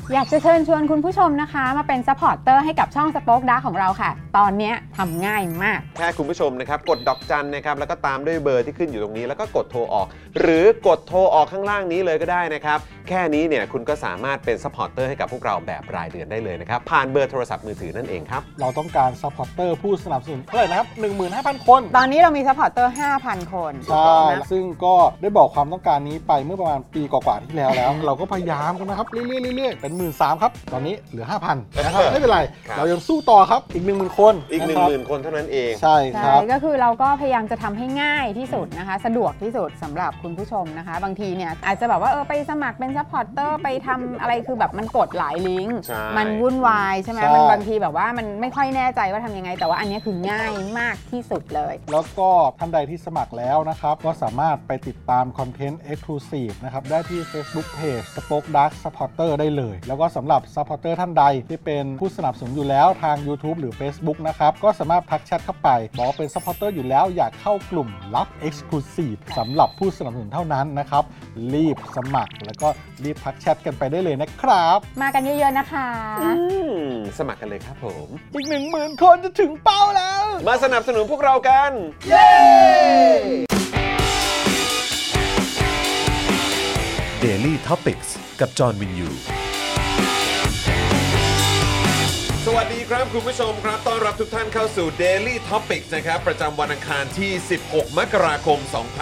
อยากจะเชิญชวนคุณผู้ชมนะคะมาเป็นซัพพอร์ตเตอร์ให้กับช่อง Spoke Dark ของเราค่ะตอนนี้ทำง่ายมากแค่คุณผู้ชมนะครับกดดอกจันนะครับแล้วก็ตามด้วยเบอร์ที่ขึ้นอยู่ตรงนี้แล้วก็กดโทรออกหรือกดโทรออกข้างล่างนี้เลยก็ได้นะครับแค่นี้เนี่ยคุณก็สามารถเป็นซัพพอร์ตเตอร์ให้กับพวกเราแบบรายเดือนได้เลยนะครับผ่านเบอร์โทรศัพท์มือถือนั่นเองครับเราต้องการซัพพอร์ตเตอร์ผู้สนับสนุนเท่าไหร่นะครับ 15,000 คนตอนนี้เรามีซัพพอร์ตเตอร์ 5,000 คนใช่ซึ่งก็ได้บอกความต้องการนี้ไปเมื่อประมาณปีกว่าๆที่แล้ว เราก็พยายามกันนะครับเรื่อยๆเป็น 13,000 ครับตอนนี้เหลือ 5,000 นะครับไม่เป็นไรเรายังสู้ต่อครับอีก 10,000 คนอีก 10,000 คนเท่านั้นเองใช่ครับก็คือเราก็พยายามจะทำให้ง่ายที่สุดนะคะสะดวกที่สุดสำหรับคุณผู้ชมนะคะบางทีเนี่ยอาจจะแบบว่าไปสมัครเป็นซัพพอร์ตเตอร์ไปทำอะไรคือแบบมันกดหลายลิงก์มันวุ่นวายใช่ไหมมันบางทีแบบว่ามันไม่ค่อยแน่ใจว่าทำยังไงแต่ว่าอันนี้คือง่ายมากที่สุดเลยแล้วก็ท่านใดที่สมัครแล้วนะครับก็สามารถไปติดตามคอนเทนต์ Exclusive นะครับได้ที่ Facebook Page Spoke Dark Supporter ได้เลยแล้วก็สำหรับ Supporter ท่านใดที่เป็นผู้สนับสนุนอยู่แล้วทาง YouTube หรือ Facebook นะครับก็สามารถทักแชทเข้าไปบอกว่าเป็น Supporter อยู่แล้วอยากเข้ากลุ่มลับ Exclusive สำหรับผู้สนับสนุนเท่านั้นนะครับรีบสมัครแล้วก็รีบทักแชทกันไปได้เลยนะครับมากันเยอะๆนะคะสมัครกันเลยครับผมอีก 10,000 คนจะถึงเป้าแล้วมาสนับสนุนพวกเรากันเย้ Daily Topics กับจอห์นวินยูสวัสดีครับคุณผู้ชมครับต้อนรับทุกท่านเข้าสู่ Daily Topics นะครับประจำวันอังคารที่16มกราคม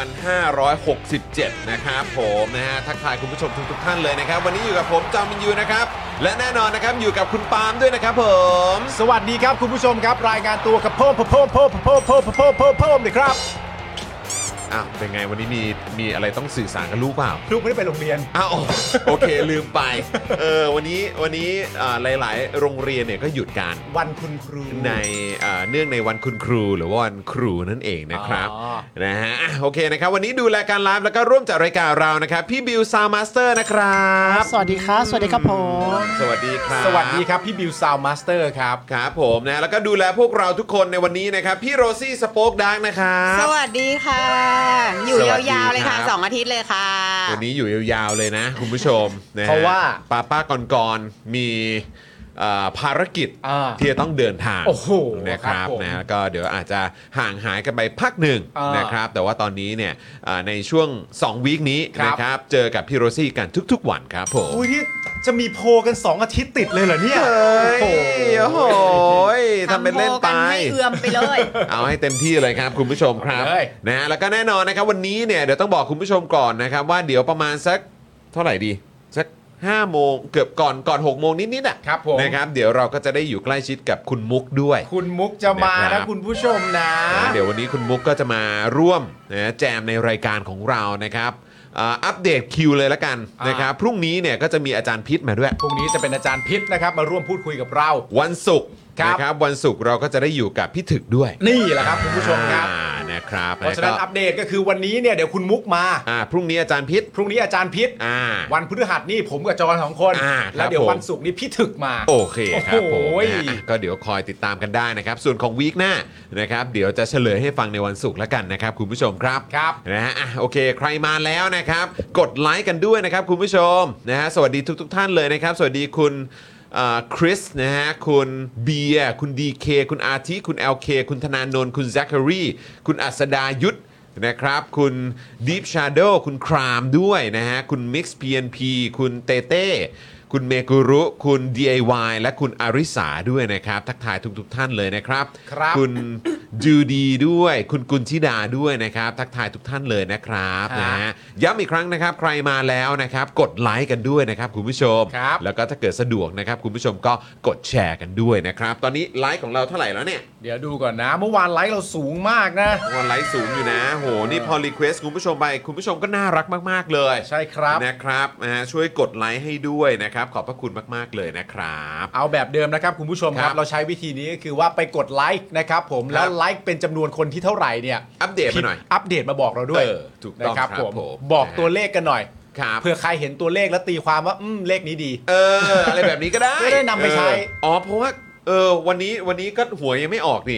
2567นะครับผมนะฮะทักทายคุณผู้ชมทุกท่านเลยนะครับวันนี้อยู่กับผมจอห์นวินยูนะครับและแน่นอนนะครับอยู่กับคุณปาล์มด้วยนะครับผมสวัสดีครับคุณผู้ชมครับรายงานตัวกับเพิ่มเลยครับอ้าวเป็นไงวันนี้มีอะไรต้องสื่อสารกับลูกเปล่าลูกไม่ได้ไปโรงเรียนอ้าวโอเคลืมไปวันนี้หลายๆโรงเรียนเนี่ยก็หยุดการวันคุณครูในเนื่องในวันคุณครูหรือว่าวันครูนั่นเองนะครับนะฮะโอเคนะครับวันนี้ดูแลการไลฟ์แล้วก็ร่วมจัดรายการเรานะครับพี่บิวซาวมาสเตอร์นะครับสวัสดีครับสวัสดีครับผมสวัสดีครับสวัสดีครับพี่บิวซาวมาสเตอร์ครับครับผมนะแล้วก็ดูแลพวกเราทุกคนในวันนี้นะครับพี่โรซี่สโป๊กดาร์กนะครับสวัสดีค่ะอยู่ยาวๆเลยค่ะ2อาทิตย์เลยค่ะวันนี้อยู่ยาวๆเลยนะคุณผู้ชมนะเพราะว่าป้าก่อนมีภารกิจที่จะต้องเดินทางนะครับนะก็เดี๋ยวอาจจะห่างหายกันไปพักหนึ่งนะครับแต่ว่าตอนนี้เนี่ยในช่วง2วีคนี้นะครับเจอกับพี่โรซี่กันทุกๆวันครับผมอุ้ยนี่จะมีโพกัน2อาทิตย์ติดเลยเหรอเนี่ยโอ้โหทำเป็นเล่นไปเอื้อมไปเลยเอาให้เต็มที่เลยครับคุณผู้ชมครับนะแล้วก็แน่นอนนะครับวันนี้เนี่ยเดี๋ยวต้องบอกคุณผู้ชมก่อนนะครับว่าเดี๋ยวประมาณสักเท่าไหร่ดีสัก5 โมงเกือบก่อน6 โมงนิดๆอ่ะนะครับเดี๋ยวเราก็จะได้อยู่ใกล้ชิดกับคุณมุกด้วยคุณมุกจะมานะคุณผู้ชมนะเดี๋ยววันนี้คุณมุกก็จะมาร่วมนะแจมในรายการของเรานะครับอัปเดตคิวเลยละกันนะครับพรุ่งนี้เนี่ยก็จะมีอาจารย์พิษมาด้วยพรุ่งนี้จะเป็นอาจารย์พิษนะครับมาร่วมพูดคุยกับเราวันศุกร์นะครับวันศุกร์เราก็จะได้อยู่กับพี่ถึกด้วยนี่แหละครับคุณผู้ชมครับนะครับเพราะฉะนั้นอัปเดตก็คือวันนี้เนี่ยเดี๋ยวคุณมุกมาพรุ่งนี้อาจารย์พิษวันพฤหัสนี่ผมกับจอน2คนแล้วเดี๋ยววันศุกร์นี่พี่ถึกมาโอเคครับผมก็เดี๋ยวคอยติดตามกันได้นะครับส่วนของวีคหน้านะครับเดี๋ยวจะเฉลยให้ฟังในวันศุกร์แล้วกันนะครับคุณผู้ชมครับนะฮะโอเคใครมาแล้วนะครับกดไลค์กันด้วยนะครับคุณผู้ชมนะฮะสวัสดีทุกท่านเลยนะครับสวัสดีคุณคริสนะฮะคุณเบียร์คุณดีเคคุณอาทิคุณ LK คุณธนานนท์คุณแซคคารีคุณอัศดายุทธนะครับคุณ Deep Shadow คุณครามด้วยนะฮะคุณ Mix PNP คุณเต้เต้คุณเมกุรุคุณ DIY และคุณอาริสาด้วยนะครับทักทายทุกท่านเลยนะครับคุณจูดีด้วยคุณกุลธิดาด้วยนะครับทักทายทุกท่านเลยนะครับนะฮะย้ำอีกครั้งนะครับใครมาแล้วนะครับกดไลค์กันด้วยนะครับคุณผู้ชมแล้วก็ถ้าเกิดสะดวกนะครับคุณผู้ชมก็กดแชร์กันด้วยนะครับตอนนี้ไลค์ของเราเท่าไหร่แล้วเนี่ยเดี๋ยวดูก่อนนะเมื่อวานไลค์เราสูงมากนะเมื่อวานไลค์สูงอยู่นะโหนี่พอรีเควสคุณผู้ชมไปคุณผู้ชมก็น่ารักมากๆเลยใช่ครับนะครับช่วยกดไลค์ให้ด้วยนะครับขอบพระคุณมากๆเลยนะครับเอาแบบเดิมนะครับคุณผู้ชมครับเราใช้วิธีนี้ก็คือว่าไปกดไลค์นะครับผมแล้วไลค์เป็นจำนวนคนที่เท่าไหร่เนี่ยอัปเดตมาหน่อยอัปเดตมาบอกเราด้วยถูกต้องครับผมบอกตัวเลขกันหน่อยเผื่อใครเห็นตัวเลขแล้วตีความว่าเลขนี้ดีอะไรแบบนี้ก็ได้ไม่ได้นำไปใช้เพราะว่าวันนี้ก็หวยยังไม่ออกนี่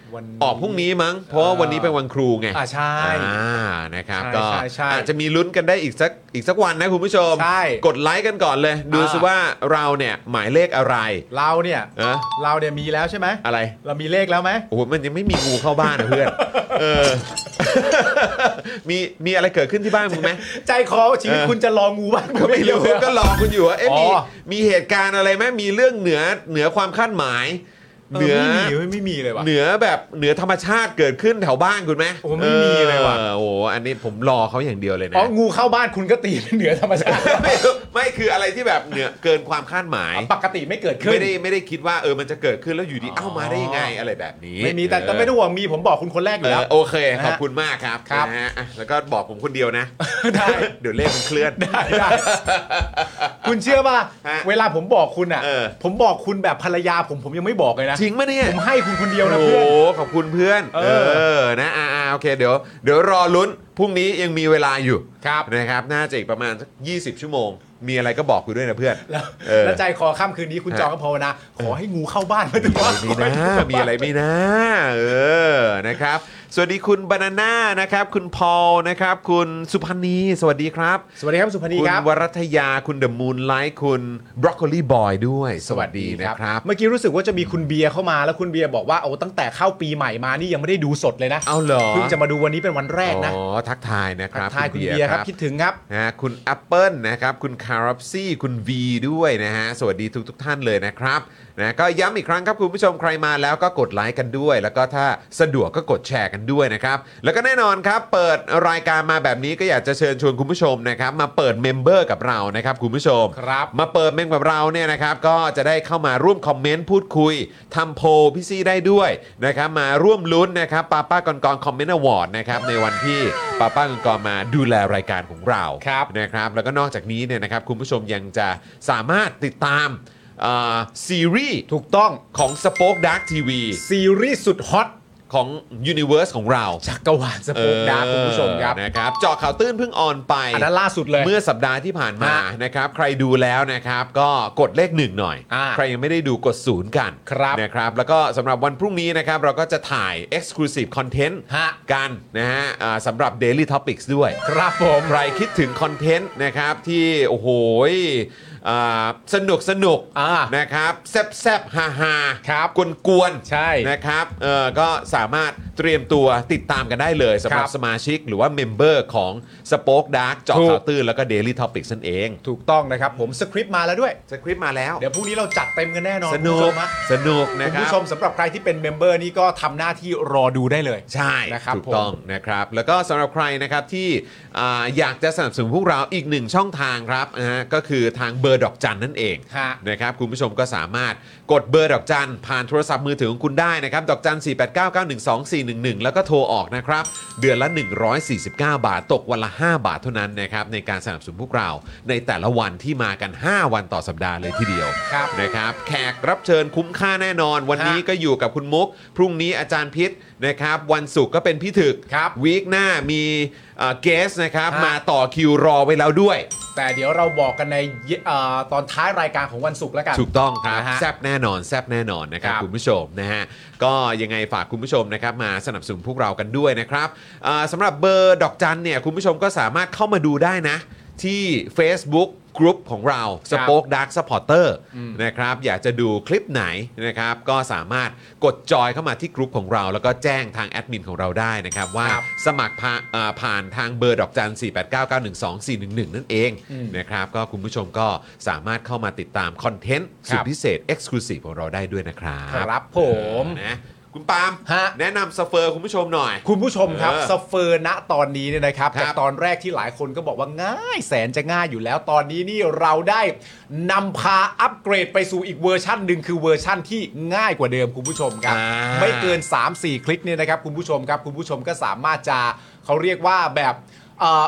ออกพรุ่งนี้มั้งเพราะว่าวันนี้เป็นวันครูไงใช่นะครับใช่ก็ใช่อาจจะมีลุ้นกันได้อีกสักวันนะคุณผู้ชมใช่กดไลค์กันก่อนเลยดูซิว่าเราเนี่ยหมายเลขอะไรเราเนี่ยมีแล้วใช่ไหมอะไรเรามีเลขแล้วไหมโอ้โหมันยังไม่มีงูเข้าบ้านนะเพื่อนมีอะไรเกิดขึ้นที่บ้านมึงไหมใจคอชีวิตคุณจะรองูบ้างก็ไม่รู้ก็รอคุณอยู่ว่ามีเหตุการณ์อะไรไหมมีเรื่องเหนือความคาดหมายไม่มีเลยว่ะเหนือธรรมชาติเกิดขึ้นแถวบ้านคุณไหมโอ้ไม่มีเลยว่ะโอ้อันนี้ผมรอเขาอย่างเดียวเลยนะงูเข้าบ้านคุณก็ตีเป็นเหนือธรรมชาติไม่คืออะไรที่แบบเหนือเกินความคาดหมายปกติไม่เกิดขึ้นไม่ได้คิดว่ามันจะเกิดขึ้นแล้วอยู่ดีมาได้ยังไงอะไรแบบนี้ไม่มีแต่ไม่ต้องห่วงมีผมบอกคุณคนแรกอยู่แล้วโอเคขอบคุณมากครับนะฮะแล้วก็บอกผมคนเดียวนะได้เดี๋ยวเลขมันเคลื่อนได้คุณเชื่อป่ะเวลาผมบอกคุณอ่ะผมบอกคุณแบบภรรยาผมยังไม่บอกเลยนะจริงปะเนี่ยผมให้คุณคนเดียวนะเพื่อนโอ้ขอบคุณเพื่อนนะโอเคเดี๋ยวรอลุ้นพรุ่งนี้ยังมีเวลาอยู่นะครับน่าจะอีกประมาณสัก20 ชั่วโมงมีอะไรก็บอกกูด้วยนะเพื่อนแล้วใจคอค่ำคืนนี้คุณจองก็ภาวนาขอให้งูเข้าบ้านมาถึงว่ามีอะไรไม่นะนะครับสวัสดีคุณบานาน่านะครับคุณพอลนะครับคุณสุพันธ์นีสวัสดีครับสวัสดีครับสุพันธ์นีครับคุณวรัตยาคุณเดอะมูนไลท์คุณบรอกโคลีบอยด้วยสวัสดีนะครับเมื่อกี้รู้สึกว่าจะมีคุณเบียร์เข้ามาแล้วคุณเบียร์บอกว่าตั้งแต่เข้าปีใหม่มานี่ยังไม่ได้ดูสดเลยนะเอาเหรอเพิ่งจะมาดูวันนี้เป็นวันแรกนะทักทายนะครับทักทายคุณเบียร์ครับคิดถึงครับนะคุณแอปเปิลนะครับคุณคาร์บซี่คุณ V ด้วยนะฮะสวัสดีทุกท่านเลยนะครับนะก็ย้ำอีกครั้งครับคุณผู้ชมใครมาแล้วก็กดไลค์กันด้วยแล้วก็ถ้าสะดวกก็กดแชร์กันด้วยนะครับแล้วก็แน่นอนครับเปิดรายการมาแบบนี้ก็อยากจะเชิญชวนคุณผู้ชมนะครับมาเปิดเมมเบอร์กับเรานะครับคุณผู้ชมมาเปิดเมมกับเราเนี่ยนะครับก็จะได้เข้ามาร่วมคอมเมนต์พูดคุยทำโพลพี่ซี่ได้ด้วยนะครับมาร่วมลุ้นนะครับป้ากรคอมเมนต์อวอร์ดนะครับในวันที่ป้ากรมาดูแลรายการของเรานะครับแล้วก็นอกจากนี้เนี่ยนะครับคุณผู้ชมยังจะสามารถติดตามซีรีส์ถูกต้องของ Spoke Dark TV ซีรีส์สุดฮอตของ Universe ของเราจักรวาล Spoke Dark คุณผู้ชมครับนะครับเจาะข่าวตื้นเพิ่งออนไปอันนั้นล่าสุดเลยเมื่อสัปดาห์ที่ผ่านมานะครับใครดูแล้วนะครับก็กดเลข1หน่อยใครยังไม่ได้ดูกด0กันนะครับแล้วก็สำหรับวันพรุ่งนี้นะครับเราก็จะถ่าย Exclusive Content กันนะฮะสำหรับ Daily Topics ด้วยครับผมใครคิดถึงคอนเทนต์นะครับที่โอ้โหสนุกนะครับแซบฮาครับกวนใช่นะครับก็สามารถเตรียมตัวติดตามกันได้เลยสำหรับสมาชิกหรือว่าเมมเบอร์ของ Spoke Dark เจาะข่าวตื้นแล้วก็ Daily Topics นั่นเองถูกต้องนะครับผมสคริปต์มาแล้วด้วยสคริปต์มาแล้วเดี๋ยวพรุ่งนี้เราจัดเต็มกันแน่นอนสนุกนะครับคุณผู้ชมสำหรับใครที่เป็นเมมเบอร์นี่ก็ทำหน้าที่รอดูได้เลยใช่นะครับถูกต้องนะครับแล้วก็สำหรับใครนะครับที่อยากจะสนับสนุนพวกเราอีก1ช่องทางครับนะฮะก็คือทางเบอร์ดอกจันนั่นเองนะครับคุณผู้ชมก็สามารถกดเบอร์ดอกจันผ่านโทรศัพท์มือถือของคุณได้นะครับดอกจัน489912411แล้วก็โทรออกนะครับเดือนละ149 บาทตกวันละ5 บาทเท่านั้นนะครับในการสนับสนุนพวกเราในแต่ละวันที่มากัน5วันต่อสัปดาห์เลยทีเดียวนะครับแขกรับเชิญคุ้มค่าแน่นอนวันนี้ก็อยู่กับคุณมุกพรุ่งนี้อาจารย์พิษนะครับวันศุกร์ก็เป็นพี่ถึกวีคหน้ามีเกสนะครับมาต่อคิวรอไว้แล้วด้วยแต่เดี๋ยวเราบอกกันในตอนท้ายรายการของวันศุกร์แล้วกันถูกต้องครับแซบแน่นอนนะครับคุณผู้ชมนะฮะก็ยังไงฝากคุณผู้ชมนะครับมาสนับสนุนพวกเรากันด้วยนะครับสำหรับเบอร์ดอกจันเนี่ยคุณผู้ชมก็สามารถเข้ามาดูได้นะที่ Facebookกรุ๊ปของเรา Spoke Dark Supporter นะครับอยากจะดูคลิปไหนนะครับก็สามารถกดจอยเข้ามาที่กรุ๊ปของเราแล้วก็แจ้งทางแอดมินของเราได้นะครับว่าสมัครผ่านทางเบอร์ดอกจัน489912411นั่นเองนะครับก็คุณผู้ชมก็สามารถเข้ามาติดตามคอนเทนต์สุดพิเศษ Exclusive ของเราได้ด้วยนะครับครับผมนะคุณปาล์มแนะนำสเฟอร์คุณผู้ชมหน่อยคุณผู้ชมครับสเฟอร์ณตอนนี้เนี่ยนะครับจากตอนแรกที่หลายคนก็บอกว่าง่ายแสนจะง่ายอยู่แล้วตอนนี้นี่เราได้นำพาอัปเกรดไปสู่อีกเวอร์ชันหนึ่งคือเวอร์ชันที่ง่ายกว่าเดิมคุณผู้ชมครับไม่เกิน 3-4 คลิกเนี่ยนะครับคุณผู้ชมครับคุณผู้ชมก็สามารถจะเขาเรียกว่าแบบ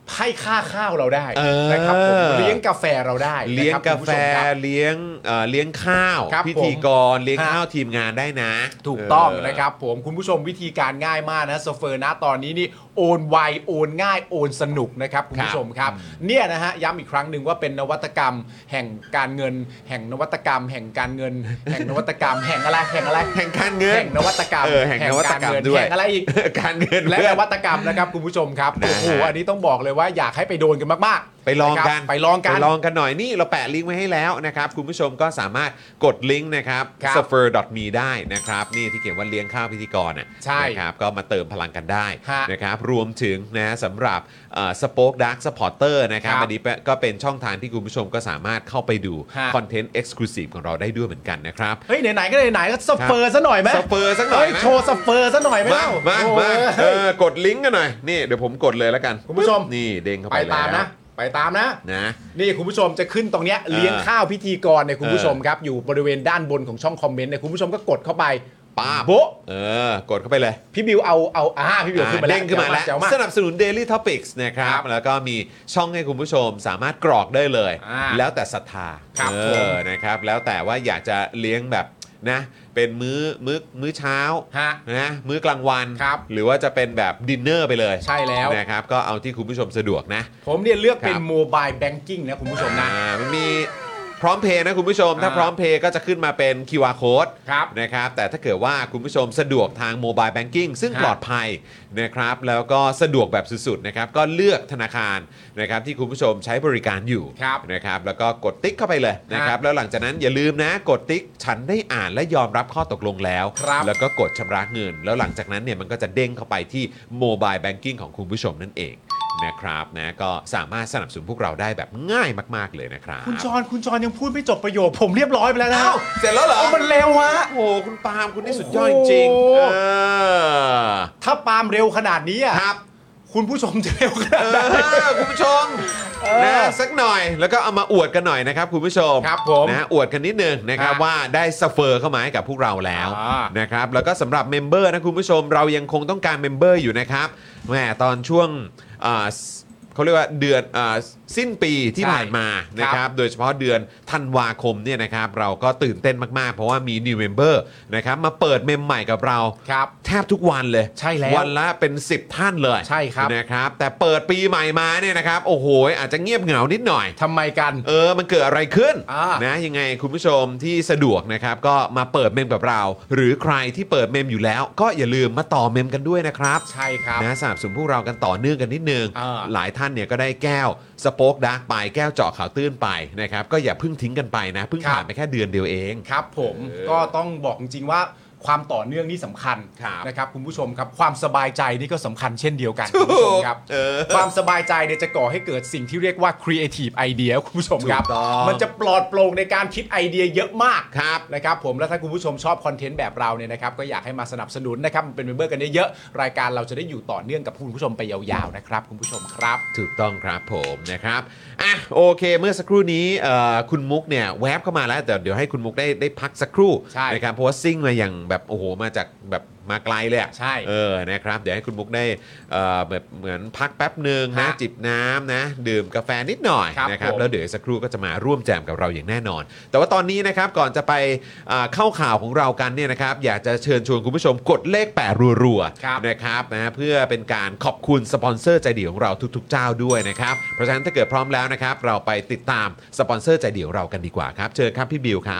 ให้ค่าข้าวเราได้นะครับผมเลี้ยงกาแฟเราได้เลี้ยงกาแฟเลี้ยงข้าวพิธีกรเลี้ยงข้าวทีมงานได้นะถูกต้องนะครับผมคุณผู้ชมวิธีการง่ายมากนะโซเฟอร์นะตอนนี้นี่โอนไวโอนง่ายโอนสนุกนะครับคุณผู้ชมครับเนี่ยนะฮะย้ำอีกครั้งหนึ่งว่าเป็นนวัตกรรมแห่งการเงินแห่งนวัตกรรมแห่งการเงินแห่งนวัตกรรมแห่งอะไรแห่งการเงินแห่งนวัตกรรมแห่งนวัตกรรมด้วยแห่งอะไรอีกการเงินและนวัตกรรมนะครับคุณผู้ชมครับโอ้โหอันนี้ต้องบอกเลยว่าอยากให้ไปโดนกันมากๆไปลองกันหน่อยนี่เราแปะลิงก์ไว้ให้แล้วนะครับคุณผู้ชมก็สามารถกดลิงก์นะครับ suffer.me ได้นะครับนี่ที่เขียนว่าเลี้ยงข้าวพิธีกรนะครับก็มาเติมพลังกันได้นะครับรวมถึงนะสำหรับSpoke Dark Supporter นะครับอันนี้ก็เป็นช่องทางที่คุณผู้ชมก็สามารถเข้าไปดูคอนเทนต์ Exclusive ของเราได้ด้วยเหมือนกันนะครับเฮ้ยไหนๆก็ไหนๆก็สเปอร์ซะหน่อยไหมสเปอร์ซะหน่อยโชว์สเปอร์ซะหน่อยไหมกดลิงก์กันหน่อยนี่เดี๋ยวผมกดเลยแล้วกันคุณผู้ชมนี่เด้งเข้าไปแล้วไปตามนะนี่คุณผู้ชมจะขึ้นตรงเนี้ยเลี้ยงข้าวพิธีกรเนี่ยคุณผู้ชมครับอยู่บริเวณด้านบนของช่องคอมเมนต์เนี่ยคุณผู้ชมก็กดเข้าไปป้าโบ๊ะกดเข้าไปเลยพี่บิวเอาพี่บิวขึ้นมาเด้งขึ้นมาแล้วสนับสนุน Daily Topics นะครับแล้วก็มีช่องให้คุณผู้ชมสามารถกรอกได้เลยแล้วแต่ศรัทธานะครับแล้วแต่ว่าอยากจะเลี้ยงแบบนะเป็นมื้อเช้านะมื้อกลางวันหรือว่าจะเป็นแบบดินเนอร์ไปเลยใช่แล้วนะครับก็เอาที่คุณผู้ชมสะดวกนะผมเนี่ยเลือกเป็นโมบายแบงกิ้งนะคุณผู้ชมนะมันมีพร้อมเพย์นะคุณผู้ชมถ้าพร้อมเพย์ก็จะขึ้นมาเป็น QR Code นะครับแต่ถ้าเกิดว่าคุณผู้ชมสะดวกทางโมบายแบงกิ้งซึ่งปลอดภัยนะครับแล้วก็สะดวกแบบสุดๆนะครับก็เลือกธนาคารนะครับที่คุณผู้ชมใช้บริการอยู่นะครับแล้วก็กดติ๊กเข้าไปเลยนะครับแล้วหลังจากนั้นอย่าลืมนะกดติ๊กฉันได้อ่านและยอมรับข้อตกลงแล้วแล้วก็กดชำระเงินแล้วหลังจากนั้นเนี่ยมันก็จะเด้งเข้าไปที่โมบายแบงกิ้งของคุณผู้ชมนั่นเองนะครับนะก็สามารถสนับสนุนพวกเราได้แบบง่ายมากๆเลยนะครับคุณจอนยังพูดไม่จบประโยคผมเรียบร้อยไปแล้วนะเสร็จแล้วเหรอมันเร็วฮะโอ้คุณปาล์มคุณนี่สุดยอดจริงถ้าปาล์มเร็วขนาดนี้ครับคุณผู้ชมจะเร็วขนาดไหนคุณผู้ชมนะสักหน่อยแล้วก็เอามาอวดกันหน่อยนะครับคุณผู้ชมครับผมนะอวดกันนิดนึงนะครับว่าได้สเฟอร์เข้ามาให้กับพวกเราแล้วนะครับแล้วก็สำหรับเมมเบอร์นะคุณผู้ชมเรายังคงต้องการเมมเบอร์อยู่นะครับแหมตอนช่วงเขาเรียกว่าเดือนสิ้นปีที่ผ่านมานะครับโดยเฉพาะเดือนธันวาคมเนี่ยนะครับเราก็ตื่นเต้นมากๆเพราะว่ามี New Member นะครับมาเปิดเมมใหม่กับเราแทบทุกวันเลยใช่แล้ววันละเป็น10ท่านเลยใช่ครับนะครับแต่เปิดปีใหม่มาเนี่ยนะครับโอ้โหอาจจะเงียบเหงานิดหน่อยทำไมกันมันเกิดอะไรขึ้นนะยังไงคุณผู้ชมที่สะดวกนะครับก็มาเปิดเมมกับเราหรือใครที่เปิดเมมอยู่แล้วก็อย่าลืมมาต่อเมมกันด้วยนะครับใช่ครับนะสนับสนุนพวกเรากันต่อเนื่องกันนิดนึงหลายท่านเนี่ยก็ได้แก้วสโป๊กดาร์กไปแก้วเจาะข่าวตื้นไปนะครับก็อย่าเพิ่งทิ้งกันไปนะเพิ่งผ่านไปแค่เดือนเดียวเองครับผมก็ต้องบอกจริงๆว่าความต่อเนื่องนี่สำคัญนะครับคุณผู้ชมครับความสบายใจนี่ก็สำคัญเช่นเดียวกันคุณผู้ชมครับความสบายใจเนี่ยจะก่อให้เกิดสิ่งที่เรียกว่า creative idea คุณผู้ชมครับมันจะปลอดโปร่งในการคิดไอเดียเยอะมากนะครับผมแล้วถ้าคุณผู้ชมชอบคอนเทนต์แบบเราเนี่ยนะครับก็อยากให้มาสนับสนุนนะครับเป็นเมมเบอร์กันเยอะๆรายการเราจะได้อยู่ต่อเนื่องกับคุณผู้ชมไปยาวๆนะครับคุณผู้ชมครับถูกต้องครับผมนะครับโอเคเมื่อสักครู่นี้คุณมุกเนี่ยแวบเข้ามาแล้วแต่เดี๋ยวให้คุณมุกได้พักสักครู่นะครับเพราะว่าซิ่งมาอย่างแบบโอ้โหมาจากแบบมาไกลเลยใช่นะครับเดี๋ยวให้คุณมุกได้แบบเหมือนพักแป๊บนึงนะจิบน้ำนะดื่มกาแฟนิดหน่อยนะครับแล้วเดี๋ยวสักครู่ก็จะมาร่วมแจมกับเราอย่างแน่นอนแต่ว่าตอนนี้นะครับก่อนจะไปเข้าข่าวของเรากันเนี่ยนะครับอยากจะเชิญชวนคุณผู้ชมกดเลข8รัวๆนะครับนะเพื่อเป็นการขอบคุณสปอนเซอร์ใจดีของเราทุกๆเจ้าด้วยนะครับเพราะฉะนั้นถ้าเกิดพร้อมแล้วนะครับเราไปติดตามสปอนเซอร์ใจดีของเรากันดีกว่าครับเชิญครับพี่บิวครับ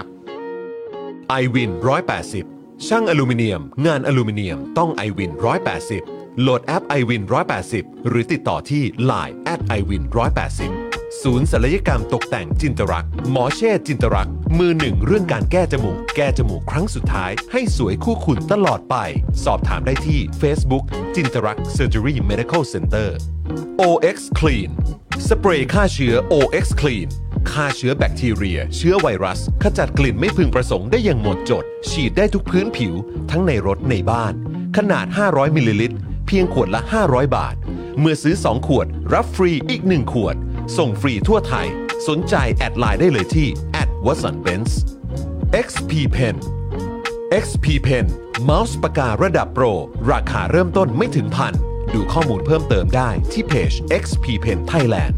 iWin 180ช่างอลูมิเนียมงานอลูมิเนียมต้อง iWin 180โหลดแอป iWin 180หรือติดต่อที่ Line @iWin 180ศูนย์ศัลยกรรมตกแต่งจินตรักษ์หมอเช่จินตรักษ์มือหนึ่งเรื่องการแก้จมูกครั้งสุดท้ายให้สวยคู่คุณตลอดไปสอบถามได้ที่ Facebook จินตรักษ์ Surgery Medical Center OX Clean สเปรย์ฆ่าเชื้อ OX Clean ฆ่าเชื้อแบคทีเรียเชื้อไวรัสขจัดกลิ่นไม่พึงประสงค์ได้อย่างหมดจดฉีดได้ทุกพื้นผิวทั้งในรถในบ้านขนาด500มิลลิลิตรเพียงขวดละ500บาทเมื่อซื้อ2ขวดรับฟรีอีก1ขวดส่งฟรีทั่วไทยสนใจแอดไลน์ได้เลยที่ @watsonbenz XP Pen XP Pen เมาส์ปากการะดับโปรราคาเริ่มต้นไม่ถึงพันดูข้อมูลเพิ่มเติมได้ที่เพจ XP Pen Thailand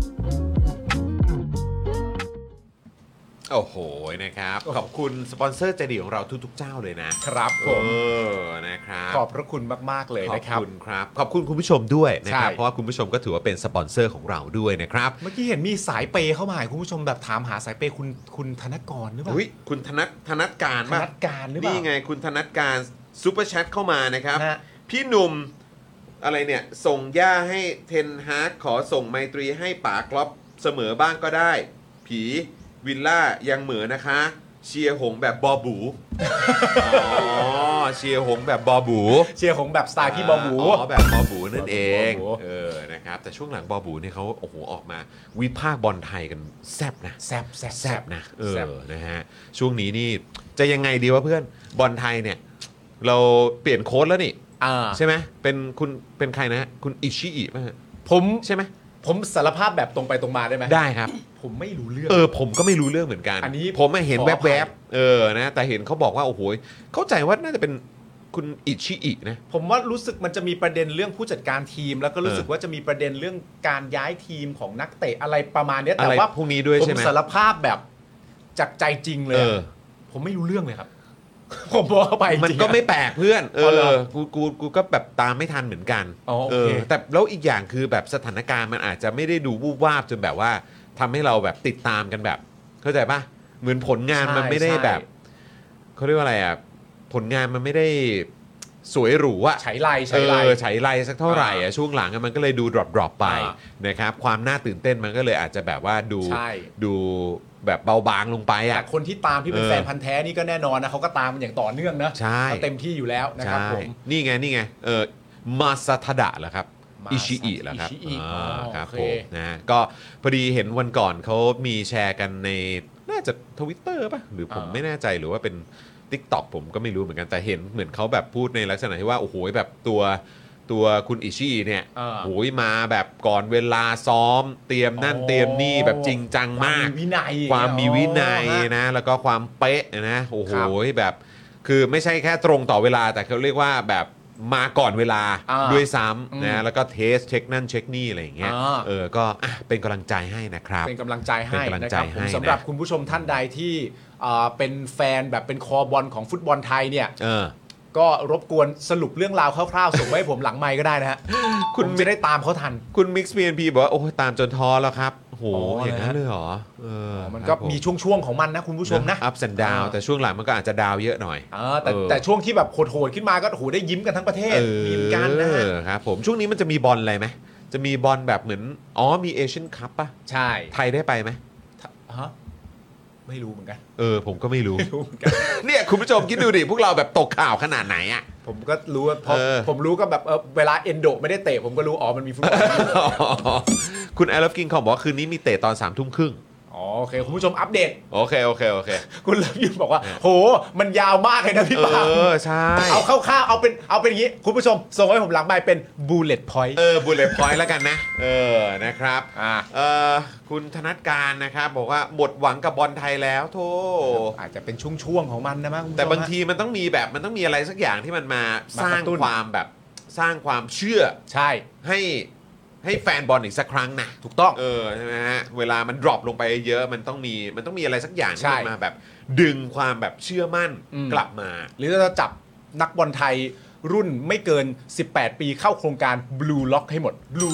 โอ้โหนะครับขอบคุณสปอนเซอร์ใจดีของเราทุกๆเจ้าเลยนะครับผมนะครับขอบพระคุณมากๆเลยนะครับขอบคุณครับขอบคุณคุณผู้ชมด้วยนะครับใช่เพราะว่าคุณผู้ชมก็ถือว่าเป็นสปอนเซอร์ของเราด้วยนะครับเมื่อกี้เห็นมีสายเปย์เข้ามาคุณผู้ชมแบบถามหาสายเปย์คุณธนกรหรือเปล่าอุ้ยคุณธนัทการธนัทการหรือเปล่านี่ไงคุณธนัทการซูเปอร์แชทเข้ามานะครับฮะพี่หนุ่มอะไรเนี่ยส่งย่าให้เทนฮากขอส่งไมตรีให้ป๋าคล็อปเสมอบ้างก็ได้ ผีวิลล่ายังเหมือนะคะเชียร์หงแบบบอบูอ๋อเชียร์หงแบบบอบูเชียร์ของแบบสไตล์พี่บอบูอ๋อแบบบอบูนั่นเองบอบูนะครับแต่ช่วงหลังบอบูเนี่ยเขาโอ้โหออกมาวิพากษ์บอลไทยกันแซบนะแซบแซบนะแซ่บนะฮะช่วงนี้นี่จะยังไงดีวะเพื่อนบอลไทยเนี่ยเราเปลี่ยนโค้ชแล้วนี่ใช่ไหมเป็นใครนะคุณอิชิอิป่ะฮะผมใช่ไหมผมสารภาพแบบตรงไปตรงมาได้ไหมได้ครับผมไม่รู้เรื่องผมก็ไม่รู้เรื่องเหมือนกันอันนี้ผมเห็นขออภัยแวบๆนะแต่เห็นเขาบอกว่าโอ้โหเข้าใจว่าน่าจะเป็นคุณอิชิอินะผมว่ารู้สึกมันจะมีประเด็นเรื่องผู้จัดการทีม แล้วก็รู้สึกว่าจะมีประเด็นเรื่องการย้ายทีมของนักเตะอะไรประมาณเนี้ยอะแต่ไรว่าพวกนี้ด้วยผมใช่ไหมสารภาพแบบจากใจจริงเลยเออผมไม่รู้เรื่องเลยครับ ผมบอกเข้าไปมันจริงๆก็ไม่แปลกเพื่อนอ๋อเหรอกูก็แบบตามไม่ทันเหมือนกันอ๋อโอเคแต่แล้วอีกอย่างคือแบบสถานการณ์มันอาจจะไม่ได้ดูวูบวาบจนแบบว่าทำให้เราแบบติดตามกันแบบ เข้าใจปะเหมือนผลงานมันไม่ได้แบบเขาเรียกว่าอะไรอ่ะผลงานมันไม่ได้สวยหรูอะใช้ไล่ฉายไลสักเท่าไหร่อ่ะช่วงหลังอะมันก็เลยดูดรอปไปนะครับความน่าตื่นเต้นมันก็เลยอาจจะแบบว่าดูแบบเบาบางลงไปอ่ะแต่คนที่ตามที่เป็นแฟนพันธ์แท้นี่ก็แน่นอนนะเขาก็ตามมันอย่างต่อเนื่องนะใช่เขาเต็มที่อยู่แล้วนะครับผมนี่ไงมาซาทดะเหรอครับมาซาอิชิอิเหรอครับอิชิอิครับโอเคผมนะฮะก็พอดีเห็นวันก่อนเขามีแชร์กันในน่าจะ Twitter ป่ะหรือผมไม่แน่ใจหรือว่าเป็น TikTok ผมก็ไม่รู้เหมือนกันแต่เห็นเหมือนเขาแบบพูดในลักษณะที่ว่าโอ้โหแบบตัวคุณอิชิเนี่ยโอ้ยมาแบบก่อนเวลาซ้อมเตรียมนั่นเตรียมนี่แบบจริงจังมาก ความมีวินัยนะแล้วก็ความเป๊ะนะโอ้โหแบบคือไม่ใช่แค่ตรงต่อเวลาแต่เขาเรียกว่าแบบมาก่อนเวลาด้วยซ้ำนะแล้วก็เทสเช็คนั่นเช็คนี่อะไรอย่างเงี้ยก็เป็นกำลังใจให้นะครับเป็นกำลังใจให้เป็นกำลังนะใจครับผมให้นะสำหรับคุณผู้ชมท่านใดที่เป็นแฟนแบบเป็นคอบอลของฟุตบอลไทยเนี่ยก็รบกวนสรุปเรื่องราวคร่าวๆส่งไว้ให้ผมหลังไมค์ก็ได้นะฮะคุณจะได้ตามเขาทันคุณ Mix BNP บอกว่าโอ้ตามจนท้อแล้วครับโหอย่างนั้นเลยเหรอมันก็มีช่วงๆของมันนะคุณผู้ชมนะ ups and down แต่ช่วงหลังมันก็อาจจะดาวเยอะหน่อยแต่ช่วงที่แบบโหดๆขึ้นมาก็โหได้ยิ้มกันทั้งประเทศมีเหมือนกันนะฮะครับผมช่วงนี้มันจะมีบอลอะไรไหมจะมีบอลแบบเหมือนมีเอเชียนคัพป่ะใช่ไทยได้ไปไหมฮะไม่รู้เหมือนกันผมก็ไม่รู้เหมือนกันเนี่ยคุณผู้ชมคิดดูดิพวกเราแบบตกข่าวขนาดไหนอ่ะผมก็รู้ว่าผมรู้ก็แบบเวลาเอนโดไม่ได้เตะผมก็รู้มันมีฟุตบอลคุณไอ Love King บอกว่าคืนนี้มีเตะตอน 3:30 นโอเคคุณผู้ชมอัปเดตโอเคคุณเลิฟยูบอกว่าโหมันยาวมากเลยนะพี่ปาล์มใช่เอาคร่าวๆเอาเป็นอย่างนี้คุณผู้ชมส่งให้ผมหลังไมค์เป็น bullet point bullet point แล้วกันนะนะครับคุณธนัทการนะครับบอกว่าหมดหวังกับบอลไทยแล้วโธ่อาจจะเป็นช่วงๆของมันนะมั้งแต่บางทีมันต้องมีอะไรสักอย่างที่มันมาสร้างความเชื่อใช่ให้แฟนบอลอีกสักครั้งนะถูกต้องใช่ไหมฮะเวลามันดรอปลงไปเยอะมันต้องมีอะไรสักอย่างที่มาแบบดึงความแบบเชื่อมั่นกลับมาหรือจะจับนักบอลไทยรุ่นไม่เกิน18ปีเข้าโครงการ Blue Lock ให้หมด Blue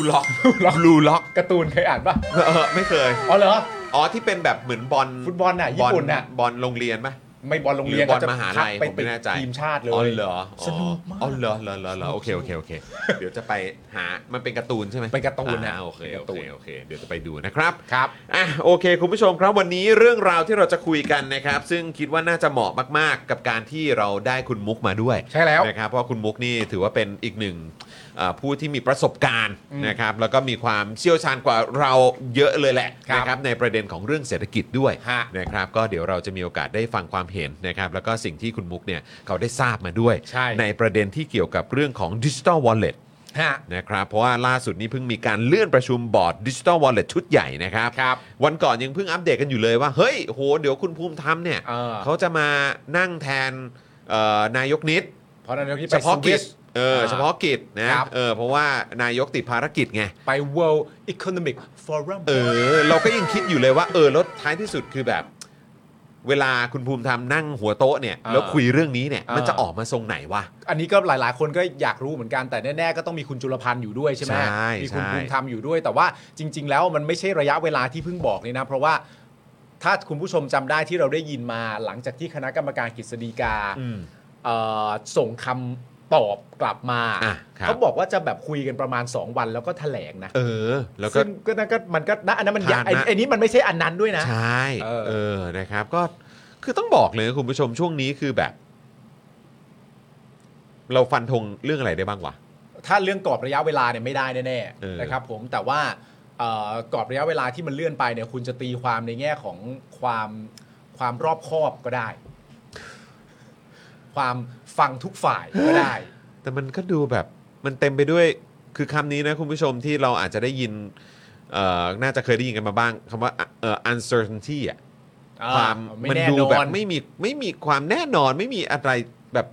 Lock การ์ตูนเคยอ่านป่ะไม่เคยเหรอที่เป็นแบบเหมือนบอลฟุตบอลน่ะญี่ปุ่นน่ะบอลโรงเรียนป่ะไม่บอลโรงเรียนบอลมหาลัยผมไม่แน่ใจทีมชาติเลยเหรอสนุกมากเหรอโอเคเดี๋ยวจะไปหามันเป็นการ์ตูนใช่ไหมเป็นการ์ตูนนะโอเคเดี๋ยวจะไปดูนะครับครับโอเคคุณผู้ชมครับวันนี้เรื่องราวที่เราจะคุยกันนะครับซึ่งคิดว่าน่าจะเหมาะมากๆกับการที่เราได้คุณมุกมาด้วยใช่แล้วนะครับเพราะคุณมุกนี่ถือว่าเป็นอีกหนึ่งผู้ที่มีประสบการณ์นะครับแล้วก็มีความเชี่ยวชาญกว่าเราเยอะเลยแหละนะครับในประเด็นของเรื่องเศรษฐกิจด้วยนะครับก็เดี๋ยวเราจะมีโอกาสได้ฟังความเห็นนะครับแล้วก็สิ่งที่คุณมุกเนี่ยเขาได้ทราบมาด้วยในประเด็นที่เกี่ยวกับเรื่องของ Digital Wallet นะครับเพราะว่าล่าสุดนี้เพิ่งมีการเลื่อนประชุมบอร์ด Digital Wallet ชุดใหญ่นะครับวันก่อนยังเพิ่งอัปเดตกันอยู่เลยว่าเฮ้ยโหเดี๋ยวคุณภูมิธรรมเนี่ยเขาจะมานั่งแทนนายกนิดเพราะนายกที่เฉพาะกิจเฉพาะกิจนะเพราะว่านายกติดภารกิจไงไป World Economic Forum เราก็ยังคิดอยู่เลยว่าแล้วท้ายที่สุดคือแบบเวลาคุณภูมิธรรมนั่งหัวโต๊ะเนี่ยแล้วคุยเรื่องนี้เนี่ยมันจะออกมาทรงไหนวะอันนี้ก็หลายๆคนก็อยากรู้เหมือนกันแต่แน่ๆก็ต้องมีคุณจุลพันธ์อยู่ด้วยใช่ไหมมีคุณภูมิธรรมอยู่ด้วยแต่ว่าจริงๆแล้วมันไม่ใช่ระยะเวลาที่เพิ่งบอกนี่นะเพราะว่าถ้าคุณผู้ชมจำได้ที่เราได้ยินมาหลังจากที่คณะกรรมการกฤษฎีกาส่งคำตอบกลับมาเขาบอกว่าจะแบบคุยกันประมาณ2วันแล้วก็แถลงนะแล้วก็นั่นก็มันก็อันนั้นมันยากไอ้นี้มันไม่ใช่อันนั้นด้วยนะใช่นะครับก็คือต้องบอกเลยคุณผู้ชมช่วงนี้คือแบบเราฟันธงเรื่องอะไรได้บ้างวะถ้าเรื่องกรอบระยะเวลาเนี่ยไม่ได้แน่ๆนะครับผมแต่ว่ากรอบระยะเวลาที่มันเลื่อนไปเนี่ยคุณจะตีความในแง่ของความรอบคอบก็ได้ความฟังทุกฝ่ายก็ได้แต่มันก็ดูแบบมันเต็มไปด้วยคือคำนี้นะคุณผู้ชมที่เราอาจจะได้ยินน่าจะเคยได้ยินกันมาบ้างคำว่าuncertainty อ่ะความมันดูแบบไม่มีความแน่นอนไม่มีอะไรแบบ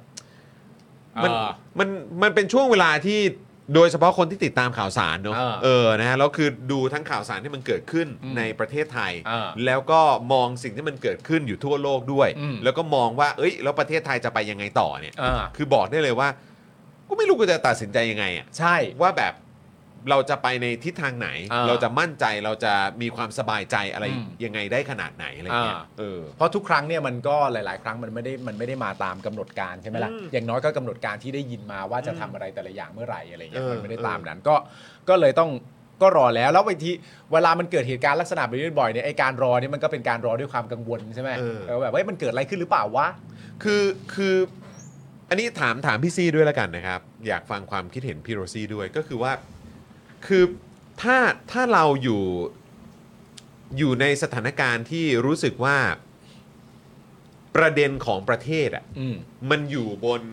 มันเป็นช่วงเวลาที่โดยเฉพาะคนที่ติดตามข่าวสารเนอะนะฮะแล้วคือดูทั้งข่าวสารที่มันเกิดขึ้นในประเทศไทยแล้วก็มองสิ่งที่มันเกิดขึ้นอยู่ทั่วโลกด้วยแล้วก็มองว่าแล้วประเทศไทยจะไปยังไงต่อเนี่ยคือบอกได้เลยว่าก็ไม่รู้กูจะตัดสินใจยังไงอ่ะใช่ว่าแบบเราจะไปในทิศทางไหนเราจะมั่นใจเราจะมีความสบายใจอะไรยังไงได้ขนาดไหนอะไรเงี้ยเพราะทุกครั้งเนี่ยมันก็หลายๆครั้งมันไม่ได้มาตามกำหนดการใช่ไหมล่ะอย่างน้อยก็กำหนดการที่ได้ยินมาว่าจะทำอะไรแต่ละอย่างเมื่อไหร่อะไรเงี้ยมันไม่ได้ตามนั้นก็เลยต้องก็รอแล้วบางทีเวลามันเกิดเหตุการณ์ลักษณะแบบนี้บ่อยเนี่ยไอการรอเนี่ยมันก็เป็นการรอด้วยความกังวลใช่ไหมแบบว่ามันเกิดอะไรขึ้นหรือเปล่าวะคืออันนี้ถามพี่ซี่ด้วยแล้วกันนะครับอยากฟังความคิดเห็นพี่โรซี่ด้วยก็คือว่าคือถ้าเราอยู่ในสถานการณ์ที่รู้สึกว่าประเด็นของประเทศมันอยู่บน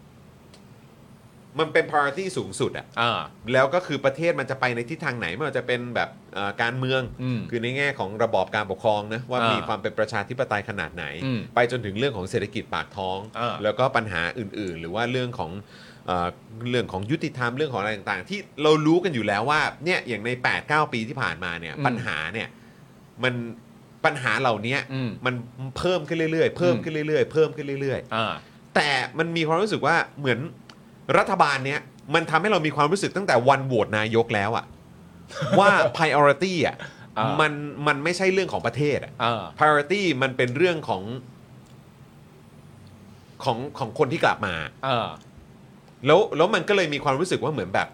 มันเป็น priority สูงสุดแล้วก็คือประเทศมันจะไปในทิศทางไหนไม่ว่าจะเป็นแบบการเมืองคือในแง่ของระบอบการปกครองนะว่ามีความเป็นประชาธิปไตยขนาดไหนไปจนถึงเรื่องของเศรษฐกิจปากท้องแล้วก็ปัญหาอื่นๆหรือว่าเรื่องของยุติธรรมเรื่องของอะไรต่างๆที่เรารู้กันอยู่แล้วว่าเนี่ยอย่างใน 8-9 ปีที่ผ่านมาเนี่ยปัญหาเนี่ยมันปัญหาเหล่านี้มันเพิ่มขึ้นเรื่อยๆเพิ่มขึ้นเรื่อยๆเพิ่มขึ้นเรื่อยๆแต่มันมีความรู้สึกว่าเหมือนรัฐบาลเนี้ยมันทำให้เรามีความรู้สึกตั้งแต่วันโหวตนายกแล้วอะว่า priority อะมันไม่ใช่เรื่องของประเทศอะ priority มันเป็นเรื่องของคนที่กลับมาแล้วมันก็เลยมีความรู้สึกว่าเหมือนแบบ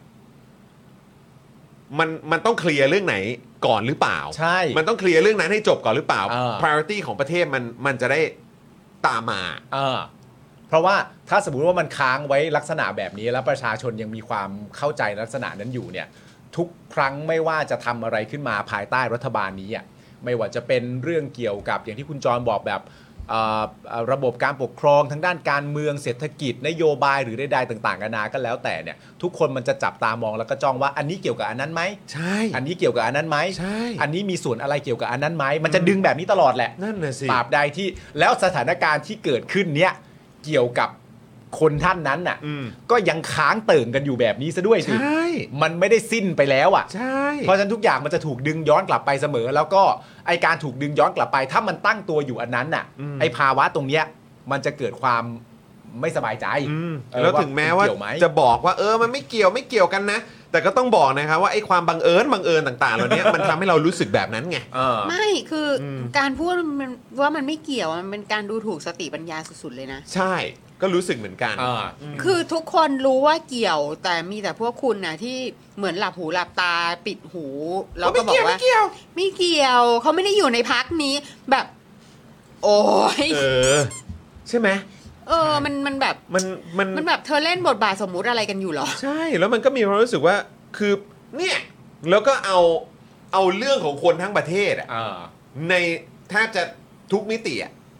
มันต้องเคลียร์เรื่องไหนก่อนหรือเปล่าใช่มันต้องเคลียร์เรื่องนั้นให้จบก่อนหรือเปล่า priority ของประเทศมันจะได้ตามมาเพราะว่าถ้าสมมุติว่ามันค้างไว้ลักษณะแบบนี้แล้วประชาชนยังมีความเข้าใจลักษณะนั้นอยู่เนี่ยทุกครั้งไม่ว่าจะทำอะไรขึ้นมาภายใต้รัฐบาลนี้ไม่ว่าจะเป็นเรื่องเกี่ยวกับอย่างที่คุณจรบอกแบบระบบการปกครองทางด้านการเมืองเศรษฐกิจนโยบายหรือใดๆต่างๆนานาก็แล้วแต่เนี่ยทุกคนมันจะจับตามองแล้วก็จ้องว่าอันนี้เกี่ยวกับอันนั้นไหมใช่อันนี้เกี่ยวกับอันนั้นไหมใช่อันนี้มีส่วนอะไรเกี่ยวกับอันนั้นไหมมันจะดึงแบบนี้ตลอดแหละนั่นน่ะสิตราบใดที่แล้วสถานการณ์ที่เกิดขึ้นเนี้ยเกี่ยวกับคนท่านนั้นน่ะก็ยังค้างเติ่งกันอยู่แบบนี้ซะด้วยสิมันไม่ได้สิ้นไปแล้วอ่ะใช่เพราะฉะนั้นทุกอย่างมันจะถูกดึงย้อนกลับไปเสมอแล้วก็ไอการถูกดึงย้อนกลับไปถ้ามันตั้งตัวอยู่อันนั้นน่ะไอภาวะตรงเนี้ยมันจะเกิดความไม่สบายใจแล้วถึงแม้ว่าจะบอกว่ามันไม่เกี่ยวกันนะแต่ก็ต้องบอกนะครับว่าไอ้ความบังเอิญต่างๆเหล่านี้มันทำให้เรารู้สึกแบบนั้นไงไม่คือการพูดว่ามันไม่เกี่ยวมันเป็นการดูถูกสติปัญญาสุดๆเลยนะใช่ก็รู้สึกเหมือนกันคือทุกคนรู้ว่าเกี่ยวแต่มีแต่พวกคุณนะที่เหมือนหลับหูหลับตาปิดหูแล้วก็บอกว่าไม่เกี่ยวเขาไม่ได้อยู่ในพักนี้แบบโอ้ยใช่ไหมมันแบบมันแบบเธอเล่นบทบาทสมมุติอะไรกันอยู่หรอใช่แล้วมันก็มีความรู้สึกว่าคือเนี่ยแล้วก็เอาเรื่องของคนทั้งประเทศในแทบจะทุกมิติ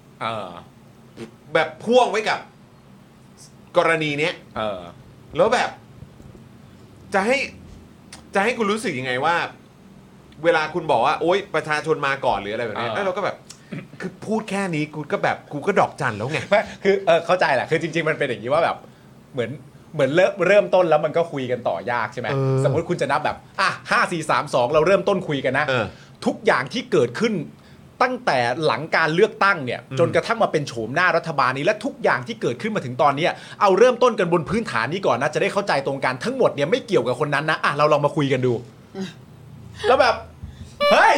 แบบพ่วงไว้กับกรณีเนี้ยแล้วแบบจะให้คุณรู้สึกยังไงว่าเวลาคุณบอกว่าโอ๊ยประชาชนมาก่อนหรืออะไรแบบนี้แล้วเราก็แบบคือพูดแค่นี้กูก็ดอกจันแล้วไงคือเข้าใจแหละคือจริงๆมันเป็นอย่างนี้ว่าแบบเหมือนเหมือนเริ่มต้นแล้วมันก็คุยกันต่อยากใช่ไหมสมมติคุณจะนับแบบ5 4 3 2เราเริ่มต้นคุยกันนะทุกอย่างที่เกิดขึ้นตั้งแต่หลังการเลือกตั้งเนี่ยจนกระทั่งมาเป็นโฉมหน้ารัฐบาลนี้และทุกอย่างที่เกิดขึ้นมาถึงตอนนี้เอาเริ่มต้นกันบนพื้นฐานนี้ก่อนนะจะได้เข้าใจตรงกันทั้งหมดเนี่ยไม่เกี่ยวกับคนนั้นนะเราลองมาคุยกันดูแล้วแบบเฮ้ย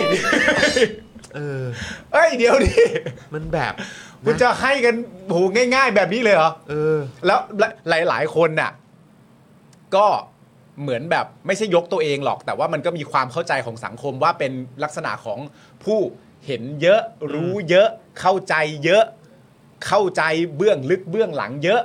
เฮ้ยเดี๋ยวดิมันแบบคุณจะให้กันโหง่ายๆแบบนี้เลยเหรอแล้วหลายๆคนน่ะก็เหมือนแบบไม่ใช่ยกตัวเองหรอกแต่ว่ามันก็มีความเข้าใจของสังคมว่าเป็นลักษณะของผู้เห็นเยอะรู้เยอะเข้าใจเยอะเข้าใจเบื้องลึกเบื้องหลังเยอะ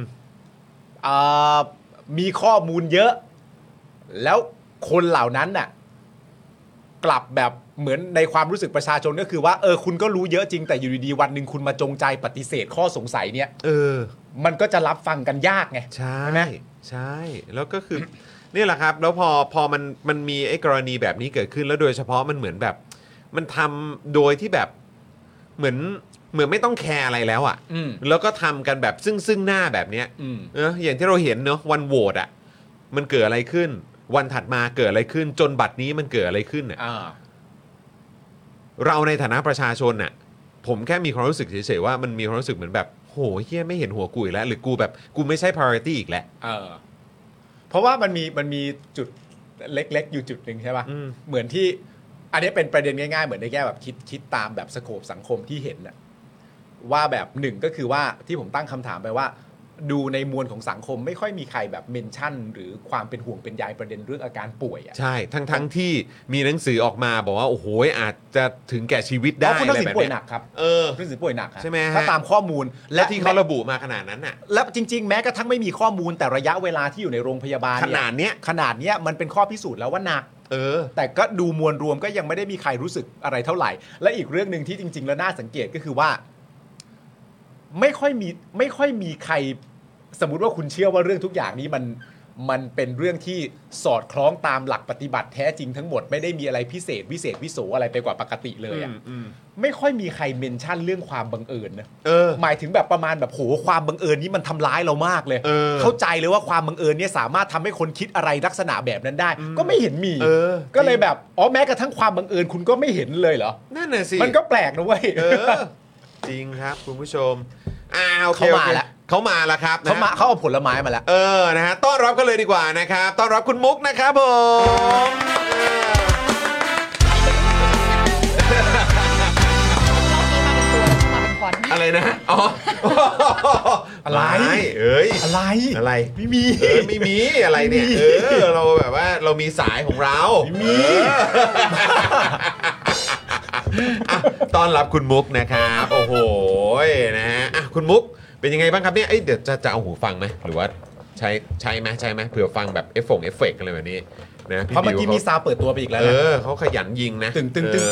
มีข้อมูลเยอะแล้วคนเหล่านั้นน่ะกลับแบบเหมือนในความรู้สึกประชาชนก็คือว่าคุณก็รู้เยอะจริงแต่อยู่ดีๆวันหนึ่งคุณมาจงใจปฏิเสธข้อสงสัยเนี่ยมันก็จะรับฟังกันยากไงใช่ไหมใช่แล้วก็คือนี่แหละครับแล้วพอมันมีไอ้กรณีแบบนี้เกิดขึ้นแล้วโดยเฉพาะมันเหมือนแบบมันทำโดยที่แบบเหมือนไม่ต้องแคร์อะไรแล้วอ่ะแล้วก็ทำกันแบบซึ่งหน้าแบบเนี้ยอย่างที่เราเห็นเนอะวันโหวตอ่ะมันเกิดอะไรขึ้นวันถัดมาเกิดอะไรขึ้นจนบัดนี้มันเกิดอะไรขึ้นเนี่ยเราในฐานะประชาชนน่ะผมแค่มีความรู้สึกเฉยๆว่ามันมีความรู้สึกเหมือนแบบโหเฮียไม่เห็นหัวกูอีกแล้วหรือกูแบบกูไม่ใช่ priority อีกแล้วเพราะว่ามันมีจุดเล็กๆอยู่จุดหนึ่งใช่ป่ะเหมือนที่อันนี้เป็นประเด็นง่ายๆเหมือนในแง่แบบคิดตามแบบสโคปสังคมที่เห็นน่ะว่าแบบหนึ่งก็คือว่าที่ผมตั้งคำถามไปว่าดูในมวลของสังคมไม่ค่อยมีใครแบบเมนชั่นหรือความเป็นห่วงเป็นใยประเด็นเรื่องอาการป่วยใช่ทั้งที่มีหนังสือออกมาบอกว่าโอ้โหอาจจะถึงแก่ชีวิตได้อะไรแบบนี้ป่วยหนักครับคุณทักษิณป่วยหนักใช่ไหมถ้าตามข้อมูลและที่เขาระบุมาขนาดนั้นน่ะแล้วจริงๆแม้กระทั่งไม่มีข้อมูลแต่ระยะเวลาที่อยู่ในโรงพยาบาลขนาดเนี้ยมันเป็นข้อพิสูจน์แล้วว่าหนักแต่ก็ดูมวลรวมก็ยังไม่ได้มีใครรู้สึกอะไรเท่าไหร่และอีกเรื่องนึงที่จริงๆแล้วน่าสังเกตก็คือว่าไม่ค่อยมีใครสมมุติว่าคุณเชื่อว่าเรื่องทุกอย่างนี้มันเป็นเรื่องที่สอดคล้องตามหลักปฏิบัติแท้จริงทั้งหมดไม่ได้มีอะไรพิเศษวิโสอะไรไปกว่าปกติเลยอ่ะไม่ค่อยมีใครเมนชั่นเรื่องความบังเอิญนะหมายถึงแบบประมาณแบบโหความบังเอิญนี้มันทำร้ายเรามากเลยเข้าใจเลยว่าความบังเอิญเนี่ยสามารถทำให้คนคิดอะไรลักษณะแบบนั้นได้ก็ไม่เห็นมีก็เลยแบบแม้กระทั่งความบังเอิญคุณก็ไม่เห็นเลยเหรอนั่นน่ะสิมันก็แปลกนะเว้ยจริงครับคุณผู้ชมเขามาแล้วครับเขาเอาผลไม้มาแล้วนะฮะต้อนรับกันเลยดีกว่านะครับต้อนรับคุณมุกนะครับผมอะไรนะอะไรอะไรไม่มีไม่มีอะไรเนี่ยเราแบบว่าเรามีสายของเราไม่มีต้อนรับคุณมุกนะครับโอ้โหนะฮะคุณมุกเป็นยังไงบ้างครับเนี่ยเดี๋ยวจะเอาหูฟังไหมหรือว่าใช้ไหมเผื่อฟังแบบเอฟเฟกต์อะไรแบบนี้นะเพราะเมื่อกี้มีซาวเปิดตัวไปอีกแล้วเขาขยันยิงนะตึง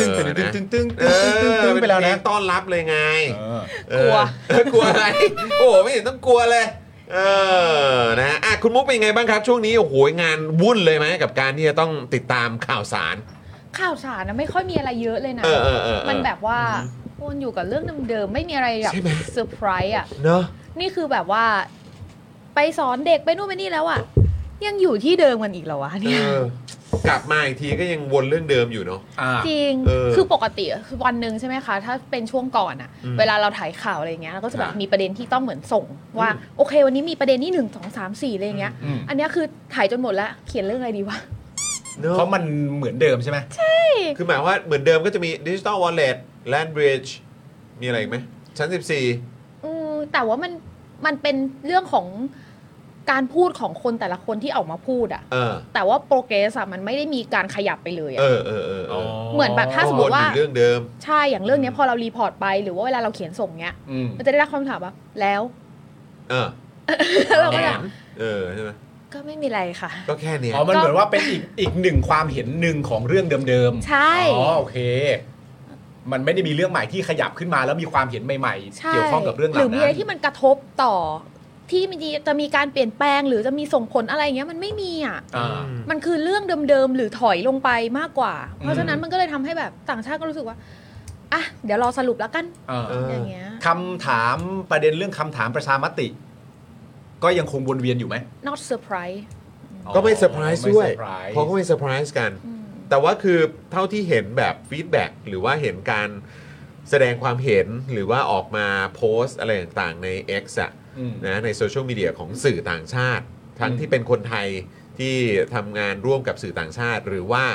ไปแล้วนะต้อนรับเลยไงกลัวอะไรโอ้ไม่เห็นต้องกลัวเลยนะคุณมุกเป็นยังไงบ้างครับช่วงนี้โอ้โหงานวุ่นเลยไหมกับการที่จะต้องติดตามข่าวสารนะไม่ค่อยมีอะไรเยอะเลยนะมันแบบว่าวนอยู่กับเรื่องเดิมๆไม่มีอะไรแบบเซอร์ไพรส์อ่ะเนอะนี่คือแบบว่าไปสอนเด็กไปนู่นไปนี่แล้วอ่ะยังอยู่ที่เดิมกันอีกเหรอวะเนี่ยกลับมาอีกทีก็ยังวนเรื่องเดิมอยู่เนาะจริงคือปกติคือวันหนึ่งใช่ไหมคะถ้าเป็นช่วงก่อนอ่ะเวลาเราถ่ายข่าวอะไรเงี้ยเราก็จะแบบมีประเด็นที่ต้องเหมือนส่งว่าโอเควันนี้มีประเด็นที่1 2 3 4อะไรเงี้ยอันนี้คือถ่ายจนหมดแล้วเขียนเรื่องอะไรดีวะเพราะมันเหมือนเดิมใช่ไหมใช่คือหมายว่าเหมือนเดิมก็จะมี Digital Wallet Land Bridge มีอะไรอีกไหมชั้น14 แต่ว่ามันเป็นเรื่องของการพูดของคนแต่ละคนที่ออกมาพูดอะแต่ว่าโปรเกรสอะมันไม่ได้มีการขยับไปเลยอะเหมือนแบบถ้าสมมติว่าเรื่องเดิมใช่อย่างเรื่องนี้พอเรารีพอร์ตไปหรือว่าเวลาเราเขียนส่งเนี้ยมันจะได้รับคำถามว่าแล้วเราก็แบบใช่ไหมก็ไม่มีอะไรค่ะก็แค่นี้มันเหมือนว่าเป็นอีกหนึ่งความเห็นหนึ่งของเรื่องเดิมใช่โอเคมันไม่ได้มีเรื่องใหม่ที่ขยับขึ้นมาแล้วมีความเห็นใหม่ๆเกี่ยวข้องกับเรื่องนั้นหรือมีอะไรที่มันกระทบต่อที่จะมีการเปลี่ยนแปลงหรือจะมีส่งผลอะไรเงี้ยมันไม่มีมันคือเรื่องเดิมๆหรือถอยลงไปมากกว่าเพราะฉะนั้นมันก็เลยทำให้แบบต่างชาติก็รู้สึกว่าเดี๋ยวรอสรุปแล้วกันอย่างเงี้ยคำถามประเด็นเรื่องคำถามประชามติก็ยังคงวนเวียนอยู่ไหม not surprise ก็ไม่เซอร์ไพรส์ด้วยไม่เซอร์ไพรส์เพราะก็ไม่เซอร์ไพรส์กัน แต่ว่าคือเท่าที่เห็นแบบฟีดแบ็กหรือว่าเห็นการแสดงความเห็นหรือว่าออกมาโพสต์อะไรต่างๆใน X อะนะในโซเชียลมีเดียของสื่อต่างชาติทั้งที่เป็นคนไทยที่ทำงานร่วมกับสื่อต่างชาติ หรือว่า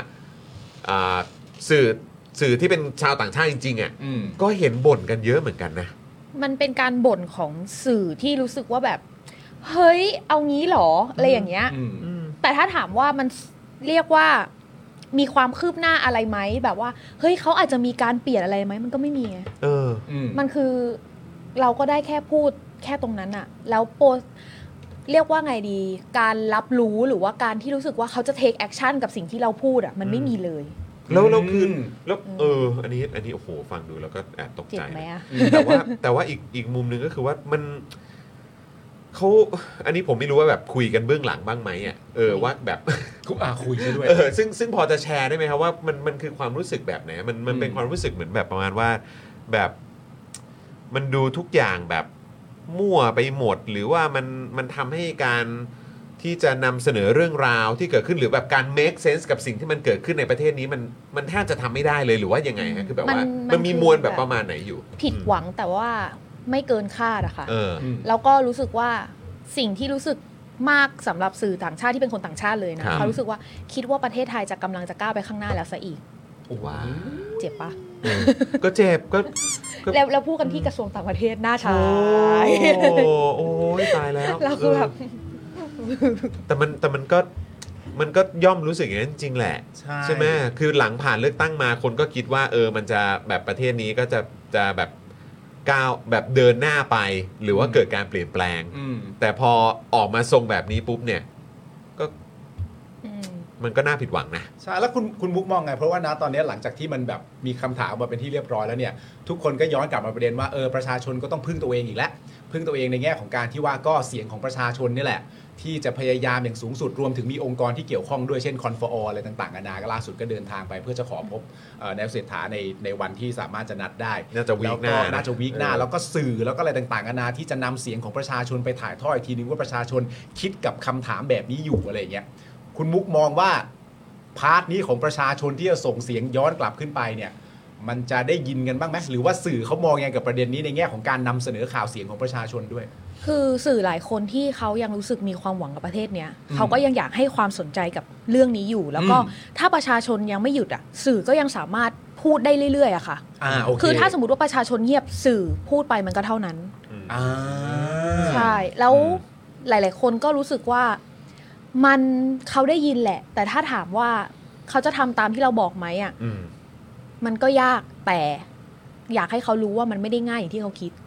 สื่อที่เป็นชาวต่างชาติจริงๆอ่ะก็เห็นบ่นกันเยอะเหมือนกันนะมันเป็นการบ่นของสื่อที่รู้สึกว่าแบบเฮ้ยเอางี้เหรออะไรอย่างเงี้ยแต่ถ้าถามว่ามันเรียกว่ามีความคืบหน้าอะไรไหมแบบว่าเฮ้ยเขาอาจจะมีการเปลี่ยนอะไรไหมมันก็ไม่มีไงมันคือเราก็ได้แค่พูดแค่ตรงนั้นอะแล้วเรียกว่าไงดีการรับรู้หรือว่าการที่รู้สึกว่าเขาจะ take action กับสิ่งที่เราพูดอะมันไม่มีเลยแล้วคือแล้วอันนี้โอ้โหฟังดูแล้วก็แอบตกใจแต่ว่าอีกมุมนึงก็คือว่ามันเขาอันนี้ผมไม่รู้ว่าแบบคุยกันเบื้องหลังบ้างไหมอ่ะว่าแบบคุยใช่ด้วยซึ่งพอจะแชร์ได้ไหมครับว่ามันคือความรู้สึกแบบไหนมันเป็นความรู้สึกเหมือนแบบประมาณว่าแบบมันดูทุกอย่างแบบมั่วไปหมดหรือว่ามันทำให้การที่จะนำเสนอเรื่องราวที่เกิดขึ้นหรือแบบการ make sense กับสิ่งที่มันเกิดขึ้นในประเทศนี้มันแทบจะทำไม่ได้เลยหรือว่ายังไงฮะคือแบบว่ามันมีมวลแบบประมาณไหนอยู่ผิดหวังแต่ว่าไม่เกินคาดอะค่ะแล้วก็รู้สึกว่าสิ่งที่รู้สึกมากสำหรับสื่อต่างชาติที่เป็นคนต่างชาติเลยนะเขารู้สึกว่าคิดว่าประเทศไทยจะกำลังจะก้าวไปข้างหน้าแล้วซะอีกว้าเจ็บปะก็เจ็บก็แล้วพูดกันที่กระทรวงต่างประเทศหน้าชายโอ้ยตายแล้วเราคือแบบแต่มันก็ย่อมรู้สึกอย่างนั้นจริงแหละใช่ไหมคือหลังผ่านเลือกตั้งมาคนก็คิดว่ามันจะแบบประเทศนี้ก็จะแบบก้าวแบบเดินหน้าไปหรือว่าเกิดการเปลี่ยนแปลงแต่พอออกมาทรงแบบนี้ปุ๊บเนี่ยก็มันก็น่าผิดหวังนะใช่แล้วคุณมุกมองไงเพราะว่านะตอนนี้หลังจากที่มันแบบมีคำถามมาเป็นที่เรียบร้อยแล้วเนี่ยทุกคนก็ย้อนกลับมาประเด็นว่าประชาชนก็ต้องพึ่งตัวเองอีกแล้วพึ่งตัวเองในแง่ของการที่ว่าก็เสียงของประชาชนนี่แหละที่จะพยายามอย่างสูงสุดรวมถึงมีองค์กรที่เกี่ยวข้องด้วยเช่นคอนฟอร์อะไรต่างๆนานาก็ล่าสุดก็เดินทางไปเพื่อจะขอพบนายเศรษฐาในวันที่สามารถจะนัดได้น่าจะวีคหน้าแล้วก็สื่อแล้วก็อะไรต่างๆนานาที่จะนำเสียงของประชาชนไปถ่ายทอดอีกทีนึงว่าประชาชนคิดกับคำถามแบบนี้อยู่อะไรอย่างเงี้ยคุณมุกมองว่าพาร์ทนี้ของประชาชนที่จะส่งเสียงย้อนกลับขึ้นไปเนี่ยมันจะได้ยินกันบ้างไหมหรือว่าสื่อเขามองยังไงกับประเด็นนี้ในแง่ของการนำเสนอข่าวเสียงของประชาชนด้วยคือสื่อหลายคนที่เขายังรู้สึกมีความหวังกับประเทศเนี้ยเขาก็ยังอยากให้ความสนใจกับเรื่องนี้อยู่แล้วก็ถ้าประชาชนยังไม่หยุดอ่ะสื่อก็ยังสามารถพูดได้เรื่อยๆอะค่ะคือถ้าสมมติว่าประชาชนเงียบสื่อพูดไปมันก็เท่านั้นใช่แล้วหลายๆคนก็รู้สึกว่าเขาได้ยินแหละแต่ถ้าถามว่าเขาจะทำตามที่เราบอกไหมอ่ะมันก็ยากแต่อยากให้เขารู้ว่ามันไม่ได้ง่ายอย่างที่เขาคิด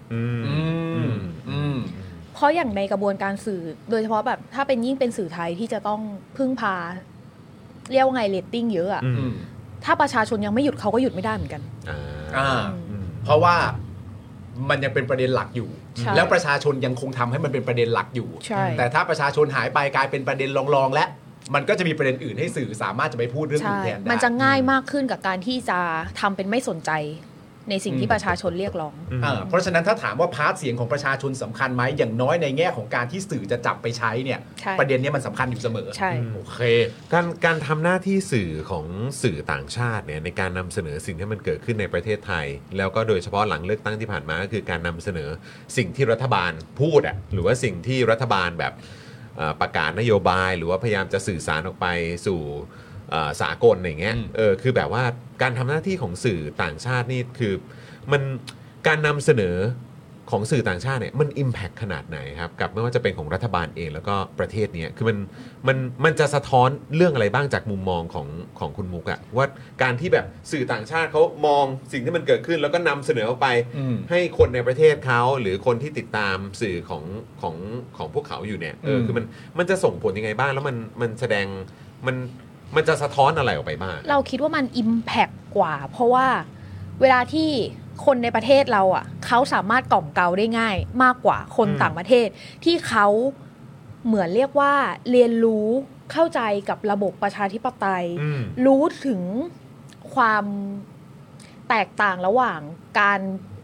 เพราะอย่างในกระบวนการสื่อโดยเฉพาะแบบถ้าเป็นยิ่งเป็นสื่อไทยที่จะต้องพึ่งพาเรียกว่าไงเรตติ้งเยอะอ่ะถ้าประชาชนยังไม่หยุดเขาก็หยุดไม่ได้เหมือนกันเพราะว่ามันยังเป็นประเด็นหลักอยู่แล้วประชาชนยังคงทำให้มันเป็นประเด็นหลักอยู่แต่ถ้าประชาชนหายไปกลายเป็นประเด็นรองๆและมันก็จะมีประเด็นอื่นให้สื่อสามารถจะไปพูดเรื่องอื่นแทนได้มันจะง่ายมากขึ้นกับการที่จะทำเป็นไม่สนใจในสิ่งที่ประชาชนเรียกร้องเพราะฉะนั้นถ้าถามว่าพาร์ทเสียงของประชาชนสำคัญไหมอย่างน้อยในแง่ของการที่สื่อจะจับไปใช้เนี่ยประเด็นนี้มันสำคัญอยู่เสมอใช่โอเคการทำหน้าที่สื่อของสื่อต่างชาติเนี่ยในการนำเสนอสิ่งที่มันเกิดขึ้นในประเทศไทยแล้วก็โดยเฉพาะหลังเลือกตั้งที่ผ่านมาก็คือการนำเสนอสิ่งที่รัฐบาลพูดหรือว่าสิ่งที่รัฐบาลแบบประกาศนโยบายหรือว่าพยายามจะสื่อสารออกไปสู่สากลอย่างเงี้ยคือแบบว่าการทำหน้าที่ของสื่อต่างชาตินี่คือมันการนำเสนอของสื่อต่างชาติเนี่ยมัน impact ขนาดไหนครับกับไม่ว่าจะเป็นของรัฐบาลเองแล้วก็ประเทศนี้คือมันจะสะท้อนเรื่องอะไรบ้างจากมุมมองของคุณมุกอะว่าการที่แบบสื่อต่างชาติเขามองสิ่งที่มันเกิดขึ้นแล้วก็นำเสนอออกไปให้คนในประเทศเขาหรือคนที่ติดตามสื่อของพวกเขาอยู่เนี่ยคือมันจะส่งผลยังไงบ้างแล้วมันแสดงมันจะสะท้อนอะไรออกไปบ้างเราคิดว่ามัน impact กว่าเพราะว่าเวลาที่คนในประเทศเราอ่ะเขาสามารถกล่อมเกลาได้ง่ายมากกว่าคนต่างประเทศที่เขาเหมือนเรียกว่าเรียนรู้เข้าใจกับระบบประชาธิปไตยรู้ถึงความแตกต่างระหว่างการ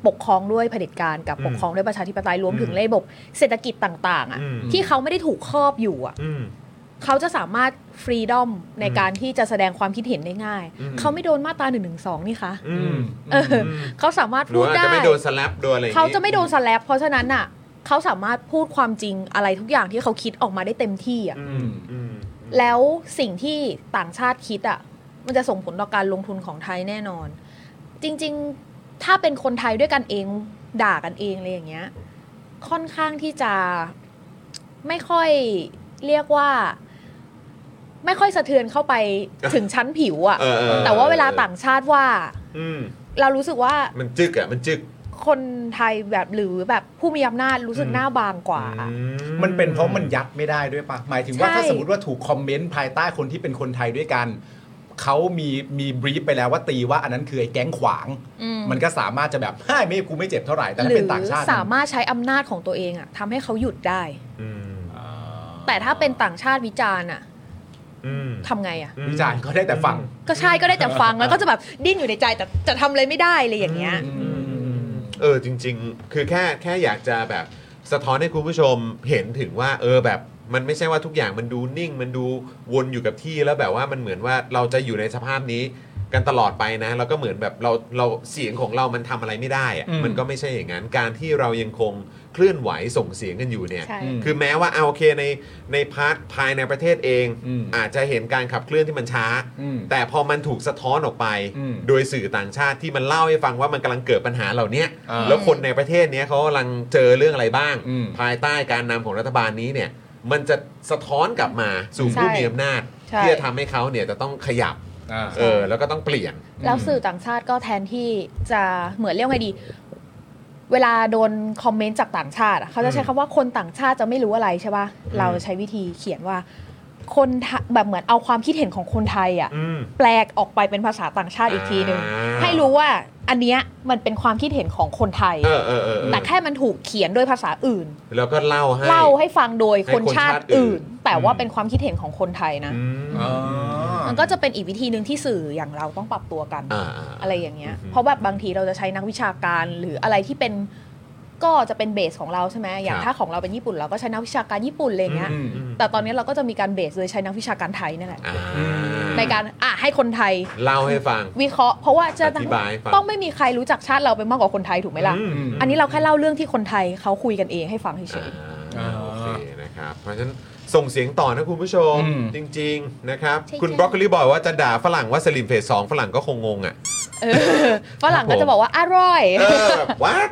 ปกครองด้วยเผด็จการกับปกครองด้วยประชาธิปไตยรวมถึงระบบเศรษฐกิจต่างๆอ่ะที่เขาไม่ได้ถูกครอบอยู่อ่ะเขาจะสามารถฟรีดอมในการที่จะแสดงความคิดเห็นได้ง่ายเขาไม่โดนมาตรา112นี่คะเขาสามารถพูดได้จะไม่โดนสแลปโดนอะไรเขาจะไม่โดนสแลปเพราะฉะนั้นอ่ะเขาสามารถพูดความจริงอะไรทุกอย่างที่เขาคิดออกมาได้เต็มที่อ่ะแล้วสิ่งที่ต่างชาติคิดอ่ะมันจะส่งผลต่อการลงทุนของไทยแน่นอนจริงๆถ้าเป็นคนไทยด้วยกันเองด่ากันเองอะไรอย่างเงี้ยค่อนข้างที่จะไม่ค่อยเรียกว่าไม่ค่อยสะเทือนเข้าไปถึงชั้นผิวอ่ะแต่ว่าเวลาต่างชาติว่าเรารู้สึกว่ามันจึกอ่ะมันจึกคนไทยแบบหรือแบบผู้มีอำนาจรู้สึกหน้าบางกว่ามันเป็นเพราะมันยัดไม่ได้ด้วยปะหมายถึงว่าถ้าสมมติว่าถูกคอมเมนต์ภายใต้คนที่เป็นคนไทยด้วยกันเขามีบรีฟไปแล้วว่าตีว่าอันนั้นคือไอ้แก๊งขวางมันก็สามารถจะแบบไม่กูไม่เจ็บเท่าไหร่แต่ถ้าเป็นต่างชาติสามารถใช้อำนาจของตัวเองอะทำให้เขาหยุดได้แต่ถ้าเป็นต่างชาติวิจารณ์อะทำไงอะวิจารณ์ก็ได้แต่ฟังก็ใช่ก็ได้แต่ฟังแล้วก็จะแบบดิ้นอยู่ในใจแต่จะทำอะไรไม่ได้เลยอย่างเงี้ยจริงๆคือแค่อยากจะแบบสะท้อนให้คุณผู้ชมเห็นถึงว่าแบบมันไม่ใช่ว่าทุกอย่างมันดูนิ่งมันดูวนอยู่กับที่แล้วแบบว่ามันเหมือนว่าเราจะอยู่ในสภาพนี้กันตลอดไปนะแล้วก็เหมือนแบบเราเสียงของเรามันทำอะไรไม่ได้อะมันก็ไม่ใช่อย่างนั้นการที่เรายังคงเคลื่อนไหวส่งเสียงกันอยู่เนี่ยคือแม้ว่าโอเคในพาร์ทภายในประเทศเองอาจจะเห็นการขับเคลื่อนที่มันช้าแต่พอมันถูกสะท้อนออกไปโดยสื่อต่างชาติที่มันเล่าให้ฟังว่ามันกำลังเกิดปัญหาเหล่านี้แล้วคนในประเทศนี้เขากำลังเจอเรื่องอะไรบ้างภายใต้การนำของรัฐบาลนี้เนี่ยมันจะสะท้อนกลับมาสู่ผู้มีอำนาจที่จะทำให้เขาเนี่ยจะต้องขยับแล้วก็ต้องเปลี่ยนแล้วสื่อต่างชาติก็แทนที่จะเหมือนเรียกไงดีเวลาโดนคอมเมนต์จากต่างชาติเขาจะใช้คำว่าคนต่างชาติจะไม่รู้อะไรใช่ป่ะเราใช้วิธีเขียนว่าคนแบบเหมือนเอาความคิดเห็นของคนไทยอ่ะแปลออกไปเป็นภาษาต่างชาติอีกทีนึงให้รู้ว่าอันเนี้ยมันเป็นความคิดเห็นของคนไทยแต่แค่มันถูกเขียนด้วยภาษาอื่นแล้วก็เล่าให้ฟังโดยคนชาติอื่นแต่ว่าเป็นความคิดเห็นของคนไทยนะมันก็จะเป็นอีกวิธีนึงที่สื่ออย่างเราต้องปรับตัวกันอะไรอย่างเงี้ยเพราะแบบบางทีเราจะใช้นักวิชาการหรืออะไรที่เป็นก็จะเป็นเบสของเราใช่ไหมอย่างถ้าของเราเป็นญี่ปุ่นเราก็ใช้นักวิชาการญี่ปุ่นอะไรเงี้ยแต่ตอนนี้เราก็จะมีการเบสเลยใช้นักวิชาการไทยนั่นแหละในการให้คนไทยเล่าให้ฟังวิเคราะห์เพราะว่าจะต้องไม่มีใครรู้จักชาติเราไปมากกว่าคนไทยถูกไหมล่ะอันนี้เราแค่เล่าเรื่องที่คนไทยเขาคุยกันเองให้ฟังเฉยโอเคนะครับเพราะฉะนั้นส่งเสียงต่อนะคุณผู้ชมจริงๆนะครับคุณบรอกโคลีบอกว่าจะด่าฝรั่งว่าสลิมเฟส2ฝรั่งก็คงงงอ่ะฝรั่งก็จะบอกว่าอร่อย what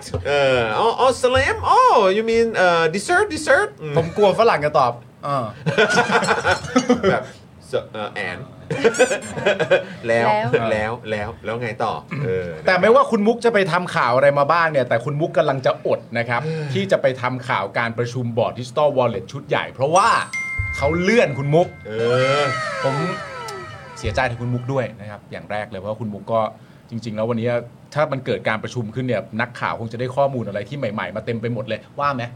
slim you mean dessert ผมกลัวฝรั่งจะตอบแบบแอนแล้วไงต่อแต่ไม่ว่าคุณมุกจะไปทำข่าวอะไรมาบ้างเนี่ยแต่คุณมุกกำลังจะอดนะครับที่จะไปทำข่าวการประชุมบอร์ดดิจิตอลวอลเล็ตชุดใหญ่เพราะว่าเขาเลื่อนคุณมุกผมเสียใจแทนคุณมุกด้วยนะครับอย่างแรกเลยเพราะคุณมุกก็จริงๆแล้ววันนี้ถ้ามันเกิดการประชุมขึ้นเนี่ยนักข่าวคงจะได้ข้อมูลอะไรที่ใหม่ๆมาเต็มไปหมดเลยว่าไหม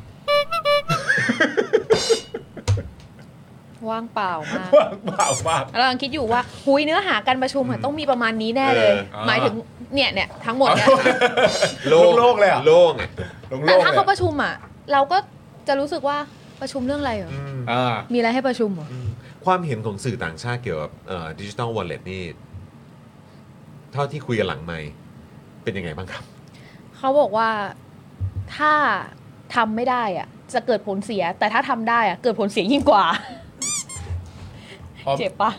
ว่างเปล่ามากมากเรากำลังคิดอยู่ว่าหุยเนื้อหาการประชุมต้องมีประมาณนี้แน่เลยหมายถึงเนี่ยทั้งหมดเนี่ยโล่งเลยอ่ะโล่งแต่ถ้าเขาประชุมอ่ะเราก็จะรู้สึกว่าประชุมเรื่องอะไรเหรอมีอะไรให้ประชุมเหรอความเห็นของสื่อต่างชาติเกี่ยวกับดิจิทัลวอลเล็ตนี่เท่าที่คุยกันหลังไมค์เป็นยังไงบ้างครับเขาบอกว่าถ้าทำไม่ได้อ่ะจะเกิดผลเสียแต่ถ้าทำได้อ่ะเกิดผลเสียยิ่งกว่าเจ็บปะ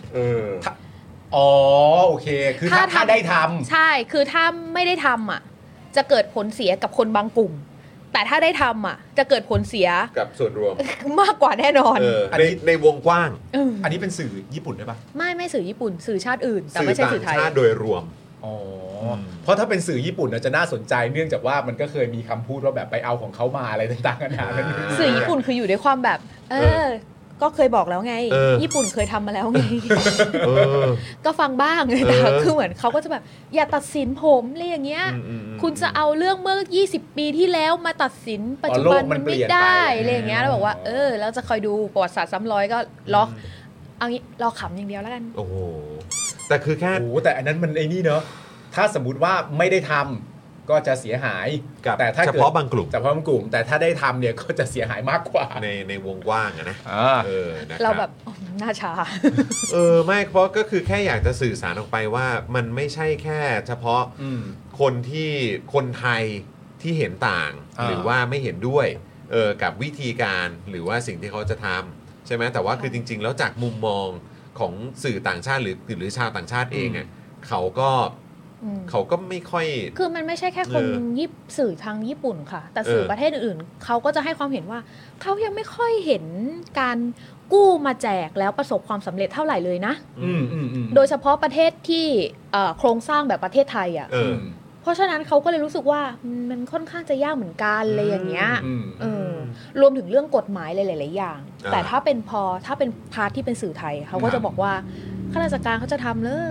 โอเคคือถ้าได้ทำใช่คือถ้าไม่ได้ทำอ่ะจะเกิดผลเสียกับคนบางกลุ่มแต่ถ้าได้ทำอ่ะจะเกิดผลเสียกับส่วนรวมมากกว่าแน่นอนในวงกว้างอันนี้เป็นสื่อญี่ปุ่นได้ปะไม่สื่อญี่ปุ่นสื่อชาติอื่นแต่ไม่ใช่สื่อไทยชาติโดยรวมเพราะถ้าเป็นสื่อญี่ปุ่นจะน่าสนใจเนื่องจากว่ามันก็เคยมีคำพูดว่าแบบไปเอาของเขามาอะไรต่างๆกันาสื่อญี่ปุ่นคืออยู่ด้วยความแบบก็เคยบอกแล้วไงญี่ปุ่นเคยทำมาแล้วไงก็ฟังบ้างแต่คือเหมือนเขาก็จะแบบอย่าตัดสินผมอะไรอย่างเงี้ยคุณจะเอาเรื่องเมื่อ20ปีที่แล้วมาตัดสินปัจจุบันมันไม่ได้อะไรอย่างเงี้ยแล้วบอกว่าแล้วจะคอยดูประวัติศาสตร์ซ้ำรอยก็ล็อกเอางี้รอขำอย่างเดียวแล้วกันโอ้โหแต่คือแค่แต่อันนั้นมันไอ้นี่เนอะถ้าสมมุติว่าไม่ได้ทก็จะเสียหายกับแต่ถ้าเฉพาะบางกลุ่มเฉพาะบางกลุ่ม แต่ถ้าได้ทำเนี่ยก็จะเสียหายมากกว่าในวงกว้างอะนะนะครับเราแบบหน้าชาไม่เพราะก็คือแค่อยากจะสื่อสารออกไปว่ามันไม่ใช่แค่เฉพาะคนไทยที่เห็นต่างหรือว่าไม่เห็นด้วยกับวิธีการหรือว่าสิ่งที่เขาจะทำใช่ไหมแต่ว่าคือจริง ๆ แล้วจากมุมมองของสื่อต่างชาติหรือชาวต่างชาติเองอ่ะเขาก็ไม่ค่อยคือมันไม่ใช่แค่คนสื่อทางญี่ปุ่นค่ะแต่สื่อประเทศอื่นๆเขาก็จะให้ความเห็นว่าเขายังไม่ค่อยเห็นการกู้มาแจกแล้วประสบความสำเร็จเท่าไหร่เลยนะโดยเฉพาะประเทศที่โครงสร้างแบบประเทศไทยอ่ะเพราะฉะนั้นเขาก็เลยรู้สึกว่ามันค่อนข้างจะยากเหมือนกันเลยอย่างเงี้ยรวมถึงเรื่องกฎหมายหลายๆอย่างแต่ถ้าเป็นพาร์ทที่เป็นสื่อไทยเขาก็จะบอกว่าข้าราชการเขาจะทำเลย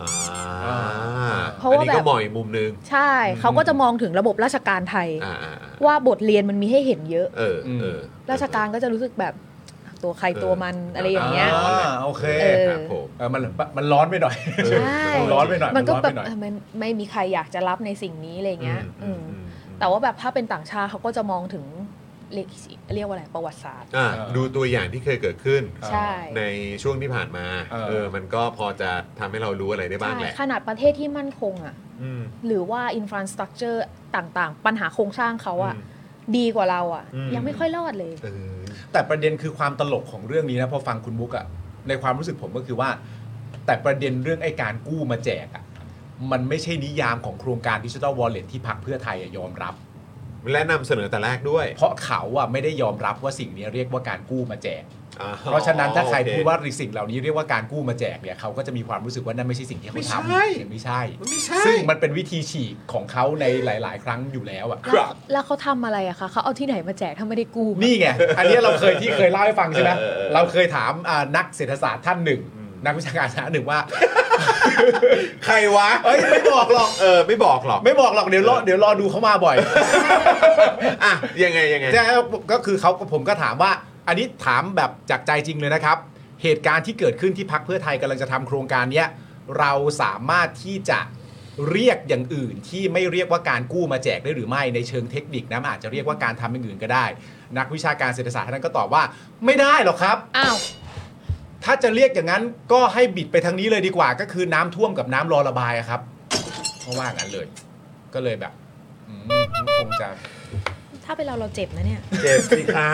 เพราะว่าแบบก็มองอีกมุมนึงใช่เขาก็จะมองถึงระบบราชการไทยว่าบทเรียนมันมีให้เห็นเยอะราชการก็จะรู้สึกแบบตัวใครตัวมันอะไรอย่างเงี้ยโอเคครับผมมันร้อนไปหน่อยใช่ร้อนไปหน่อยมันก็แบบไม่มีใครอยากจะรับในสิ่งนี้อะไรเงี้ยแต่ว่าแบบถ้าเป็นต่างชาติเขาก็จะมองถึงเรียกว่าอะไรประวัติศาสตร์ดูตัวอย่างที่เคยเกิดขึ้นในช่วงที่ผ่านมามันก็พอจะทำให้เรารู้อะไรได้บ้างแหละขนาดประเทศที่มั่นคงอ่ะหรือว่าอินฟราสตรัคเจอร์ต่างๆปัญหาโครงสร้างเขาอ่ะดีกว่าเราอ่ะยังไม่ค่อยรอดเลยแต่ประเด็นคือความตลกของเรื่องนี้นะพอฟังคุณมุกอ่ะในความรู้สึกผมก็คือว่าแต่ประเด็นเรื่องไอ้การกู้มาแจกอ่ะมันไม่ใช่นิยามของโครงการ Digital Wallet ที่พรรคเพื่อไทยยอมรับและนำเสนอแต่แรกด้วยเพราะเขาอ่ะไม่ได้ยอมรับว่าสิ่งนี้เรียกว่าการกู้มาแจกเพราะฉะนั้นถ้าใครพูดว่าสิ่งเหล่านี้เรียกว่าการกู้มาแจกเนี่ยเขาก็จะมีความรู้สึกว่านั่นไม่ใช่สิ่งที่เขาทำไม่ใช่ซึ่งมันเป็นวิธีฉีกของเขาในหลายๆครั้งอยู่แล้วอ่ะแล้วเขาทำอะไรอะคะเขาเอาที่ไหนมาแจกถ้าไม่ได้กู้นี่ไงอันนี้เราเคยเล่าให้ฟังใช่ไหมเราเคยถามนักเศรษฐศาสตร์ท่านหนึ่งนักวิชาการท่านหนึ่งว่าใครวะไม่บอกหรอกไม่บอกหรอกเดี๋ยวรอดูเขามาบ่อยอ่ะยังไงก็คือผมก็ถามว่าอันนี้ถามแบบจากใจจริงเลยนะครับเหตุการณ์ที่เกิดขึ้นที่พรรคเพื่อไทยกำลังจะทำโครงการนี้เราสามารถที่จะเรียกอย่างอื่นที่ไม่เรียกว่าการกู้มาแจกได้หรือไม่ในเชิงเทคนิคนะอาจจะเรียกว่าการทำอย่างอื่นก็ได้นักวิชาการเศรษฐศาสตร์ท่านนั้นก็ตอบว่าไม่ได้หรอกครับอ้าวถ้าจะเรียกอย่างนั้นก็ให้บิดไปทางนี้เลยดีกว่าก็คือน้ำท่วมกับน้ำรอระบายครับเพราะว่างั้นเลยก็เลยแบบคงจะถ้าเป็นเราเจ็บนะเนี่ยเจ็บสิคะ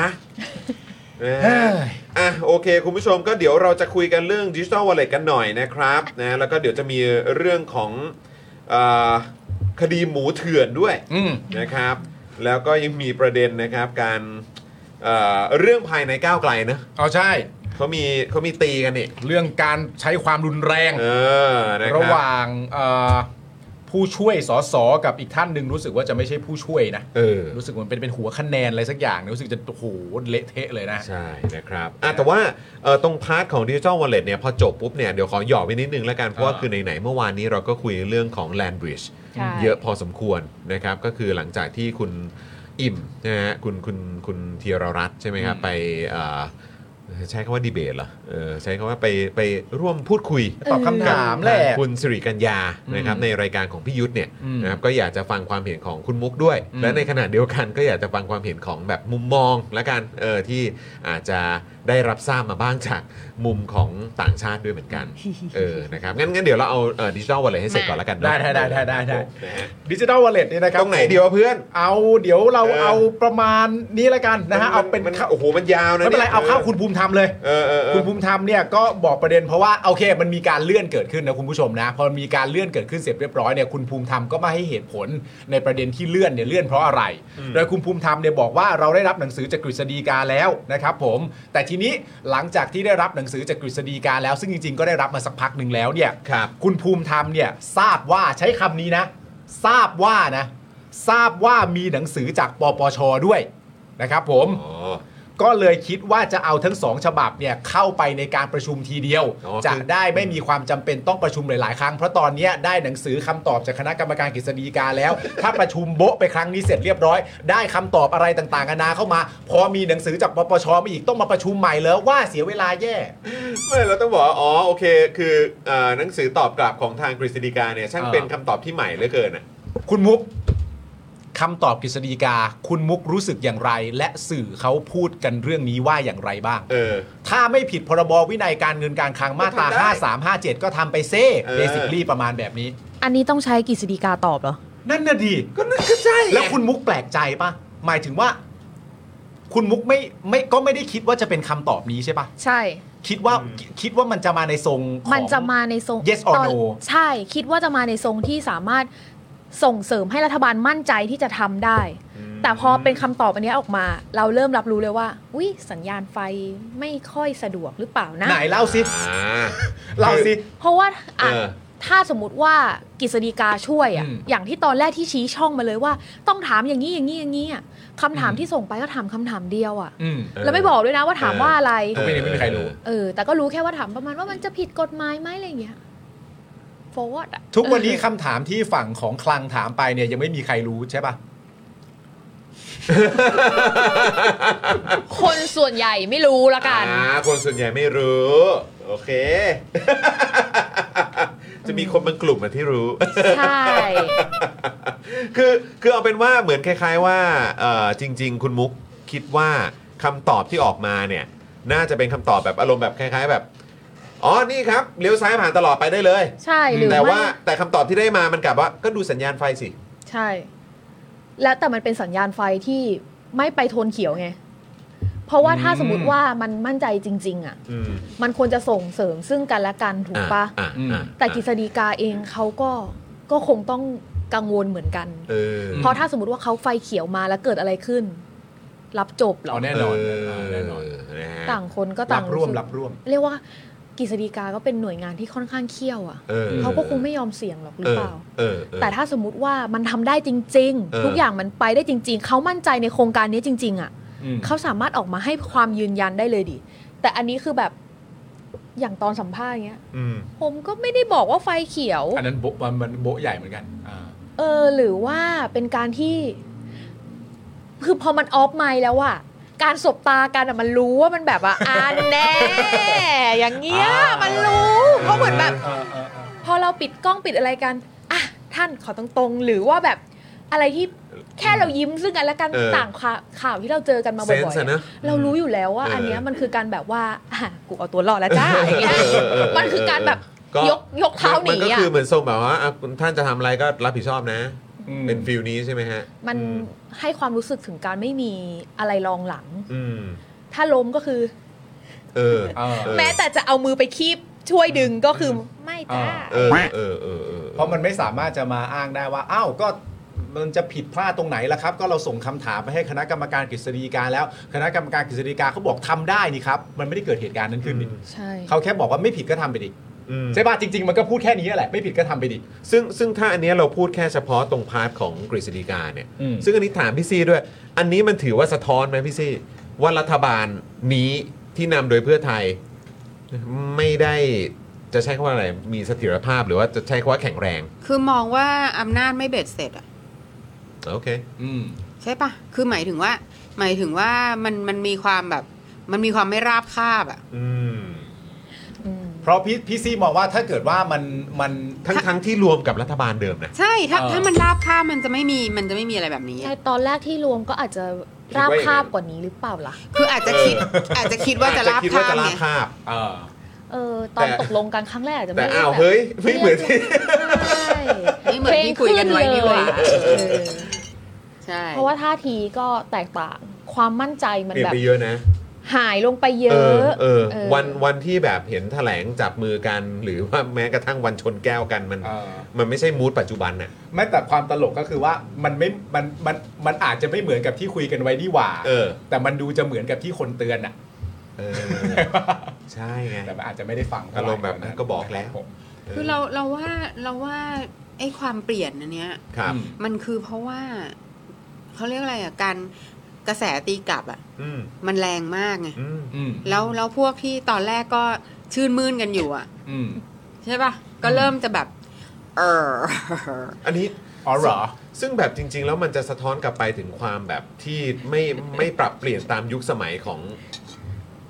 โอเคคุณผู้ชมก็เดี๋ยวเราจะคุยกันเรื่อง Digital Wallet กันหน่อยนะครับนะแล้วก็เดี๋ยวจะมีเรื่องของคดีหมูเถื่อนด้วยนะครับแล้วก็ยังมีประเด็นนะครับการเรื่องภายในก้าวไกลนะใช่เขามีตีกันนี่เรื่องการใช้ความรุนแรงระหว่างผู้ช่วยสสกับอีกท่านหนึ่งรู้สึกว่าจะไม่ใช่ผู้ช่วยนะรู้สึกมันเป็นหัวคะแนนอะไรสักอย่างรู้สึกจะโอ้โหเละเทะเลยนะใช่นะครับแต่ว่าตรงพาร์ทของ Digital Wallet เนี่ยพอจบปุ๊บเนี่ยเดี๋ยวขอหย่อไปนิดนึงแล้วกันเพราะว่าคือไหนๆเมื่อวานนี้เราก็คุยเรื่องของ Land Bridge เยอะพอสมควรนะครับก็คือหลังจากที่คุณอิ่มนะฮะคุณธีรรัตน์ใช่ไหมครับไปใช้คำว่าดีเบตเหรอใช้คำว่าไปร่วมพูดคุยตอบคำถามแหละคุณสิริกัญญานะครับในรายการของพี่ยุทธเนี่ยนะครับก็อยากจะฟังความเห็นของคุณมุกด้วยและในขณะเดียวกันก็อยากจะฟังความเห็นของแบบมุมมองและกันที่อาจจะได้รับทราบมาบ้างจากมุมของต่างชาติด้วยเหมือนกันนะครับงั้นเดี๋ยวเราเอาDigital Wallet ให้เสร็จก่อนแล้วกันได้Digital Wallet นี่นะครับตรงไหนเดียวเพื่อนเดี๋ยวเราเอาประมาณนี้แล้วกันนะฮะเอาเป็นโอ้โหมันยาวนะไม่เป็นไรเอาเข้าคุณภูมิธรรมเลยคุณภูมิธรรมเนี่ยก็บอกประเด็นเพราะว่าโอเคมันมีการเลื่อนเกิดขึ้นนะคุณผู้ชมนะพอมีการเลื่อนเกิดขึ้นเสร็จเรียบร้อยเนี่ยคุณภูมิธรรมก็มาให้เหตุผลในประเด็นที่เลื่อนเนี่ยเลื่อนเพราะอะไรโดยคุณภูมิธรรมเนี่ยบอกว่าเราได้รับหนังสือจากกฤษฎีกาแล้วนะครับผมแต่ทีนี้หลังจากที่ได้รับหนังสือจากกฤษฎีกาแล้วซึ่งจริงๆก็ได้รับมาสักพักหนึ่งแล้วเนี่ยคุณภูมิธรรมเนี่ยทราบว่าใช้คำนี้นะทราบว่ามีหนังสือจากปปช.ด้วยนะครับผมก็เลยคิดว่าจะเอาทั้ง2ฉบับเนี่ยเข้าไปในการประชุมทีเดียวจะได้ไม่มีความจำเป็นต้องประชุมหลายๆครั้งเพราะตอนนี้ได้หนังสือคำตอบจากคณะกรรมการกฤษฎีกาแล้วถ้าประชุมโบ๊ะไปครั้งนี้เสร็จเรียบร้อยได้คำตอบอะไรต่างๆนานาเข้ามาพอมีหนังสือจากปปช.มาอีกต้องมาประชุมใหม่แล้วว่าเสียเวลาแย่ไม่เราต้องบอกโอเคคือหนังสือตอบกลับของทางกฤษฎีกาเนี่ยช่างเป็นคำตอบที่ใหม่เหลือเกินคุณมุกคำตอบกฤษฎีกาคุณมุกรู้สึกอย่างไรและสื่อเขาพูดกันเรื่องนี้ว่าอย่างไรบ้างถ้าไม่ผิดพรบวินัยการเงินการคลังมาตรา5357ก็ทำไปเซ่เบสิคลี่ประมาณแบบนี้อันนี้ต้องใช้กฤษฎีกาตอบเหรอนั่นน่ะดีก็ใช่แล้วคุณมุกแปลกใจปะหมายถึงว่าคุณมุกก็ไม่ได้คิดว่าจะเป็นคำตอบนี้ใช่ปะใช่คิดว่ามันจะมาในทรงของมันจะมาในทรง yes or no ใช่คิดว่าจะมาในทรงที่สามารถส่งเสริมให้รัฐบาลมั่นใจที่จะทำได้แต่พอเป็นคำตอบอันนี้ออกมาเราเริ่มรับรู้เลยว่าอุ๊ยสัญญาณไฟไม่ค่อยสะดวกหรือเปล่านะไหนเล่าสิเพราะว่าถ้าสมมติว่ากฤษฎีกาช่วยอย่างที่ตอนแรกที่ชี้ช่องมาเลยว่าต้องถามอย่างนี้คำถามที่ส่งไปก็ถามคำถามเดียวแล้วไม่บอกด้วยนะว่าถามว่าอะไรไม่มีใครรู้แต่ก็รู้แค่ว่าถามประมาณว่ามันจะผิดกฎหมายไหมอะไรอย่างเงี้ย forward ทุกวันนี้คำถามที่ฝั่งของคลังถามไปเนี่ยยังไม่มีใครรู้ใช่ปะคนส่วนใหญ่ไม่รู้ละกันคนส่วนใหญ่ไม่รู้โอเคจะมีคนบางกลุ่มที่รู้ใช่คือเอาเป็นว่าเหมือนคล้ายๆว่าจริงๆคุณมุกคิดว่าคำตอบที่ออกมาเนี่ยน่าจะเป็นคำตอบแบบอารมณ์แบบคล้ายๆแบบอ๋อนี่ครับเลี้ยวซ้ายผ่านตลอดไปได้เลยใช่หรือแต่คำตอบที่ได้มามันกลับว่าก็ดูสัญญาณไฟสิใช่แล้วแต่มันเป็นสัญญาณไฟที่ไม่ไปโทนเขียวไงเพราะว่าถ้าสมมติว่ามันมั่นใจจริงๆมันควรจะส่งเสริมซึ่งกันและกันถูกปะแต่กฤษฎีกาเองเขาก็คงต้องกังวลเหมือนกันเพราะถ้าสมมติว่าเขาไฟเขียวมาแล้วเกิดอะไรขึ้นรับจบหรอแน่นอนต่างคนก็ต่างรับร่วมเรียกว่ากฤษฎีกาก็เป็นหน่วยงานที่ค่อนข้างเขี้ยวเขาก็คงไม่ยอมเสี่ยงหรอกหรือเปล่าแต่ถ้าสมมติว่ามันทำได้จริงๆทุกอย่างมันไปได้จริงๆเขามั่นใจในโครงการนี้จริงๆเขาสามารถออกมาให้ความยืนยันได้เลยดิแต่อันนี้คือแบบอย่างตอนสัมภาษณ์เงี้ยผมก็ไม่ได้บอกว่าไฟเขียวอันนั้นมันโบใหญ่เหมือนกันหรือว่าเป็นการที่คือพอมันออฟไมค์แล้วอะการสบตากันมันรู้ว่ามันแบบว่าแน่อย่างเงี้ยมันรู้เพราะเหมือนแบบพอเราปิดกล้องปิดอะไรกันท่านขอตรงๆหรือว่าแบบอะไรที่แค่เรายิ้มซึ่งกันและกันต่างข่าวที่เราเจอกันมาบ่อยๆเรารู้อยู่แล้วว่าอันเนี้ยมันคือการแบบว่ากูเอาตัวรอดแล้วจ้าอย่างเงี้ยมันคือการแบบยกเท้าหนีมันก็คือเหมือนทรงแบบว่าท่านจะทำอะไรก็รับผิดชอบนะเป็นฟิลนี้ใช่ไหมฮะมันให้ความรู้สึกถึงการไม่มีอะไรรองหลังถ้าล้มก็คือแม้แต่จะเอามือไปคีบช่วยดึงก็คือไม่จ้าเพราะมันไม่สามารถจะมาอ้างได้ว่าอ้าวก็มันจะผิดพลาดตรงไหนล่ะครับก็เราส่งคำถามไปให้คณะกรรมการกฤษฎีกาแล้วคณะกรรมการกฤษฎีกาเขาบอกทำได้นี่ครับมันไม่ได้เกิดเหตุการณ์นั้นขึ้นเขาแค่บอกว่าไม่ผิดก็ทำไปดิใช่ป่ะจริงๆมันก็พูดแค่นี้แหละไม่ผิดก็ทำไปดิซึ่งถ้าอันนี้เราพูดแค่เฉพาะตรงพาร์ทของกฤษฎีกาเนี่ยซึ่งอันนี้ถามพี่ซี่ด้วยอันนี้มันถือว่าสะท้อนไหมพี่ซี่ว่ารัฐบาลนี้ที่นำโดยเพื่อไทยไม่ได้จะใช้คำว่าอะไรมีเสถียรภาพหรือว่าจะใช้คำว่าแข็งแรงคือมองว่าอำนาจไม่เบ็ดเสร็จโอเคใช่ปะคือหมายถึงว่ามันมีความแบบมันมีความไม่ราบคาบเพราะพี่ซี่มองว่าถ้าเกิดว่ามันทั้งที่รวมกับรัฐบาลเดิมนะใช่ถ้ามันราบคาบมันจะไม่มีอะไรแบบนี้ใช่ตอนแรกที่รวมก็อาจจะราบคาบกว่านี้หรือเปล่าล่ะคืออาจจะคิดว่าจะราบคาบไงตอนตกลงกันครั้งแรกอาจจะไม่แต่เฮ้ยไม่เหมือนที่ไม่เหมือนที่คุยกันไว้นี่หว่าใช่เพราะว่าท่าทีก็แตกต่างความมั่นใจมันแบบเปลี่ยนไปเยอะนะหายลงไปเยอะวันที่แบบเห็นแถลงจับมือกันหรือว่าแม้กระทั่งวันชนแก้วกันมันไม่ใช่มูดปัจจุบันน่ะไม่แต่ความตลกก็คือว่ามันอาจจะไม่เหมือนกับที่คุยกันไว้นี่หว่าแต่มันดูจะเหมือนกับที่คนเตือนอ่ะใช่ไงแต่มันอาจจะไม่ได้ฟังอารมณ์แบบนั้นก็บอกแล้วคือเราว่าไอ้ความเปลี่ยนอันเนี้ยมันคือเพราะว่าเขาเรียกอะไรอ่ะการกระแสตีกลับมันแรงมากไงแล้วพวกที่ตอนแรกก็ชื่นมื่นกันอยู่ใช่ป่ะก็เริ่มจะแบบอันนี้เหรอซึ่งแบบจริงๆแล้วมันจะสะท้อนกลับไปถึงความแบบที่ไม่ปรับเปลี่ยนตามยุคสมัยของ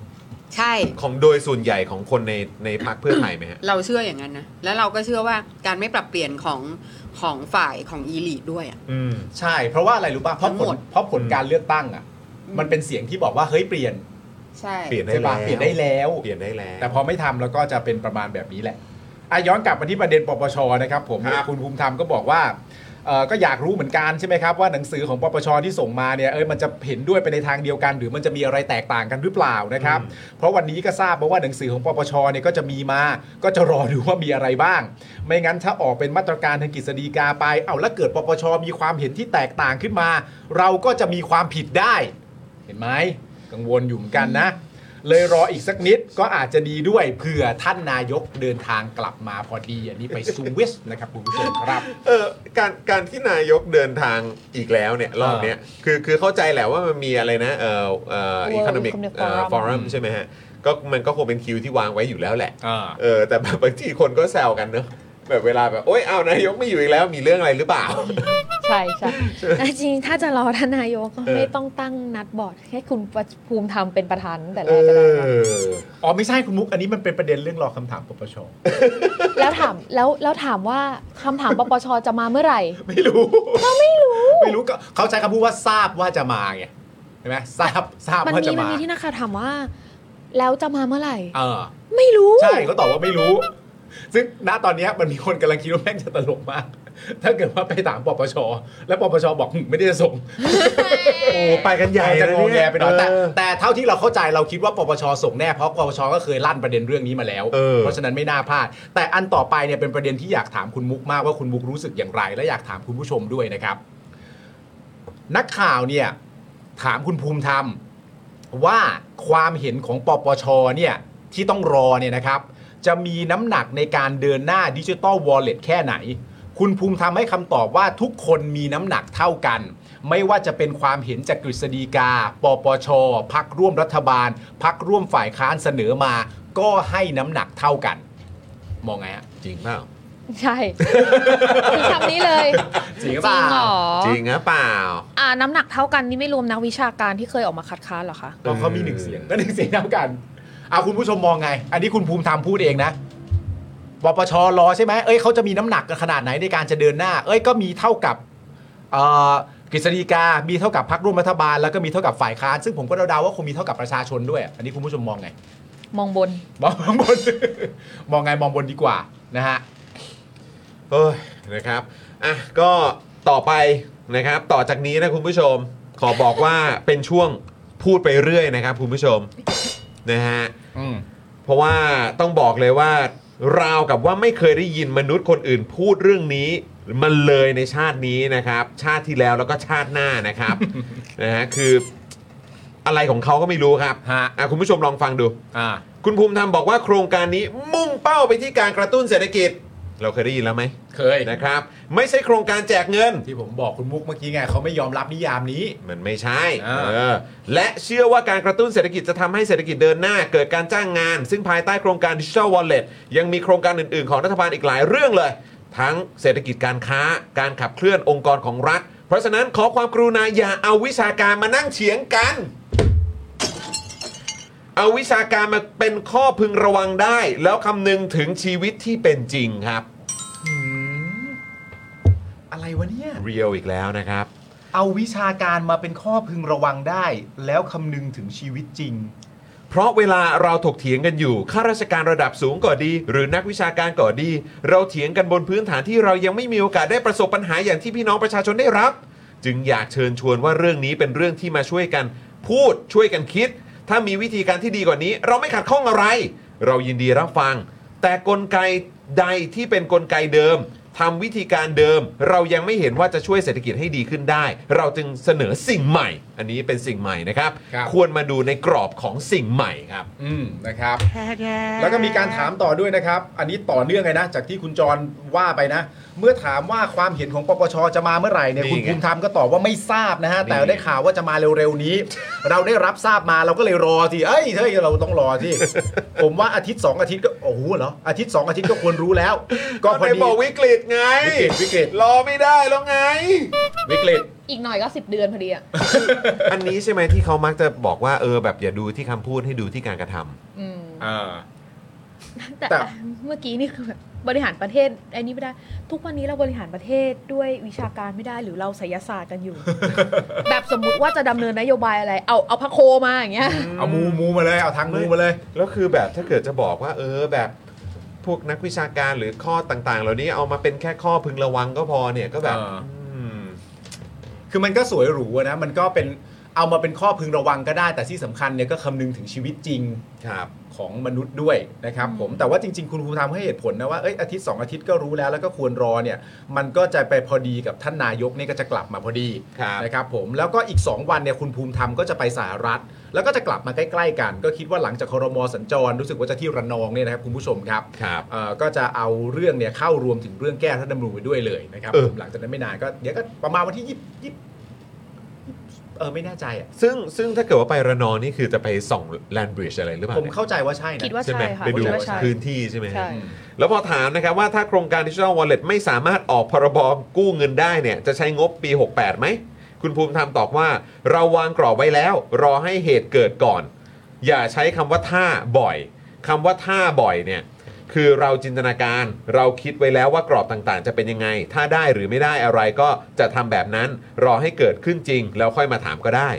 ใช่ของโดยส่วนใหญ่ของคนในพรรคเพื่อไทยไหมฮะเราเชื่ออย่างนั้นนะแล้วเราก็เชื่อว่าการไม่ปรับเปลี่ยนของฝ่ายของอีลีทด้วยอ่ะใช่เพราะว่าอะไรรู้ป่ะเพราะผลการเลือกตั้งอ่ะมันเป็นเสียงที่บอกว่าเฮ้ยเปลี่ยนใช่เปลี่ยนได้แล้วเปลี่ยนได้แล้วเปลี่ยนได้แล้วแต่พอไม่ทำแล้วก็จะเป็นประมาณแบบนี้แหละย้อนกลับมาที่ประเด็นปปชนะครับผมครับคุณภูมิธรรมก็บอกว่าก็อยากรู้เหมือนกันใช่ไหมครับว่าหนังสือของปปชที่ส่งมาเนี่ยมันจะเห็นด้วยไปในทางเดียวกัน หรือมันจะมีอะไรแตกต่างกันหรือเปล่านะครับเพราะวันนี้ก็ทราบมาว่าหนังสือของปปชเนี่ยก็จะมีมาก็จะรอดูว่ามีอะไรบ้าง ไม่งั้นถ้าออกเป็นมาตรการทางกฤษฎีกาไปแล้วเกิดปปชมีความเห็นที่แตกต่างขึ้นมา เราก็จะมีความผิดได้เห็นไหมกังวลอยู่เหมือนกันนะเลยรออีกสักนิดก็อาจจะดีด้วยเผื่อท่านนายกเดินทางกลับมาพอดีอันนี้ไปสวิสนะครับคุณผู้ชมครับการที่นายกเดินทางอีกแล้วเนี่ยรอบเนี้ยคือเข้าใจแหละว่ามันมีอะไรนะeconomic forum ใช่ไหมฮะก็มันก็คงเป็นคิวที่วางไว้อยู่แล้วแหละแต่แบบบางทีคนก็แซวกันเนอะแบบเวลาแบบโอ๊ยเอานายกไม่อยู่อีกแล้วมีเรื่องอะไรหรือเปล่าใช่ใช่จริงถ้าจะรอท่านนายกก็ไม่ต้องตั้งนัดบอร์ดให้คุณภูมิธรรมเป็นประธานแต่แรกก็ได้ไม่ใช่คุณมุกอันนี้มันเป็นประเด็นเรื่องรอคำถามปปชแล้วถามว่าคำถามปปชจะมาเมื่อไหร่ไม่รู้ก็เขาใช้คำพูดว่าทราบว่าจะมาไงเห็นไหมทราบว่าจะมามันมีที่นักข่าวถามว่าแล้วจะมาเมื่อไหร่ไม่รู้ใช่เขาตอบว่าไม่รู้ซึ่งณตอนนี้มันมีคนกำลังคิดว่าแม่งจะตลกมากถ้าเกิดว่าไปถามปปชแล้วปปชบอกไม่ได้จะส่งโอ้ไปกันใหญ่จะงงแงไปหน่อยแต่เท่าที่เราเข้าใจเราคิดว่าปปชส่งแน่เพราะปปชก็เคยลั่นประเด็นเรื่องนี้มาแล้วเพราะฉะนั้นไม่น่าพลาดแต่อันต่อไปเนี่ยเป็นประเด็นที่อยากถามคุณมุกมากว่าคุณมุกรู้สึกอย่างไรและอยากถามคุณผู้ชมด้วยนะครับนักข่าวเนี่ยถามคุณภูมิธรรมว่าความเห็นของปปชเนี่ยที่ต้องรอเนี่ยนะครับจะมีน้ำหนักในการเดินหน้า Digital Wallet แค่ไหนคุณภูมิธรรมให้คำตอบว่าทุกคนมีน้ำหนักเท่ากันไม่ว่าจะเป็นความเห็นจากกฤษฎีกาปปชพรรคร่วมรัฐบาลพรรคร่วมฝ่ายค้านเสนอมาก็ให้น้ำหนักเท่ากันมองไงฮะจริงเปล่าใช่คือคำนี้เลยจริงเปล่าจริงหรือเปล่าน้ำหนักเท่ากันนี่ไม่รวมนักวิชาการที่เคยออกมาคัดค้านหรอคะเขามี1 เสียงก็1 เสียงเท่ากันคุณผู้ชมมองไงอันนี้คุณภูมิธรรมพูดเองนะปปชรอใช่ไหมเขาจะมีน้ำหนักขนาดไหนในการจะเดินหน้าก็มีเท่ากับกฤษฎีกามีเท่ากับพรรคร่วมรัฐบาลแล้วก็มีเท่ากับฝ่ายค้านซึ่งผมก็เดาๆว่าคงมีเท่ากับประชาชนด้วยอันนี้คุณผู้ชมมองไงมองบนมองบน มองไงมองบนดีกว่านะฮะนะครับก็ต่อไปนะครับต่อจากนี้นะคุณผู้ชมขอบอกว่าเป็นช่วงพูดไปเรื่อยนะครับคุณผู้ชมนะฮะเพราะว่าต้องบอกเลยว่าราวกับว่าไม่เคยได้ยินมนุษย์คนอื่นพูดเรื่องนี้มันเลยในชาตินี้นะครับชาติที่แล้วแล้วก็ชาติหน้านะครับ นะฮะคืออะไรของเขาก็ไม่รู้ครับคุณผู้ชมลองฟังดูคุณภูมิธรรมบอกว่าโครงการนี้มุ่งเป้าไปที่การกระตุ้นเศรษฐกิจเราเคยได้ยินแล้วไหมเคยนะครับไม่ใช่โครงการแจกเงินที่ผมบอกคุณมุกเมื่อกี้ไงเขาไม่ยอมรับนิยามนี้มันไม่ใช่และเชื่อว่าการกระตุ้นเศรษฐกิจจะทำให้เศรษฐกิจเดินหน้าเกิดการจ้างงานซึ่งภายใต้โครงการ Digital Wallet ยังมีโครงการอื่นๆของรัฐบาลอีกหลายเรื่องเลยทั้งเศรษฐกิจการค้าการขับเคลื่อนองค์กรของรัฐเพราะฉะนั้นขอความกรุณาอย่าเอาวิชาการมานั่งเถียงกันเอาวิชาการมาเป็นข้อพึงระวังได้แล้วคำนึงถึงชีวิตที่เป็นจริงครับอะไรวะเนี่ยเรียลอีกแล้วนะครับเอาวิชาการมาเป็นข้อพึงระวังได้แล้วคำนึงถึงชีวิตจริงเพราะเวลาเราถกเถียงกันอยู่ข้าราชการระดับสูงก็ดีหรือนักวิชาการก็ดีเราเถียงกันบนพื้นฐานที่เรายังไม่มีโอกาสได้ประสบปัญหาอย่างที่พี่น้องประชาชนได้รับจึงอยากเชิญชวนว่าเรื่องนี้เป็นเรื่องที่มาช่วยกันพูดช่วยกันคิดถ้ามีวิธีการที่ดีกว่านี้เราไม่ขัดข้องอะไรเรายินดีรับฟังแต่กลไกใดที่เป็นกลไกเดิมทำวิธีการเดิมเรายังไม่เห็นว่าจะช่วยเศรษฐกิจให้ดีขึ้นได้เราจึงเสนอสิ่งใหม่อันนี้เป็นสิ่งใหม่นะครับควรมาดูในกรอบของสิ่งใหม่ครับนะครับแล้วก็มีการถามต่อด้วยนะครับอันนี้ต่อเนื่องไงนะจากที่คุณจรว่าไปนะเมื่อถามว่าความเห็นของปปชจะมาเมื่อไหร่เนี่ยคุณภูมิธรรมก็ตอบว่าไม่ทราบนะฮะแต่ได้ข่าวว่าจะมาเร็วๆนี้เราได้รับทราบมาเราก็เลยรอสิเฮ้ยเราต้องรอสิผมว่าอาทิตย์2อาทิตย์ก็โอ้โหเหรออาทิตย์2อาทิตย์ก็ควรรู้แล้วก็พอดีบอกวิกฤตไงวิกฤตรอไม่ได้แล้วไงวิกฤตอีกหน่อยก็10 เดือนพอดีอ่ะอันนี้ใช่ไหมที่เขามักจะบอกว่าแบบอย่าดูที่คำพูดให้ดูที่การกระทำแต่เมื่อกี้นี่คือแบบบริหารประเทศไอ้นี่ไม่ได้ทุกวันนี้เราบริหารประเทศด้วยวิชาการไม่ได้หรือเราไสยศาสตร์กันอยู่ แบบสมมุติว่าจะดำเนินนโยบายอะไรเอาพระโคมาอย่างเงี้ยเอามูมาเลยเอาทางมูมาเลยแล้วคือแบบถ้าเกิดจะบอกว่าแบบพวกนักวิชาการหรือข้อต่างๆเหล่านี้เอามาเป็นแค่ข้อพึงระวังก็พอเนี่ยก็แบบคือมันก็สวยหรูนะมันก็เป็นเอามาเป็นข้อพึงระวังก็ได้แต่ที่สำคัญเนี่ยก็คำนึงถึงชีวิตจริงของมนุษย์ด้วยนะครับผมแต่ว่าจริงๆคุณภูมิธรรมให้เหตุผลนะว่าอาทิตย์2 อาทิตย์ก็รู้แล้วก็ควรรอเนี่ยมันก็จะไปพอดีกับท่านนายกนี่ก็จะกลับมาพอดีนะครับผมแล้วก็อีก2 วันเนี่ยคุณภูมิธรรมก็จะไปสหรัฐแล้วก็จะกลับมาใกล้ๆกันก็คิดว่าหลังจากครม.สัญจรรู้สึกว่าจะที่ระนองเนี่ยนะครับคุณผู้ชมครับก็จะเอาเรื่องเนี่ยเข้ารวมถึงเรื่องแก้รัฐธรรมนูญไปด้วยเลยนะครับหลังจากนั้นไม่นานก็เดี๋ยวก็ประมาณวันที่ไม่แน่ใจอ่ะซึ่งถ้าเกิดว่าไประนองนี่คือจะไปส่องแลนด์บริดจ์อะไรหรือเปล่าผมเข้าใจว่าใช่นะคิดว่าใช่ค่ะไปดูพื้นที่ใช่ไหมแล้วพอถามนะครับว่าถ้าโครงการ Digital Wallet ไม่สามารถออกพรบกู้เงินได้เนี่ยจะใช้งบปี68ไหมคุณภูมิธรรมตอบว่าเราวางกรอบไว้แล้วรอให้เหตุเกิดก่อนอย่าใช้คำว่าถ้าบ่อยคำว่าถ้าบ่อยเนี่ยคือเราจินตนาการเราคิดไว้แล้วว่ากรอบต่างๆจะเป็นยังไงถ้าได้หรือไม่ได้อะไรก็จะทำแบบนั้นรอให้เกิดขึ้นจริงแล้วค่อยมาถามก็ได้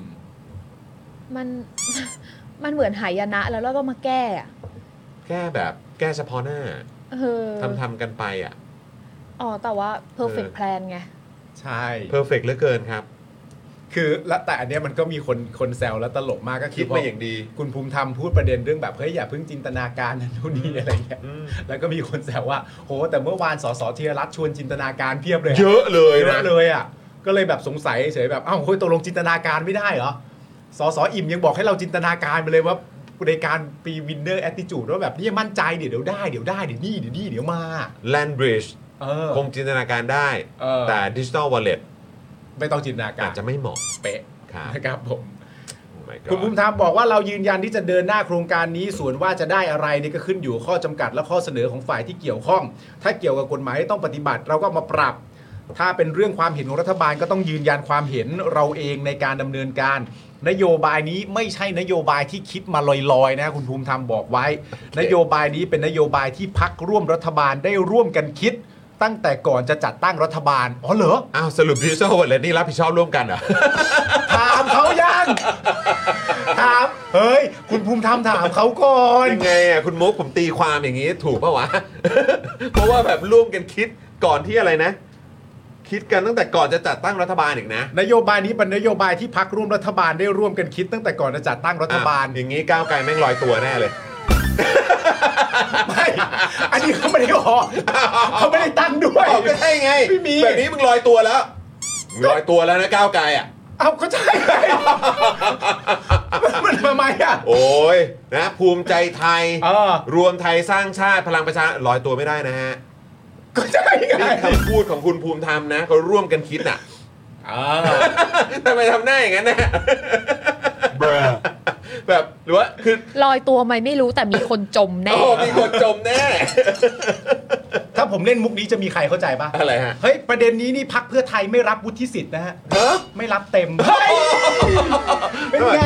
มันเหมือนหายนะแล้วเราก็มาแก้แบบแก้เฉพาะหน้าทำกันไปแต่ว่า perfect plan ไงใช่ perfect เหลือเกินครับคือแต่อันเนี้ยมันก็มีคนแซวแล้วตลกมากก็คิดมาอย่างดีคุณภูมิธรรมพูดประเด็นเรื่องแบบเฮ้ยอย่าเพิ่งจินตนาการนั่นนู่นนี่อะไรเงี้ยแล้วก็มีคนแซวว่าโหแต่เมื่อวานสสธีรรัตน์ชวนจินตนาการเพียบเลยเยอะเลยนะก็เลยแบบสงสัยเฉยแบบเฮ้ยตกลงจินตนาการไม่ได้เหรอสสอิ่มยังบอกให้เราจินตนาการไปเลยว่าในการปีวินเนอร์แอตติจูดว่าแบบนี่มั่นใจเดี๋ยวได้เดี๋ยวนี่มา Land Bridge คงจินตนาการได้แต่ Digital Wallet ไม่ต้องจินตนาการอาจจะไม่เหมาะเป๊ะนะครับผมคุณภูมิธรรมบอกว่าเรายืนยันที่จะเดินหน้าโครงการนี้ส่วนว่าจะได้อะไรนี่ก็ขึ้นอยู่ข้อจำกัดและข้อเสนอของฝ่ายที่เกี่ยวข้องถ้าเกี่ยวกับกฎหมายที่ต้องปฏิบัติเราก็มาปรับถ้าเป็นเรื่องความเห็นของรัฐบาลก็ต้องยืนยันความเห็นเราเองในการดำเนินการนโยบายนี้ไม่ใช่นโยบายที่คิดมาลอยๆนะคุณภูมิธรรมบอกไว้นโยบายนี้เป็นนโยบายที่พรรคร่วมรัฐบาลได้ร่วมกันคิดตั้งแต่ก่อนจะจัดตั้งรัฐบาลเหรอสรุป Digital Wallet นี่รับผิดชอบร่วมกันเหรอถามเขายังถามเฮ้ยคุณภูมิธรรมถามเขาก่อนยังไงคุณมุกผมตีความอย่างนี้ถูกป่ะวะ เพราะว่าแบบร่วมกันคิดก่อนที่อะไรนะคิดกันตั้งแต่ก่อนจะจัดตั้งรัฐบาลอีกนะนโยบายนี้เป็นนโยบายที่พรรคร่วมรัฐบาลได้ร่วมกันคิดตั้งแต่ก่อนจะจัดตั้งรัฐบาลอย่างนี้ก้าวไกลแม่งลอยตัวแน่เลยไม่อันนี้เขาไม่ได้ออกเขาไม่ได้ตั้งด้วยก็ใช่ไงแบบนี้มึงลอยตัวแล้วนะก้าวไกลก็ใช่ไงมันทำไมโอ้ยนะภูมิใจไทยรวมไทยสร้างชาติพลังประชาลอยตัวไม่ได้นะฮะก็ใช่ไงนี่คำพูดของคุณภูมิธรรมนะเขาร่วมกันคิดทำไมทำหน้าอย่างนั้นนะแบบหรือว่าคือลอยตัวไหมไม่รู้แต่มีคนจมแน่มีคนจมแน่ถ้าผมเล่นมุกนี้จะมีใครเข้าใจป่ะอะไรฮะเฮ้ยประเด็นนี้นี่พรรคเพื่อไทยไม่รับวุฒิสิทธิ์นะฮะไม่รับเต็มเป็นไง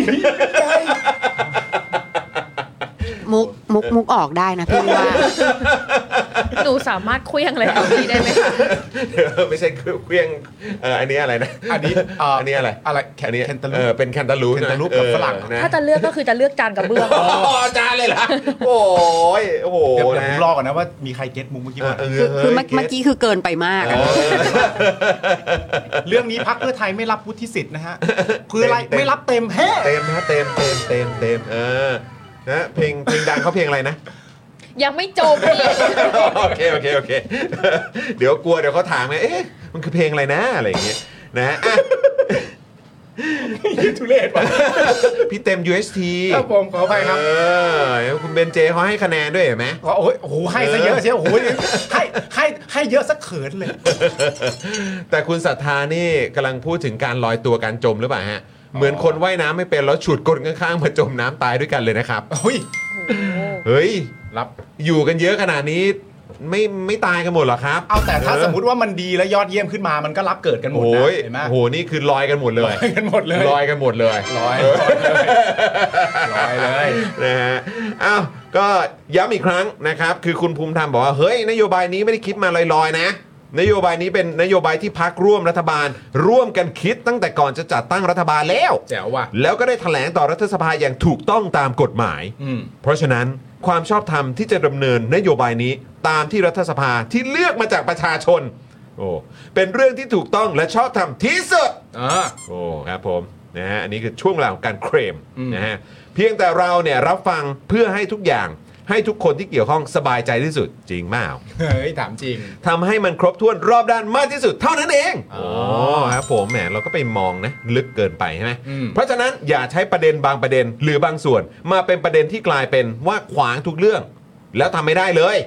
มุกออกได้นะพี่ว่าหนูสามารถเคลื่องอะไรแบบนี้ได้ไหมคะไม่ใช่เคลื่องอันนี้อะไรนะอันนี้อะไรอันนี้แคนตาลูปเป็นแคนตาลูปกับฝรั่งถ้าจะเลือกก็คือจะเลือกจานกับเบื้องจานเลยล่ะโอ้โหเดี๋ยวผมรอก่อนนะว่ามีใครเก็ตมุกเมื่อกี้มั้ยคือเมื่อกี้คือเกินไปมากเรื่องนี้พรรคเพื่อไทยไม่รับวุฒิสิทธิ์นะฮะคืออะไรไม่รับเต็มแฮ่เต็มนะเต็มนะเพลงดังเขาเพลงอะไรนะยังไม่จบพี่โอเคเดี๋ยวกลัวเดี๋ยวเขาถามไงมันคือเพลงอะไรนะอะไรอย่างเงี้ยนะทุเรศว่ะพี่เต็ม UST ครับผมขออภัยครับคุณเบนเจเขาให้คะแนนด้วยเห็นไหมโอ้โหให้ซะเยอะเชียวโอ้โหให้เยอะสักเขินเลยแต่คุณศรัทธานี่กำลังพูดถึงการลอยตัวการจมหรือเปล่าฮะเหมือนคนว่ายน้ำไม่เป็นแล้วฉุดคนข้างๆมาจมน้ำตายด้วยกันเลยนะครับเฮ้ยรับอยู่กันเยอะขนาดนี้ไม่ตายกันหมดหรอครับเอาแต่ถ้าสมมุติว่ามันดีและยอดเยี่ยมขึ้นมามันก็รับเกิดกันหมดนะเห็นไหมโอ้โหนี่คือลอยกันหมดเลยลอยกันหมดเลยลอยกันหมดเลยลอยเลยนะฮะอ้าวก็ย้ำอีกครั้งนะครับคือคุณภูมิธรรมบอกว่าเฮ้ยนโยบายนี้ไม่ได้คิดมาลอยๆนะนโยบายนี้เป็นนโยบายที่พรรคร่วมรัฐบาลร่วมกันคิดตั้งแต่ก่อนจะจัดตั้งรัฐบาลแล้วแจ๋วว่ะแล้วก็ได้แถลงต่อรัฐสภาอย่างถูกต้องตามกฎหมายเพราะฉะนั้นความชอบธรรมที่จะดำเนินนโยบายนี้ตามที่รัฐสภาที่เลือกมาจากประชาชนโอ้เป็นเรื่องที่ถูกต้องและชอบธรรมที่สุดโอ้ครับผมนะฮะอันนี้คือช่วงเวลาของการเคลมนะฮะเพียงแต่เราเนี่ยรับฟังเพื่อให้ทุกอย่างให้ทุกคนที่เกี่ยวข้องสบายใจที่สุดจริงเปล่าเฮ้ยถามจริงทำให้มันครบถ้วนรอบด้านมากที่สุดเท่านั้นเองโอ้ครับผมแหมเราก็ไปมองนะลึกเกินไปใช่ไหมเพราะฉะนั้นอย่าใช้ประเด็นบางประเด็นหรือบางส่วนมาเป็นประเด็นที่กลายเป็นว่าขวางทุกเรื่องแล้วทำไม่ได้เลย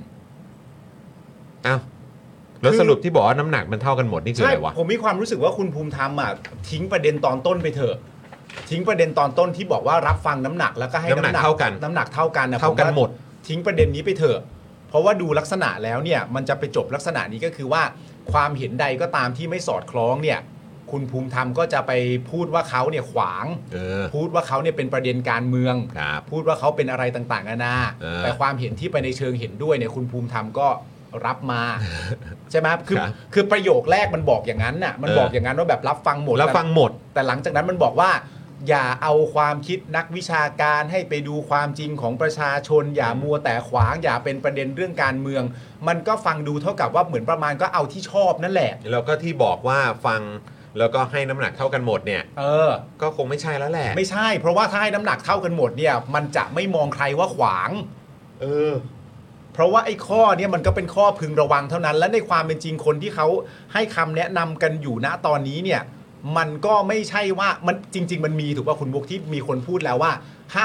อ้าวแล้วสรุปที่บอกว่าน้ำหนักมันเท่ากันหมดนี่คืออะไรวะผมมีความรู้สึกว่าคุณภูมิธรรมอ่ะทิ้งประเด็นตอนต้นไปเถอะทิ้งประเด็นตอนต้นที่บอกว่ารับฟังน้ำหนักแล้วก็ให้น้ำหนักเท่ากันน้ำหนักเท่ากันนะเท่ากันหมดทิ้งประเด็นนี้ไปเถอะเพราะว่าดูลักษณะแล้วเนี่ยมันจะไปจบลักษณะนี้ก็คือว่าความเห็นใดก็ตามที่ไม่สอดคล้องเนี่ยคุณภูมิธรรมก็จะไปพูดว่าเขาเนี่ยขวางพูดว่าเขาเนี่ยเป็นประเด็นการเมืองพูดว่าเขาเป็นอะไรต่างๆนานาแต่ความเห็นที่ไปในเชิงเห็นด้วยเนี่ยคุณภูมิธรรมก็รับมาใช่ไหมคือประโยคแรกมันบอกอย่างนั้นน่ะมันบอกอย่างนั้นว่าแบบรับฟังหมดแต่หลังจากนั้นมันบอกว่าอย่าเอาความคิดนักวิชาการให้ไปดูความจริงของประชาชนอย่ามัวแต่ขวางอย่าเป็นประเด็นเรื่องการเมืองมันก็ฟังดูเท่ากับว่าเหมือนประมาณก็เอาที่ชอบนั่นแหละแล้วก็ที่บอกว่าฟังแล้วก็ให้น้ำหนักเท่ากันหมดเนี่ยก็คงไม่ใช่แล้วแหละไม่ใช่เพราะว่าถ้าให้น้ำหนักเท่ากันหมดเนี่ยมันจะไม่มองใครว่าขวางเพราะว่าไอ้ข้อนี้มันก็เป็นข้อพึงระวังเท่านั้นและในความเป็นจริงคนที่เขาให้คำแนะนำกันอยู่ณตอนนี้เนี่ยมันก็ไม่ใช่ว่ามันจริงๆมันมีถูกป่ะคุณบุ๊กที่มีคนพูดแล้วว่า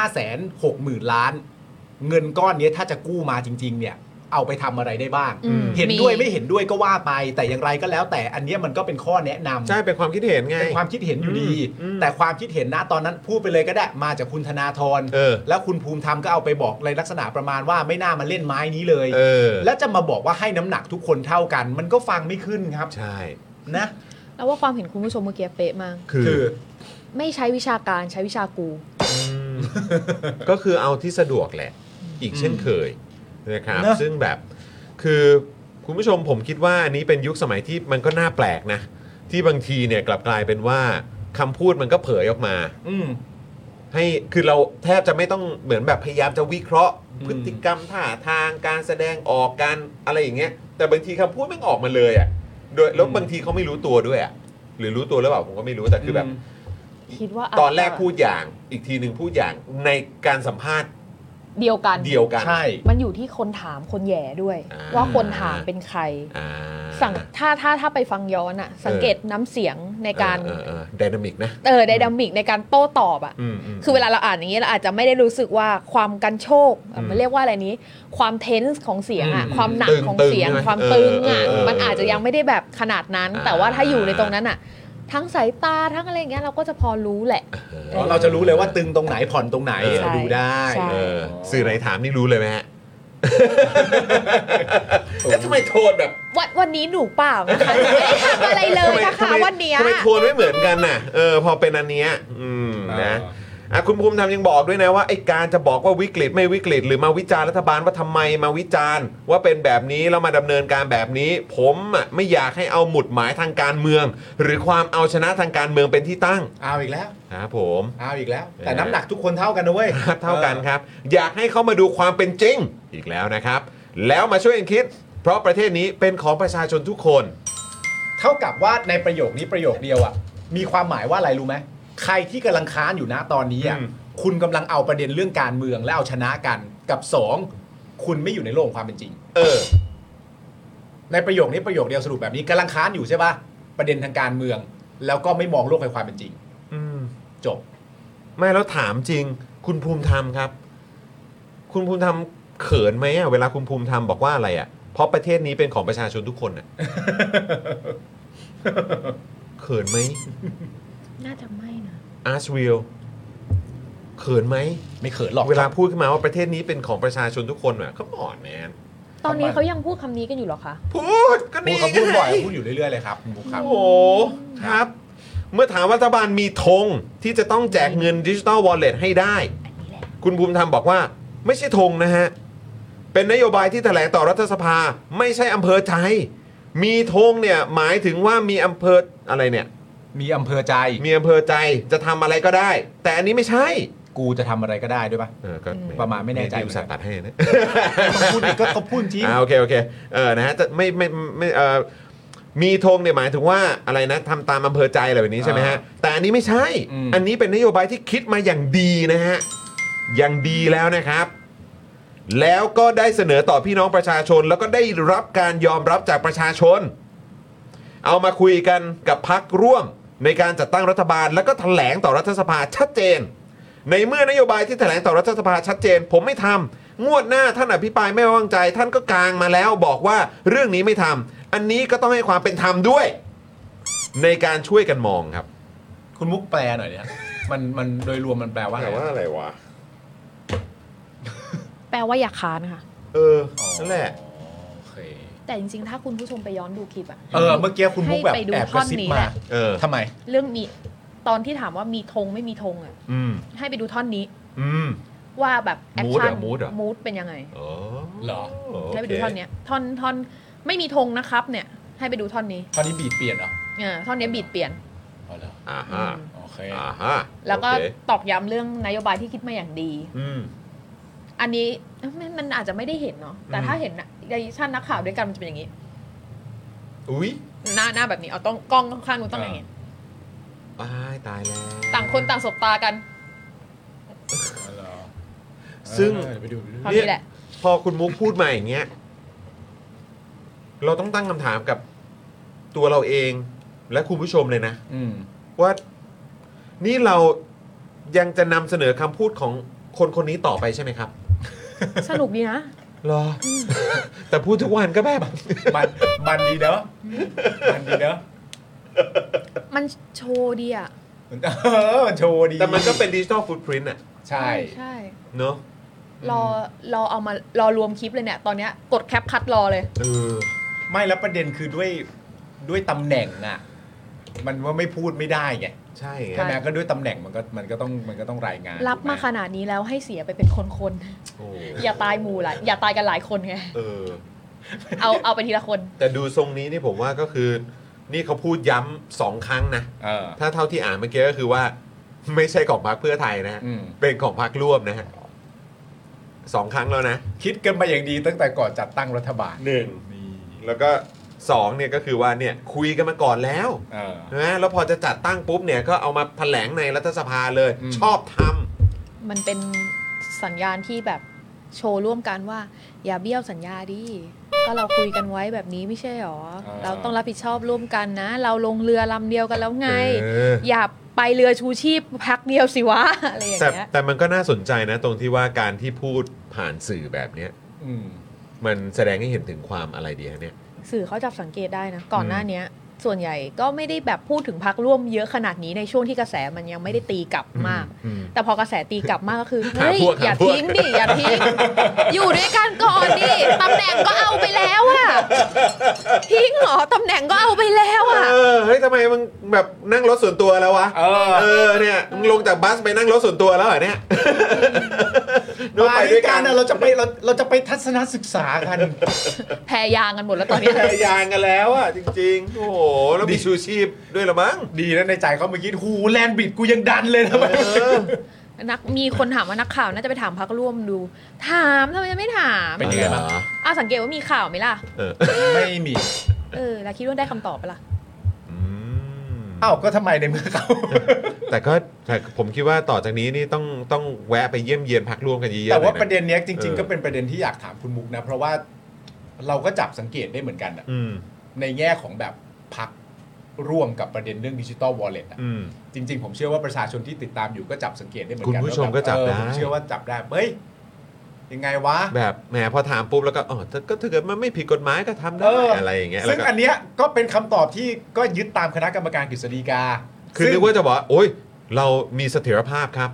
560,000 ล้านเงินก้อนนี้ถ้าจะกู้มาจริงๆเนี่ยเอาไปทำอะไรได้บ้างเห็นด้วยไม่เห็นด้วยก็ว่าไปแต่อย่างไรก็แล้วแต่อันนี้มันก็เป็นข้อแนะนำใช่เป็นความคิดเห็นไงเป็นความคิดเห็นอยู่ดีแต่ความคิดเห็นณตอนนั้นพูดไปเลยก็ได้มาจากคุณธนาธรแล้วคุณภูมิธรรมก็เอาไปบอกในลักษณะประมาณว่าไม่น่ามาเล่นไม้นี้เลยแล้วจะมาบอกว่าให้น้ำหนักทุกคนเท่ากันมันก็ฟังไม่ขึ้นครับใช่นะแล้วว่าความเห็นคุณผู้ชมเมื่อกี้เป๊ะมากคือไม่ใช้วิชาการใช้วิชากูก็คือเอาที่สะดวกแหละอีกเช่นเคยนะครับซึ่งแบบคือคุณผู้ชมผมคิดว่าอันนี้เป็นยุคสมัยที่มันก็น่าแปลกนะที่บางทีเนี่ยกลับกลายเป็นว่าคำพูดมันก็เผยออกมาให้คือเราแทบจะไม่ต้องเหมือนแบบพยายามจะวิเคราะห์พฤติกรรมท่าทางการแสดงออกการอะไรอย่างเงี้ยแต่บางทีคำพูดมันออกมาเลยอ่ะโดยแล้วบางทีเขาไม่รู้ตัวด้วยอ่ะหรือรู้ตัวหรือเปล่าผมก็ไม่รู้แต่คือแบบคิดว่าตอนแรกพูดอย่างอีกทีหนึ่งพูดอย่างในการสัมภาษณ์เดียวกันใช่มันอยู่ที่คนถามคนแย่ด้วยว่าคนถามเป็นใครถ้าไปฟังย้อนอ่ะสังเกตน้ำเสียงในการไดนามิกนะไดนามิกในการโต้ตอบอ่ะคือเวลาเราอ่านอย่างนี้เราอาจจะไม่ได้รู้สึกว่าความกันโชคมันเรียกว่าอะไรนี้ความเทนส์ของเสียงอ่ะความหนักของเสียงความตึงอ่ะมันอาจจะยังไม่ได้แบบขนาดนั้นแต่ว่าถ้าอยู่ในตรงนั้นอ่ะทั้งสายตาทั้งอะไรอย่างเงี้ยเราก็จะพอรู้แหละเราจะรู้เลยว่าตึงตรงไหนผ่อนตรงไหนดูได้สื่อไหนถามนี่รู้เลยไหมฮะแล้วทำไมโทนแบบวันนี้หนูเปล่านะคะไม่ได้ทำอะไรเลยนะคะวันนี้ทำไมโทนไม่เหมือนกันน่ะพอเป็นอันเนี้ยนะคุณภูมิธรรมยังบอกด้วยนะว่าไอ้การจะบอกว่าวิกฤตไม่วิกฤตหรือมาวิจารณ์รัฐบาลว่าทำไมมาวิจารณ์ว่าเป็นแบบนี้แล้วมาดำเนินการแบบนี้ผมไม่อยากให้เอาหมุดหมายทางการเมืองหรือความเอาชนะทางการเมืองเป็นที่ตั้งเอาอีกแล้วครับผมเอาอีกแล้วแต่น้ำหนักทุกคนเท่ากันนะเว้ยเท่ากันครับอยากให้เขามาดูความเป็นจริงอีกแล้วนะครับแล้วมาช่วยกันคิดเพราะประเทศนี้เป็นของประชาชนทุกคนเท่ากับว่าในประโยคนี้ประโยคเดียวอ่ะมีความหมายว่าอะไรรู้ไหมใครที่กำลังค้านอยู่นะตอนนี้อ่ะคุณกำลังเอาประเด็นเรื่องการเมืองและเอาชนะกันกับ2คุณไม่อยู่ในโลกของความเป็นจริงในประโยคนี้ประโยคเดียวสรุปแบบนี้กำลังค้านอยู่ใช่ป่ะประเด็นทางการเมืองแล้วก็ไม่มองโลกในความเป็นจริงจบไม่แล้วถามจริงคุณภูมิธรรมครับคุณภูมิธรรมเขินไหมอ่ะเวลาคุณภูมิธรรมบอกว่าอะไรอ่ะเพราะประเทศนี้เป็นของประชาชนทุกคนอ่ะเขินไหมน่าจะไม่นะอาร์ชวิลเขินไหมไม่เขินหรอกเวลาพูดขึ้นมาว่าประเทศนี้เป็นของประชาชนทุกคนอ่ะก็หมอนแมนตอนนี้เขายังพูดคำนี้กันอยู่เหรอคะพูดก็นี่เขาพูดบ่อยพูดอยู่เรื่อยๆเลยครับคุณบุ๊คครับโอ้โหครับ เมื่อถามว่ารัฐบาลมีธงที่จะต้องแจกเงิน Digital Wallet ให้ได้ คุณภูมิธรรมบอกว่าไม่ใช่ธงนะฮะเป็นนโยบายที่แถลงต่อรัฐสภาไม่ใช่อำเภอใจมีธงเนี่ยหมายถึงว่ามีอำเภออะไรเนี่ยมีอำเภอใจมีอำเภอใจจะทำอะไรก็ได้ แต่อันนี้ไม่ใช่กูจะทำอะไรก็ได้ด้วยป่ะก็ประมาณไม่แน่ใจอุตส่าห์ตัดให้นะพูดอีกก็เขาพูดจริงโอเคนะฮะจะไม่มีธงเนี่ยหมายถึงว่าอะไรนะทำตามอำเภอใจอะไรแบบนี้ใช่ไหมฮะแต่อันนี้ไม่ใช่อันนี้เป็นนโยบายที่คิดมาอย่างดีนะฮะอย่างดีแล้วนะครับแล้วก็ได้เสนอต่อพี่น้องประชาชนแล้วก็ได้รับการยอมรับจากประชาชนเอามาคุยกันกับพรรคร่วมในการจัดตั้งรัฐบาลแล้วก็แถลงต่อรัฐสภาชัดเจนในเมื่อนโยบายที่แถลงต่อรัฐสภาชัดเจนผมไม่ทำงวดหน้าท่านอภิปรายไม่ไว้วางใจท่านก็กางมาแล้วบอกว่าเรื่องนี้ไม่ทำอันนี้ก็ต้องให้ความเป็นธรรมด้วยในการช่วยกันมองครับคุณมุกแปลหน่อยเนี่ยมันโดยรวมมันแปลว่าอะไรวะแปลว่าอยากค้านค่ะนั่นแหละแต่จริงๆถ้าคุณผู้ชมไปย้อนดูคลิปอะเมื่อกี้คุณมุกแบบแอบกระซิบมาทำไมเรื่องมีตอนที่ถามว่ามีธงไม่มีธงอะให้ไปดูท่อนนี้ว่าแบบแอคชั่นมูดเป็นยังไงเหรอให้ไปดูท่อนเนี้ยท่อนไม่มีธงนะครับเนี่ยให้ไปดูท่อนนี้ท่อนนี้บีทเปลี่ยนเหรอท่อนนี้บีทเปลี่ยนโอเคแล้วก็ตอกย้ำเรื่องนโยบายที่คิดมาอย่างดีอันนี้มันอาจจะไม่ได้เห็นเนาะแต่ถ้าเห็นในชั้นนักข่าวด้วยกันมันจะเป็นอย่างนี้อุ้ยหน้าแบบนี้เอาต้องกล้องข้างนู้นต้องอย่างนี้ตายแล้วต่างคนต่างสบตากันซึ่งนี่แหละพอคุณมุกพูดมาอย่างเงี้ยเราต้องตั้งคำถามกับตัวเราเองและคุณผู้ชมเลยนะว่านี่เรายังจะนำเสนอคำพูดของคนนี้ต่อไปใช่ไหมครับสนุกดีนะหรอแต่พูดทุกวันก็แบบมันดีเนอะมันดีเนอะมันโชว์ดีอ่ะมันโชว์ดีแต่มันก็เป็นดิจิทัลฟุตพริ้นท์อ่ะใช่เนอะรอเอามารอรวมคลิปเลยเนี่ยตอนเนี้ยกดแคปคัดรอเลยไม่แล้วประเด็นคือด้วยตำแหน่งอ่ะมันว่าไม่พูดไม่ได้ไงใช่ไงแม้ก็ด้วยตำแหน่งมันก็ต้องรายงานรับมาขนาดนี้แล้วให้เสียไปเป็นคนๆอย่าตายหมู่หลายอย่าตายกันหลายคนไงเอาไปทีละคนแต่ดูทรงนี้นี่ผมว่าก็คือนี่เขาพูดย้ำ2 ครั้งนะถ้าเท่าที่อ่านเมื่อกี้ก็คือว่าไม่ใช่ของพรรคเพื่อไทยนะเป็นของพรรคร่วมนะฮะ2 ครั้งแล้วนะคิดกันมาอย่างดีตั้งแต่ก่อนจัดตั้งรัฐบาล 1แล้วก็2เนี่ยก็คือว่าเนี่ยคุยกันมาก่อนแล้วนะแล้วพอจะจัดตั้งปุ๊บเนี่ยก็เอามาแถลงในรัฐสภาเลยชอบทำมันเป็นสัญญาณที่แบบโชว์ร่วมกันว่าอย่าเบี้ยวสัญญาดิก็เราคุยกันไว้แบบนี้ไม่ใช่หรอเราต้องรับผิดชอบร่วมกันนะเราลงเรือลำเดียวกันแล้วไงอย่าไปเรือชูชีพพักเดียวสิวะอะไรอย่างเงี้ยแต่มันก็น่าสนใจนะตรงที่ว่าการที่พูดผ่านสื่อแบบเนี้ยมันแสดงให้เห็นถึงความอะไรดีฮะเนี่ยสื่อเขาจับสังเกตได้นะก่อนหน้านี้ส่วนใหญ่ก็ไม่ได้แบบพูดถึงพรรคร่วมเยอะขนาดนี้ในช่วงที่กระแสมันยังไม่ได้ตีกลับมากแต่พอกระแสตีกลับมากก็คือเฮ้ยอย่าทิ้งดิอย่าทิ้งอยู่ด้วยกันก่อนดิตำแหน่งก็เอาไปแล้วอะทิ้งเหรอตำแหน่งก็เอาไปแล้วอะเฮ้ยทำไมมึงแบบนั่งรถส่วนตัวแล้ววะเนี่ยมึงลงจากบัสไปนั่งรถส่วนตัวแล้วเหรอเนี่ยไปด้วยกันเราจะไปทัศนศึกษากันแพรยางกันหมดแล้วตอนนี้แพรยางกันแล้วอ่ะจริงๆโอ้โหแล้วมีชูชีพด้วยละมั้งดีนะในใจเขาเมื่อกี้หูแลนบิดกูยังดันเลยนะมีคนถามว่านักข่าวน่าจะไปถามพรรคร่วมดูถามทำไมจะไม่ถามเป็นยังไงบ้างสังเกตว่ามีข่าวไหมล่ะไม่มีแล้วคิดว่าได้คำตอบไปล่ะก็ทำไมในมือเขาแต่ผมคิดว่าต่อจากนี้นี่ต้องแวะไปเยี่ยมเยียนพรรคร่วมกันเยอะๆแต่ว่าประเด็นนี้จริงๆก็เป็นประเด็นที่อยากถามคุณมุกนะเพราะว่าเราก็จับสังเกตได้เหมือนกันในแง่ของแบบพรรคร่วมกับประเด็นเรื่อง Digital Wallet จริงๆผมเชื่อว่าประชาชนที่ติดตามอยู่ก็จับสังเกตได้เหมือนกันคุณผู้ชมก็จับได้ผมเชื่อว่าจับได้เฮ้ยยังไงวะแบบแหมพอถามปุ๊บแล้วก็ก็ถ้าเกิดมันไม่ผิดกฎหมายก็ทำได้อะไรอย่างเงี้ยซึ่งอันเนี้ยก็เป็นคำตอบที่ก็ยึดตามคณะกรรมการกฤษฎีกาคือนึกว่าจะบอกโอ๊ยเรามีเสถียรภาพครับ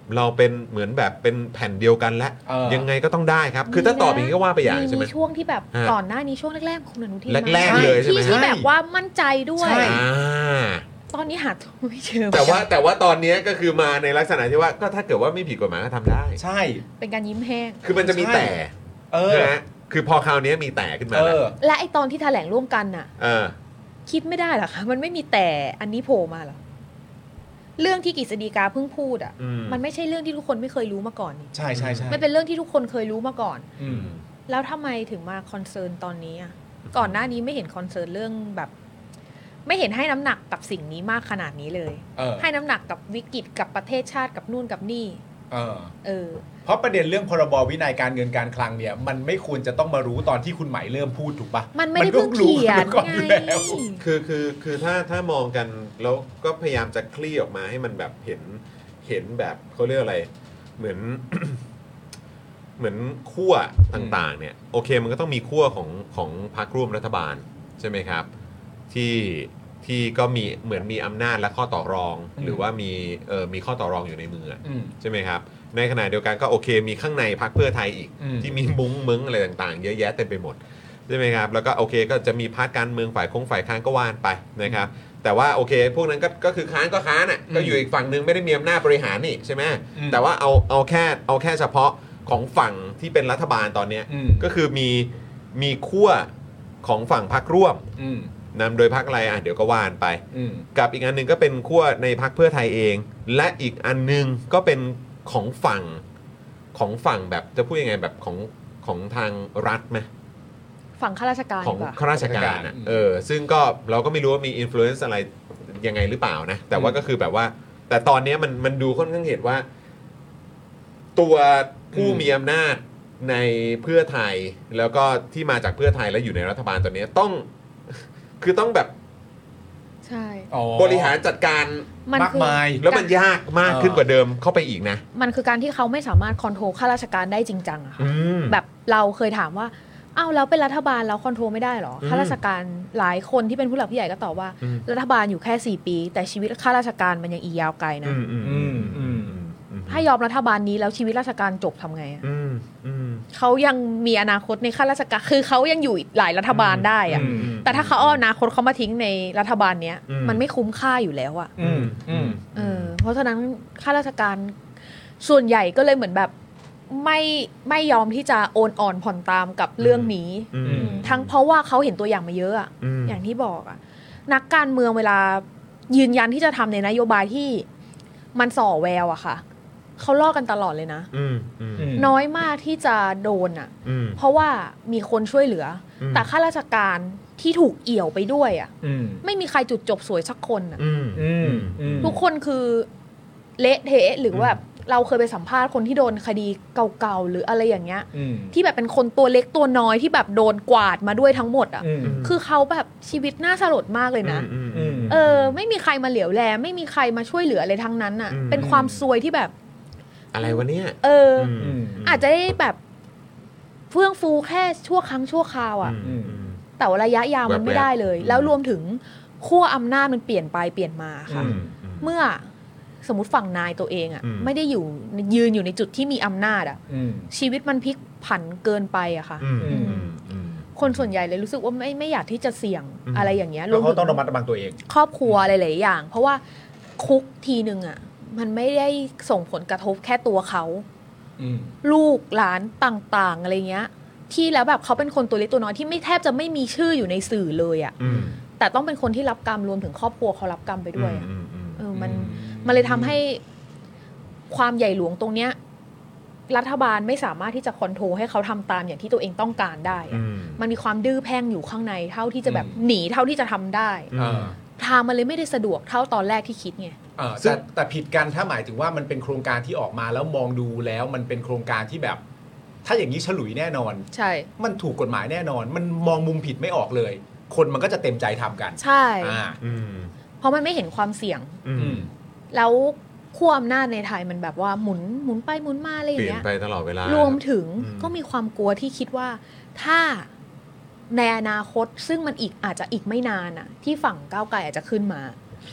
เราเป็นเหมือนแบบเป็นแผ่นเดียวกันและยังไงก็ต้องได้ครับคือถ้าตอบอย่างนี้ก็ว่าไปอย่างใช่ไหมมีช่วงที่แบบก่อนหน้านี้ช่วงแรกๆคุณอนุทินแรกๆเลยใช่ไหมที่แบบว่ามั่นใจด้วยตอนนี้หาตัวไม่เจอแต่ว่าตอนนี้ก็คือมาในลักษณะที่ว่าก็ถ้าเกิดว่าไม่ผิดกฎหมายก็ทำได้ใช่เป็นการยิ้มแห้งคือมันจะมีแต่นะคือพอคราวนี้มีแต่ขึ้นมาและไอตอนที่แถลงร่วมกันน่ะคิดไม่ได้หรอคะมันไม่มีแต่อันนี้โผล่มาหรอเรื่องที่กฤษฎีกาเพิ่งพูดอ่ะมันไม่ใช่เรื่องที่ทุกคนไม่เคยรู้มาก่อนใช่ใช่ใช่ไม่เป็นเรื่องที่ทุกคนเคยรู้มาก่อนแล้วทำไมถึงมาคอนเซิร์นตอนนี้อ่ะก่อนหน้านี้ไม่เห็นคอนเซิร์นเรื่องแบบไม่เห็นให้น้ำหนักกับสิ่งนี้มากขนาดนี้เลยให้น้ำหนักกับวิกฤตกับประเทศชาติกับนู่นกับนี่เพราะประเด็นเรื่องพรบวินัยการเงินการคลังเนี่ยมันไม่ควรจะต้องมารู้ตอนที่คุณไหมเริ่มพูดถูกปะมันไม่ได้เพิ่งเขียนไงคือถ้ามองกันแล้วก็พยายามจะคลี่ออกมาให้มันแบบเห็นแบบเขาเรียกอะไรเหมือน เหมือนขั้วต่างๆเนี่ยโอเคมันก็ต้องมีขั้วของพรรคร่วมรัฐบาลใช่ไหมครับที่ก็มีเหมือนมีอำนาจและข้อต่อรองหรือว่ามีข้อต่อรองอยู่ในมือใช่ไหมครับในขณะเดียวกันก็โอเคมีข้างในพรรคเพื่อไทยอีกที่มีมุ้งมึงอะไรต่างๆเยอะแยะเต็มไปหมดใช่ไหมครับแล้วก็โอเคก็จะมีพรรคการเมืองฝ่ายค้านก็ว่านไปนะครับแต่ว่าโอเคพวกนั้นก็คือค้านก็ค้านอ่ะก็อยู่อีกฝั่งนึงไม่ได้มีอำนาจบริหารนี่ใช่ไหมแต่ว่าเอาแค่เฉพาะของฝั่งที่เป็นรัฐบาลตอนนี้ก็คือมีขั้วของฝั่งพรรคร่วมนำโดยพรรคอะไรเดี๋ยวก็ว่านไปกับอีกอันนึงก็เป็นขั้วในพรรคเพื่อไทยเองและอีกอันนึงก็เป็นของฝั่งแบบจะพูดยังไงแบบของทางรัฐไหมฝั่งข้าราชการของข้าราชการอ่ะซึ่งก็เราก็ไม่รู้ว่ามีอิทธิพลอะไรยังไงหรือเปล่านะแต่ว่าก็คือแบบว่าแต่ตอนนี้มันดูค่อนข้างเห็นว่าตัวผู้มีอำนาจในเพื่อไทยแล้วก็ที่มาจากเพื่อไทยแล้วอยู่ในรัฐบาลตอนนี้ต้องแบบใช่บริหารจัดการมากมายแล้วมันยากมากขึ้นกว่าเดิมเข้าไปอีกนะมันคือการที่เขาไม่สามารถคอนโทรลข้าราชการได้จริงจังอะค่ะแบบเราเคยถามว่าอ้าวแล้วเป็นรัฐบาลแล้วคอนโทรลไม่ได้หรอข้าราชการหลายคนที่เป็นผู้หลักผู้ใหญ่ก็ตอบว่ารัฐบาลอยู่แค่4 ปีแต่ชีวิตข้าราชการมันยังอีกยาวไกลนะถ้ายอมรัฐบาลนี้แล้วชีวิตราชการจบทำไงเขายังมีอนาคตในข้าราชการคือเขายังอยู่หลายรัฐบาลได้อะแต่ถ้าเขาเอาอนาคตเขามาทิ้งในรัฐบาลเนี้ยมันไม่คุ้มค่าอยู่แล้วอะเพราะฉะนั้นข้าราชการส่วนใหญ่ก็เลยเหมือนแบบไม่ยอมที่จะโอนอ่อนผ่อนตามกับเรื่องนี้ทั้งเพราะว่าเขาเห็นตัวอย่างมาเยอะอะอย่างที่บอกอะนักการเมืองเวลายืนยันที่จะทำในนโยบายที่มันส่อแววอะค่ะเขาลอกกันตลอดเลยนะน้อยมากที่จะโดนอ่ะเพราะว่ามีคนช่วยเหลือแต่ข้าราชการที่ถูกเอี่ยวไปด้วยอ่ะไม่มีใครจุดจบสวยสักคนอ่ะทุกคนคือเละเทะหรือว่าเราเคยไปสัมภาษณ์คนที่โดนคดีเก่าๆหรืออะไรอย่างเงี้ยที่แบบเป็นคนตัวเล็กตัวน้อยที่แบบโดนกวาดมาด้วยทั้งหมดอ่ะคือเขาแบบชีวิตน่าสลดมากเลยนะไม่มีใครมาเหลียวแลไม่มีใครมาช่วยเหลืออะไรทั้งนั้นอ่ะเป็นความซวยที่แบบอะไรวะเนี่ยอาจจะได้แบบเฟื่องฟูแค่ชั่วครั้งชั่วคราวอ่ะแต่ว่าระยะยาวมันไม่ได้เลยแล้วรวมถึงขั้วอำนาจมันเปลี่ยนไปเปลี่ยนมาค่ะเมื่อสมมติฝั่งนายตัวเองอ่ะไม่ได้ยืนอยู่ในจุดที่มีอำนาจอ่ะชีวิตมันพลิกผันเกินไปอะค่ะคนส่วนใหญ่เลยรู้สึกว่าไม่อยากที่จะเสี่ยงอะไรอย่างเงี้ยเขาต้องระมัดระวังตัวเองครอบครัวอะไรหลายอย่างเพราะว่าคุกทีนึงอ่ะมันไม่ได้ส่งผลกระทบแค่ตัวเขาลูกหลานต่างๆอะไรเงี้ยที่แล้วแบบเขาเป็นคนตัวเล็กตัวน้อยที่ไม่แทบจะไม่มีชื่ออยู่ในสื่อเลยอ่ะแต่ต้องเป็นคนที่รับกรรมรวมถึงครอบครัวเขารับกรรมไปด้วยมันเลยทำให้ความใหญ่หลวงตรงเนี้ยรัฐบาลไม่สามารถที่จะคอนโทรลให้เขาทำตามอย่างที่ตัวเองต้องการได้มันมีความดื้อแพ่งอยู่ข้างในเท่าที่จะแบบหนีเท่าที่จะทำได้ทางมันเลยไม่ได้สะดวกเท่าตอนแรกที่คิดไงแต่ผิดกันถ้าหมายถึงว่ามันเป็นโครงการที่ออกมาแล้วมองดูแล้วมันเป็นโครงการที่แบบถ้าอย่างนี้ฉลุยแน่นอนใช่มันถูกกฎหมายแน่นอนมันมองมุมผิดไม่ออกเลยคนมันก็จะเต็มใจทำกันใช่เพราะมันไม่เห็นความเสี่ยงแล้วขั้วอำนาจในไทยมันแบบว่าหมุนไปหมุนมาอะไรอย่างเงี้ยเปลี่ยนไปตลอดเวลารวมถึงก็มีความกลัวที่คิดว่าถ้าในอนาคตซึ่งมันอาจจะอีกไม่นานอ่ะที่ฝั่งก้าวไกลอาจจะขึ้นมา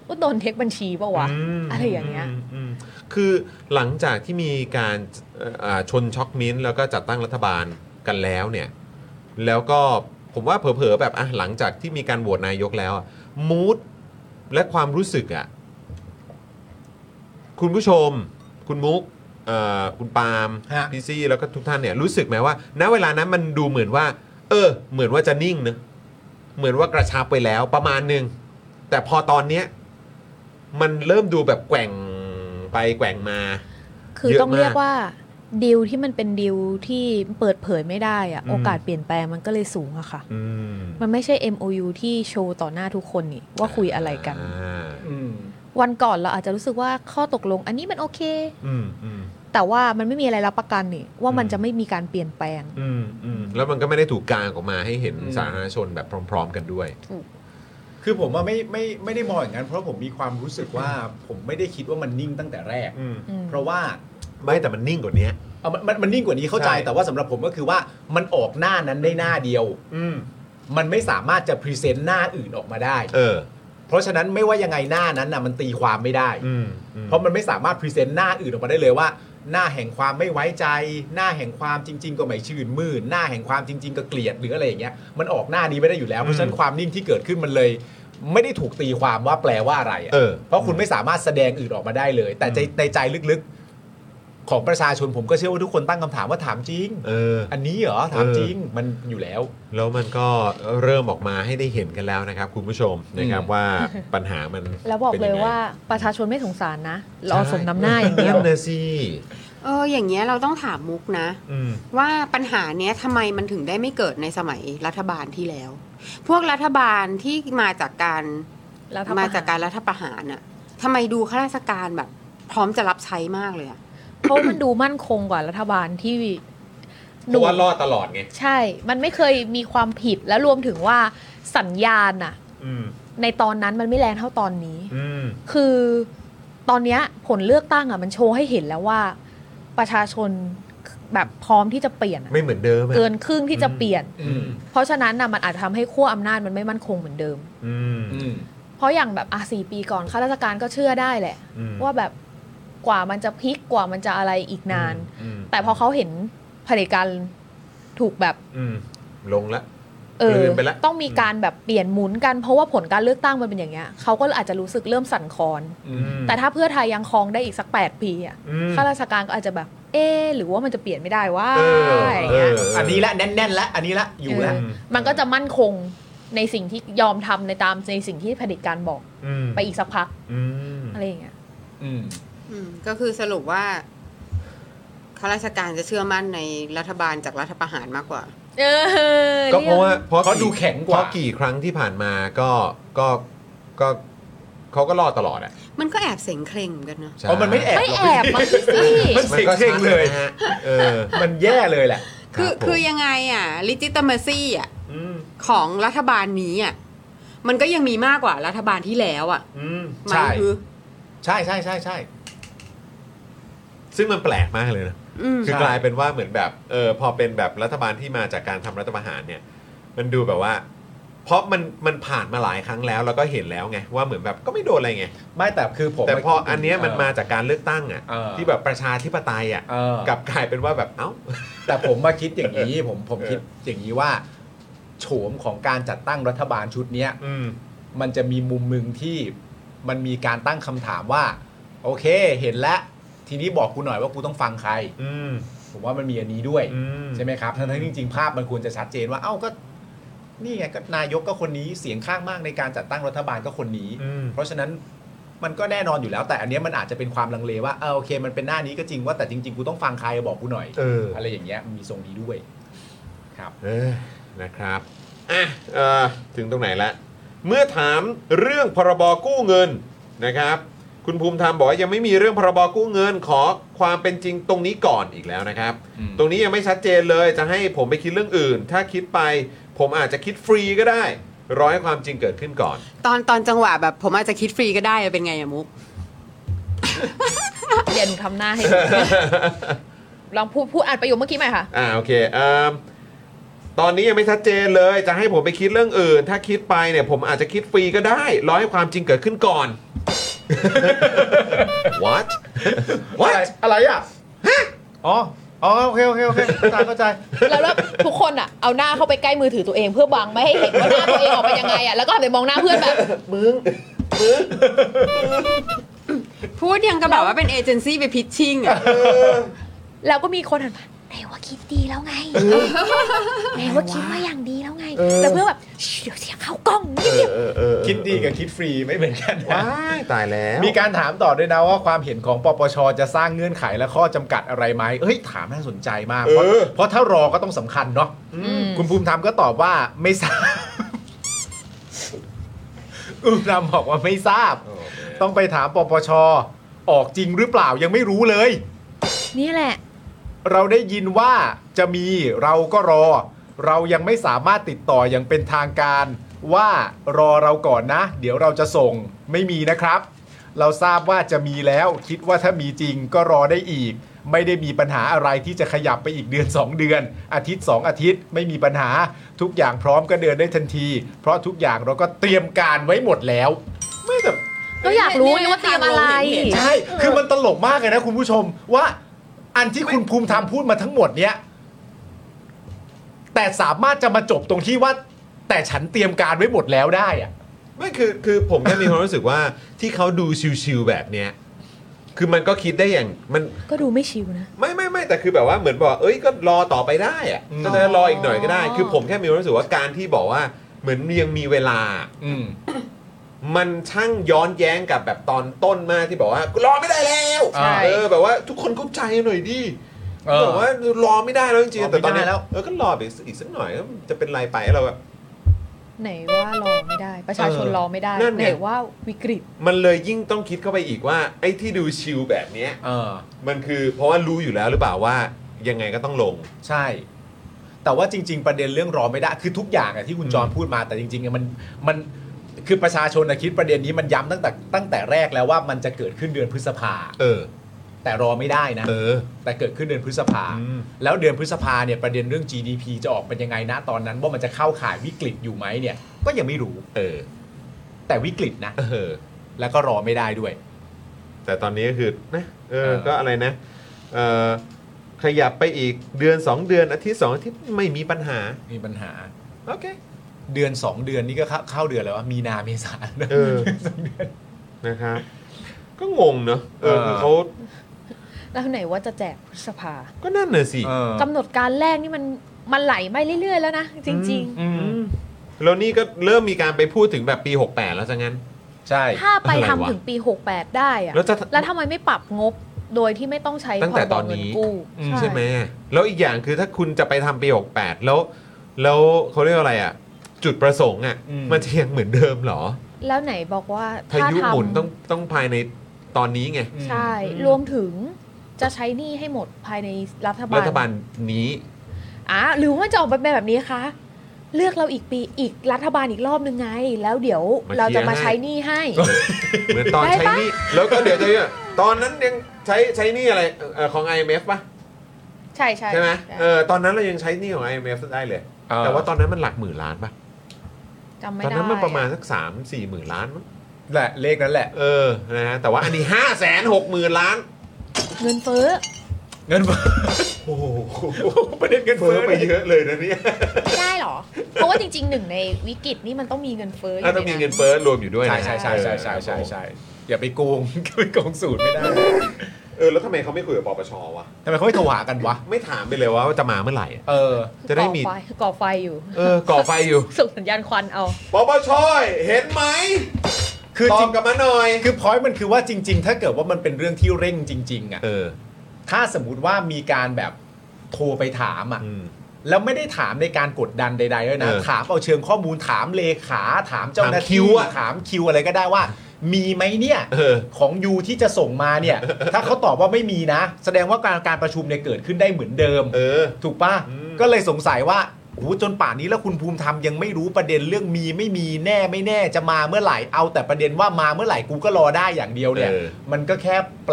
ว่าโดนเทคบัญชีป่าวะอะไรอย่างเงี้ยคือหลังจากที่มีการชนช็อกมิ้นท์แล้วก็จัดตั้งรัฐบาลกันแล้วเนี่ยแล้วก็ผมว่าเผลอๆแบบหลังจากที่มีการโหวตนายกแล้วมูดและความรู้สึกคุณผู้ชมคุณมุกคุณปาล์มพี่ซี่แล้วก็ทุกท่านเนี่ยรู้สึกไหมว่าณเวลานั้นมันดูเหมือนว่าเหมือนว่าจะนิ่งนะเหมือนว่ากระชับไปแล้วประมาณนึงแต่พอตอนเนี้ยมันเริ่มดูแบบแกว่งไปแกว่งมาคือต้องเรียกว่าดีลที่มันเป็นดีลที่เปิดเผยไม่ได้อะโอกาสเปลี่ยนแปลงมันก็เลยสูงอะค่ะมันไม่ใช่ MOU ที่โชว์ต่อหน้าทุกคนนี่ว่าคุยอะไรกันวันก่อนเราอาจจะรู้สึกว่าข้อตกลงอันนี้มันโอเคแต่ว่ามันไม่มีอะไรรับประกันนี่ว่ามันจะไม่มีการเปลี่ยนแปลงแล้วมันก็ไม่ได้ถูกกางออกมาให้เห็นสาธารณชนแบบพร้อมๆกันด้วยคือผมว่าไม่ได้มองอย่างนั้นเพราะผมมีความรู้สึกว่าผมไม่ได้คิดว่ามันนิ่งตั้งแต่แรกเพราะว่าไม่แต่มันนิ่งกว่านี้มันนิ่งกว่านี้เข้าใจแต่ว่าสำหรับผมก็คือว่ามันออกหน้านั้นได้หน้าเดียวมันไม่สามารถจะพรีเซนต์หน้าอื่นออกมาได้เพราะฉะนั้นไม่ว่ายังไงหน้านั้นน่ะมันตีความไม่ได้เพราะมันไม่สามารถพรีเซนต์หน้าอื่นออกมาได้เลยว่าหน้าแห่งความไม่ไว้ใจหน้าแห่งความจริงๆก็ไม่ชื่นมื่นหน้าแห่งความจริงๆก็เกลียดหรืออะไรอย่างเงี้ยมันออกหน้านี้ไม่ได้อยู่แล้วเพราะฉะนั้นความนิ่งที่เกิดขึ้นมันเลยไม่ได้ถูกตีความว่าแปลว่าอะไรเพราะคุณไม่สามารถแสดงอื่นออกมาได้เลยแต่ในใจลึกๆของประชาชนผมก็เชื่อว่าทุกคนตั้งคำถามว่าถามจริงอันนี้เหรอถามจริงมันอยู่แล้วมันก็เริ่มออกมาให้ได้เห็นกันแล้วนะครับคุณผู้ชมนะครับว่าปัญหามันแล้วบอกเลยว่าประชาชนไม่สงสารนะรอสมน้ำหน้าอย่างเดียวนั่นนะสิอย่างเงี้ยเราต้องถามมุกนะว่าปัญหาเนี้ยทำไมมันถึงได้ไม่เกิดในสมัยรัฐบาลที่แล้วพวกรัฐบาลที่มาจากการรัฐประหารน่ะทำไมดูข้าราชการแบบพร้อมจะรับใช้มากเลยอะเพราะมันดูมั่นคงกว่ารัฐบาลที่ดูว่ารอดตลอดไงใช่มันไม่เคยมีความผิดแล้วรวมถึงว่าสัญญาณน่ะในตอนนั้นมันไม่แรงเท่าตอนนี้คือตอนนี้ผลเลือกตั้งมันโชว์ให้เห็นแล้วว่าประชาชนแบบพร้อมที่จะเปลี่ยนไม่เหมือนเดิมเกินครึ่งที่จะเปลี่ยนเพราะฉะนั้นมันอาจจะทำให้ขั้วอำนาจมันไม่มั่นคงเหมือนเดิมเพราะอย่างแบบ4 ปีก่อนข้าราชการก็เชื่อได้แหละว่าแบบกว่ามันจะพลิกกว่ามันจะอะไรอีกนานแต่พอเขาเห็นเผด็จการถูกแบบลงละต้องมีการแบบเปลี่ยนหมุนกันเพราะว่าผลการเลือกตั้งมันเป็นอย่างเงี้ยเขาก็อาจจะรู้สึกเริ่มสั่นคลอนแต่ถ้าเพื่อไทยยังครองได้อีกสัก8 ปีข้าราชการก็อาจจะแบบหรือว่ามันจะเปลี่ยนไม่ได้ว่าอันนี้ละแน่นๆละอันนี้ละอยู่แล้วมันก็จะมั่นคงในสิ่งที่ยอมทำในตามในสิ่งที่เผด็จการบอกไปอีกสักพักอะไรอย่างเงี้ยก็คือสรุปว่าข้าราชการจะเชื่อมั่นในรัฐบาลจากรัฐประหารมากกว่าก็เพราะว่าเขาดูแข็งกว่ากี่ครั้งที่ผ่านมาก็เขาก็รอดตลอดอ่ะมันก็แอบเสียงเคร่งเหมือนกันเนาะมันไม่แอบมันสิมันเสียงเคร่งเลยมันแย่เลยแหละคือยังไงlegitimacy ของรัฐบาลนี้มันก็ยังมีมากกว่ารัฐบาลที่แล้วใช่ใช่ใช่ใช่ใช่ซึ่งมันแปลกมากเลยนะคือกลายเป็นว่าเหมือนแบบพอเป็นแบบรัฐบาลที่มาจากการทำรัฐประหารเนี่ยมันดูแบบว่าเพราะมันผ่านมาหลายครั้งแล้วก็เห็นแล้วไงว่าเหมือนแบบก็ไม่โดนอะไรไงไม่แต่คือผมแต่พออันเนี้ยมันมาจากการเลือกตั้งที่แบบประชาธิปไตยกลับกลายเป็นว่าแบบแต่ผมมาคิดอย่างนี้ผมคิดอย่างนี้ว่าโฉมของการจัดตั้งรัฐบาลชุดเนี้ยมันจะมีมุมมึงที่มันมีการตั้งคำถามว่าโอเคเห็นแล้วทีนี้บอกกูหน่อยว่ากูต้องฟังใครผมว่ามันมีอันนี้ด้วยใช่ไหมครับทั้งจริงๆภาพมันควรจะชัดเจนว่าก็นี่ไงก็นายกก็คนนี้เสียงข้างมากในการจัดตั้งรัฐบาลก็คนนี้เพราะฉะนั้นมันก็แน่นอนอยู่แล้วแต่อันนี้มันอาจจะเป็นความลังเลว่าโอเคมันเป็นหน้านี้ก็จริงว่าแต่จริงๆกูต้องฟังใครบอกกูหน่อยอะไรอย่างเงี้ยมีทรงนี้ด้วยครับนะครับถึงตรงไหนละเมื่อถามเรื่องพรบกู้เงินนะครับคุณภูมิธรรมบอกว่ายังไม่มีเรื่องพรบกู้เงินขอความเป็นจริงตรงนี้ก่อนอีกแล้วนะครับตรงนี้ยังไม่ชัดเจนเลยจะให้ผมไปคิดเรื่องอื่นถ้าคิดไปผมอาจจะคิดฟรีก็ได้รอให้ความจริงเกิดขึ้นก่อนตอนจังหวะแบบผมอาจจะคิดฟรีก็ได้เป็นไงมุกเดี๋ยวหนูทำหน้าให้ลองพูดอ่านประโยคเมื่อกี้ใหม่ค่ะโอเคตอนนี้ยังไม่ชัดเจนเลยจะให้ผมไปคิดเรื่องอื่นถ้าคิดไปเนี่ยผมอาจจะคิดฟรีก็ได้รอให้ความจริงเกิดขึ้นก่อน what อะไรอ่ะอ๋อโอเคเข้าใจแล้วทุกคนอ่ะเอาหน้าเข้าไปใกล้มือถือตัวเองเพื่อบังไม่ให้เห็นว่าหน้าตัวเองออกไปยังไงอ่ะแล้วก็หันไปมองหน้าเพื่อนแบบมึงพูดยังกับแบบว่าเป็นเอเจนซี่ไปพิชชิ่งอ่ะแล้วก็มีคนหันมาไหนว่าคิดดีแล้วไงไหนว่าคิดมาอย่างดีแล้วไงแต่เพื่อนแบบเดี๋ยวเสียงเข้ากล้องนิดเดียวคิดดีกับคิดฟรีไม่เหมือนกันนะว้ายตายแล้วมีการถามต่อด้วยนะว่าความเห็นของปปชจะสร้างเงื่อนไขและข้อจำกัดอะไรไหมถามน่าสนใจมากเพราะถ้ารอก็ต้องสำคัญเนาะคุณภูมิธรรมก็ตอบว่าไม่ทราบคุณภูมิธรรมบอกว่าไม่ทราบต้องไปถามปปชออกจริงหรือเปล่ายังไม่รู้เลยนี่แหละเราได้ยินว่าจะมีเราก็รอเรายังไม่สามารถติดต่ออย่างเป็นทางการว่ารอเราก่อนนะเดี๋ยวเราจะส่งไม่มีนะครับเราทราบว่าจะมีแล้วคิดว่าถ้ามีจริงก็รอได้อีกไม่ได้มีปัญหาอะไรที่จะขยับไปอีกเดือน2 เดือนอาทิตย์2 อาทิตย์ไม่มีปัญหาทุกอย่างพร้อมก็เดินได้ทันทีเพราะทุกอย่างเราก็เตรียมการไว้หมดแล้วไม่แต่ก็อยากรู้ไงว่าเตรียมอะไรใช่คือมันตลกมากเลยนะคุณผู้ชมว่าอันที่คุณภูมิธรรมพูดมาทั้งหมดเนี้ยแต่สามารถจะมาจบตรงที่ว่าแต่ฉันเตรียมการไว้หมดแล้วได้อะไม่คือผมแค่มีความรู้สึกว่าที่เขาดูชิวๆแบบเนี้ยคือมันก็คิดได้อย่างมันก็ดูไม่ชิวนะไม่แต่คือแบบว่าเหมือนบอกก็รอต่อไปได้อะก็จะรออีกหน่อยก็ได้คือผมแค่มีความรู้สึกว่าการที่บอกว่าเหมือนยังมีเวลามันช่างย้อนแย้งกับแบบตอนต้นมากที่บอกว่ารอไม่ได้แล้วแบบว่าทุกคนเข้าใจหน่อยดิแบบว่ารอไม่ได้แล้วจริงๆแต่ตอนนี้ก็รออีกสักหน่อยก็จะเป็นไรไปเราแบบไหนว่ารอไม่ได้ประชาชนรอไม่ได้ไหนว่าวิกฤตมันเลยยิ่งต้องคิดเข้าไปอีกว่าไอ้ที่ดูชิลแบบนี้มันคือเพราะว่ารู้อยู่แล้วหรือเปล่าว่ายังไงก็ต้องลงใช่แต่ว่าจริงๆประเด็นเรื่องรอไม่ได้คือทุกอย่างที่คุณจรพูดมาแต่จริงๆมันคือประชาชนคิดประเด็นนี้มันย้ำตั้งแต่แรกแล้วว่ามันจะเกิดขึ้นเดือนพฤษภาแต่รอไม่ได้นะแต่เกิดขึ้นเดือนพฤษภาแล้วเดือนพฤษภาเนี่ยประเด็นเรื่อง GDP จะออกเป็นยังไงนะตอนนั้นว่ามันจะเข้าข่ายวิกฤตอยู่ไหมเนี่ยก็ยังไม่รู้แต่วิกฤตนะแล้วก็รอไม่ได้ด้วยแต่ตอนนี้ก็คือนะก็อะไรนะขยับไปอีกเดือน2 เดือนอาทิตย์2 อาทิตย์ไม่มีปัญหาโอเคเดือน2 เดือนนี่ก็เข้าเดือนแล้วว่ามีนาเมษา2 เดือนนะครับก็งงเนอะคือเขาแล้วไหนว่าจะแจกพฤษภาก็นั่นน่ะสิกำหนดการแรกนี่มันไหลไปเรื่อยๆแล้วนะจริงๆแล้วนี่ก็เริ่มมีการไปพูดถึงแบบปี68แล้วซะงั้นใช่ถ้าไปทำถึงปี68ได้อะแล้วทำไมไม่ปรับงบโดยที่ไม่ต้องใช้ตั้งแต่ตอนนี้ใช่ไหมแล้วอีกอย่างคือถ้าคุณจะไปทำปี68แล้วเขาเรียกอะไรอ่ะจุดประสงค์อ่ะมันจะยังเหมือนเดิมหรอแล้วไหนบอกว่าพายุหมุนต้องภายในตอนนี้ไงใช่รวมถึงจะใช้หนี้ให้หมดภายในรัฐบาลนี้หรือว่าจะออกแบบนี้คะเลือกเราอีกปีอีกรัฐบาลอีกรอบนึงไงแล้วเดี๋ยวเราจะมาใช้หนี้ให้เหมือนตอนใช้หนี้แล้วก็เดี๋ยวจะตอนนั้นยังใช้หนี้อะไรของ IMF ป่ะใช่ใช่ไหมตอนนั้นเรายังใช้หนี้ของ IMF ได้เลยแต่ว่าตอนนั้นมันหลักหมื่นล้านป่ะจำไม่ได้ตอนนั้นมันประมาณสัก 3-4 หมื่นล้านมั้งแหละเลขนั้นแหละนะฮะแต่ว่าอันนี้ 560,000 ล้านเงินเฟ้อโอ้โหประเด็นเงินเฟ้อไปเยอะเลยนะเนี่ยไม่ได้หรอเพราะว่าจริงๆหนึ่งในวิกฤตนี่มันต้องมีเงินเฟ้อต้องมีเงินเฟ้อรวมอยู่ด้วยใช่อย่าไปโกงสูตรไม่ได้แล้วทำไมเขาไม่คุยกับปปชวะทำไมเขาไม่โทรหากันวะไม่ถามไปเลยว่าจะมาเมื่อไหร่จะได้มีก่อไฟอยู่ก่อไฟอยู่ส่งสัญญาณควันเอาปปชเห็นไหมคือตอบกลับมาหน่อยคือพอยต์มันคือว่าจริงๆถ้าเกิดว่ามันเป็นเรื่องที่เร่งจริงๆอ่ะถ้าสมมุติว่ามีการแบบโทรไปถามอ่ะแล้วไม่ได้ถามในการกดดันใดๆด้วยนะถามเอาเชิงข้อมูลถามเลขาถามเจ้าหน้าที่ถามคิวอะไรก็ได้ว่ามีไหมเนี่ยของยูที่จะส่งมาเนี่ยถ้าเขาตอบว่าไม่มีนะแสดงว่าการประชุมเนี่ยเกิดขึ้นได้เหมือนเดิมถูกป่ะก็เลยสงสัยว่าโอ้จนป่านนี้แล้วคุณภูมิธรรมยังไม่รู้ประเด็นเรื่องมีไม่มีแน่ไม่แน่จะมาเมื่อไหร่เอาแต่ประเด็นว่ามาเมื่อไหร่กูก็รอได้อย่างเดียวเนี่ยมันก็แค่แปลก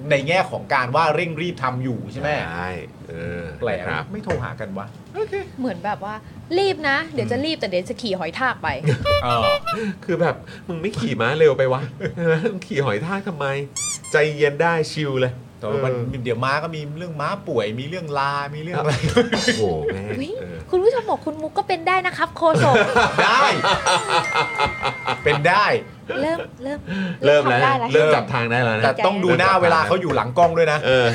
ในแง่ของการว่าเร่งรีบทำอยู่ใช่ไหมใช่แปลกครับไม่โทรหากันวะเหมือนแบบว่ารีบนะ เดี๋ยวจะรีบแต่เดี๋ยวจะขี่หอยทากไปคือแบบมึงไม่ขี่ม้าเร็วไปวะมึงขี่หอยทากทำไมใจเย็นได้ชิลเลยแต่มันเดี๋ยวม้าก็มีเรื่องม้าป่วยมีเรื่องลามีเรื่องอะไรโอ้โหแม่คุณผู้ชมบอกคุณมุกก็เป็นได้นะครับโคศกได้เป็นได้เริ่มแล้วเริ่มจับทางได้แล้วนะแต่ต้องดูหน้าเวลาเขาอยู่หลังกล้องด้วยนะ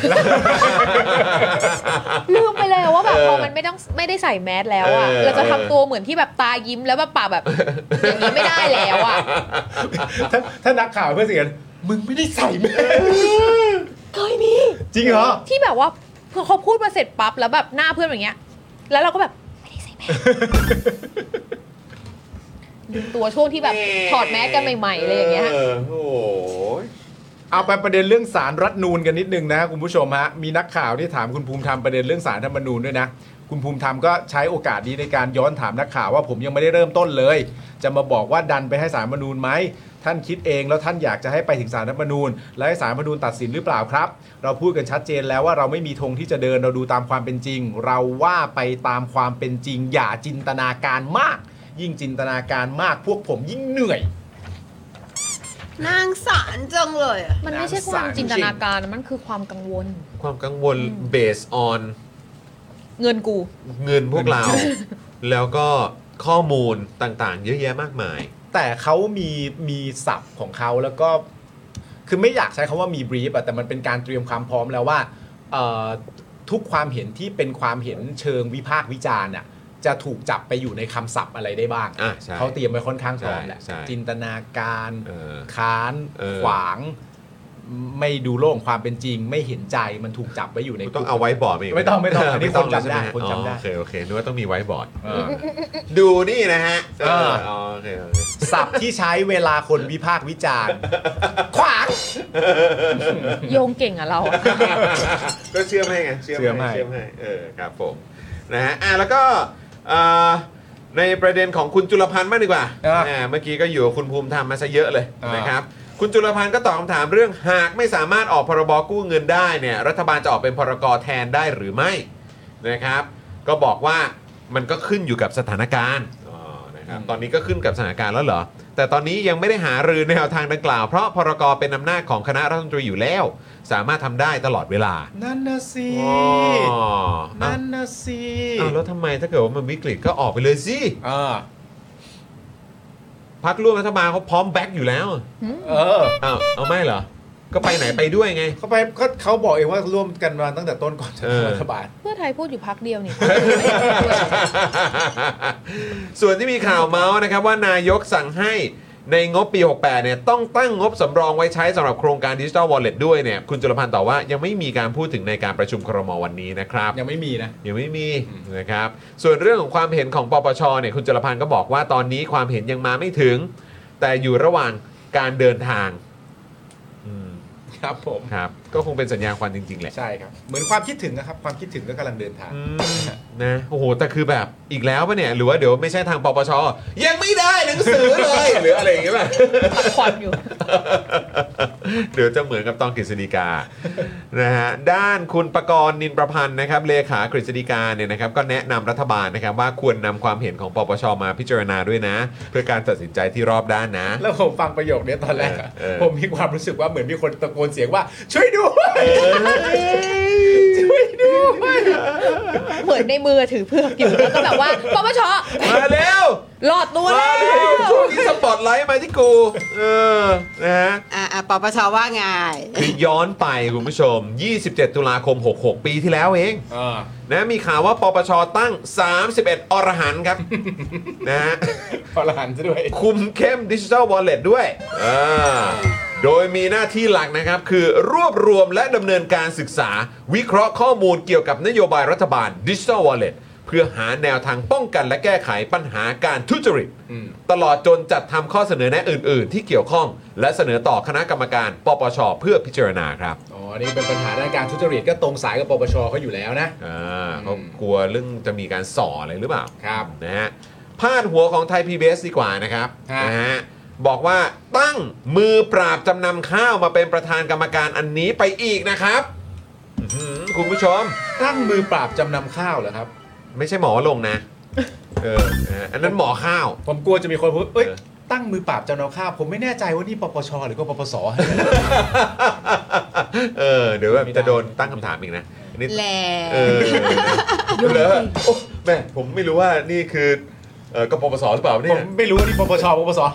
ลืมไปเลยว่าแบบพอมันไม่ได้ใส่แมสแล้วอ่ะเราจะทำตัวเหมือนที่แบบตายิ้มแล้วแบบปากแบบอย่างนี้ไม่ได้แล้วอ่ะถ้านักข่าวเพื่อนเสียงมึงไม่ได้ใส่แมสเคยมีจริงเหรอที่แบบว่าพอเขาพูดมาเสร็จปั๊บแล้วแบบหน้าเพื่อนอย่างเงี้ยแล้วเราก็แบบไม่ได้ใส่แมสดึงตัวช่วงที่แบบถอดแมสกันใหม่ๆเลยอย่างเงี้ยโอ้ยเอาไปประเด็นเรื่องศาลรัฐธรรมนูญกันนิดนึงนะคุณผู้ชมฮะมีนักข่าวที่ถามคุณภูมิธรรมประเด็นเรื่องศาลรัฐธรรมนูญด้วยนะคุณภูมิธรรมก็ใช้โอกาสนี้ในการย้อนถามนักข่าวว่าผมยังไม่ได้เริ่มต้นเลยจะมาบอกว่าดันไปให้ศาลรัฐธรรมนูญไหมท่านคิดเองแล้วท่านอยากจะให้ไปถึงศาลรัฐธรรมนูญและให้ศาลรัฐธรรมนูญตัดสินหรือเปล่าครับเราพูดกันชัดเจนแล้วว่าเราไม่มีธงที่จะเดินเราดูตามความเป็นจริงเราว่าไปตามความเป็นจริงอย่าจินตนาการมากยิ่งจินตนาการมากพวกผมยิ่งเหนื่อยนางสารจังเลยมันไม่ใช่ความจินตนาการมันคือความกังวล based on เงินกูเงินพวกเรา แล้วก็ข้อมูลต่างๆเยอะแยะมากมายแต่เขามีศัพท์ของเขาแล้วก็คือไม่อยากใช้คำว่ามีบรีฟแต่มันเป็นการเตรียมความพร้อมแล้วว่าทุกความเห็นที่เป็นความเห็นเชิงวิพากษ์วิจารณ์จะถูกจับไปอยู่ในคำศัพท์อะไรได้บ้างเขาเตรียมไว้ค่อนข้างพร้อมแหละจินตนาการค้านขวางไม่ดูโลกความเป็นจริงไม่เห็นใจมันถูกจับไว้อยู่ในต้องเอาไว้บอร์ดไม่ต้องอันนี้คนจำได้คนจำได้โอเคนึกว่าต้องมีไว้บอร์ดดูนี่นะฮะโอเคศัพท์ที่ใช้เวลาคนวิพากษ์วิจารณ์ขวางโยงเก่งอะเราก็เชื่อให้ไงเชื่อให้ครับผมนะฮะแล้วก็ในประเด็นของคุณจุลพันธ์บ้างดีกว่าเมื่อกี้ก็อยู่กับคุณภูมิธรรมมาซะเยอะเลยนะครับคุณจุลพันธ์ก็ตอบคำถามเรื่องหากไม่สามารถออกพรบกู้เงินได้เนี่ยรัฐบาลจะออกเป็นพรกแทนได้หรือไม่นะครับก็บอกว่ามันก็ขึ้นอยู่กับสถานการณ์นะครับตอนนี้ก็ขึ้นกับสถานการณ์แล้วเหรอแต่ตอนนี้ยังไม่ได้หารือแนวทางดังกล่าวเพราะพรกเป็นอำนาจของคณะรัฐมนตรีอยู่แล้วสามารถทำได้ตลอดเวลานั่นนะสิแล้วทำไมถ้าเกิดว่ามันวิกฤตก็ออกไปเลยสิพรรคร่วมรัฐบาลเขาพร้อมแบ็คอยู่แล้วเอาไม่เหรอก็ไปไหนไปด้วยไงเขาบอกเองว่าร่วมกันมาตั้งแต่ต้นก่อนจะรัฐบาลเพื่อไทยพูดอยู่พรรคเดียวนี่ส่วนที่มีข่าวเมาส์นะครับว่านายกสั่งให้ในงบปี68เนี่ยต้องตั้งงบสำรองไว้ใช้สำหรับโครงการ Digital Wallet ด้วยเนี่ยคุณจุลพันธ์ตอบว่ายังไม่มีการพูดถึงในการประชุมครม.วันนี้นะครับยังไม่มีนะครับส่วนเรื่องของความเห็นของปปชเนี่ยคุณจุลพันธ์ก็บอกว่าตอนนี้ความเห็นยังมาไม่ถึงแต่อยู่ระหว่างการเดินทางครับผมครับก็คงเป็นสัญญาณความจริงๆแหละใช่ครับเหมือนความคิดถึงนะครับความคิดถึงก็กำลังเดินทางนะโอ้โหแต่คือแบบอีกแล้วป่ะเนี่ยหรือว่าเดี๋ยวไม่ใช่ทางปปชยังไม่ได้หนังสือเลยหรืออะไรอย่างเงี้ยป่ะตัดความอยู่เดี๋ยวจะเหมือนกับตอนกฤษฎีกานะฮะด้านคุณประกรณ์นินประพันธ์นะครับเลขากฤษฎีกาเนี่ยนะครับก็แนะนำรัฐบาลนะครับว่าควรนำความเห็นของปปชมาพิจารณาด้วยนะเพื่อการตัดสินใจที่รอบด้านนะแล้วผมฟังประโยคนี้ตอนแรกผมมีความรู้สึกว่าเหมือนมีคนตะโกนเสียงว่าช่วยด้วยช่วยด้วยเหมือนในมือถือเพือกอยู่แล้วก็แบบว่าปปชมาเร็วหลอดตัวแล้วช่วงนี้สปอตไลท์มาที่กูนะฮะปปชว่าไงคือย้อนไปคุณผู้ชม27ตุลาคม66ปีที่แล้วเองนะมีข่าวว่าปปชตั้ง31อรหันต์ครับนะฮะอรหันต์ด้วยคุมเข้ม Digital Wallet ด้วยโดยมีหน้าที่หลักนะครับคือรวบรวมและดำเนินการศึกษาวิเคราะห์ข้อมูลเกี่ยวกับนโยบายรัฐบาล Digital Wallet เพื่อหาแนวทางป้องกันและแก้ไขปัญหาการทุจริตตลอดจนจัดทำข้อเสนอแนะอื่นๆที่เกี่ยวข้องและเสนอต่อคณะกรรมการปปชเพื่อพิจารณาครับอันนี้เป็นปัญหาด้านการทุจริตก็ตรงสายกับปปชเขาอยู่แล้วนะเขากลัวเรื่องจะมีการส่ออะไรหรือเปล่าครับนะฮะพาดหัวของไทย PBS ดีกว่านะครับนะฮะบอกว่าตั้งมือปราบจำนำข้าวมาเป็นประธานกรรมการอันนี้ไปอีกนะครับคุณผู้ชมตั้งมือปราบจำนำข้าวเหรอครับไม่ใช่หมอลงนะอันนั้นหมอข้าวผมกลัวจะมีคนพูดตั้งมือปราบจำนำข้าวผมไม่แน่ใจว่านี่ปปชหรือปปสเดี๋ยวแบบจะโดนตั้งคำถามอีกนะนี่แหละแล้วแม่ผมไม่รู้ว่านี่คือกปปสหรือเปล่าผเนี่ยมไม่รู้ว่านี่ปปชปปส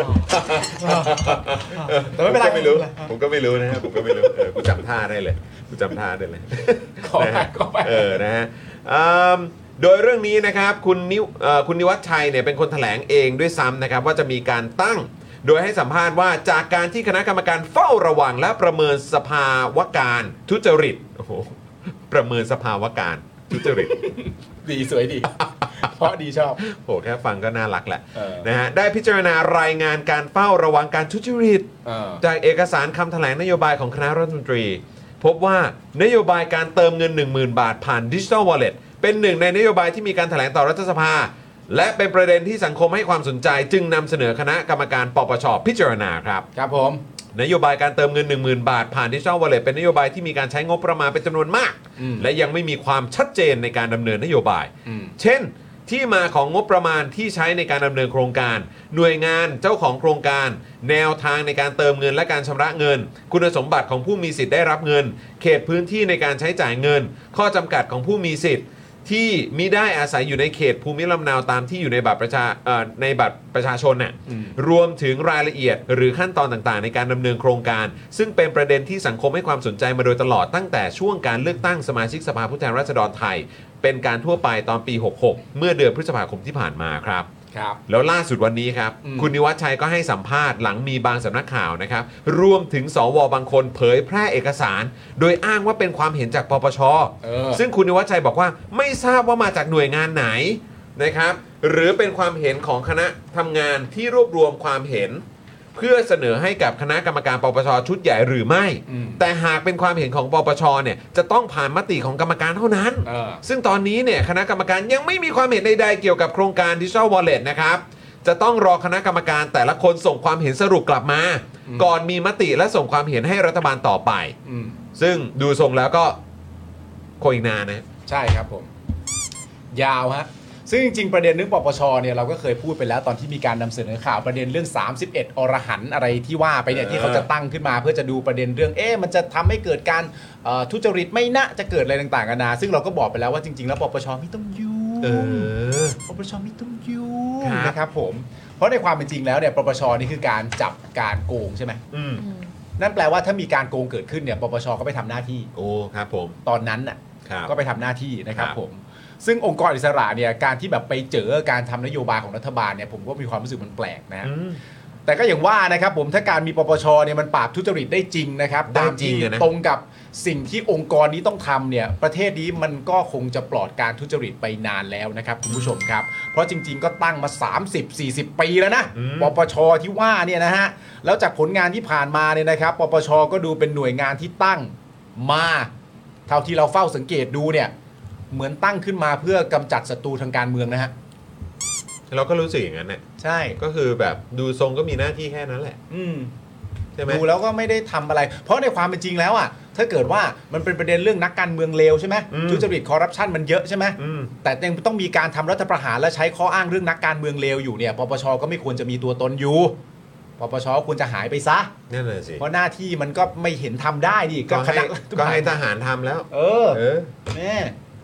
แต่ไม่เป็นไรไม่รู้ผมก็ไม่รู้นะครับผมก็ไม่รู้กูจำท่าได้เลยขอไปนะฮะโดยเรื่องนี้นะครับคุณนิวัฒชัยเนี่ยเป็นคนแถลงเองด้วยซ้ำนะครับว่าจะมีการตั้งโดยให้สัมภาษณ์ว่าจากการที่คณะกรรมการเฝ้าระวังและประเมินสภาวะการทุจริตโอ้โหประเมินสภาวะการทุจริตดีสวยดี เพราะดีชอบโหแค่ฟังก็น่ารักแหละนะฮะได้พิจารณารายงานการเฝ้าระวังการทุจริตจากเอกสารคำแถลงนโยบายของคณะรัฐมนตรีพบว่านโยบายการเติมเงิน 10,000 บาทผ่าน Digital Wallet เป็นหนึ่งในนโยบายที่มีการแถลงต่อรัฐสภาและเป็นประเด็นที่สังคมให้ความสนใจจึงนำเสนอคณะกรรมการปปชพิจารณาครับครับผมนโยบายการเติมเงิน 10,000 บาทผ่าน Digital Wallet เป็นนโยบายที่มีการใช้งบประมาณเป็นจำนวนมากและยังไม่มีความชัดเจนในการดำเนินนโยบายเช่นที่มาของงบประมาณที่ใช้ในการดำเนินโครงการหน่วยงานเจ้าของโครงการแนวทางในการเติมเงินและการชำระเงินคุณสมบัติของผู้มีสิทธิ์ได้รับเงินเขตพื้นที่ในการใช้จ่ายเงินข้อจำกัดของผู้มีสิทธิ์ที่มิได้อาศัยอยู่ในเขตภูมิลำเนาตามที่อยู่ในบัตรประชาชนน่ะรวมถึงรายละเอียดหรือขั้นตอนต่างๆในการดำเนินโครงการซึ่งเป็นประเด็นที่สังคมให้ความสนใจมาโดยตลอดตั้งแต่ช่วงการเลือกตั้งสมาชิกสภาผู้แทนราษฎรไทยเป็นการทั่วไปตอนปี 66 เมื่อเดือนพฤษภาคมที่ผ่านมาครับแล้วล่าสุดวันนี้ครับคุณนิวัฒชัยก็ให้สัมภาษณ์หลังมีบางสำนักข่าวนะครับรวมถึงสวบางคนเผยแพร่เอกสารโดยอ้างว่าเป็นความเห็นจากปปชซึ่งคุณนิวัฒชัยบอกว่าไม่ทราบว่ามาจากหน่วยงานไหนนะครับหรือเป็นความเห็นของคณะทำงานที่รวบรวมความเห็นเพื่อเสนอให้กับคณะกรรมการปปชชุดใหญ่หรือไม่แต่หากเป็นความเห็นของปปชเนี่ยจะต้องผ่านมติของกรรมการเท่านั้นซึ่งตอนนี้เนี่ยคณะกรรมการยังไม่มีความเห็นใดๆเกี่ยวกับโครงการ Digital Wallet นะครับจะต้องรอคณะกรรมการแต่ละคนส่งความเห็นสรุปกลับมาก่อนมีมติและส่งความเห็นให้รัฐบาลต่อไปซึ่งดูทรงแล้วก็คงอีกนานนะใช่ครับผมยาวฮะซึ่งจริงๆประเด็นเรื่องปปชเนี่ยเราก็เคยพูดไปแล้วตอนที่มีการนำเสนอข่าวประเด็นเรื่อง31อรหันต์อะไรที่ว่าไปเนี่ยที่เขาจะตั้งขึ้นมาเพื่อจะดูประเด็นเรื่องมันจะทำให้เกิดการทุจริตไม่น่าจะเกิดอะไรต่างๆกันานาซึ่งเราก็บอกไปแล้วว่าจริงๆแล้วปปชไม่ต้องยุ่งปปชไม่ต้องยุ่งนะครับผมเพราะในความเป็นจริงแล้วเนี่ยปปชนี่คือการจับการโกงใช่ไหมนั่นแปลว่าถ้ามีการโกงเกิดขึ้นเนี่ยปปชก็ไปทำหน้าที่โอ้ครับผมตอนนั้นน่ะก็ไปทำหน้าที่นะครับผมซึ่งองค์กรอิสระเนี่ยการที่แบบไปเจอการทำนโยบายของรัฐบาลเนี่ยผมก็มีความรู้สึกมันแปลกนะแต่ก็อย่างว่านะครับผมถ้าการมีปปชเนี่ยมันปราบทุจริตได้จริงนะครับตามที่ตรงกับสิ่งที่องค์กรนี้ต้องทำเนี่ยประเทศนี้มันก็คงจะปลอดการทุจริตไปนานแล้วนะครับคุณผู้ชมครับเพราะจริงๆก็ตั้งมา 30-40 ปีแล้วนะปปชที่ว่าเนี่ยนะฮะแล้วจากผลงานที่ผ่านมาเนี่ยนะครับปปชก็ดูเป็นหน่วยงานที่ตั้งมาเท่าที่เราเฝ้าสังเกตดูเนี่ยเหมือนตั้งขึ้นมาเพื่อกำจัดศัตรูทางการเมืองนะฮะเราก็รู้สึกอย่างนั้นแหละใช่ก็คือแบบดูทรงก็มีหน้าที่แค่นั้นแหละใช่ไหมดูแล้วก็ไม่ได้ทำอะไรเพราะในความเป็นจริงแล้วอ่ะถ้าเกิดว่ามันเป็นประเด็นเรื่องนักการเมืองเลวใช่ไหมทุจริตคอร์รัปชันมันเยอะใช่ไหมแต่ยังต้องมีการทำรัฐประหารและใช้ข้ออ้างเรื่องนักการเมืองเลวอยู่เนี่ยปปชก็ไม่ควรจะมีตัวตนอยู่ปปชควรจะหายไปซะนั่นแหละสิเพราะหน้าที่มันก็ไม่เห็นทำได้ดิก็ให้ทหารทำแล้วแม่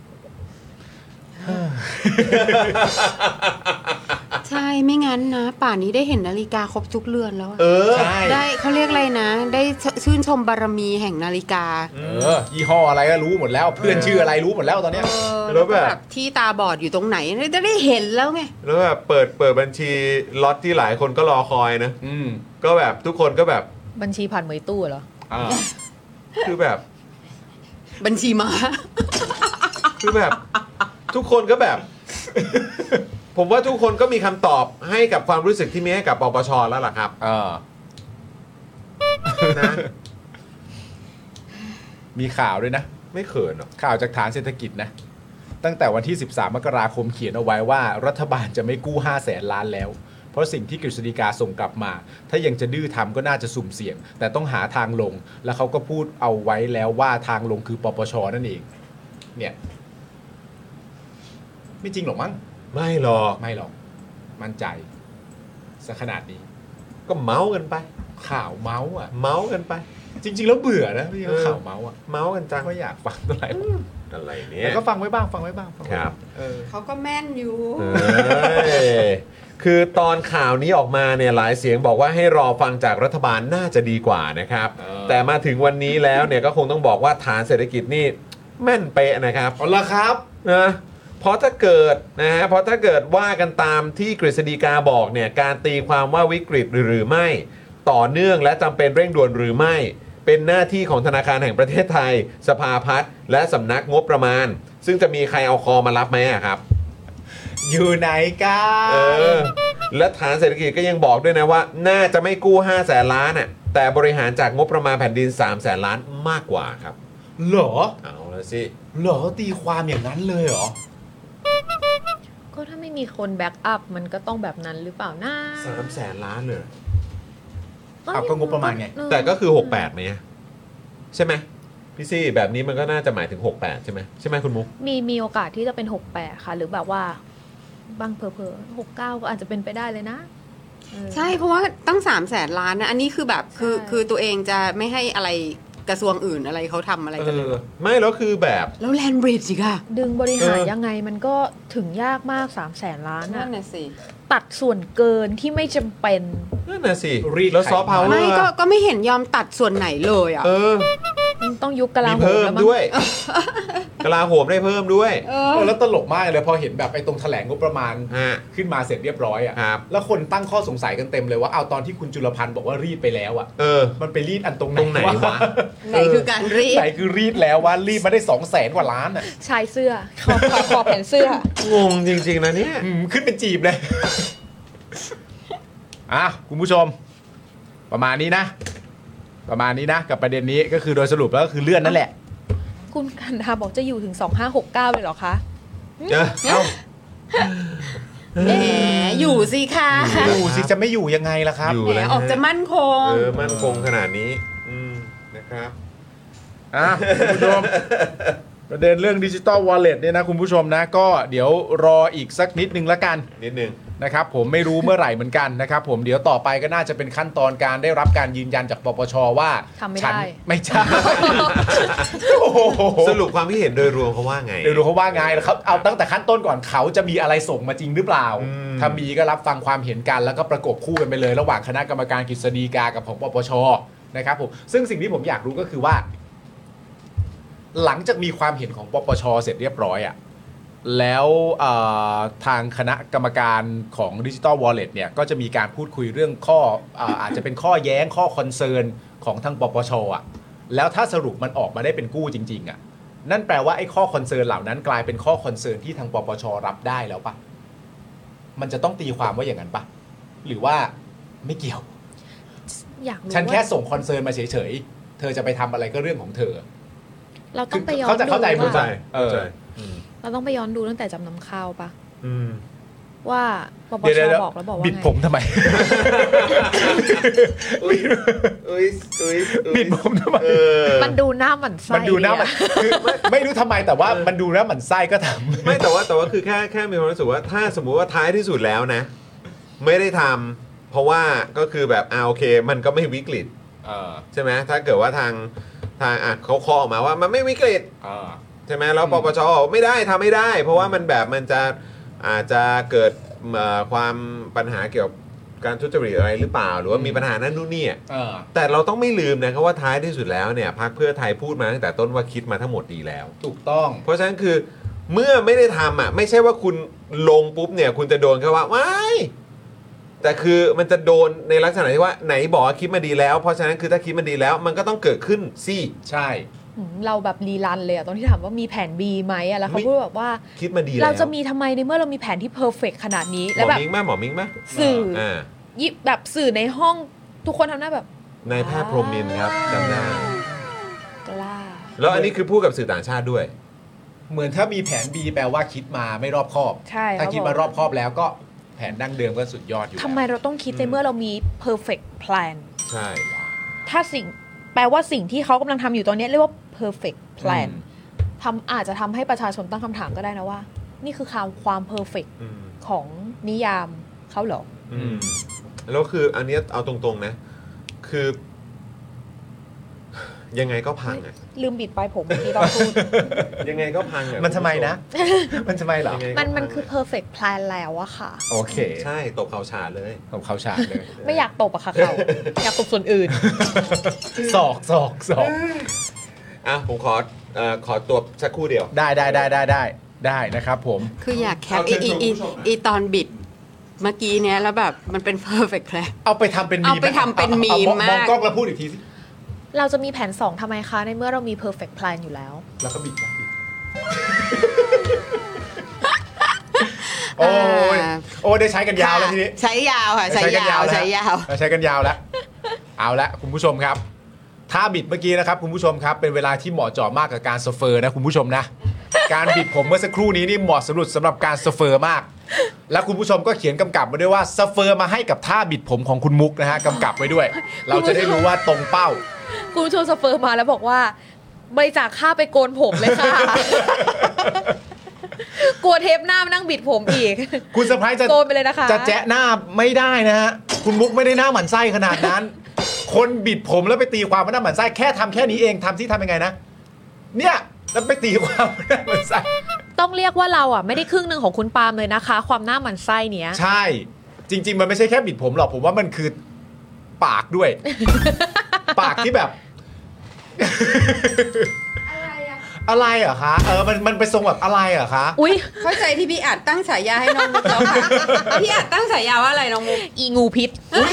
ใช่ไม่งั้นนะป่านนี้ได้เห็นนาฬิกาครบทุกเรือนแล้วใช่ได้เขาเรียกอะไรนะได้ชื่นชมบารมีแห่งนาฬิกายี่ห้ออะไรก็รู้หมดแล้วเพื่อนชื่ออะไรรู้หมดแล้วตอนนี้แล้วแบบที่ตาบอดอยู่ตรงไหนจะได้เห็นแล้วไงแล้วแบบเปิดบัญชีล็อตที่หลายคนก็รอคอยนะก็แบบทุกคนก็แบบบัญชีผ่านมือตู้เหรอคือแบบบัญชีม้าคือแบบทุกคนก็แบบผมว่าทุกคนก็มีคำตอบให้กับความรู้สึกที่มีให้กับปปชแล้วล่ะครับนะมีข่าวด้วยนะไม่เขินหรอข่าวจากฐานเศรษฐกิจนะตั้งแต่วันที่13 มกราคมเขียนเอาไว้ว่ารัฐบาลจะไม่กู้500,000 ล้านแล้วเพราะสิ่งที่กฤษฎีกาส่งกลับมาถ้ายังจะดื้อทำก็น่าจะสุ่มเสี่ยงแต่ต้องหาทางลงแล้วเขาก็พูดเอาไว้แล้วว่าทางลงคือปปช.นั่นเองเนี่ยไม่จริงหรอกมั้งไม่หรอกไม่หรอกมั่นใจซะขนาดนี้ก็เมาส์กันไปข่าวเมาส์อ่ะเมาส์กันไปจริง ๆ แล้วเบื่อนะพี่ข่าวเมาส์อ่ะเมาส์กันจังไม่อยากฟังเท่าไหร่อะไรเนี่ยแต่ก็ฟังไว้บ้างฟังไว้บ้างครับเขาก็แม่นอยู่คือตอนข่าวนี้ออกมาเนี่ยหลายเสียงบอกว่าให้รอฟังจากรัฐบาลน่าจะดีกว่านะครับ แต่มาถึงวันนี้แล้วเนี่ยก็คงต้องบอกว่าฐานเศรษฐกิจนี่แม่นเป๊ะนะครับเอาละครับนะเพราะถ้าเกิดนะฮะเพราะถ้าเกิดว่ากันตามที่กฤษฎีกาบอกเนี่ยการตีความว่าวิกฤตหรือไม่ต่อเนื่องและจำเป็นเร่งด่วนหรือไม่เป็นหน้าที่ของธนาคารแห่งประเทศไทยสภาพัฒน์และสำนักงบประมาณซึ่งจะมีใครเอาคอมารับไหมครับอยู่ไหนกันและฐานเศรษฐกิจก็ยังบอกด้วยนะว่าน่าจะไม่กู้500,000 ล้านน่ะแต่บริหารจากงบประมาณแผ่นดิน300,000 ล้านมากกว่าครับเหรอเอาละสิเหรอตีความอย่างนั้นเลยเหรอก็ถ้าไม่มีคนแบ็กอัพมันก็ต้องแบบนั้นหรือเปล่านะ 300,000 ล้านเลยก็งบประมาณไงแต่ก็คือ68ไหมใช่ไหมพี่ซี่แบบนี้มันก็น่าจะหมายถึง68ใช่ไหมคุณมุกมีโอกาสที่จะเป็น68ค่ะหรือแบบว่าบางเผลอๆ69ก็อาจจะเป็นไปได้เลยนะใช่เพราะว่าตั้ง300,000 ล้านนะอันนี้คือแบบคือตัวเองจะไม่ให้อะไรกระทรวงอื่นอะไรเขาทำอะไรกันเลยไม่แล้วคือแบบแล้วแลนด์บริดจ์สิค่ะดึงบริหารยังไงมันก็ถึงยากมาก300,000 ล้านนั่นน่ะสิตัดส่วนเกินที่ไม่จำเป็นนั่นน่ะสิแล้วซอฟต์พาวเวอร์ไม่ก็ไม่เห็นยอมตัดส่วนไหนเลยอ่ะต้องยุบกลาโหมแล้วมั้งด้วยกลาโหมได้เพิ่มด้วยแล้วตลกมากเลยพอเห็นแบบไอ้ตรงแถลงงบประมาณขึ้นมาเสร็จเรียบร้อยอ่ะแล้วคนตั้งข้อสงสัยกันเต็มเลยว่าเอาตอนที่คุณจุลพันธ์บอกว่ารีดไปแล้วอ่ะมันไปรีดอันตรงไหนวะไหนคือการรีดไหนคือรีดแล้วว่ารีดมาได้200,000 กว่าล้านอ่ะชายเสื้อขอบแผ่นเสื้องงจริงๆนะเนี่ยขึ้นเป็นจีบเลยคุณผู้ชมประมาณนี้นะกับประเด็นนี้ก็คือโดยสรุปแล้วก็คือเลื่อนนั่นแหละคุณกันดาบอกจะอยู่ถึง2569เลยเหรอคะอยู่สิค่ะอยู่สิจะไม่อยู่ยังไงล่ะครับแหมออกจะมั่นคงมั่นคงขนาดนี้นะครับคุณผู้ชมประเด็นเรื่อง Digital Wallet เนี่ยนะคุณผู้ชมนะก็เดี๋ยวรออีกสักนิดนึงละกันนะครับผมไม่รู้เมื่อไหร่เหมือนกันนะครับผมเดี๋ยวต่อไปก็น่าจะเป็นขั้นตอนการได้รับการยืนยันจากปปช.ว่าทำไม่ได้ไม่ใช่สรุปความคิดเห็นโดยรวมเขาว่าไงโดยรวมเขาว่าไงแล้วเขาเอาตั้งแต่ขั้นต้นก่อนเขาจะมีอะไรส่งมาจริงหรือเปล่าถ้ามีก็รับฟังความเห็นกันแล้วก็ประกบคู่กันไปเลยระหว่างคณะกรรมการกฤษฎีกากับของปปช.นะครับผมซึ่งสิ่งที่ผมอยากรู้ก็คือว่าหลังจากมีความเห็นของปปช.เสร็จเรียบร้อยอ่ะแล้วทางคณะกรรมการของ Digital Wallet เนี่ยก็จะมีการพูดคุยเรื่องข้อ อาจจะเป็นข้อแย้งข้อคอนเซิร์นของทางปปช.อ่ะแล้วถ้าสรุปมันออกมาได้เป็นกู้จริงๆอ่ะนั่นแปลว่าไอ้ข้อคอนเซิร์นเหล่านั้นกลายเป็นข้อคอนเซิร์นที่ทางปปช.รับได้แล้วปะมันจะต้องตีความว่าอย่างนั้นปะหรือว่าไม่เกี่ยวอยากรู้ฉันแค่ส่งคอนเซิร์นมาเฉยๆเธอจะไปทำอะไรก็เรื่องของเธอเราต้องไปย้อนดูเข้าใจเราต้องไปย้อนดูตั้งแต่จำนำข้าวปะว่าปปช.บอกแล้วบอกว่าไงบิดผมทำไมบิดผมทำไมมันดูหน้าหมั่นไส้มันดูหน้ามันไม่รู้ทำไมแต่ว่ามันดูหน้าหมั่นไส้ก็ทำไม่แต่ว่าคือแค่มีความรู้สึกว่าถ้าสมมุติว่าท้ายที่สุดแล้วนะไม่ได้ทำเพราะว่าก็คือแบบโอเคมันก็ไม่วิกฤตใช่ไหมถ้าเกิดว่าทางเขาเคาะออกมาว่ามันไม่วิกฤตใช่ไหมแล้วปปช.ไม่ได้ทำไม่ได้เพราะว่ามันแบบมันจะอาจจะเกิดความปัญหาเกี่ยวกับการทุจริตอะไรหรือเปล่าหรือว่ามีปัญหานั่นนู่นนี่แต่เราต้องไม่ลืมนะครับว่าท้ายที่สุดแล้วเนี่ยพรรคเพื่อไทยพูดมาตั้งแต่ต้นว่าคิดมาทั้งหมดดีแล้วถูกต้องเพราะฉะนั้นคือเมื่อไม่ได้ทำไม่ใช่ว่าคุณลงปุ๊บเนี่ยคุณจะโดนแค่ว่าว้ายแต่คือมันจะโดนในลักษณะที่ว่าไหนบอกว่าคิดมาดีแล้วเพราะฉะนั้นคือถ้าคิดมาดีแล้วมันก็ต้องเกิดขึ้นสิใช่เราแบบรีรันเลยตอนที่ถามว่ามีแผน B ไหมแล้วเขาพูดแบบว่าคิดมาดีแล้วเราจะมีทำไมในเมื่อเรามีแผนที่เพอร์เฟกต์ขนาดนี้แล้วแบบหมอมิงมั้ยสื่อแบบสื่อในห้องทุกคนทำหน้าแบบนายแพทย์พรหมินทร์ครับจำได้กล้าแล้วอันนี้คือพูดกับสื่อต่างชาติด้วยเหมือนถ้ามีแผน B แปลว่าคิดมาไม่รอบคอบใช่ถ้าคิดมารอบคอบแล้วก็แผนดั้งเดิมก็สุดยอดอยู่ทำไมเราต้องคิดในเมื่อเรามี perfect plan ใช่ถ้าแปลว่าสิ่งที่เขากำลังทำอยู่ตอนนี้เรียกว่า perfect plan อาจจะทำให้ประชาชนตั้งคำถามก็ได้นะว่า นี่คือความ perfect ของนิยามเขาเหรอแล้วคืออันนี้เอาตรงๆนะคือยังไงก็พังอ่ะลืมบิดไปผมที่ต้องพูดยังไงก็พังอ่ะมันทำไมนะ มันทำไมเหรอมันคือ perfect plan แล้วอะค่ะโอเคใช่ตบเข่าฉาเลยตบเข่าฉาเลยไม่อยากตบอะค่ะเขาอยากตบส่วนอื่นศอกผมขอตัวสักครู่เดียวได้นะครับผมคืออยากแคปอีตอนบิดเมื่อกี้เนี้ยแล้วแบบมันเป็น perfect plan เอาไปทำเป็นมีมมากมองกล้องแล้วพูดอีกทีสิเราจะมีแผน2ทำไมคะในเมื่อเรามี perfect plan อยู่แล้วแล้วก็บิดโอ้ได้ใช้กันยาวแล้วทีนี้ใช้ยาวค่ะใช้กันยาวใช้กันยาวแล้วเอาละคุณผู้ชมครับถ้าบิดเมื่อกี้นะครับคุณผู้ชมครับเป็นเวลาที่เหมาะเจาะมากกับการเซอร์เฟอร์นะคุณผู้ชมนะการบิดผมเมื่อสักครู่นี้นี่เหมาะสำหรับการเซอร์เฟอร์มากแล้วคุณผู้ชมก็เขียนกำกับมาด้วยว่าเซอร์เฟอร์มาให้กับท่าบิดผมของคุณมุกนะฮะกำกับไว้ด้วยเราจะได้รู้ว่าตรงเป้าคุณผู้ชมเซอร์เฟอร์มาแล้วบอกว่าบริจาคค่าไปโกนผมเลยค่ะกลัวเทปหน้ามานั่งบิดผมอีกคุณเซอร์ไพรส์จะโกนไปเลยนะคะจะแจ๊ะหน้าไม่ได้นะฮะคุณมุกไม่ได้หน้าหมั่นไส้ขนาดนั้นคนบิดผมแล้วไปตีความว่าหน้าหมั่นไส้แค่ทำแค่นี้เองทำที่ทำยังไงนะเนี่ยแล้วไปตีความว่าหน้าหมั่นไส้ต้องเรียกว่าเราอ่ะไม่ได้ครึ่งนึงของคุณปาล์มเลยนะคะความหน้าหมั่นไส้เนี้ยใช่จริงๆมันไม่ใช่แค่บิดผมหรอกผมว่ามันคือปากด้วย ปากที่แบบอะไรอะคะมันไปทรงแบบอะไรอะคะอุ้ยเข้าใจที่พี่อัดตั้งฉายาให้น้องมุกแล้วค่ะพี่อัดตั้งฉายาว่าอะไรน้องมุกอีงูพิษ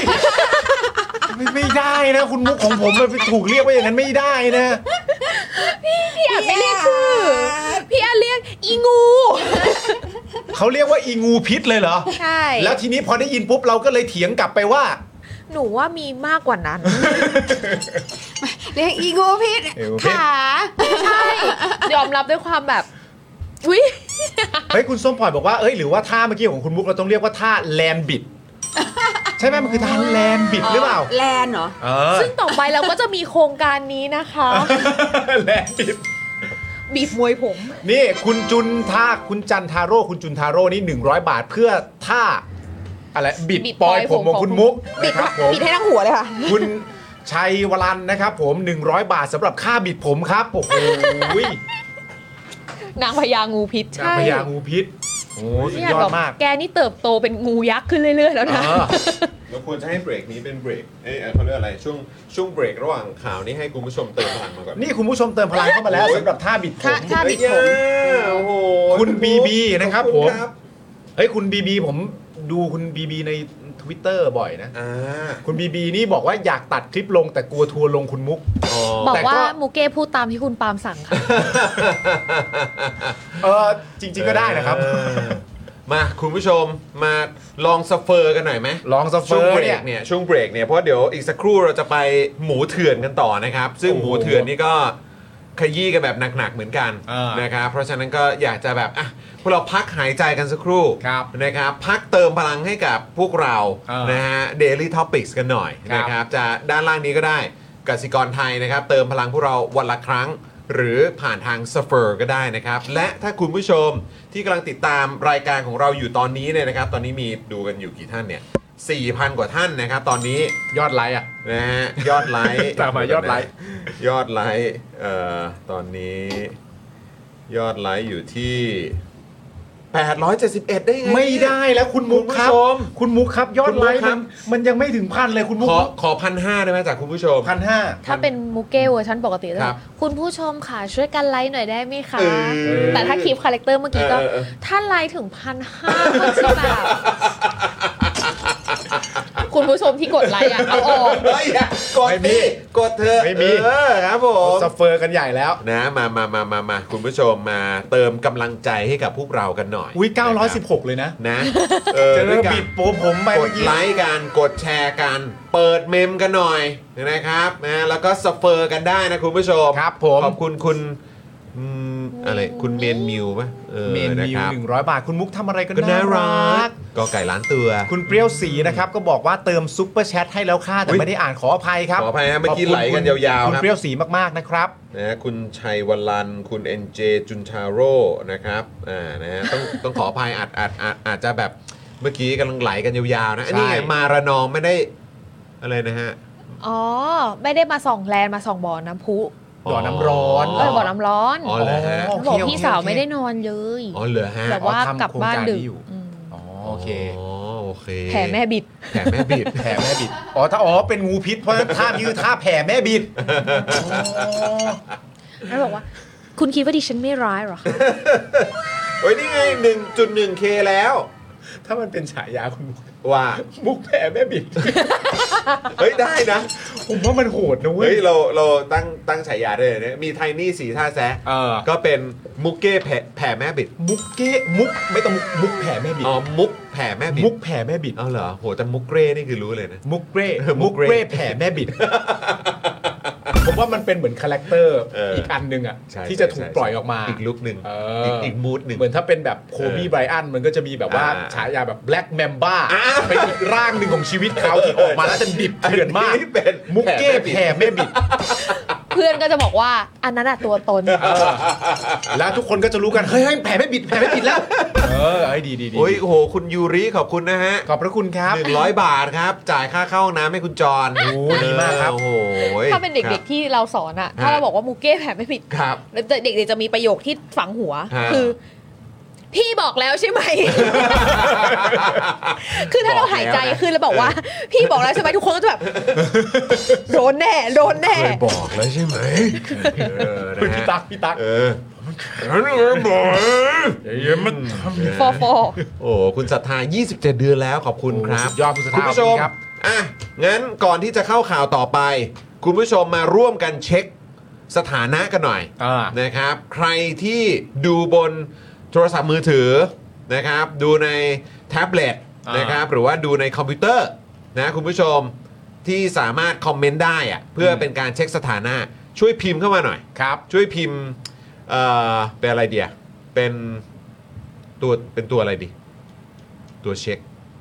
ไม่ได้นะคุณมุกของผมมันถูกเรียกว่าอย่างนั้นไม่ได้นะพี่อัดไม่เรียกชื่อพี่อัดเรียกอีงูเขาเรียกว่าอีงูพิษเลยเหรอใช่แล้วทีนี้พอได้ยินปุ๊บเราก็เลยเถียงกลับไปว่าหนูว่ามีมากกว่านั้นเรียกอีงูพิษขาใช่ยอมรับด้วยความแบบอุ้ยเฮ้ยคุณส้มปล่อยบอกว่าเอ้ยหรือว่าท่าเมื่อกี้ของคุณมุกเราต้องเรียกว่าท่าแลนบิดใช่ไหมมันคือท่าแลนบิดหรือเปล่าแลนเหรอซึ่งต่อไปเราก็จะมีโครงการนี้นะคะแลนบิดบีบมวยผมนี่คุณจุนจันทาโร่คุณจุนทาโร่นี่100 บาทเพื่อท่าอะไรบิดปอยผมของคุณมุกนะครับผมบิดให้ทั้งหัวเลยค่ะคุณชัยวรันนะครับผม100 บาทสำหรับค่าบิดผมครับโอ้โหนางพญางูพิษใช่นางพญางูพิษโอ้สุดยอดมากแกนี่เติบโตเป็นงูยักษ์ขึ้นเรื่อยๆแล้วนะเราควรจะให้เบรกนี้เป็นเบรกเขาเรียกอะไรช่วงเบรกระหว่างข่าวนี้ให้คุณผู้ชมเติมพลังมาก่อนนี่คุณผู้ชมเติมพลังเข้ามาแล้วสำหรับท่าบิดผมท่าบิดผมโอ้โหคุณบีบีนะครับผมเฮ้ยคุณบีบีผมดูคุณบีบีใน Twitter บ่อยนะคุณบีบีนี่บอกว่าอยากตัดคลิปลงแต่กลัวทัวร์ลงคุณมุกบอกว่ามูเก้พูดตามที่คุณปาล์มสั่งค่ะจริงๆก็ได้นะครับมาคุณผู้ชมมาลองสเฟอร์กันหน่อยไหมลองสเฟอร์เนี่ยช่วงเบรกเนี่ยเพราะเดี๋ยวอีกสักครู่เราจะไปหมูเถื่อนกันต่อนะครับซึ่งหมูเถื่อนนี่ก็ขยี้กันแบบหนักๆเหมือนกันนะครับเพราะฉะนั้นก็อยากจะแบบพวกเราพักหายใจกันสักครู่นะครับพักเติมพลังให้กับพวกเรานะฮะ Daily Topics กันหน่อยนะครับจะด้านล่างนี้ก็ได้กสิกรไทยนะครับเติมพลังพวกเราวันละครั้งหรือผ่านทางสเฟอร์ก็ได้นะครับและถ้าคุณผู้ชมที่กำลังติดตามรายการของเราอยู่ตอนนี้เนี่ยนะครับตอนนี้มีดูกันอยู่กี่ท่านเนี่ย 4,000 กว่าท่านนะครับตอนนี้ยอดไลค์นะฮะยอดไลค์ตามมายอดไลค์ตอนนี้ยอดไลค์อยู่ที่871ได้ไงไม่ได้แล้วคุณมุกครับคุณมุกครับยอดไลค์มันยังไม่ถึงพันเลยคุณมุกขอ 1,500 ได้ไหมจากคุณผู้ชม 1,500 ถ้าเป็นมุกเก้เวอร์ชันปกติแล้วคุณผู้ชมค่ะช่วยกันไลค์หน่อยได้ไหมคะแต่ถ้าคลิปคาแรคเตอร์เมื่อกี้ก็ถ้าไลค์ถึง 1,500 ก็จะแบบคุณผู้ชมที่กดไลค์เอาออกกดเถอะไม่มีครับผมซัฟเฟอร์กันใหญ่แล้วนะมาคุณผู้ชมมาเติมกำลังใจให้กับพวกเรากันหน่อยอุ้ย916เลยนะจะเริ่มบิดผมไปกดไลค์กันกดแชร์กันเปิดเมมกันหน่อยนะครับนะแล้วก็ซัฟเฟอร์กันได้นะคุณผู้ชมครับผมขอบคุณคุณอะไรคุณเมนมิวป่ะเมนมิว100 บาทคุณมุกทำอะไรก็น่ารักก็ไก่ล้านตัวคุณเปรี้ยวสีนะครับก็บอกว่าเติมซุปเปอร์แชทให้แล้วค่ะแต่ไม่ได้อ่านขออภัยครับขออภัยฮะเมื่อกี้ไหลกันยาวๆคุณเปรี้ยวสีมากๆนะครับนะคุณชัยวลันคุณเอ็นเจจุนชาโร่นะครับนะฮะต้องขออภัยอาจจะแบบเมื่อกี้กำลังไหลกันยาวๆนะอันนี้มาระนองไม่ได้อะไรนะฮะอ๋อไม่ได้มาส่องแลนมาส่องบ่อน้ำพุบ่อน้ำร้อนบ่อน้ำร้อนอ๋อเหรอฮะบอกพี่สาวไม่ได้นอนเลยอ๋อเหรอฮะแบบว่ากลับบ้านดึกอ๋อโอเคแผ่แม่บิดแผ่แม่บิดแผ่แม่บิดเป็นงูพิษเพราะท่ายืดท่าแผ่แม่บิดแล้วบอกว่าคุณคิดว่าดิฉันไม่ร้ายหรอคะโอ้ยนี่ไง 1.1K แล้วถ้ามันเป็นฉายาคุณว่ามุกแผ่แม่บิดเฮ้ยได้นะผมว่ามันโหดนะเว้ยเฮ้ยเราตั้งฉายาได้เลยเนี่ยมีไทนี่สีท่าแซะก็เป็นมุกเก้แผ่แม่บิดมุกไม่ต้องมุกแผ่แม่บิดอ๋อมุกแผ่แม่บิดมุกแผ่แม่บิดอ๋อเหรอโหแต่มุกเร่นี่คือรู้เลยนะมุกเร่แผ่แม่บิดผมว่ามันเป็นเหมือนคาแรคเตอร์อีกอันนึงอ่ะที่จะถูกปล่อยออกมาอีกลุคนึงอีกมูดนึงเหมือนถ้าเป็นแบบโคบี้ไบรอันมันก็จะมีแบบว่าฉายาแบบแบล็กแมมบ้าเป็นอีกร่างหนึ่งของชีวิตเขาที่ออกมาแล้วจะดิบเถื่อนมากเป็นมุกเก้แผ่แม่บิดเพื่อนก็จะบอกว่าอันนั้นอะตัวตนแล้วทุกคนก็จะรู้กันเฮ้ยแผ่แม่บิดแล้วไอ้ดีโอ้ยโอ้โหคุณยูริขอบคุณนะฮะขอบพระคุณครับ 100 บาทครับจ่ายค่าเข้าห้องน้ำให้คุณจอนโอ้ดีมากครับโอ้โหถ้าเป็นเด็กๆที่เราสอนอะถ้าเราบอกว่ามุกเก้แผ่ไม่ผิดแล้วเด็กๆจะมีประโยคที่ฝังหัวคือพี่บอกแล้วใช่ไหม คือถ้าเราหายใจคือเราบอกว่าพี่บอกแล้วใช่ไหมทุกคนก็จะแบบโดนแน่เคยบอกแล้วใช่ไหมพี่ตั๊กบอกอย่ามาทำฟอโอ้คุณศรัทธา27 เดือนแล้วขอบคุณครับยอดคุณศรัทธาคุณผู้ชมงั้นก่อนที่จะเข้าข่าวต่อไปคุณผู้ชมมาร่วมกันเช็คสถานะกันหน่อยนะครับใครที่ดูบนโทรศัพท์มือถือนะครับดูในแท็บเล็ตนะครับหรือว่าดูในคอมพิวเตอร์นะคุณผู้ชมที่สามารถคอมเมนต์ได้อะเพื่อเป็นการเช็คสถานะช่วยพิมพ์เข้ามาหน่อยครับช่วยพิมพ์เป็นอะไรเดียเป็นตัวอะไรดีตัวเช็ค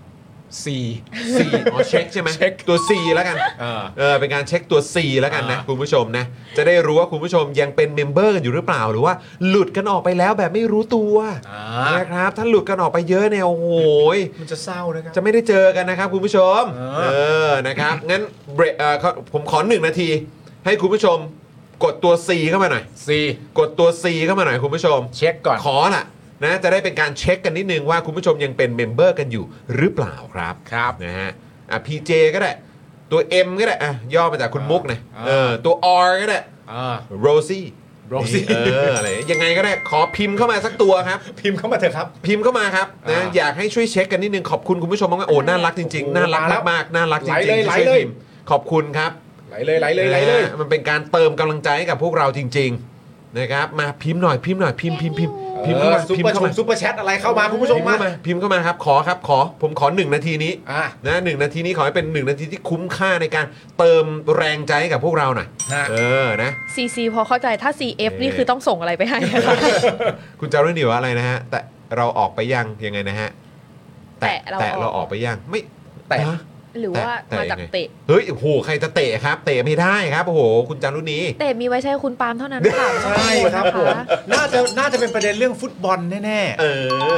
C อ๋อเช็คใช่ไหมตัว C แล้วกันเป็นการเช็คตัว C แล้วกันนะคุณผู้ชมนะจะได้รู้ว่าคุณผู้ชมยังเป็นเมมเบอร์กันอยู่หรือเปล่าหรือว่าหลุดกันออกไปแล้วแบบไม่รู้ตัวนะครับถ้าหลุดกันออกไปเยอะเนี่ยโอ้โหมันจะเศร้านะครับจะไม่ได้เจอกันนะครับคุณผู้ชมนะครับงั้นผมขอ1 นาทีให้คุณผู้ชมกดตัว C เข้ามาหน่อย C กดตัว C เข้ามาหน่อยคุณผู้ชมเช็คก่อนขอล่ะนะจะได้เป็นการเช็คกันนิดนึงว่าคุณผู้ชมยังเป็นเมมเบอร์กันอยู่หรือเปล่าครับนะฮะPJ ก็ได้ตัว M ก็ได้ย่อมาจากคุณมุกนะตัว R ก็ได้Rosie อะไรยังไงก็ได้ขอพิมพ์เข้ามาสักตัวครับพิมพ์เข้ามาเถอะครับพิมพ์เข้ามาครับนะอยากให้ช่วยเช็คกันนิดนึงขอบคุณคุณผู้ชมมากๆโอ้น่ารักจริงๆน่ารักมากๆน่ารักจริงๆที่ช่วยพิมพ์ขอบคุณครับไหลเลยมันเป็นการเติมกำลังใจให้กับพวกเราจริงๆนะครับมาพิมพ์หน่อยพิมพ์เข้ามาซุปเปอร์แชทอะไรเข้ามาคุณผู้ชมมาพิมพ์เข้ามาครับขอผมขอ1 นาทีนี้นะ1 นาทีนี้ขอให้เป็น1 นาทีที่คุ้มค่าในการเติมแรงใจให้กับพวกเราหน่อยนะ CC พอเข้าใจถ้า CF นี่คือต้องส่งอะไรไปให้คุณจารุณีว่าอะไรนะฮะแต่เราออกไปยังไงนะฮะแต่เราออกไปยังไม่แต่หรือว่ามาจากเตะเฮ้ยโอ้โหใครจะเตะครับเตะไม่ได้ครับโอ้โหคุณจารุณีเตะมีไว้ใช้คุณปาล์มเท่านั้นค่ะใช่ครับผมน่าจะเป็นประเด็นเรื่องฟุตบอลแน่ๆ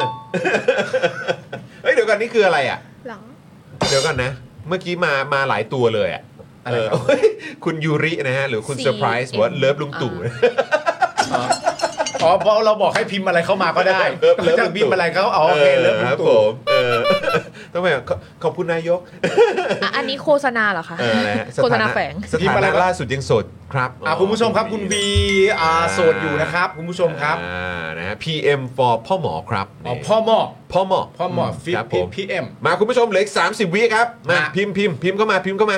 เฮ้ยเดี๋ยวก่อนนี่คืออะไรอ่ะเดี๋ยวก่อนนะเมื่อกี้มาหลายตัวเลยอ่ะคุณยูรินะฮะหรือคุณเซอร์ไพรส์ว่าเลิฟลุงตู่เพราะเราบอกให้พิมพ์อะไรเข้ามาก็ได้จะพิมพ์อะไรเขาโอเคเลิฟลุงตู่ต้องไปขอบคุณนายกอันนี้โฆษณาเหรอคะโฆษณาแฝงสถานะล่าสุดยังโสดครับคุณผู้ชมครับคุณวีโสดอยู่นะครับคุณผู้ชมครับนะฮะ PM for พ่อหมอครับพ่อหมอฟิต PM มาคุณผู้ชมเหลืออีก30 วิครับมาพิมพ์เข้ามา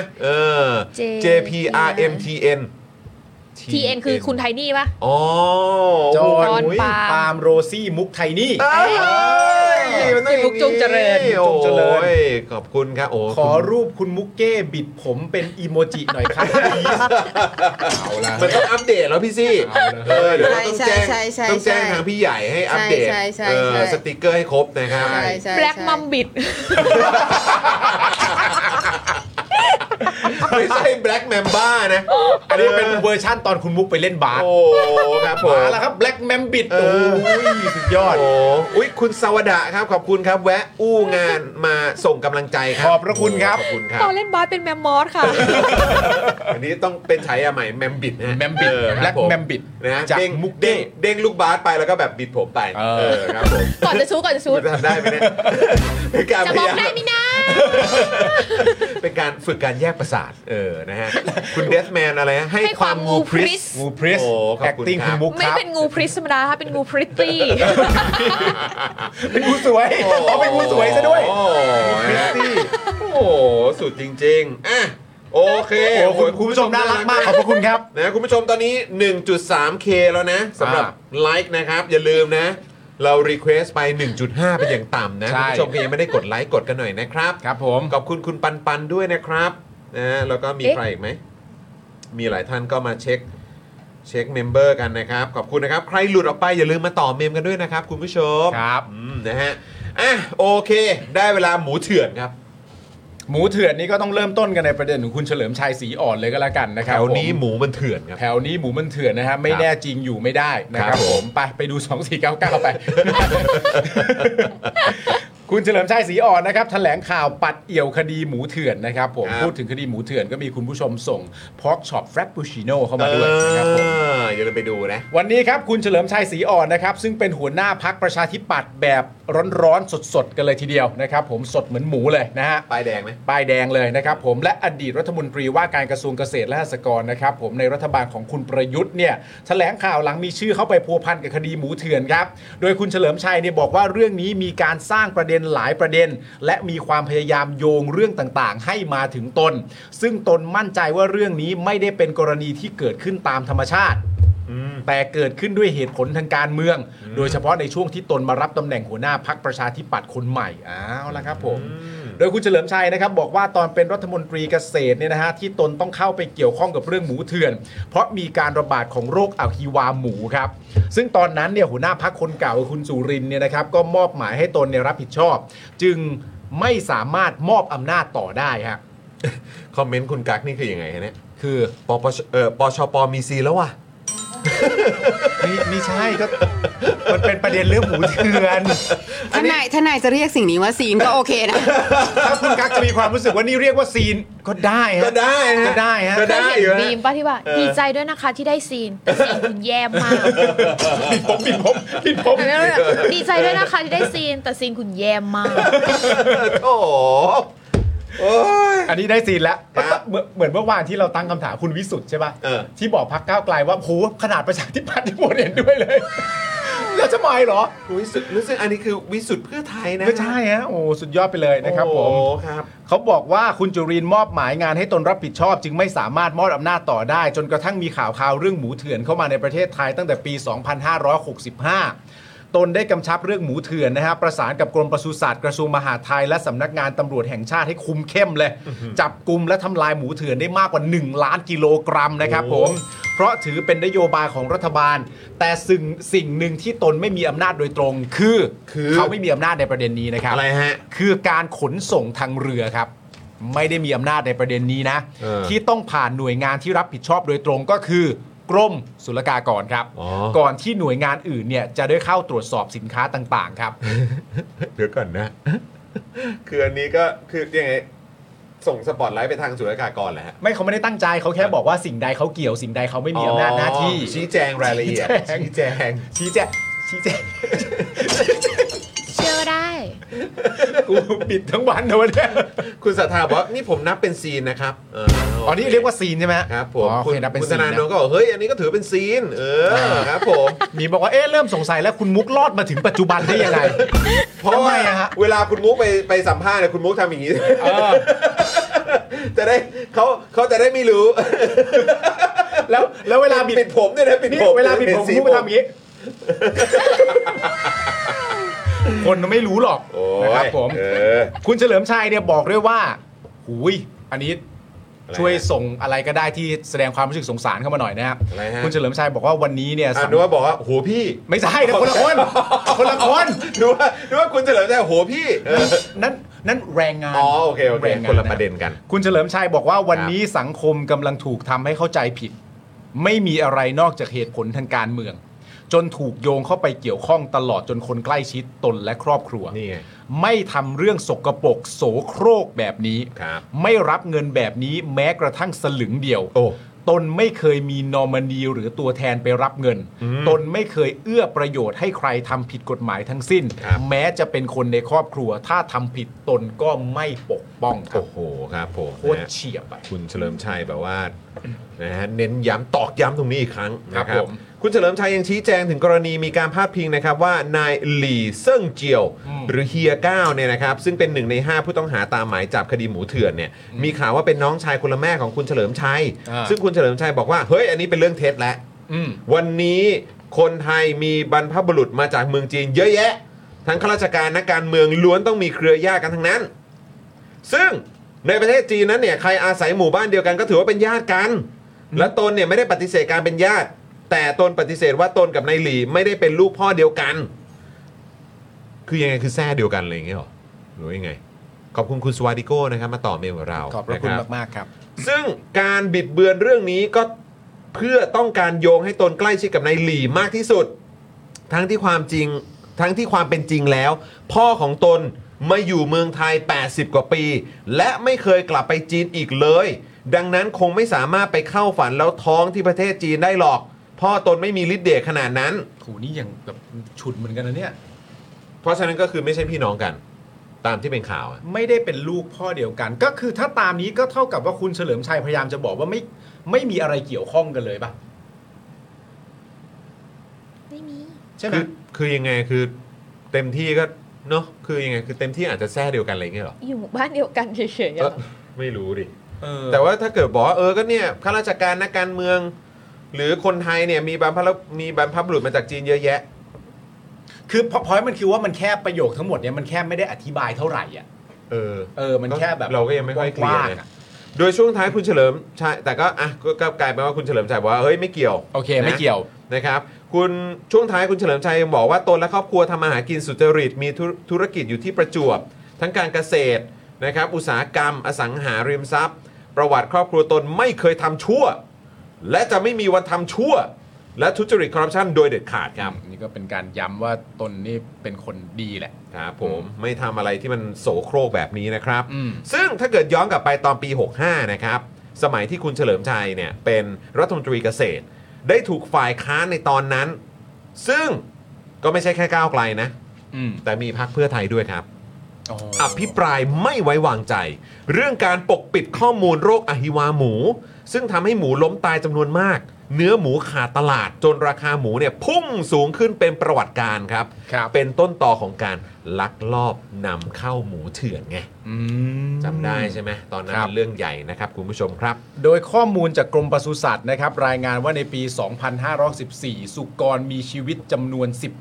JPRMTN TN คือคุณไทนี่ป่ะอ๋อจอนปาล์มโรซี่มุกไทนี่มันต้องอย่างนี้มุกจงเจริญโอ้ยขอบคุณครับโอ้ขอรูปคุณมุกเก้บิดผมเป็นอีโมจิหน่อยครับเอาละมันต้องอัปเดตแล้วพี่ซี่เดี๋ยวต้องแจ้งใช่ต้องแจ้งทางพี่ใหญ่ให้อัปเดตใช่สติกเกอร์ให้ครบนะครับแบล็กมัมบิดไม่ใช่ Black Mamba นะอันนี้เป็นเวอร์ชั่นตอนคุณมุกไปเล่นบาสโอ้ครับผมมาแล้วครับ Black Mambit โอ้ยสุดยอดโอ้อุ๊ยคุณสวัสดะครับขอบคุณครับแวะอู้งานมาส่งกำลังใจครับขอบพระคุณครับขอบคุณครับตอนเล่นบาสเป็นแมมมอสค่ะอันนี้ต้องเป็นฉายาใหม่แมมบิดนะ Mambit ครับ Black ผม Mambit นะจากเด้งมุกเด้งเด้งลูกบาสไปแล้วก็แบบบิดผมไปครับผมก่อนจะชูก่อนจะชูจะทำได้ไหมเนี่ยเป็นการจะพบอยาก ยามได้ไหมนะเป็นการฝึกการแยกประสาทนะฮะคุณเดธแมนอะไรฮะให้ความงูพริสงูพริสโอ้ขอบคุณ acting ครับคุณมุกไม่ครับเป็นงูพริสธรรมดาค่ะเป็นงูพริตตี้เป็นงูสวยเอาเป็นงูสวยซะด้วยโอ้พริสตี้โอ้สุดจริงๆอ่ะโอเคโอ้คุณผู้ชมน่ารักมากขอบพระคุณครับนะคุณผู้ชมตอนนี้ 1.3K แล้วนะสำหรับไลค์นะครับอย่าลืมนะเรารีเควสไป 1.5 เป็นอย่างต่ำนะใช่คุณผู้ชมก็ยังไม่ได้กดไลค์กดกันหน่อยนะครับครับผมขอบคุณคุณปันปันด้วยนะครับนะแล้วก็มีใครอีกไหมมีหลายท่านก็มาเช็คเมมเบอร์กันนะครับขอบคุณนะครับใครหลุดออกไปอย่าลืมมาต่อเมมกันด้วยนะครับคุณผู้ชมครับนะฮะอ่ะโอเค ได้เวลาหมูเถื่อนครับหมูเถื่อนนี่ก็ต้องเริ่มต้นกันในประเด็นของคุณเฉลิมชัยศรีอ่อนเลยก็แล้วกันนะคแถรับวนี้ผมหมูมันเถื่อนครับแถวนี้หมูมันเถื่อนนะฮะไม่แน่จริงอยู่ไม่ได้นะครับครับผผม มไปดู 2499 ไป คุณเฉลิมชัยศรีอ่อนนะครับแถลงข่าวปัดเอี่ยวคดีหมูเถื่อนนะครับผมพูดถึงคดีหมูเถื่อนก็มีคุณผู้ชมส่งพอกช็อปแฟรปปูชิโน่เข้ามาด้วยนะครับผมอย่าลืมไปดูนะวันนี้ครับคุณเฉลิมชัยศรีอ่อนนะครับซึ่งเป็นหัวหน้าพักประชาธิปัตย์แบบร้อนๆสดๆกันเลยทีเดียวนะครับผมสดเหมือนหมูเลยนะฮะป้ายแดงไหมป้ายแดงเลยนะครับผมและอดีตรัฐมนตรีว่าการกระทรวงเกษตรและเกษตรกรนะครับผมในรัฐบาลของคุณประยุทธ์เนี่ยแถลงข่าวหลังมีชื่อเข้าไปพัวพันกับคดีหมูเถื่อนครับโดยคุณเฉลิมชัยเนี่ยบอกว่าเรื่องนี้มีการสร้างประเด็นหลายประเด็นและมีความพยายามโยงเรื่องต่างๆให้มาถึงตนซึ่งตนมั่นใจว่าเรื่องนี้ไม่ได้เป็นกรณีที่เกิดขึ้นตามธรรมชาติแต่เกิดขึ้นด้วยเหตุผลทางการเมืองโดยเฉพาะในช่วงที่ตนมารับตำแหน่งหัวหน้าพรรคประชาธิปัตย์คนใหม่เอาละครับผมโดยคุณเฉลิมชัยนะครับบอกว่าตอนเป็นรัฐมนตรีเกษตรเนี่ยนะฮะที่ตนต้องเข้าไปเกี่ยวข้องกับเรื่องหมูเถื่อนเพราะมีการระบาดของโรคอัลฮิวาหมูครับซึ่งตอนนั้นเนี่ยหัวหน้าพรรคคนเก่าคุณสุรินทร์เนี่ยนะครับก็มอบหมายให้ตนเนี่ยรับผิดชอบจึงไม่สามารถมอบอำนาจต่อได้ฮะคอมเมนต์คุณกั๊กนี่คือยังไงฮะเนี่ยคือปชปมีซีแล้วว่ะไม่ใช่ก็มันเป็นประเด็นเรื่องหมูเถื่อนถ้านายจะเรียกสิ่งนี้ว่าซีนก็โอเคนะถ้าคุณกั๊กจะมีความรู้สึกว่านี่เรียกว่าซีนก็ได้ฮะก็ได้ฮะก็ได้ฮะก็เคได้ยเห็นอยู่ฮะบีมป่ะที่ว่าดีใจด้วยนะคะที่ได้ซีนแต่ซีนคุณแย่มากผิดผมดีใจด้วยนะคะที่ได้ซีนแต่ซีนคุณแย่มากโอ้โหโอ้ยอันนี้ได้ซีนแล้วครับเหมือนเมื่อวานที่เราตั้งคำถามคุณวิสุทธ์ใช่ป่ะเออที่บอกพรรคก้าวไกลว่าโหขนาดประชาธิปัตย์ที่โหวตเห็นด้วยเลย แล้วจะไม่เหรอรู้สึกอันนี้คือวิสุทธ์เพื่อไทยนะไม่ใช่ฮะโอ้สุดยอดไปเลยนะครับผมโอ้ครับเขาบอกว่าคุณจุรินทร์มอบหมายงานให้ตนรับผิดชอบ จึงไม่สามารถมอบอำนาจต่อได้ จนกระทั่งมีข่าวเรื่องหมูเถื่อนเข้ามาในประเทศไทยตั้งแต่ปี 2565 ตนได้กำชับเรื่องหมูเถื่อนนะฮะประสานกับกรมปศุสัตว์กระทรวงมหาดไทยและสำนักงานตำรวจแห่งชาติให้คุมเข้มเลย จับกลุ่มและทำลายหมูเถื่อนได้มากกว่า1ล้านกิโลกรัมนะครับผมเพราะถือเป็นนโยบายของรัฐบาล แต่สิ่งหนึ่งที่ตนไม่มีอำนาจโดยตรงคือเขาไม่มีอำนาจในประเด็นนี้นะครับอะไรฮะคือการขนส่งทางเรือครับไม่ได้มีอำนาจในประเด็นนี้นะ ที่ต้องผ่านหน่วยงานที่รับผิดชอบโดยตรงก็คือกรมศุลกากรครับก่อนที่หน่วยงานอื่นเนี่ยจะได้เข้าตรวจสอบสินค้าต่างๆครับเดี๋ยวก่อนนะ คืออันนี้ก็คือยังไงส่งสปอตไลท์ไปทางศุลกากรแหละฮะไม่เขาไม่ได้ตั้งใจเขาแค่บอกว่าสิ่งใดเขาเกี่ยวสิ่งใดเขาไม่มีอำนาจหน้าที่ชี้แจงรายละเอียดชี้แจงเชื่อก็ได้กูปิดทั้งวันนะวันเนี้ยคุณสัทธาบอกว่านี่ผมนับเป็นซีนนะครับอ๋อนี่เรียกว่าซีนใช่ไหมครับผมอ๋อโอเคนับเป็นคุณซีธนนานะโนก็บอกเฮ้ยอันนี้ก็ถือเป็นซีนครับผมมีบอกว่าเอ๊ะเริ่มสงสัยแล้วคุณมุกรอดมาถึงปัจจุบันได้ยังไงเพราะว่าเวลาคุณมุกไปสัมภาษณ์เนี่ยคุณมุกทำอย่างนี้จะได้เขาจะได้ไม่รู้แล้วเวลาปิดผมเนี่ยนะปิดผมเวลาปิดผมมุกไปทำอย่างนี้คนไม่รู้หรอกโอ้ยนะครับผมคุณเฉลิมชัยเนี่ยบอกด้วยว่าหุยอันนี้ช่วยส่งอะไรก็ได้ที่แสดงความรู้สึกสงสารเข้ามาหน่อยนะครับคุณเฉลิมชัยบอกว่าวันนี้เนี่ยดูว่าบอกว่าโหพี่ไม่ใช่นะคนละคนคนละคนดูว่าคุณเฉลิมชัยโหพี่นั่นแรงงานอ๋อโอเคคนละประเด็นกันคุณเฉลิมชัยบอกว่าวันนี้สังคมกำลังถูกทำให้เข้าใจผิดไม่มีอะไรนอกจากเหตุผลทางการเมืองจนถูกโยงเข้าไปเกี่ยวข้องตลอดจนคนใกล้ชิดตนและครอบครัวนี่ไม่ทำเรื่องสกปรกโสโครกแบบนี้ไม่รับเงินแบบนี้แม้กระทั่งสลึงเดียวตนไม่เคยมีนอมินีหรือตัวแทนไปรับเงินตนไม่เคยเอื้อประโยชน์ให้ใครทำผิดกฎหมายทั้งสิ้นแม้จะเป็นคนในครอบครัวถ้าทำผิดตนก็ไม่ปกป้องครับโอ้โหครับผมโคตรเฉียบไปคุณเฉลิมชัยแบบว่านะฮะเน้นย้ำตอกย้ำตรงนี้อีกครั้งนะครับคุณเฉลิมชัยยังชี้แจงถึงกรณีมีการพาดพิงนะครับว่านายหลี่เซิ่งเจียวหรือเฮียก้าวเนี่ยนะครับซึ่งเป็น1 ใน 5ผู้ต้องหาตามหมายจับคดีหมูเถื่อนเนี่ยมีข่าวว่าเป็นน้องชายคนละแม่ของคุณเฉลิมชัยซึ่งคุณเฉลิมชัยบอกว่าเฮ้ยอันนี้เป็นเรื่องเท็จแล้ววันนี้คนไทยมีบรรพบุรุษมาจากเมืองจีนเยอะแยะทั้งข้าราชการนักการเมืองล้วนต้องมีเครือญาติกันทั้งนั้นซึ่งในประเทศจีนนั้นเนี่ยใครอาศัยหมู่บ้านเดียวกันก็ถือว่าเป็นญาติกันและตนเนี่ยไม่ได้ปฏิเสธการเป็นญาติแต่ตนปฏิเสธว่าตนกับนายหลี่ไม่ได้เป็นลูกพ่อเดียวกันคือยังไงคือแท้เดียวกันอะไรอย่างเงี้ยหรอหรือยังไงขอบคุณคุณสวาดิโก้นะครับมาต่อเมลกับเราขอบคุณมากๆครับซึ่งการบิดเบือนเรื่องนี้ก็เพื่อต้องการโยงให้ตนใกล้ชิดกับนายหลี่มากที่สุดทั้งที่ความเป็นจริงแล้วพ่อของตนมาอยู่เมืองไทย80 กว่าปีและไม่เคยกลับไปจีนอีกเลยดังนั้นคงไม่สามารถไปเข้าฝันแล้วท้องที่ประเทศจีนได้หรอกพ่อตนไม่มีฤทธิ์เดชขนาดนั้นโหนี่ยังแบบฉุดเหมือนกันนะเนี่ยเพราะฉะนั้นก็คือไม่ใช่พี่น้องกันตามที่เป็นข่าวไม่ได้เป็นลูกพ่อเดียวกันก็คือถ้าตามนี้ก็เท่ากับว่าคุณเฉลิมชัยพยายามจะบอกว่าไม่มีอะไรเกี่ยวข้องกันเลยป่ะไม่มีใช่ไหมคือยังไงคือเต็มที่ก็เนาะคือยังไงคือเต็มที่อาจจะแท้เดียวกันอะไรเงี้ยหรออยู่หมู่บ้านเดียวกันเฉยๆไม่รู้ดิแต่ว่าถ้าเกิดบอกว่าก็เนี่ยข้าราชการนักการเมืองหรือคนไทยเนี่ยมีบรรพบุรุษมาจากจีนเยอะแยะคือพอยมันคือว่ามันแค่ประโยคทั้งหมดเนี่ยมันแค่ไม่ได้อธิบายเท่าไหร่อ่ะมันแค่แบบเราก็ยังไม่ค่อยเคลียร์นะโดยช่วงท้ายคุณเฉลิมชัยแต่ก็ก็กลายเป็นว่าคุณเฉลิมชัยบอกว่าเฮ้ยไม่เกี่ยวโอเคไม่เกี่ยวนะครับคุณช่วงท้ายคุณเฉลิมชัยยังบอกว่าตนและครอบครัวทำมาหากินสุจริตมีธุรกิจอยู่ที่ประจวบทั้งการเกษตรนะครับอุตสาหกรรมอสังหาริมทรัพย์ประวัติครอบครัวตนไม่เคยทำชั่วและจะไม่มีวันทำชั่วและทุจริตคอร์รัปชันโดยเด็ดขาดครับนี่ก็เป็นการย้ำว่าตนนี่เป็นคนดีแหละครับผมไม่ทำอะไรที่มันโสโครกแบบนี้นะครับซึ่งถ้าเกิดย้อนกลับไปตอนปี65นะครับสมัยที่คุณเฉลิมชัยเนี่ยเป็นรัฐมนตรีเกษตรได้ถูกฝ่ายค้านในตอนนั้นซึ่งก็ไม่ใช่แค่ก้าวไกลนะแต่มีพรรคเพื่อไทยด้วยครับอภิปรายไม่ไว้วางใจเรื่องการปกปิดข้อมูลโรคอหิวาหมูซึ่งทำให้หมูล้มตายจำนวนมากเนื้อหมูขาดตลาดจนราคาหมูเนี่ยพุ่งสูงขึ้นเป็นประวัติการครับเป็นต้นตอของการลักลอบนำเข้าหมูเถื่อนไงจำได้ใช่ไหมตอนนั้นเรื่องใหญ่นะครับคุณผู้ชมครับโดยข้อมูลจากกรมปศุสัตว์นะครับรายงานว่าในปี 2514 สุกรมีชีวิตจำนวน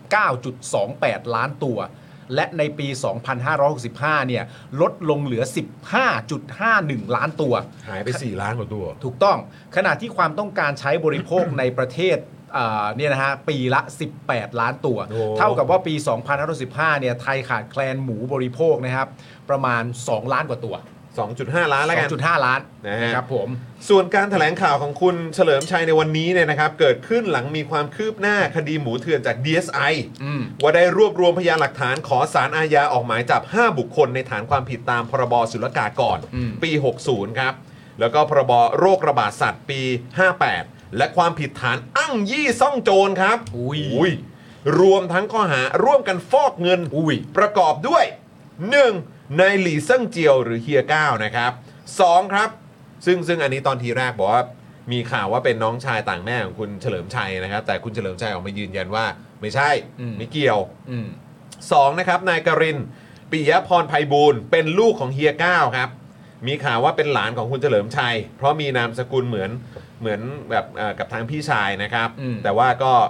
19.28 ล้านตัวและในปี 2565 เนี่ยลดลงเหลือ 15.51 ล้านตัวหายไป4ล้านกว่าตัวถูกต้องขณะที่ความต้องการใช้บริโภคในประเทศเนี่ยนะฮะปีละ18ล้านตัวเท่ากับว่าปี 2515 เนี่ยไทยขาดแคลนหมูบริโภคนะครับประมาณ2ล้านกว่าตัว 2.5 ล้านแล้วกัน 2.5 ล้านนะครับผมส่วนการแถลงข่าวของคุณเฉลิมชัยในวันนี้เนี่ยนะครับเกิดขึ้นหลังมีความคืบหน้าคดีหมูเถื่อนจาก DSI ว่าได้รวบรวมพยานหลักฐานขอศาลอาญาออกหมายจับ5บุคคลในฐานความผิดตามพรบศุลกากรปี 60 ครับแล้วก็พรบโรคระบาดสัตว์ปี 58 และความผิดฐานอ้างยี่ซ่องโจรครับรวมทั้งข้อหาร่วมกันฟอกเงินประกอบด้วย 1. นายหลี่เซิ่งเจียวหรือเฮียก้าวนะครับ 2. ครับซึ่งอันนี้ตอนทีแรกบอกว่ามีข่าวว่าเป็นน้องชายต่างแม่ของคุณเฉลิมชัยนะครับแต่คุณเฉลิมชัยออกมายืนยันว่าไม่ใช่ไม่เกี่ยว 2. นะครับนายกรินทร์ปิยพรไพบูลย์เป็นลูกของเฮียก้าวครับมีข่าวว่าเป็นหลานของคุณเฉลิมชัยเพราะมีนามสกุลเหมือนแบบกับทางพี่ชายนะครับแต่ว่าก็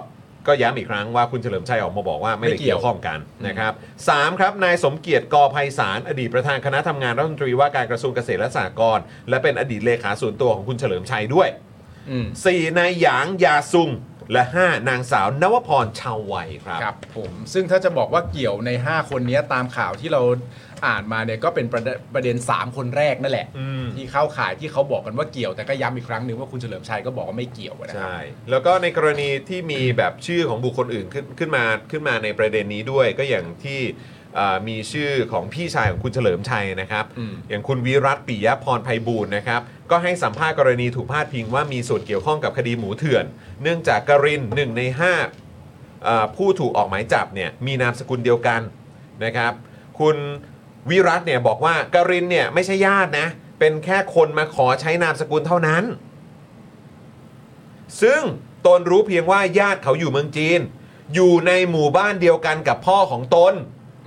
ก็ย้ำอีกครั้งว่าคุณเฉลิมชัยออกมาบอกว่าไม่ได้เกี่ยวข้องกันนะครับ3ครับนายสมเกียรติกอไพศาลอดีตประธานคณะทำงานรัฐมนตรีว่าการกระทรวงเกษตรและสหกรณ์และเป็นอดีตเลขาส่วนตัวของคุณเฉลิมชัยด้วย4นายหยางยาซุงและ5นางสาวนวพรชาววัยครับครับผมซึ่งถ้าจะบอกว่าเกี่ยวใน5คนนี้ตามข่าวที่เราอ่านมาเนี่ยก็เป็นประเด็น3คนแรกนั่นแหละที่เข้าข่ายที่เขาบอกกันว่าเกี่ยวแต่ก็ย้ำอีกครั้งหนึ่งว่าคุณเฉลิมชัยก็บอกว่าไม่เกี่ยวนะครับใช่แล้วก็ในกรณีที่มีแบบชื่อของบุคคลอื่นขึ้นมาในประเด็นนี้ด้วยก็อย่างที่มีชื่อของพี่ชายของคุณเฉลิมชัยนะครับอย่างคุณวิรัตปิยพรไพบูลย์นะครับก็ให้สัมภาษณ์กรณีถูกพาดพิงว่ามีส่วนเกี่ยวข้องกับคดีหมูเถื่อนเนื่องจากกริน1 ใน 5ผู้ถูกออกหมายจับเนี่ยมีนามสกุลเดียวกันนะครับคุณวิรัตเนี่ยบอกว่ากรินเนี่ยไม่ใช่ญาตินะเป็นแค่คนมาขอใช้นามสกุลเท่านั้นซึ่งตนรู้เพียงว่าญาติเขาอยู่เมืองจีนอยู่ในหมู่บ้านเดียวกันกับพ่อของตน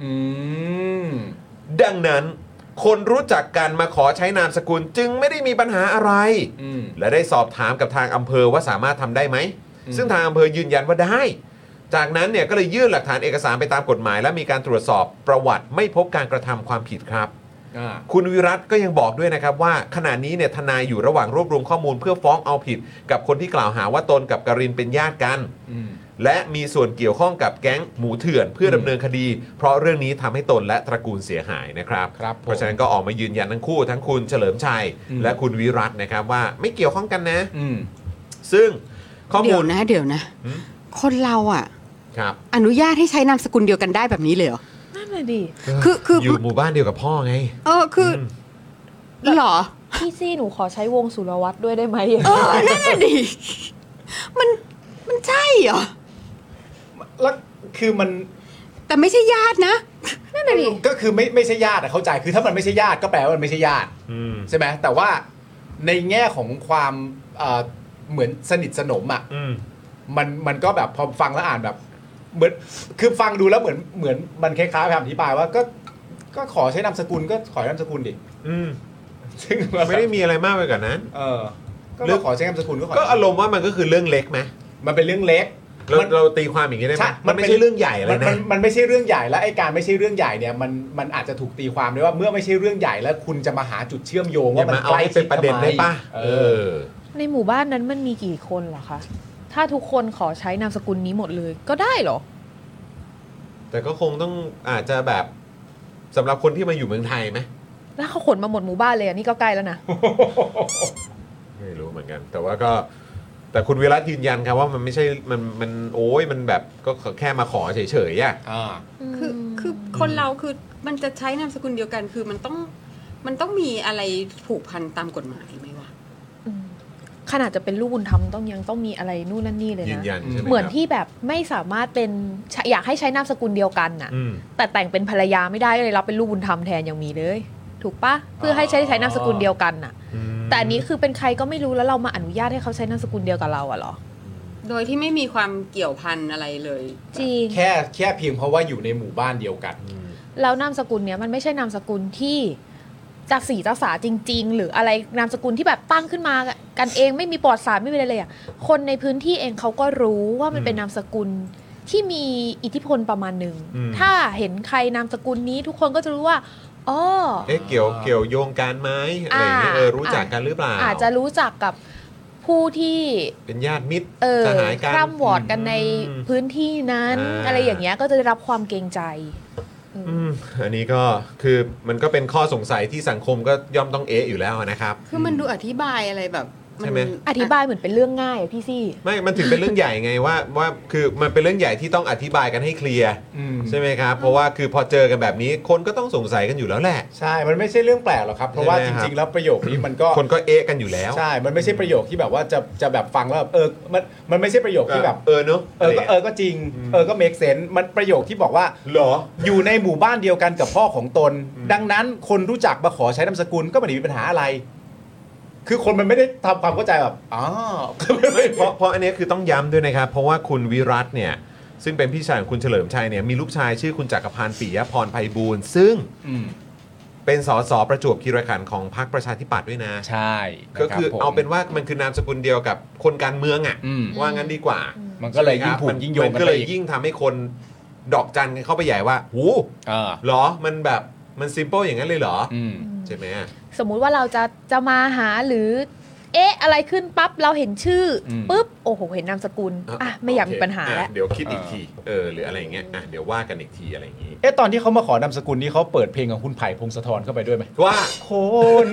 ดังนั้นคนรู้จักกันมาขอใช้นามสกุลจึงไม่ได้มีปัญหาอะไรและได้สอบถามกับทางอำเภอว่าสามารถทำได้ไหมซึ่งทางอำเภอยืนยันว่าได้จากนั้นเนี่ยก็เลยยื่นหลักฐานเอกสารไปตามกฎหมายและมีการตรวจสอบประวัติไม่พบการกระทำความผิดครับคุณวิรัตก็ยังบอกด้วยนะครับว่าขณะนี้เนี่ยทนายอยู่ระหว่างรวบรวมข้อมูลเพื่อฟ้องเอาผิดกับคนที่กล่าวหาว่าตนกับกรินเป็นญาติกันและมีส่วนเกี่ยวข้องกับแก๊งหมูเถื่อนเพื่อดำเนินคดีเพราะเรื่องนี้ทำให้ตนและตระกูลเสียหายนะครับเพราะฉะนั้นก็ออกมายืนยันทั้งคู่ทั้งคุณเฉลิมชัยและคุณวิรัตนะครับว่าไม่เกี่ยวข้องกันนะซึ่งข้อมูลเดี๋ยวนะคนเราอ่ะครับอนุญาตให้ใช้นามสกุลเดียวกันได้แบบนี้เลยเหรอนั่นแหละดิคืออยู่หมู่บ้านเดียวกับพ่อไงคือหรอพี่ซี่หนูขอใช้วงสุรวัตรด้วยได้ไหมนั่นแหละดิมันใช่เหรอแล้วคือมันแต่ไม่ใช่ญาตินะนั่นแหละดิก็คือไม่ใช่ญาติเข้าใจคือถ้ามันไม่ใช่ญาติก็แปลว่ามันไม่ใช่ญาติใช่ไหมแต่ว่าในแง่ของความเหมือนสนิทสนมอ่ะมันก็แบบพอฟังแล้วอ่านแบบเหมือนคือฟังดูแล้วเหมือนมันคล้ายๆแบบอธิบายว่าก็ขอใช้นามสกุลก็ขอนามสกุลดิซึ่งไม่ได้มีอะไรมากไปกว่านั้นเรื่องขอใช้นามสกุลก็อารมณ์ว่ามันก็คือเรื่องเล็กไหมมันเป็นเรื่องเล็กเราตีความอย่างนี้ได้ไหมมันไม่ใช่เรื่องใหญ่เลยนะมันไม่ใช่เรื่องใหญ่แล้วไอ้การไม่ใช่เรื่องใหญ่เนี่ยมันอาจจะถูกตีความได้ว่าเมื่อไม่ใช่เรื่องใหญ่แล้วคุณจะมาหาจุดเชื่อมโยงว่ามันใกล้เป็นประเด็นได้ป่ะในหมู่บ้านนั้นมันมีกี่คนเหรอคะถ้าทุกคนขอใช้นามสกุลนี้หมดเลยก็ได้เหรอแต่ก็คงต้องอาจจะแบบสำหรับคนที่มาอยู่เมืองไทยไหมแล้วเขาขนมาหมดหมู่บ้านเลยนี่ก็ใกล้แล้วนะไม่รู้เหมือนกันแต่ว่าก็แต่คุณวิรัตยืนยันครับว่ามันไม่ใช่มันโอ้ยมันแบบก็แค่มาขอเฉยๆอ่ะคือคนเราคือมันจะใช้นามสกุลเดียวกันคือมันต้องมีอะไรผูกพันตามกฎหมายไหมวะขนาดจะเป็นลูกบุญธรรมยังต้องมีอะไรนู่นนั่นนี่เลยนะเหมือนที่แบบไม่สามารถเป็นอยากให้ใช้นามสกุลเดียวกันน่ะแต่แต่งเป็นภรรยาไม่ได้เลยรับเป็นลูกบุญธรรมแทนยังมีเลยถูกปะเพื่อให้ใช้นามสกุลเดียวกันน่ะแต่อันนี้คือเป็นใครก็ไม่รู้แล้วเรามาอนุญาตให้เขาใช้นามสกุลเดียวกับเราอะหรอโดยที่ไม่มีความเกี่ยวพันอะไรเลยจริงแค่เพียงเพราะว่าอยู่ในหมู่บ้านเดียวกันแล้วนามสกุลเนี้ยมันไม่ใช่นามสกุลที่จากสีจากสาจริงๆหรืออะไรนามสกุลที่แบบตั้งขึ้นมากันเองไม่มีปลอดสารไม่มีอะไรเลยอ่ะคนในพื้นที่เองเขาก็รู้ว่ามันเป็นนามสกุลที่มีอิทธิพลประมาณนึงถ้าเห็นใครนามสกุลนี้ทุกคนก็จะรู้ว่าอ๋อเกี่ยวโยงกันไหมอะไรอย่างเงี้ยรู้จักกันหรือเปล่าอาจจะรู้จักกับผู้ที่เป็นญาติมิตรสหายกันคร่ำวอร์ดกันในพื้นที่นั้นอะไรอย่างเงี้ยก็จะได้รับความเกรงใจอันนี้ก็คือมันก็เป็นข้อสงสัยที่สังคมก็ย่อมต้องอยู่แล้วนะครับคือมันดูอธิบายอะไรแบบใช่ไหมอธิบายเหมือนเป็นเรื่องง่ายพี่ซี่ไม่มันถึงเป็นเรื่องใหญ่ไงว่าคือมันเป็นเรื่องใหญ่ที่ต้องอธิบายกันให้เคลียร์ใช่ไหมครับเพราะว่าคือพอเจอกันแบบนี้คนก็ต้องสงสัยกันอยู่แล้วแหละใช่มันไม่ใช่เรื่องแปลกหรอกครับเพราะว่าจริงๆแล้วประโยคนี้มันก็คนก็กันอยู่แล้วใช่มันไม่ใช่ประโยคที่แบบว่าจะแบบฟังแล้วมันไม่ใช่ประโยคที่แบบเนอะก็จริงก็ make sense มันประโยคที่บอกว่าหรออยู่ในหมู่บ้านเดียวกันกับพ่อของตนดังนั้นคนรู้จักมาขอใช้นามสกุลก็ไม่ได้มีปัญหาอะไรคือคนมันไม่ได้ทำความเข้าใจแบบเพราะอันนี้คือต้องย้ำด้วยนะครับเพราะว่าคุณวิรัตเนี่ยซึ่งเป็นพี่ชายของคุณเฉลิมชัยเนี่ยมีลูกชายชื่อคุณจักรพันธ์ปิยพรไพบูลย์ซึ่งเป็นสสประจวบคีรีขันธ์ของพรรคประชาธิปัตย์ด้วยนะใช่ก็คือเอาเป็นว่ามันคือนามสกุลเดียวกับคนการเมืองอ่ะว่างั้นดีกว่ามันก็เลยยิ่งผูกยิ่งโยงมักันก็ไปเลยอีกยิ่งทำให้คนดอกจันกันเข้าไปใหญ่ว่าหูเหรอมันแบบมันซิมเปิลอย่างนั้นเลยเหรอใช่ไหมสมมุติว่าเราจะมาหาหรืออะไรขึ้นปั๊บเราเห็นชื่อปุ๊บโอ้โหเห็นนามสกุลไม่อยากมีปัญหาแล้วเดี๋ยวคิดอีกทีหรืออะไรอย่างเงี้ยเดี๋ยวว่ากันอีกทีอะไรอย่างงี้ตอนที่เขามาขอนามสกุลนี้เขาเปิดเพลงของคุณไผ่พงศธรเข้าไปด้วยไหมว่าคน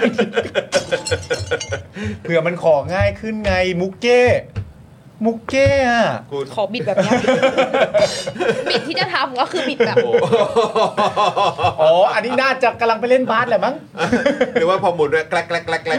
เผื่อมันของง่ายขึ้นไงมุกเก้อะขอบิดแบบนี้ บิดที่จะทำก็คือบิดแบบอ๋ออันนี้น่าจะกำลังไปเล่นบาสแหละมั้งหรือว่าพอหมุนด้วยแกลก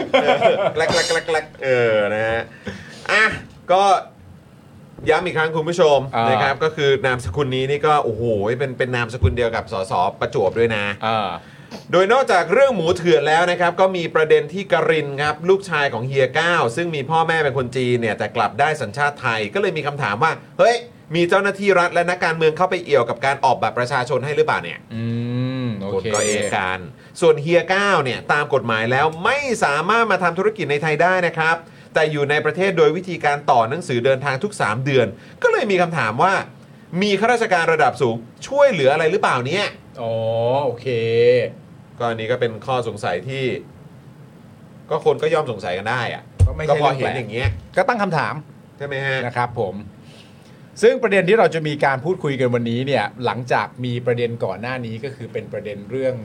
นะฮะก็ย้ำอีกครั้งคุณผู้ชมนะครับก็คือนามสกุลนี้นี่ก็โอ้โหเป็นนามสกุลเดียวกับสสประจวบด้วยนะโดยนอกจากเรื่องหมูเถื่อนแล้วนะครับก็มีประเด็นที่กรินครับลูกชายของเฮียก้าวซึ่งมีพ่อแม่เป็นคนจีนเนี่ยแต่กลับได้สัญชาติไทยก็เลยมีคำถามว่าเฮ้ยมีเจ้าหน้าที่รัฐและนักการเมืองเข้าไปเอี่ยวกับการออกบัตรประชาชนให้หรือเปล่าเนี่ยคนก็เอะกันส่วนเฮียก้าวเนี่ยตามกฎหมายแล้วไม่สามารถมาทำธุรกิจในไทยได้นะครับแต่อยู่ในประเทศโดยวิธีการต่อหนังสือเดินทางทุก3เดือนก็เลยมีคำถามว่ามีข้าราชการระดับสูงช่วยเหลืออะไรหรือเปล่าเนี่ยอ๋อโอเคก็อันนี้ก็เป็นข้อสงสัยที่ก็คนก็ย่อมสงสัยกันได้อะก็พอเห็นอย่างเงี้ยก็ตั้งคำถามใช่ไหมฮะนะครับผมซึ่งประเด็นที่เราจะมีการพูดคุยกันวันนี้เนี่ยหลังจากมีประเด็นก่อนหน้านี้ก็คือเป็นประเด็นเรื่อง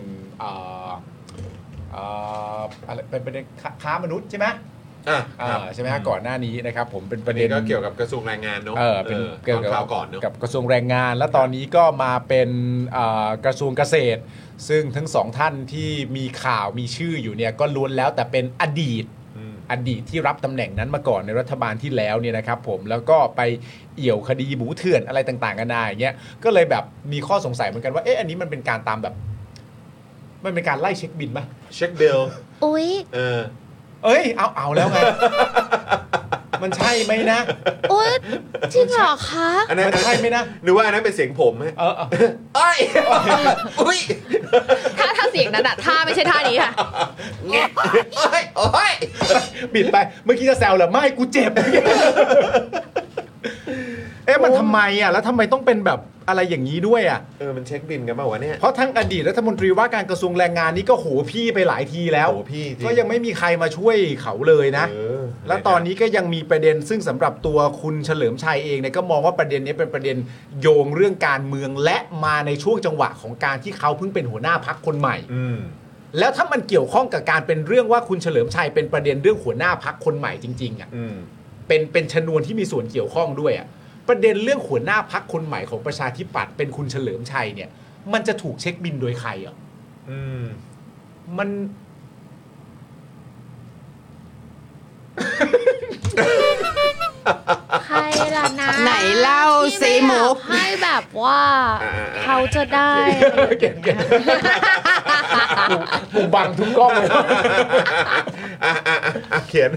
อะไรเป็นประเด็นค้ามนุษย์ใช่ไหมใช่ไหมฮะก่อนหน้านี้นะครับผมเป็นประเด็นก็เกี่ยวกับกระทรวงแรงงานเนาะเป็นเกี่ยวกับก่อนเนาะกับกระทรวงแรงงานแล้วตอนนี้ก็มาเป็นกระทรวงเกษตรซึ่งทั้งสองท่านที่มีข่าวมีชื่ออยู่เนี่ยก็ล้วนแล้วแต่เป็นอดีตที่รับตำแหน่งนั้นมาก่อนในรัฐบาลที่แล้วเนี่ยนะครับผมแล้วก็ไปเอี่ยวคดีหมูเถื่อนอะไรต่างๆกันานาอย่างเงี้ยก็เลยแบบมีข้อสงสัยเหมือนกันว่าอันนี้มันเป็นการตามแบบมันเป็นการไล่เช็คบินป่ะเช็คบิลอุ๊ยเอาแล้วไงมันใช่ไหมนะโอ๊ยจริงเหรอคะอันนั้นใช่ไหมนะหรือว่าอันนั้นเป็นเสียงผมไหมอุ๊ยถ้าเสียงนั้นอะท่าไม่ใช่ท่านี้ค่ะบิดไปเมื่อกี้จะแซวเหรอไม่กูเจ็บมันทำไมอ่ะแล้วทำไมต้องเป็นแบบอะไรอย่างนี้ด้วยอ่ะมันเช็คบินกันมาวะเนี่ยเพราะทั้งอดีตรัฐมนตรีว่าการกระทรวงแรงงานนี่ก็โหพี่ไปหลายทีแล้วก็ยังไม่มีใครมาช่วยเขาเลยนะแล้วตอนนี้ก็ยังมีประเด็นซึ่งสำหรับตัวคุณเฉลิมชัยเองเนี่ยก็มองว่าประเด็นนี้เป็นประเด็นโยงเรื่องการเมืองและมาในช่วงจังหวะของการที่เขาเพิ่งเป็นหัวหน้าพรรคคนใหม่แล้วถ้ามันเกี่ยวข้องกับการเป็นเรื่องว่าคุณเฉลิมชัยเป็นประเด็นเรื่องหัวหน้าพรรคคนใหม่จริงๆอ่ะเป็นชนวนที่มีส่วนเกี่ยวข้องด้วยอ่ะประเด็นเรื่องหัวหน้าพรรคคนใหม่ของประชาธิปัตย์เป็นคุณเฉลิมชัยเนี่ยมันจะถูกเช็คบินโดยใครอ่ะมันใครล่ะนะไหนเล่าสิหมูให้แบบว่าเขาจะได้กูบังทุกกล้องเลยเขียน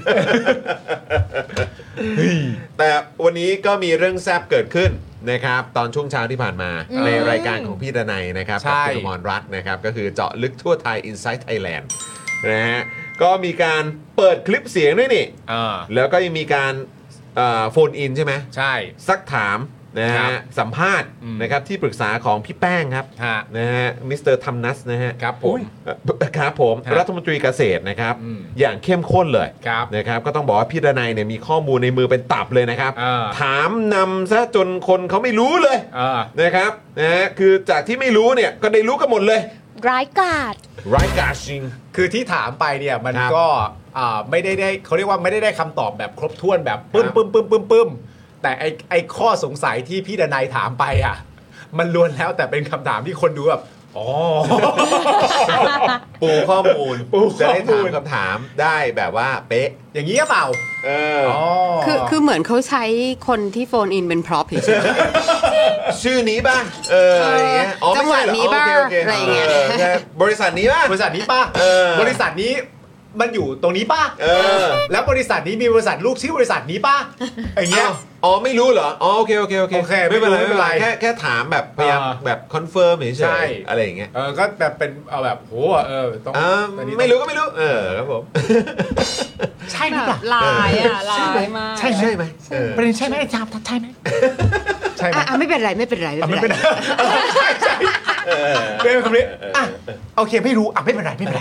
แต่วันนี้ก็มีเรื่องแซ่บเกิดขึ้นนะครับตอนช่วงเช้าที่ผ่านมาในรายการของพี่ดนัยนะครับกับคุณอมรรัตน์นะครับก็คือเจาะลึกทั่วไทย Inside Thailand นะฮะก็มีการเปิดคลิปเสียงด้วยนี่แล้วก็ยังมีการโฟนอินใช่ไหมใช่ซักถามนะฮะสัมภาษณ์นะครับที่ปรึกษาของพี่แป้งครับนะฮะมิสเตอร์ทัมนัสนะฮะครับผมรัฐมนตรีเกษตรนะครับอย่างเข้มข้นเลยนะครับก็ต้องบอกว่าพี่ดนัยเนี่ยมีข้อมูลในมือเป็นตับเลยนะครับถามนำซะจนคนเขาไม่รู้เลยนะครับนะฮะคือจากที่ไม่รู้เนี่ยก็ได้รู้กันหมดเลยร้ายกาจจริงคือที่ถามไปเนี่ยมันก็ไม่ได้เขาเรียกว่าไม่ได้คำตอบแบบครบถ้วนแบบปึ้มแต่ไอข้อสงสัยที่พี่ดนัยถามไปอ่ะมันล้วนแล้วแต่เป็นคำถามที่คนดูแบบปูข้อมูลจะได้ถามคำถามได้แบบว่าเป๊ะอย่างนี้เปล่าคือเหมือนเขาใช้คนที่โฟนอินเป็นพร็อพใช่ไหมชื่อนี้ป่ะอย่างเงี้ยจังหวะนี้ป่ะอะไรเงี้ยบริษัทนี้ป่ะบริษัทนี้ป่ะบริษัทนี้มันอยู่ตรงนี้ป่ะแล้วบริษัทนี้มีบริษัทลูกชื่อบริษัทนี้ป่ะอย่างเงี้ยอ๋อไม่รู้เหรออ๋อโอเคโอเคโอเคโอเคไม่เป็นไรไม่ไม่เป็เป็น นไรไรแค่ถามแบบพยายามแบบคอนเฟิร์มเฉยใช่ๆอะไรอย่างเงี้ยก็แบบเป็นเอาแบบโหต้อง อันนี้ต้องไม่รู้ก็ไม่รู้ครับผมใช่หรือเปล่าลายอ่ะลายมากใช่ไหมใช่ไหมประเด็นใช่ไหมอาจารย์ใช่ไหมใช่ไหมไม่เป็นไรไม่เป็นไรไม่เป็นไรใช่ใช่เป็นคำนี้โอเคไม่รู้ไม่เป็นไรไม่เป็นไร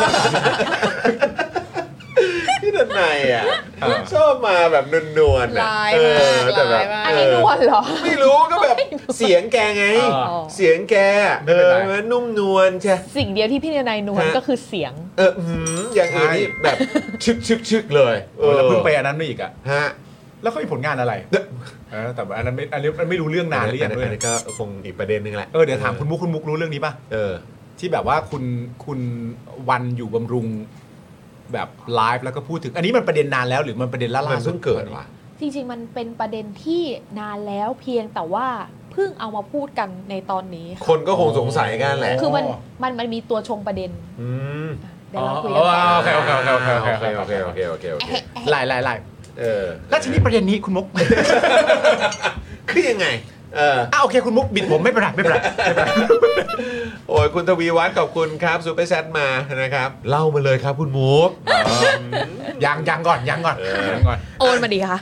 พี่ดนัยอ่ะชอบมาแบบนวลๆลายเอมากแต่แบบลายมากอันนี้นวลเหรอไม่รู้ก็แบบเสียงแกไง เสียงแกไม่เป็นไรมันนุ่มนวลใช่สิ่งเดียวที่พี่นายนวลฮะก็คือเสียงอย่างอื่นนี่แบบชึกเลยแล้วเพิ่งไปอันนั้นมาอีกอ่ะฮะแล้วเขามีผลงานอะไรแต่อันนั้นไม่รู้เรื่องนานหรือยังด้วยอันนี้ก็คงอีกประเด็นนึงแหละเดี๋ยวถามคุณมุกรู้เรื่องนี้ป่ะ ที่แบบว่าคุณวันอยู่บำรุงแบบไลฟ์แล้วก็พูดถึง อันนี้มันประเด็นนานแล้วหรือมันประเด็นล่ามันสุเพิ่ดงเกิดว่ะจริงๆมันเป็นประเด็นที่นานแล้วเพียงแต่ว่าเพิ่งเอามาพูดกันในตอนนี้ค่ะคนก็คงสงสัยกันแหละคือมันมีตัวชงประเด็น เดี๋ยวเราคุยกันต่อโอเคโอเคไล่แล้วทีนี้ประเด็นนี้คุณมุกคือยังไงโอเคคุณมุกบิดผมไม่เป็นไรไม่เป็นไรโอ้ยคุณทวีวัฒน์ขอบคุณครับซูเปอร์แชทมานะครับเล่ามาเลยครับคุณมุกยังก่อนโอนมาดีค่ะ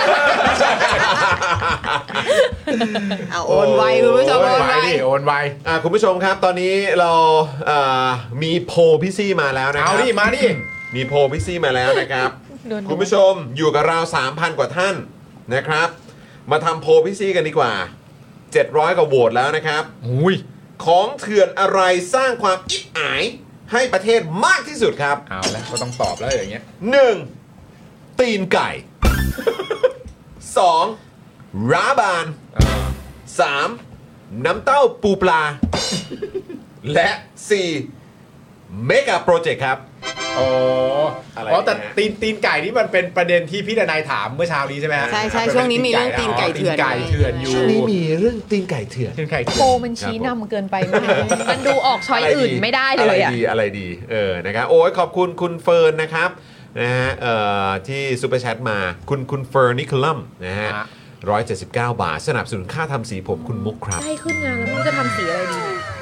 โอนไวคุณผู้ชมโอนไวดิโอนไวคุณผู้ชมครับตอนนี้เรามีโพลพี่ซี่มาแล้วนะครัเอาดิมาดิมีโพลพี่ซี่มาแล้วนะครับ คุณผู้ชมอยู่กับเรา 3,000 กว่าท่านนะครับมาทำโพลพี่ซี่กันดีกว่า 700 กว่าโหวตแล้วนะครับของเถื่อนอะไรสร้างความอิจฉาให้ประเทศมากที่สุดครับเอาแล้วก็ต้องตอบแล้วอย่างเงี้ย 1. ตีนไก่ 2. ร้าบาน 3. น้ำเต้าปูปลา และ 4. เมกะโปรเจกต์ครับ อะไรแต่นะตีนไก่นี่มันเป็นประเด็นที่พี่ดนายถามเมื่อเช้านี้ใช่ไหมฮะใช่ช่วงนี้มีเรื่องตีนไก่เถื่อนตีนไก่เถื่อนอยู่ช่วงนี้มีเรื่องตีนไก่เถื่อนตีนไก่เถื่โปอนมันชี้นำเกินไปมากมันดูออกช้อยอื่นไม่ได้เลยอ่ะอะไรดีนะครับโอ้ยขอบคุณคุณเฟิร์นนะครับนะฮะที่ซูเปอร์แชทมาคุณเฟิร์นนิคลัมนะฮะ179 บาทสนับสนุนค่าทำสีผมคุณมุกครับใกล้ขึ้นงานแล้วมันจะทำสีอะไรดี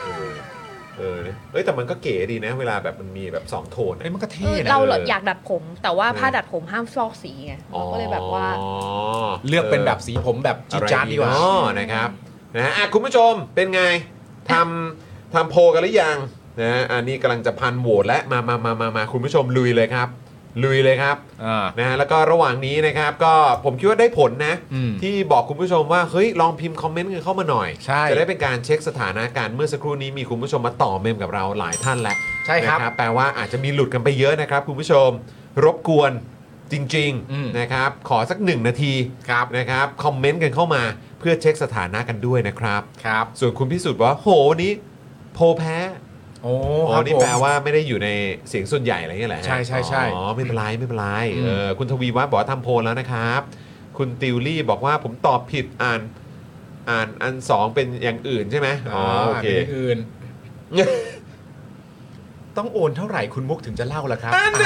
แต่มันก็เก๋ดีนะเวลาแบบมันมีแบบ2โทนมันก็เท่นะเราอยากดัดผม แต่ว่าผ้าดัดผมห้ามฟอกสีไงเราก็เลยแบบว่าเลือกเป็นแบบสีผมแบบจี๊ดจ๊าดดีกว่านะครับนะคุณผู้ชมเป็นไงทำโพลกันหรือยังนะอันนี้กำลังจะพันโหวตและมาคุณผู้ชมลุยเลยครับนะฮะแล้วก็ระหว่างนี้นะครับก็ผมคิดว่าได้ผลนะที่บอกคุณผู้ชมว่าเฮ้ยลองพิมพ์คอมเมนต์กันเข้ามาหน่อยจะได้เป็นการเช็คสถานะการเมื่อสักครู่นี้มีคุณผู้ชมมาต่อเมมกับเราหลายท่านแล้วใช่ครับนะแปลว่าอาจจะมีหลุดกันไปเยอะนะครับคุณผู้ชมรบกวนจริงๆนะครับขอสัก1นาทีนะครับคอมเมนต์กันเข้ามาเพื่อเช็คสถานะกันด้วยนะครับส่วนคุณพิสุทธิ์บอกว่าโหวันนี้โพลแพ้นี่แปลว่าไม่ได้อยู่ในเสียงส่วนใหญ่อะไรเงี้ยแหละใช่อ๋อไม่เป็นไรคุณทวีวัฒน์บอกว่าทำโพลแล้วนะครับคุณติวลี่บอกว่าผมตอบผิดอ่านอัน2เป็นอย่างอื่นใช่ไหมโอเคเป็นอย่างอื่น ต้องโอนเท่าไหร่คุณมุกถึงจะเล่าล่ะครับ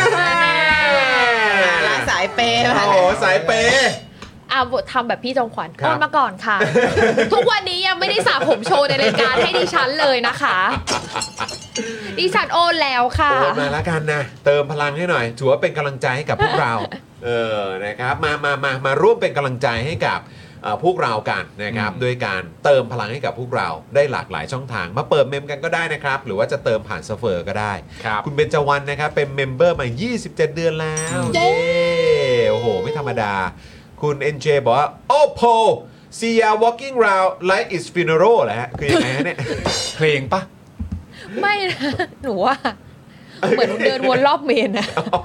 สายเปย์โอ้สายเปย์ทำแบบพี่จอมขวัญโอนมาก่อนค่ะ ทุกวันนี้ยังไม่ได้สระผมโชว์ในรายการให้ดิฉันเลยนะคะดิฉันโอนแล้วค่ะโอนมาแล้วกันนะเติมพลังให้หน่อยถือว่าเป็นกำลังใจให้กับพวกเรานะครับมาร่วมเป็นกำลังใจให้กับพวกเรากันนะครับด้วยการเติมพลังให้กับพวกเราได้หลากหลายช่องทางมาเปิดเมมกันก็ได้นะครับหรือว่าจะเติมผ่านซัฟเฟอร์ก็ได้คุณเบญจวรรณนะครับเป็นเมมเบอร์มา27 เดือนแล้วเย้โอ้โหไม่ธรรมดาคุณ NJ บอกว่าโอ้โพซียา walking round like it's funeral แหละฮะคือยังไงฮะเนี่ยเพลงปะไม่นะหนูว่าเหมือนเดินวนรอบเมนนะ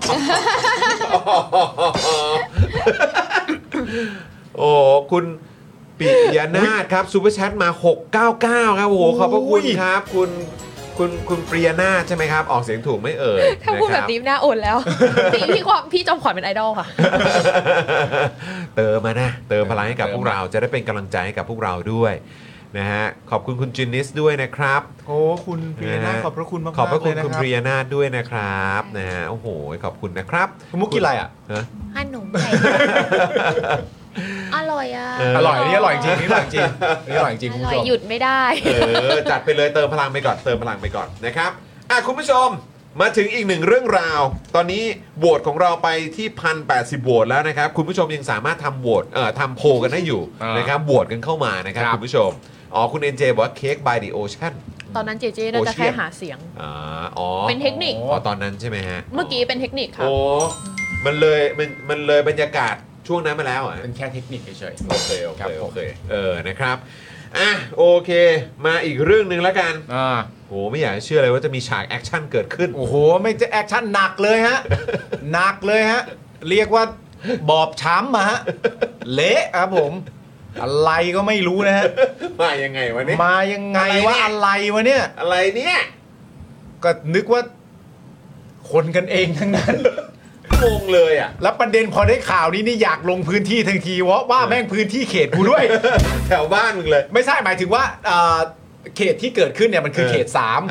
โอ้คุณปิยนาถครับซูเปอร์แชทมา699ครับโอ้โหขอบพระคุณครับคุณปริยนาถใช่ไหมครับออกเสียงถูกไม่เอ่ยถ้าพูดแบบนี้น่าโอนแล้วพี่จอมขวัญเป็นไอดอลค่ะเติมมานะเติมพลังให้กับพวกเราจะได้เป็นกำลังใจให้กับพวกเราด้วยนะฮะขอบคุณคุณจินนิสด้วยนะครับโอ้คุณปริยนาถขอบพระคุณมากๆขอบพระคุณเลยนะครับคุณปริยนาถด้วยนะครับนะฮะโอ้โหขอบคุณนะครับคุณมุกกินอะไรอ่ะขนมไข่อร่อยอยอ่ะอร่อยนี่อร่อยจริงนี่อร่อยจริงนี่อร่อยจริงอคุณร่ผู้อยชมหยุดไม่ได้จัดไปเลยเติมพลังไปก่อนนะครับคุณผู้ชมมาถึงอีกหนึ่งเรื่องราวตอนนี้โหวตของเราไปที่ 1,080 โหวตแล้วนะครับคุณผู้ชมยังสามารถทำโหวตทำโพลกันได้อยู่นะครับโหวตกันเข้ามานะครับคุณผู้ชมคุณเอ็นเจบอกว่าเค้ก by the ocean ตอนนั้นเจเจน่าจะแค่หาเสียงเป็นเทคนิคตอนนั้นใช่ไหมฮะเมื่อกี้เป็นเทคนิคครับมันเลยบรรยากาศช่วงนั้นมาแล้วเป็นแค่เทคนิคเฉยๆโอเคนะครับโอเคมาอีกเรื่องนึงแล้วกันโหไม่อยากเชื่อเลยว่าจะมีฉากแอคชั่นเกิดขึ้นโอ้โหไม่จะแอคชั่นหนักเลยฮะหนักเลยฮะเรียกว่าบอบช้ำมาฮะเละครับผมอะไรก็ไม่รู้นะฮะมายังไงวะเนี่ยมายังไงว่าอะไรวะเนี่ยอะไรเนี่ยก็นึกว่าคนกันเองทั้งนั้นงงเลยแล้วประเด็นพอได้ข่าวนี้นี่อยากลงพื้นที่ทันทีว่าแม่งพื้นที่เขตกูด้วยแถวบ้านมึงเลยไม่ใช่หมายถึงว่าเขตที่เกิดขึ้นเนี่ยมันคือเขต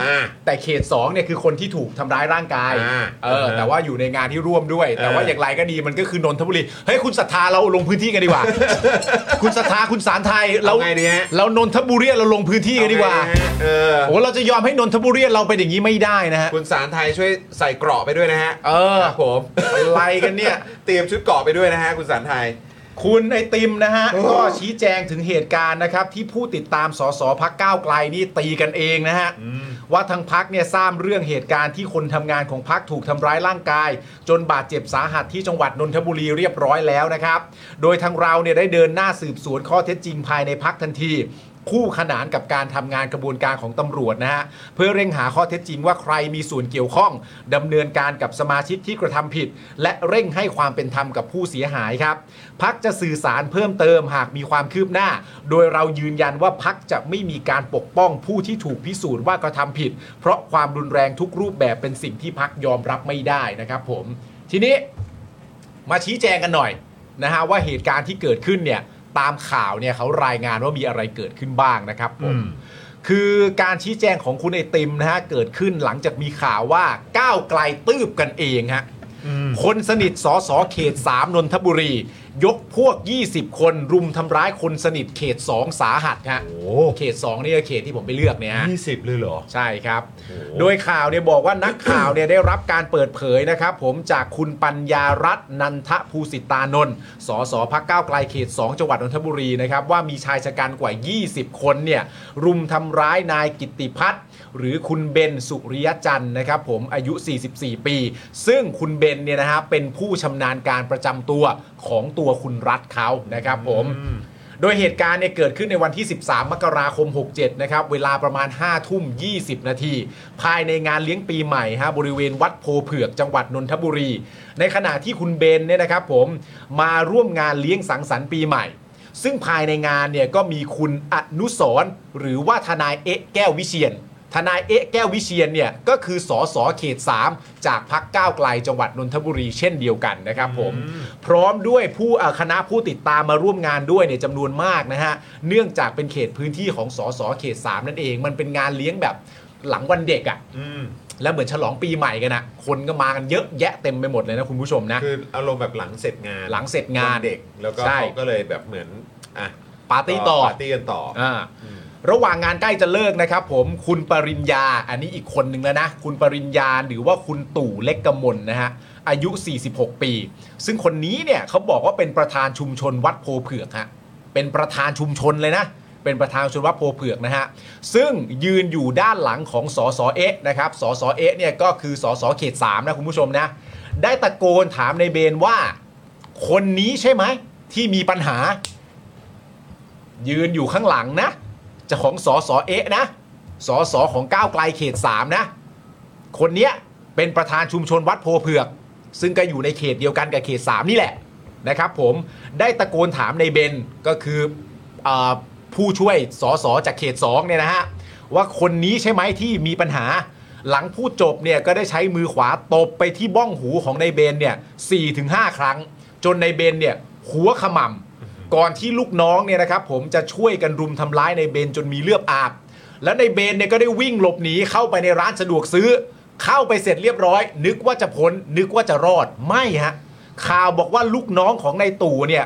3แต่เขต2เนี่ยคือคนที่ถูกทำร้ายร่างกายแต่ว่าอยู่ในงานที่ร่วมด้วยแต่ว่าอย่างไรก็ดีมันก็คือนนทบุรีเฮ้ยคุณศรัทธาเราลงพื้นที่กันดีกว่า คุณศรัทธาคุณสารไทยเรานนทบุรีเราลงพื้นที่กันดีกว่าโอ้เราจะยอมให้นนทบุรีเราเป็นอย่างนี้ไม่ได้นะฮะคุณสารไทยช่วยใส่เกราะไปด้วยนะฮะครับผมอะไรกันเนี่ยเตรียมชุดเกราะไปด้วยนะฮะคุณสารไทยคุณไอติมนะฮะก็ชี้แจงถึงเหตุการณ์นะครับที่ผู้ติดตามสสพรรคก้าวไกลนี่ตีกันเองนะฮะว่าทางพรรคเนี่ยทราบเรื่องเหตุการณ์ที่คนทำงานของพรรคถูกทำร้ายร่างกายจนบาดเจ็บสาหัสที่จังหวัดนนทบุรีเรียบร้อยแล้วนะครับโดยทางเราเนี่ยได้เดินหน้าสืบสวนข้อเท็จจริงภายในพรรคทันทีคู่ขนานกับการทำงานกระบวนการของตำรวจนะฮะเพื่อเร่งหาข้อเท็จจริงว่าใครมีส่วนเกี่ยวข้องดำเนินการกับสมาชิกที่กระทำผิดและเร่งให้ความเป็นธรรมกับผู้เสียหายครับพรรคจะสื่อสารเพิ่มเติมหากมีความคืบหน้าโดยเรายืนยันว่าพรรคจะไม่มีการปกป้องผู้ที่ถูกพิสูจน์ว่ากระทำผิดเพราะความรุนแรงทุกรูปแบบเป็นสิ่งที่พรรคยอมรับไม่ได้นะครับผมทีนี้มาชี้แจงกันหน่อยนะฮะว่าเหตุการณ์ที่เกิดขึ้นเนี่ยตามข่าวเนี่ยเขารายงานว่ามีอะไรเกิดขึ้นบ้างนะครับผมคือการชี้แจงของคุณไอติมนะฮะเกิดขึ้นหลังจากมีข่าวว่าก้าวไกลตืบกันเองฮะคนสนิทสสเขต3นนทบุรียกพวก20คนรุมทำร้ายคนสนิทเขต2สาหัสฮะเขต2นี่ก็เขตที่ผมไปเลือกเนี่ยฮะ 20เลยเหรอใช่ครับโดยข่าวเนี่ยบอกว่านักข่าวเนี่ยได้รับการเปิดเผยนะครับผมจากคุณปัญญารัตน์นันทภูสิตานนท์สสพรรคก้าวไกลเขต2จังหวัดนนทบุรีนะครับว่ามีชายชะกันกว่า20คนเนี่ยรุมทำร้ายนายกิตติพัฒน์หรือคุณเบนสุริยจันทร์นะครับผมอายุ44ปีซึ่งคุณเบนเนี่ยนะฮะเป็นผู้ชำนาญการประจำตัวของตัวคุณรัฐเขานะครับผมโดยเหตุการณ์เนี่ยเกิดขึ้นในวันที่13มกราคม67นะครับเวลาประมาณ 5:20 นาทีภายในงานเลี้ยงปีใหม่ฮะบริเวณวัดโพเผือกจังหวัดนนทบุรีในขณะที่คุณเบนเนี่ยนะครับผมมาร่วมงานเลี้ยงสังสรรค์ปีใหม่ซึ่งภายในงานเนี่ยก็มีคุณอนุสรณ์หรือว่าทนายเอ๊ะแก้ววิเชียรทนายเอ๊ะแก้ววิเชียรเนี่ยก็คือสสเขต3จากพรรคก้าวไกลจังหวัดนนทบุรีเช่นเดียวกันนะครับผมพร้อมด้วยคณะผู้ติดตามมาร่วมงานด้วยเนี่ยจำนวนมากนะฮะเนื่องจากเป็นเขตพื้นที่ของสสเขต3นั่นเองมันเป็นงานเลี้ยงแบบหลังวันเด็กอ่ะแล้วเหมือนฉลองปีใหม่กันนะคนก็มากันเยอะแยะเต็มไปหมดเลยนะคุณผู้ชมนะคืออารมณ์แบบหลังเสร็จงานเด็กแล้วก็เขาก็เลยแบบเหมือนปาร์ตี้กันต่อระหว่างงานใกล้จะเลิกนะครับผมคุณปริญญาอันนี้อีกคนหนึ่งแล้วนะคุณปริญญาหรือว่าคุณตู่เล็กกมลนะฮะอายุ46ปีซึ่งคนนี้เนี่ยเขาบอกว่าเป็นประธานชุมชนวัดโพเผือกฮะเป็นประธานชุมชนเลยนะเป็นประธานชุมชนวัดโพเผือกนะฮะซึ่งยืนอยู่ด้านหลังของสสเอ๊ะนะครับสสเอ๊ะเนี่ยก็คือสสเขต3นะคุณผู้ชมนะได้ตะโกนถามในเบนว่าคนนี้ใช่ไหมที่มีปัญหายืนอยู่ข้างหลังนะจะของสสเอ๊ะนะสสของก้าวไกลเขต3นะคนเนี้ยเป็นประธานชุมชนวัดโพเผือกซึ่งก็อยู่ในเขตเดียวกันกับเขต3นี่แหละนะครับผมได้ตะโกนถามในเบนก็คือผู้ช่วยสสจากเขต2เนี่ยนะฮะว่าคนนี้ใช่ไหมที่มีปัญหาหลังพูดจบเนี่ยก็ได้ใช้มือขวาตบไปที่บ้องหูของในเบนเนี่ย 4-5 ครั้งจนในเบนเนี่ยหัวขมำก่อนที่ลูกน้องเนี่ยนะครับผมจะช่วยกันรุมทำร้ายในเบนจนมีเลือดอาบแล้วในเบนเนี่ยก็ได้วิ่งหลบหนีเข้าไปในร้านสะดวกซื้อเข้าไปเสร็จเรียบร้อยนึกว่าจะพ้นนึกว่าจะรอดไม่ฮะข่าวบอกว่าลูกน้องของนายตู่เนี่ย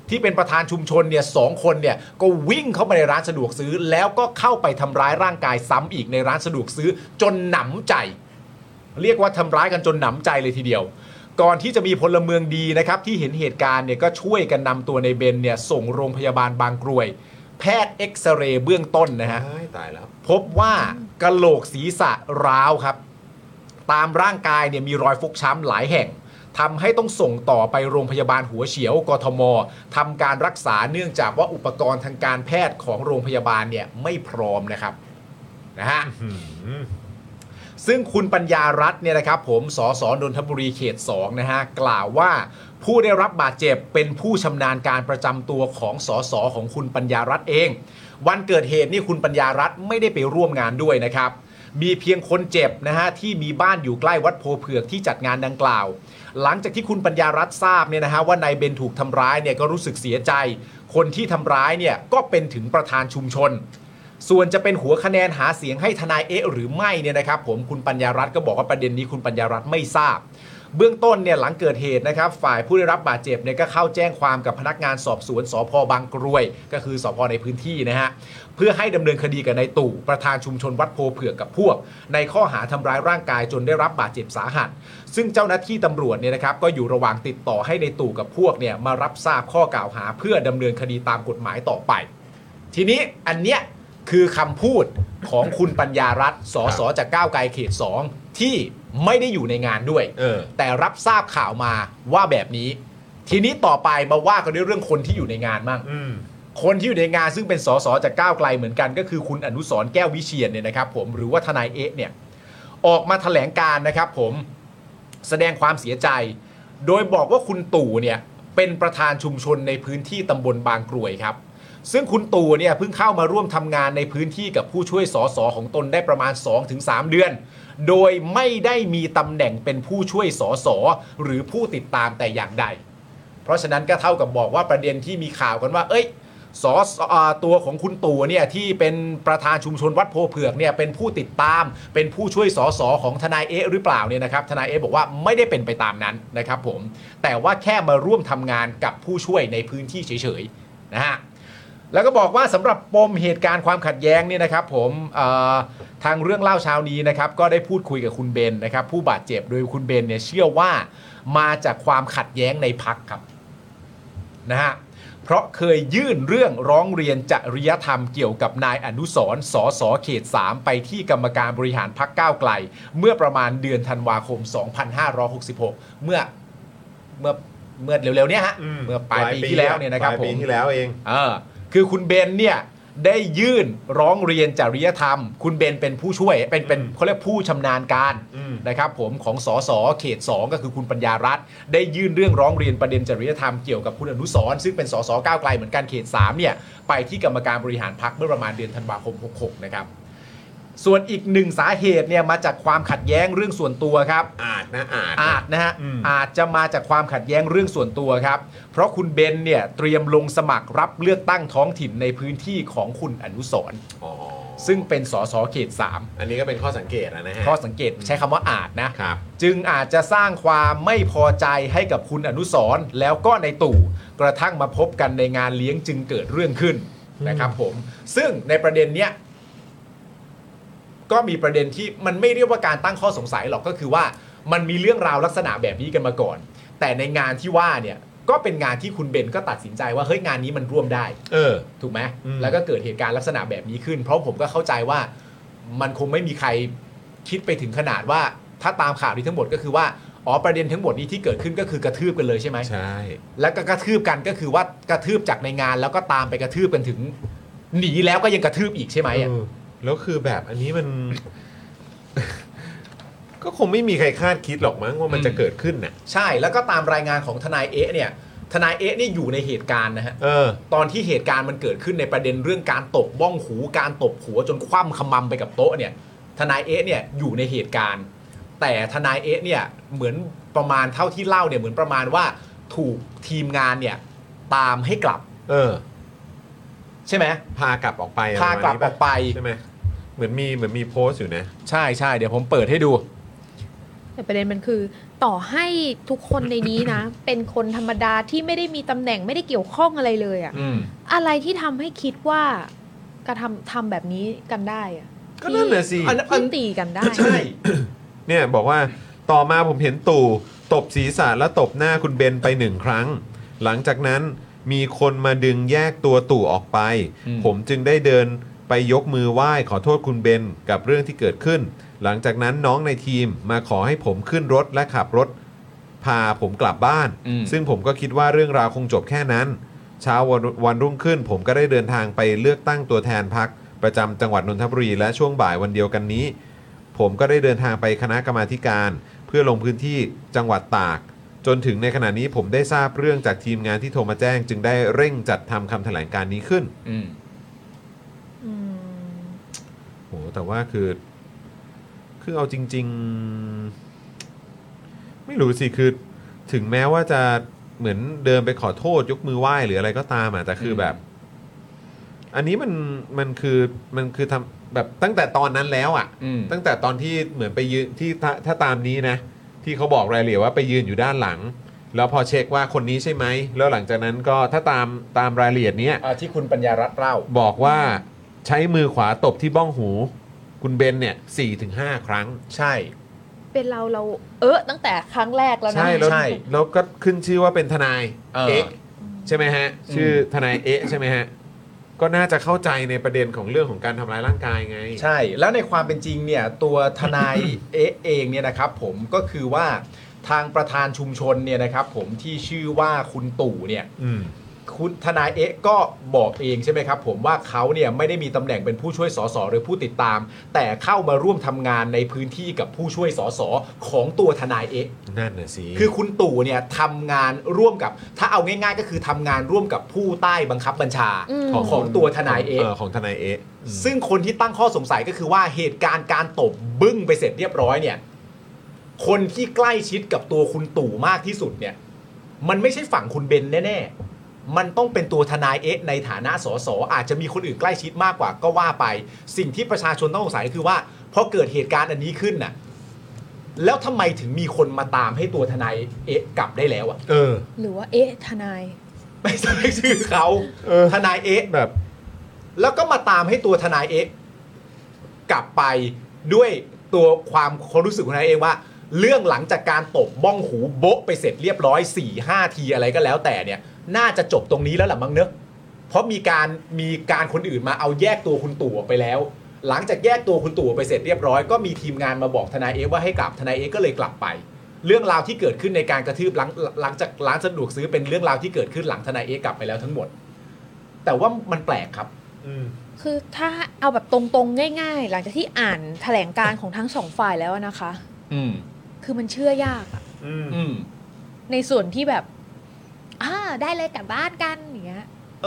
ที่เป็นประธานชุมชนเนี่ย2 คนเนี่ยก็วิ่งเข้าไปในร้านสะดวกซื้อแล้วก็เข้าไปทำร้ายร่างกายซ้ำอีกในร้านสะดวกซื้อจนหนำใจเรียกว่าทำร้ายกันจนหนำใจเลยทีเดียวก่อนที่จะมีพลเมืองดีนะครับที่เห็นเหตุการณ์เนี่ยก็ช่วยกันนำตัวในเบนเนี่ยส่งโรงพยาบาลบางกรวยแพทย์เอ็กซเรย์เบื้องต้นนะฮะตายแล้วพบว่ากะโหลกศีรษะร้าวครับตามร่างกายเนี่ยมีรอยฟกช้ำหลายแห่งทำให้ต้องส่งต่อไปโรงพยาบาลหัวเฉียวกทมทำการรักษาเนื่องจากว่าอุปกรณ์ทางการแพทย์ของโรงพยาบาลเนี่ยไม่พร้อมนะครับนะฮะซึ่งคุณปัญญารัตน์เนี่ยนะครับผมสสนนทบุรีเขต2นะฮะกล่าวว่าผู้ได้รับบาดเจ็บเป็นผู้ชำนาญการประจำตัวของสสของคุณปัญญารัตน์เองวันเกิดเหตุนี่คุณปัญญารัตน์ไม่ได้ไปร่วมงานด้วยนะครับมีเพียงคนเจ็บนะฮะที่มีบ้านอยู่ใกล้วัดโพเผือกที่จัดงานดังกล่าวหลังจากที่คุณปัญญารัตน์ทราบเนี่ยนะฮะว่านายเบนถูกทำร้ายเนี่ยก็รู้สึกเสียใจคนที่ทำร้ายเนี่ยก็เป็นถึงประธานชุมชนส่วนจะเป็นหัวคะแนนหาเสียงให้ทนายเอ๊ะหรือไม่เนี่ยนะครับผมคุณปัญญารัตน์ก็บอกว่าประเด็นนี้คุณปัญญารัตน์ไม่ทราบเบื้องต้นเนี่ยหลังเกิดเหตุนะครับฝ่ายผู้ได้รับบาดเจ็บเนี่ยก็เข้าแจ้งความกับพนักงานสอบสวนสภ.บางกรวยก็คือสภ.ในพื้นที่นะฮะเพื่อให้ดำเนินคดีกับนายตู่ประธานชุมชนวัดโพเผือกกับพวกในข้อหาทำร้ายร่างกายจนได้รับบาดเจ็บสาหัสซึ่งเจ้าหน้าที่ตำรวจเนี่ยนะครับก็อยู่ระหว่างติดต่อให้นายตู่กับพวกเนี่ยมารับทราบข้อกล่าวหาเพื่อดำเนินคดีตามกฎหมายต่อไปทีนี้อันเนี้ยคือคำพูดของคุณปัญญารัตน์สสจากก้าวไกลเขต2ที่ไม่ได้อยู่ในงานด้วยแต่รับทราบข่าวมาว่าแบบนี้ทีนี้ต่อไปมาว่ากันด้วยเรื่องคนที่อยู่ในงานมั่งคนที่อยู่ในงานซึ่งเป็นสสจากก้าวไกลเหมือนกันก็คือคุณอนุสรณ์แก้ววิเชียรเนี่ยนะครับผมหรือว่าทนายเอ๊ะเนี่ยออกมาแถลงการนะครับผมแสดงความเสียใจโดยบอกว่าคุณตู่เนี่ยเป็นประธานชุมชนในพื้นที่ตำบลบางกรวยครับซึ่งคุณตู่เนี่ยเพิ่งเข้ามาร่วมทำงานในพื้นที่กับผู้ช่วยสสของตนได้ประมาณ 2-3 เดือนโดยไม่ได้มีตำแหน่งเป็นผู้ช่วยสสหรือผู้ติดตามแต่อย่างใดเพราะฉะนั้นก็เท่ากับบอกว่าประเด็นที่มีข่าวกันว่าตัวของคุณตู่เนี่ยที่เป็นประธานชุมชนวัดโพเผือกเนี่ยเป็นผู้ติดตามเป็นผู้ช่วยสสของทนายเอ๊ะหรือเปล่าเนี่ยนะครับทนายเอ๊ะบอกว่าไม่ได้เป็นไปตามนั้นนะครับผมแต่ว่าแค่มาร่วมทำงานกับผู้ช่วยในพื้นที่เฉยๆนะฮะแล้วก็บอกว่าสำหรับปมเหตุการณ์ความขัดแย้งเนี่ยนะครับผมทางเรื่องเล่าเช้านี้นะครับก็ได้พูดคุยกับคุณเบนนะครับผู้บาดเจ็บโดยคุณเบนเนี่ยเชื่อว่ามาจากความขัดแย้งในพรรคครับนะฮะเพราะเคยยื่นเรื่องร้องเรียนจริยธรรมเกี่ยวกับนายอนุสรณ์สสเขต3ไปที่กรรมการบริหารพรรคก้าวไกลเมื่อประมาณเดือนธันวาคม 2566 เมื่อเร็วๆเนี้ยฮะเมื่อปลายปีที่แล้วเนี่ยนะครับผมปลายปีที่แล้วเองคือคุณเบนเนี่ยได้ยื่นร้องเรียนจริยธรรมคุณเบนเป็นผู้ช่วยเป็นเขาเรียกผู้ชำนาญการนะครับผมของสสเขต2ก็คือคุณปัญญารัตน์ได้ยื่นเรื่องร้องเรียนประเด็นจริยธรรมเกี่ยวกับคุณอนุสรณ์ซึ่งเป็นสสก้าวไกลเหมือนกันเขต3เนี่ยไปที่กรรมการบริหารพรรคเมื่อประมาณเดือนธันวาคม66นะครับส่วนอีกหนึ่งสาเหตุเนี่ยมาจากความขัดแย้งเรื่องส่วนตัวครับอาจนะฮะอาจจะมาจากความขัดแย้งเรื่องส่วนตัวครับเพราะคุณเบนเนี่ยเตรียมลงสมัครรับเลือกตั้งท้องถิ่นในพื้นที่ของคุณอนุสรณ์ซึ่งเป็นสสเขต3 อันนี้ก็เป็นข้อสังเกตนะฮะข้อสังเกตใช้คำว่าอาจนะจึงอาจจะสร้างความไม่พอใจให้กับคุณอนุสรณ์แล้วก็ในตู่กระทั่งมาพบกันในงานเลี้ยงจึงเกิดเรื่องขึ้นนะครับผมซึ่งในประเด็นเนี้ยก็มีประเด็นที่มันไม่เรียกว่าการตั้งข้อสงสัยหรอกก็คือว่ามันมีเรื่องราวลักษณะแบบนี้กันมาก่อนแต่ในงานที่ว่าเนี่ยก็เป็นงานที่คุณเบนก็ตัดสินใจว่าเฮ้ยงานนี้มันร่วมได้ถูกไหมแล้วก็เกิดเหตุการณ์ลักษณะแบบนี้ขึ้นเพราะผมก็เข้าใจว่ามันคงไม่มีใครคิดไปถึงขนาดว่าถ้าตามข่าวนี้ทั้งหมดก็คือว่าประเด็นทั้งหมดนี้ที่เกิดขึ้นก็คือกระทืบกันเลยใช่ไหมใช่แล้วก็กระทืบกันก็คือว่ากระทืบจากในงานแล้วก็ตามไปกระทืบกันถึงหนีแล้วก็ยังกระทืบอีกใช่ไหมแล้วคือแบบอันนี้มัน ก็คงไม่มีใครคาดคิดหรอกมั้งว่ามันจะเกิดขึ้นน่ะใช่แล้วก็ตามรายงานของทนายเอ๊ะเนี่ยทนายเอ๊ะนี่อยู่ในเหตุการณ์นะฮะตอนที่เหตุการณ์มันเกิดขึ้นในประเด็นเรื่องการตบบ้องหูการตบหัวจนคว่ำขมำไปกับโต๊ะเนี่ยทนายเอ๊ะเนี่ยอยู่ในเหตุการณ์แต่ทนายเอ๊ะเนี่ยเหมือนประมาณเท่าที่เล่าเนี่ยเหมือนประมาณว่าถูกทีมงานเนี่ยตามให้กลับใช่ไหมพากลับออกไปใช่ไหมเหมือนมีโพสต์อยู่นะใช่เดี๋ยวผมเปิดให้ดูแต่ประเด็นมันคือต่อให้ทุกคนในนี้นะ เป็นคนธรรมดาที่ไม่ได้มีตำแหน่งไม่ได้เกี่ยวข้องอะไรเลยอะอะไรที่ทำให้คิดว่ากระทำแบบนี้กันได้อะก็นั่นแหละสิที่ตีกันได้ใช่เนี่ยบอกว่าต่อมาผมเห็นตู่ตบศีรษะและตบหน้าคุณเบนไป1 ครั้งหลังจากนั้นมีคนมาดึงแยกตัวตู่ออกไปผมจึงได้เดินไปยกมือไหว้ขอโทษคุณเบนกับเรื่องที่เกิดขึ้นหลังจากนั้นน้องในทีมมาขอให้ผมขึ้นรถและขับรถพาผมกลับบ้านซึ่งผมก็คิดว่าเรื่องราวคงจบแค่นั้นเช้าวันรุ่งขึ้นผมก็ได้เดินทางไปเลือกตั้งตัวแทนพรรคประจำจังหวัดนนทบุรีและช่วงบ่ายวันเดียวกันนี้ผมก็ได้เดินทางไปคณะกรรมาธิการเพื่อลงพื้นที่จังหวัดตากจนถึงในขณะนี้ผมได้ทราบเรื่องจากทีมงานที่โทรมาแจ้งจึงได้เร่งจัดทำคำแถลงการนี้ขึ้นโหแต่ว่าคือเอาจริงๆไม่รู้สิคือถึงแม้ว่าจะเหมือนเดินไปขอโทษยกมือไหว้หรืออะไรก็ตามแต่คือแบบอันนี้มันคือทำแบบตั้งแต่ตอนนั้นแล้วตั้งแต่ตอนที่เหมือนไปยืนที่ถ้าตามนี้นะที่เขาบอกรายละเอียดว่าไปยืนอยู่ด้านหลังแล้วพอเช็คว่าคนนี้ใช่ไหมแล้วหลังจากนั้นก็ถ้าตามรายละเอียดนี้ที่คุณปัญญารัตน์เล่าบอกว่าใช้มือขวาตบที่บ้องหูคุณเบนเนี่ย 4-5 ครั้งใช่เป็นเราตั้งแต่ครั้งแรกแล้วนะใช่แล้วก็ขึ้นชื่อว่าเป็นทนายเอ๊ะใช่ไหมฮะชื่อทนายเอ๊ะใช่ไหมฮะก็น่าจะเข้าใจในประเด็นของเรื่องของการทำร้ายร่างกายไงใช่แล้วในความเป็นจริงเนี่ยตัวทนายเอ๊ะเองเนี่ยนะครับผมก็คือว่าทางประธานชุมชนเนี่ยนะครับผมที่ชื่อว่าคุณตู่เนี่ยคุณทนายเอ๊ะก็บอกเองใช่ไหมครับผมว่าเขาเนี่ยไม่ได้มีตำแหน่งเป็นผู้ช่วยสสหรือผู้ติดตามแต่เข้ามาร่วมทำงานในพื้นที่กับผู้ช่วยสสของตัวทนายเอ๊ะนั่นน่ะสิคือคุณตู่เนี่ยทำงานร่วมกับถ้าเอาง่ายๆก็คือทำงานร่วมกับผู้ใต้บังคับบัญชาของตัวทนายเอ๊ะของทนายเอ๊ะซึ่งคนที่ตั้งข้อสงสัยก็คือว่าเหตุการณ์การตบบึ้งไปเสร็จเรียบร้อยเนี่ยคนที่ใกล้ชิดกับตัวคุณตู่มากที่สุดเนี่ยมันไม่ใช่ฝั่งคุณเบนแน่ๆมันต้องเป็นตัวทนายเอ๊ะในฐานะสสอาจจะมีคนอื่นใกล้ชิดมากกว่าก็ว่าไปสิ่งที่ประชาชนต้องสงสัยคือว่าพอเกิดเหตุการณ์อันนี้ขึ้นน่ะแล้วทำไมถึงมีคนมาตามให้ตัวทนายเอ๊ะกลับได้แล้วอ่ะหรือว่าเอ๊ะทนายไม่ใช่ชื่อเขาทนายเอ๊ะแบบแล้วก็มาตามให้ตัวทนายเอ๊ะกลับไปด้วยตัวความรู้สึกของทนายเองว่าเรื่องหลังจากการตบบ้องหูโบ๊ะไปเสร็จเรียบร้อย 4-5 ทีอะไรก็แล้วแต่เนี่ยน่าจะจบตรงนี้แล้วล่ะมั้งเนอะเพราะมีการคนอื่นมาเอาแยกตัวคุณตู่ไปแล้วหลังจากแยกตัวคุณตู่ไปเสร็จเรียบร้อยก็มีทีมงานมาบอกทนายเอ๊ะว่าให้กลับทนายเอ๊ะก็เลยกลับไปเรื่องราวที่เกิดขึ้นในการกระทืบหลังจากร้านสะดวกซื้อเป็นเรื่องราวที่เกิดขึ้นหลังทนายเอ๊ะกลับไปแล้วทั้งหมดแต่ว่ามันแปลกครับคือถ้าเอาแบบตรงๆง่ายๆหลังจากที่อ่านแถลงการของทั้งสองฝ่ายแล้วนะคะคือมันเชื่อยากอ่ะในส่วนที่แบบได้เลยกลับบ้านกันอย่างเงี้ย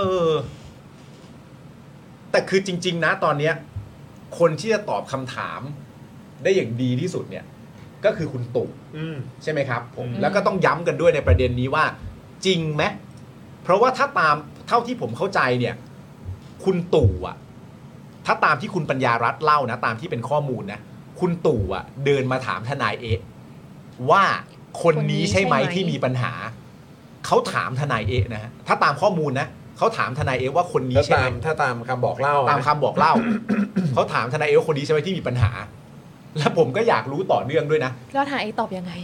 แต่คือจริงๆนะตอนเนี้ยคนที่จะตอบคำถามได้อย่างดีที่สุดเนี่ยก็คือคุณตู่ใช่ไหมครับผมแล้วก็ต้องย้ำกันด้วยในประเด็นนี้ว่าจริงไหมเพราะว่าถ้าตามเท่าที่ผมเข้าใจเนี่ยคุณตู่อ่ะถ้าตามที่คุณปัญญารัตน์เล่านะตามที่เป็นข้อมูลนะคุณตู่อ่ะเดินมาถามทนายเอ๊ะว่าคนนี้ใช่ไหมที่มีปัญหาเขาถามทนายเอ๊ะนะฮะถ้าตามข้อมูลนะเขาถามทนายเอ๊ะว่าคนนี้ใช่ไหมถ้าตามคำบอกเล่าตามคำบอกเล่า เขาถามทนายเอ๊ะว่าคนนี้ใช่ไหมที่มีปัญหาแล้วผมก็อยากรู้ต่อเนื่องด้วยนะแล้วทนายเอ๊ะตอบยังไง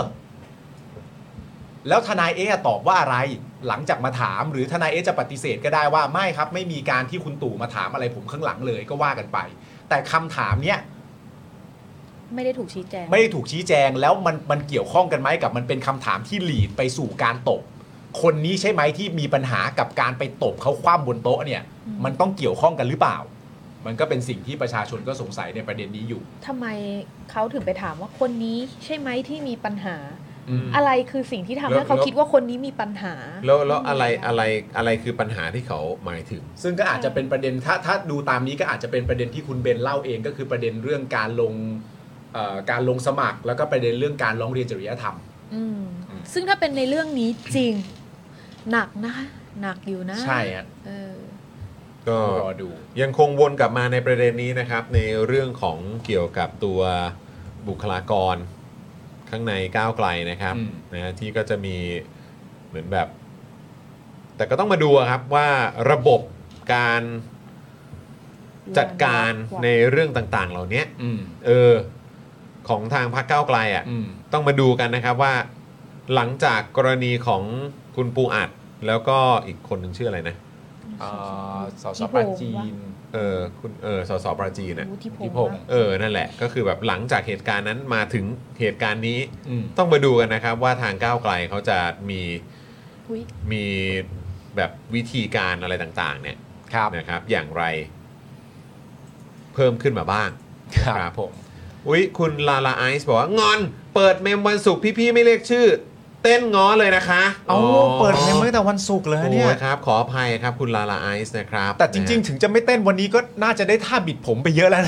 แล้วทนายเอ๊ะตอบว่าอะไรหลังจากมาถามหรือทนายเอ๊ะจะปฏิเสธก็ได้ว่าไม่ครับไม่มีการที่คุณตู่มาถามอะไรผมข้างหลังเลยก็ว่ากันไปแต่คำถามเนี้ยไม่ได้ถูกชี้แจงแล้วมันเกี่ยวข้องกันไหมกับมันเป็นคำถามที่ลีดไปสู่การตบคนนี้ใช่ไหมที่มีปัญหากับการไปตบเขาคว่ำบนโต๊ะเนี่ยมันต้องเกี่ยวข้องกันหรือเปล่ามันก็เป็นสิ่งที่ประชาชนก็สงสัยในประเด็นนี้อยู่ทำไมเขาถึงไปถามว่าคนนี้ใช่ไหมที่มีปัญหาอะไรคือสิ่งที่ทำให้เขาคิดว่าคนนี้มีปัญหาแล้วอะไรคือปัญหาที่เขาหมายถึงซึ่งก็อาจจะเป็นประเด็นถ้าดูตามนี้ก็อาจจะเป็นประเด็นที่คุณเบนเล่าเองก็คือประเด็นเรื่องการลงสมัครแล้วก็ประเด็นเรื่องการร้องเรียนจริยธรรมซึ่งถ้าเป็นในเรื่องนี้จริงหนักนะคะหนักอยู่นะใช่ฮะก็รอดูยังคงวนกลับมาในประเด็นนี้นะครับในเรื่องของเกี่ยวกับตัวบุคลากรข้างในก้าวไกลนะครับนะที่ก็จะมีเหมือนแบบ แต่ก็ต้องมาดูครับว่าระบบการจัดการในเรื่องต่างๆเหล่านี้ของทางพรรคก้าวไกลต้องมาดูกันนะครับว่าหลังจากกรณีของคุณปูอัดแล้วก็อีกคนหนึ่งชื่ออะไรนะสสปราจีนคุณสสปราจีนน่ะที่พงษ์นั่นแหละก็คือแบบหลังจากเหตุการณ์นั้นมาถึงเหตุการณ์นี้ต้องมาดูกันนะครับว่าทางก้าวไกลเขาจะมีแบบวิธีการอะไรต่างๆเนี่ยนะครับอย่างไรเพิ่มขึ้นมาบ้างครับผมคุณลาลาไอซ์บอกว่างอนเปิดเมมวันศุกร์พี่ๆไม่เรียกชื่อเต้นง้อเลยนะคะเปิดเมมตั้งแต่วันศุกร์เลยเนี่ยครับขออภัยครับคุณลาลาไอซ์นะครับแต่จริงๆถึงจะไม่เต้นวันนี้ก็น่าจะได้ท่าบิดผมไปเยอะแล้วนะ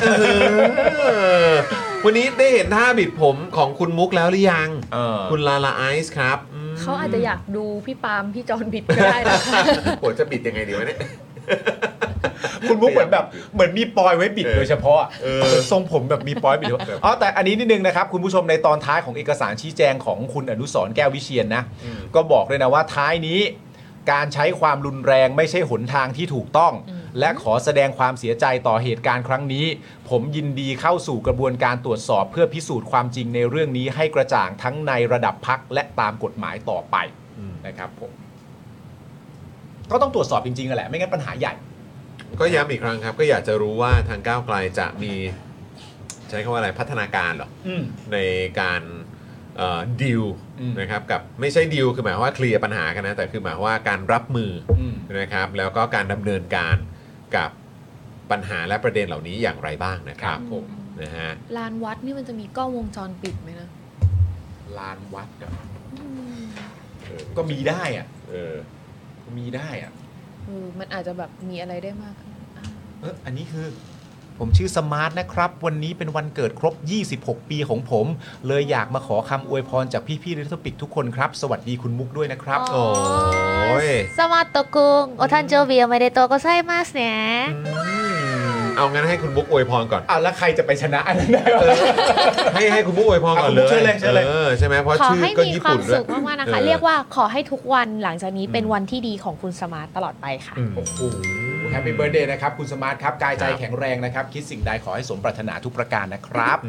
วันนี้ได้เห็นท่าบิดผมของคุณมุกแล้วหรือยังคุณลาลาไอซ์ครับเขาอาจจะอยากดูพี่ปาล์มพี่จอนบิดก็ได้นะคะโหจะบิดยังไงดีวะเนี่ยคุณมุกเหมือนมีปอยไว้บิดโดยเฉพาะทรงผมแบบมีปอยบิดแต่อันนี้นิดนึงนะครับคุณผู้ชมในตอนท้ายของเอกสารชี้แจงของคุณอนุสรณ์แก้ววิเชียรนะก็บอกเลยนะว่าท้ายนี้การใช้ความรุนแรงไม่ใช่หนทางที่ถูกต้องและขอแสดงความเสียใจต่อเหตุการณ์ครั้งนี้ผมยินดีเข้าสู่กระบวนการตรวจสอบเพื่อพิสูจน์ความจริงในเรื่องนี้ให้กระจ่างทั้งในระดับพรรคและตามกฎหมายต่อไปนะครับผมก็ต้องตรวจสอบจริงๆแหละไม่งั้นปัญหาใหญ่ก็ย้ำอีกครั้งครับก็อยากจะรู้ว่าทางก้าวไกลจะมีใช้คำว่าอะไรพัฒนาการหรอในการดีลนะครับกับไม่ใช่ดีลคือหมายว่าเคลียร์ปัญหากันนะแต่คือหมายว่าการรับมือนะครับแล้วก็การดำเนินการกับปัญหาและประเด็นเหล่านี้อย่างไรบ้างนะครับผมนะฮะลานวัดนี่มันจะมีกล้องวงจรปิดไหมนะลานวัดก็มีได้อ่ะก็มีได้อ่ะมันอาจจะแบบมีอะไรได้มากอันนี้คือผมชื่อสมาร์ทนะครับวันนี้เป็นวันเกิดครบ26ปีของผมเลยอยากมาขอคำอวยพรจากพี่ๆลิตเติ้ลปิกทุกคนครับสวัสดีคุณมุกด้วยนะครับโอ้ยสมาร์ทโตกุงโอทันโจเบียไม่ได้โตก็ไซมัสเนี่ยเอางั้นให้คุณมุกอวยพรก่อนแล้วใครจะไปชนะอันนั้นได้ให้คุณมุกอวยพรก่อนเลยใช่ไหมเพราะชื่อก็ญี่ปุ่นด้วยขอให้มีความสุขมากๆนะคะเรียกว่าขอให้ทุกวันหลังจากนี้เป็นวันที่ดีของคุณสมาร์ทตลอดไปค่ะโอ้โหแฮปปี้เบิร์ธเดย์นะครับคุณสมาร์ทครับกายใจแข็งแรงนะครับคิดสิ่งใดขอให้สมปรารถนาทุกประการนะครับ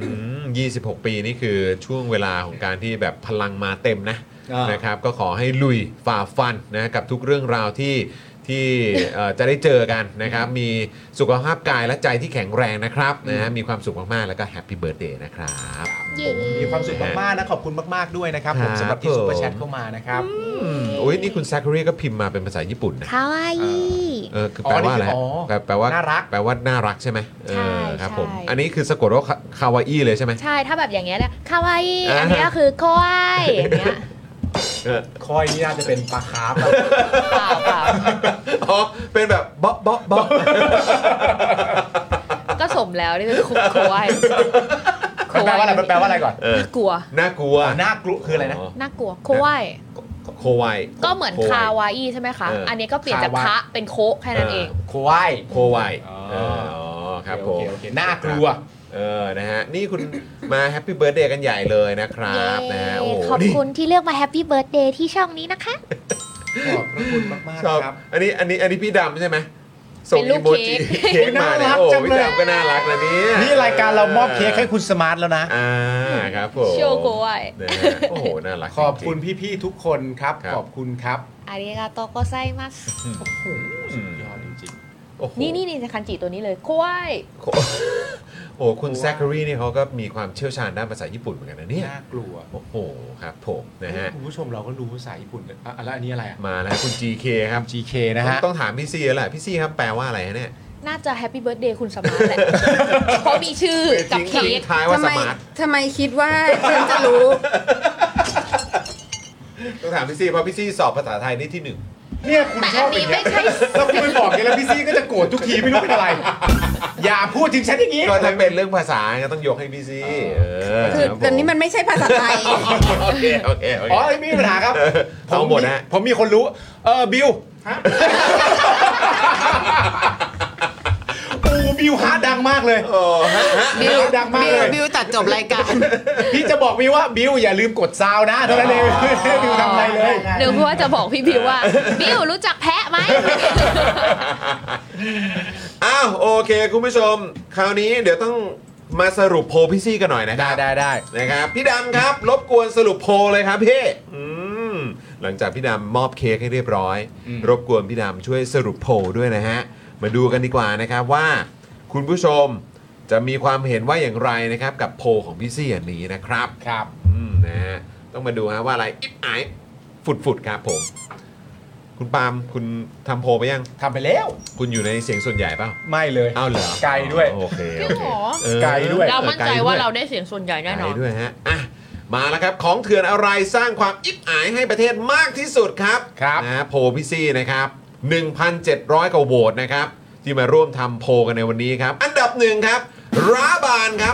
26 ปีนี่คือช่วงเวลาของการที่แบบพลังมาเต็มนะครับก็ขอให้ลุยฝ่าฟันนะกับทุกเรื่องราวที่จะได้เจอกันนะครับมีสุขภาพกายและใจที่แข็งแรงนะครับนะมีความสุขมากๆแล้วก็แฮปปี้เบิร์ธเดย์นะครับมีความสุขมากๆนะขอบคุณมากๆด้วยนะครับผมสำหรับที่ซุปเปอร์แชทเข้ามานะครับนี่คุณแซคเคอรี่ก็พิมพ์มาเป็นภาษาญี่ปุ่นนะคาวาอิคือแปลว่าอะไรแปลว่าน่ารักแปลว่าน่ารักใช่ไหมครับผมอันนี้คือสะกดว่าคาวาอิเลยใช่ไหมใช่ถ้าแบบอย่างเงี้ยเนี่ยคาวาอิอันนี้ก็คือโคไออย่างเงี้ยคอยนี่น่าจะเป็นปลาคาร์ฟอ๋อเป็นแบบบ๊อบบ๊อบบ๊อบก็สมแล้วนี่เป็นโคไอแปลว่าอะไรมันแปลว่าอะไรก่อนน่ากลัวน่ากลัวคืออะไรนะน่ากลัวโคไอก็เหมือนคาวาอิใช่ไหมคะอันนี้ก็เปลี่ยนจากคะเป็นโคแค่นั้นเองโคไอครับผมน่ากลัวนะฮะนี่คุณมาแฮปปี้เบิร์ธเดย์กันใหญ่เลยนะครับนะฮะขอบคุณที่เลือกมาแฮปปี้เบิร์ธเดย์ที่ช่องนี้นะคะขอบคุณมากๆครับอันนี้พี่ดำใช่ไหมส่งอีโมจิเค้กมาเนี่ยโอ้พี่ดำก็น่ารักนะนี่รายการเรามอบเค้กให้คุณสมาร์ทแล้วนะครับผมโชโกไวโอ้โหน่ารักขอบคุณพี่ๆทุกคนครับขอบคุณครับอาริกาโตโกไซมัสโอ้โหสุดยอดจริงๆนี่คันจิตัวนี้เลยโคไวโอ้คุณแซคเคอรี่นี่เขาก็มีความเชี่ยวชาญด้านภาษาญี่ปุ่นเหมือนกันนะเนี่ยน่ากลัวโอ้โหครับผมนะฮะคุณผู้ชมเราก็รู้ภาษาญี่ปุ่นแล้วอันนี้อะไรมาแล้วคุณ GK ครับ GK นะฮะต้องถามพี่ซี่แล้วแหละพี่ซี่ครับแปลว่าอะไรฮะเนี่ยน่าจะแฮปปี้เบิร์ธเดย์คุณสมาร์ทแหละเพราะมีชื่อกับเค้กทำไมคิดว่าฉันจะรู้ต้องถามพี่ซี่เพราะพี่ซี่สอบภาษาไทยนี่ที่ 1 เนี่ยคุณชอบอย่างนี้แล้วคุณไปบอกอย่างนี้แล้วพี่ซี่ก็จะโกรธทุกทีไม่รู้เป็นอะไรอย่าพูดถึงฉันอย่างนี้ก็ถ้าเป็นเรื่องภาษาก็ต้องยกให้พี่ซี่คือแต่นี้มันไม่ใช่ภาษาไทยโอเคอ๋อไม่มีปัญหาครับทั้งหมดนะผมมีคนรู้บิวโอ้บิวฮาร์ดดังมากเลยบิวดังมากเลยบิวตัดจบรายการพี่จะบอกบิวว่าบิวอย่าลืมกดซาวนะเท่านั้นเองบิวทำอะไรเลยเดี๋ยวพี่ว่าจะบอกพี่บิวว่า บิวรู้จักแพะไหมอ้าวโอเคคุณผู้ชมคราวนี้เดี๋ยวต้องมาสรุปโพลพี่ซี่กันหน่อยนะครับได้นะครับพี่ดำครับรบกวนสรุปโพลเลยครับพี่หลังจากพี่ดำมอบเค้กให้เรียบร้อยรบกวนพี่ดำช่วยสรุปโพลด้วยนะฮะมาดูกันดีกว่านะครับว่าคุณผู้ชมจะมีความเห็นว่าอย่างไรนะครับกับโพลของพี่ซี่อันนี้นะครับครับนะฮะต้องมาดูฮะว่าอะไรอิ๊บไอฟุดครับผมคุณปาล์มคุณทำโพลไปยังทำไปแล้วคุณอยู่ในเสียงส่วนใหญ่เปล่าไม่เลยอ้าวเหรอไกลด้วยโอเคจริงเหรอไกลด้วยเรามั่นใจว่าเราได้เสียงส่วนใหญ่แน่นอนไกลด้วยฮะอ่ะมาแล้วครับของเถื่อนอะไรสร้างความอิบอายให้ประเทศมากที่สุดครับครับนะฮะโพลพี่ซี่นะครับ 1,700 กว่าโหวตนะครับที่มาร่วมทำโพลกันในวันนี้ครับอันดับหนึ่งครับร้าบานครับ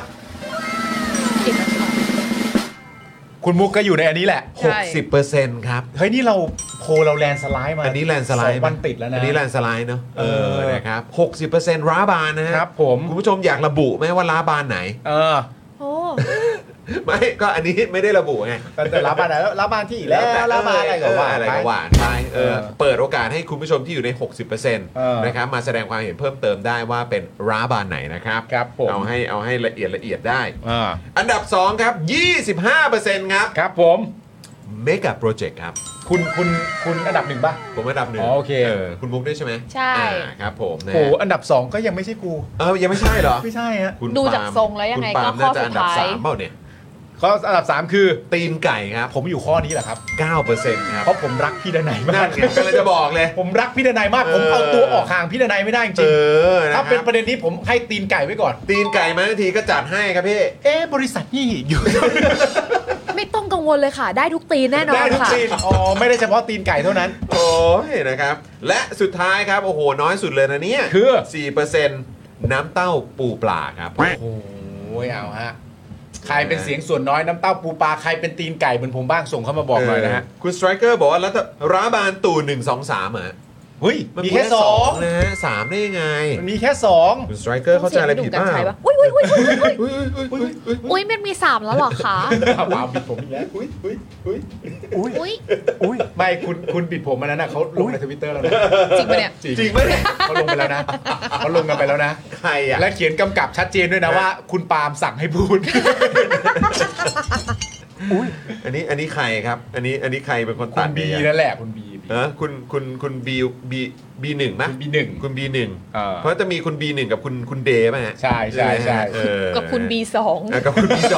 คุณมุกก็อยู่ในอันนี้แหละใช่ 60%ครับเฮ้ยนี่เราโพลเราแลนด์สไลด์มาอันนี้แลนด์สไลด์ 2 วันติดแล้วนะอันนี้แลนด์สไลด์เนาะนะครับ 60%ร้าบานนะฮะครับผมคุณผู้ชมอยากระบุไหมว่าร้าบานไหนโอ้ไม่ก็อันนี้ไม่ได้ระบุไงแต่รับบานไหนแล้วรับบานที่อีกแล้วรับบานอะไรก็ว่าอะไรก็ว่าไปเปิดโอกาสให้คุณผู้ชมที่อยู่ใน 60%นะครับมาแสดงความเห็นเพิ่มเติมได้ว่าเป็นร้าบานไหนนะครับครับผมเอาให้ละเอียดได้อ่าอันดับ 2 ครับ 25%ครับครับผม Mega Project ครับคุณอันดับหนึ่งป่ะผมอันดับหนึ่งอ๋อโอเคคุณมุกด้วยใช่ไหมใช่ครับผมนะโหอันดับ 2 ก็ยังไม่ใช่กูยังไม่ใช่เหรอไม่ใช่ฮะคุณดูจากปาล์มทรงแล้วยังไงคุณปาล์มก็ข้อน่าจะอันดับสุดท้าย 3เปล่าเนี่ยข้ออันดับ 3 คือตีนไก่ครับผมอยู่ข้อนี้แหละครับ 9%ครับเพราะผมรักพี่ดนัยมานั่กนไงกำลังจะบอกเลยผมรักพี่ดนัยมาก ผมเอาตัวออกห่างพี่ดนัยไม่ได้จริงนะถ้าคเป็นรับประเด็นนี้ผมให้ตีนไก่ไว้ก่อนตีนไก่มาทันทีก็จัดให้ครับพี่บริษัทนี่อยู่ไม่ต้องกังวลเลยค่ะ ได้ทุกตีนแน่นอได้นทุกค่ะตีนอ๋อไม่ได้เฉพาะตีนไก่เท่านั้นโอ้ยนะครับ และสุดท้ายครับ โอ้โห น้อยสุดเลยนะเนี่ยคือ 4%น้ำเต้าปูปลาครับโอ้ยเอาฮะใครเป็นเสียงส่วนน้อยน้ำเต้าปูปลาใครเป็นตีนไก่เหมือนผมบ้างส่งเข้ามาบอกหน่อยนะฮะคุณสไตรเกอร์บอกว่าร้าบานตู่1 2 3อ่ะเฮ้ยมันมีแค่พูดได้ 2 นะฮะ3ได้ยังไงมันมีแค่2 คุณสไตรเกอร์เข้าใจอะไรผิดกัเปนล่าใช่ปะอุ้ยอุ้ยอุ้ยอุ้ยอุ้ยอุ้ยมันมี3แล้วเหรอคะว้าวบิดผมอีกแล้วอุ้ยอุ้ยไม่คุณบิดผมมานั้นน่ะเขาลงใน Twitter แล้วนะจริงปะเนี่ยจริงไหมเนี่ยเขาลงไปแล้วนะเขาลงกันไปแล้วนะใครอ่ะและเขียนกำกับชัดเจนด้วยนะว่า คุณปาล์มสั่งให้พูดอันนี้ใครครับ อันนี้ใครเป็นคนคุตัดณบีเนี่ยนั่นแหละคุณบีคุณบีหนึ่งไหมคุณบีหนึ่งคุณ B1 เพราะจะมีคุณ B1 กับคุณเดย์ป่ะฮะใช่กับคุณ B2 กับคุณ B2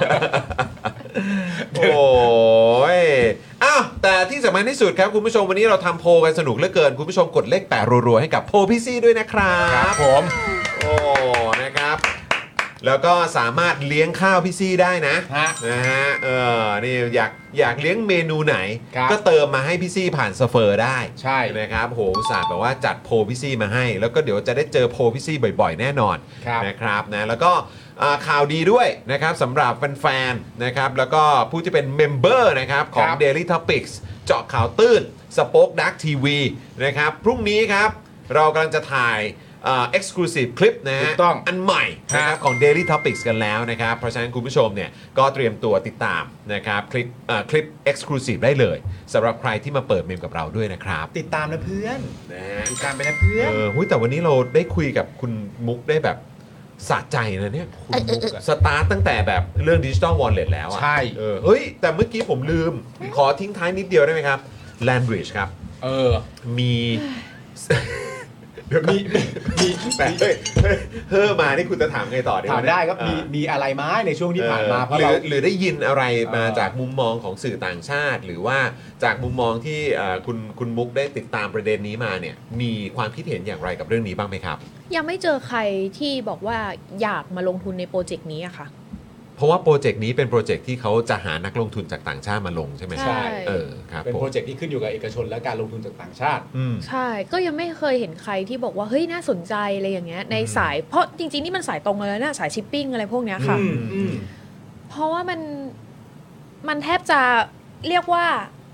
โอ้ยอ้าวแต่ที่สำคัญที่สุดครับคุณผู้ชมวันนี้เราทำโพลกันสนุกเหลือเกินคุณผู้ชมกดเลข8รัวๆให้กับโพลพี่ซี่ด้วยนะครับครับผมโอ้นะครับ แล้วก็สามารถเลี้ยงข้าวพี่ซี่ได้นะฮะนะฮะนี่อยากเลี้ยงเมนูไหนครับก็เติมมาให้พี่ซี่ผ่านสเฟอร์ได้ใช่นะครับโหอุตส่าห์แบบว่าจัดโพลพี่ซี่มาให้ แล้วก็เดี๋ยวจะได้เจอโพลพี่ซี่บ่อยๆ แน่นอนครับนะครับนะแล้วก็ข่าวดีด้วยนะครับสำหรับแฟนๆนะครับแล้วก็ผู้ที่เป็นเมมเบอร์นะครับของ Daily Topics เจาะข่าวตื้น Spoke Dark TV นะครับพรุ่งนี้ครับเรากำลังจะถ่ายexclusive คลิปนะฮะถูกต้องอันใหม่นะครับของ Daily Topics กันแล้วนะครับเพราะฉะนั้นคุณผู้ชมเนี่ยก็เตรียมตัวติดตามนะครับคลิป exclusive ได้เลยสำหรับใครที่มาเปิดเมมกับเราด้วยนะครับติดตามนะเพื่อนนะฮะติดตามไปนะเพื่อนหุ้ยแต่วันนี้เราได้คุยกับคุณมุกได้แบบสะใจนะเนี่ยคุณมุกอะสตาร์ตตั้งแต่แบบเรื่อง Digital Wallet แล้วอะใช่เฮ้ยแต่เมื่อกี้ผมลืมขอทิ้งท้ายนิดเดียวได้ไหมครับ Landbridge ครับมี เดี๋ยวมีแต่เฮ้ยมานี่คุณจะถามไงต่อถามได้ครับมีอะไรไหมในช่วงที่ผ่านมาเพราะเราหรือได้ยินอะไรมาจากมุมมองของสื่อต่างชาติ หรือว่าจากมุมมองที่คุณมุกได้ติดตามประเด็นนี้มาเนี่ยมีความคิดเห็นอย่างไรกับเรื่องนี้บ้างไหมครับยังไม่เจอใครที่บอกว่าอยากมาลงทุนในโปรเจกต์นี้อะค่ะเพราะว่าโปรเจกต์นี้เป็นโปรเจกต์ที่เขาจะหานักลงทุนจากต่างชาติมาลงใช่ไหมใช่ครับเป็นผมโปรเจกต์ที่ขึ้นอยู่กับเอกชนและการลงทุนจากต่างชาติใช่ก็ยังไม่เคยเห็นใครที่บอกว่าเฮ้ยน่าสนใจอะไรอย่างเงี้ยในสายเพราะจริงๆนี่มันสายตรงเลยนะสายชิปปิ้งอะไรพวกเนี้ยค่ะเพราะว่ามันแทบจะเรียกว่า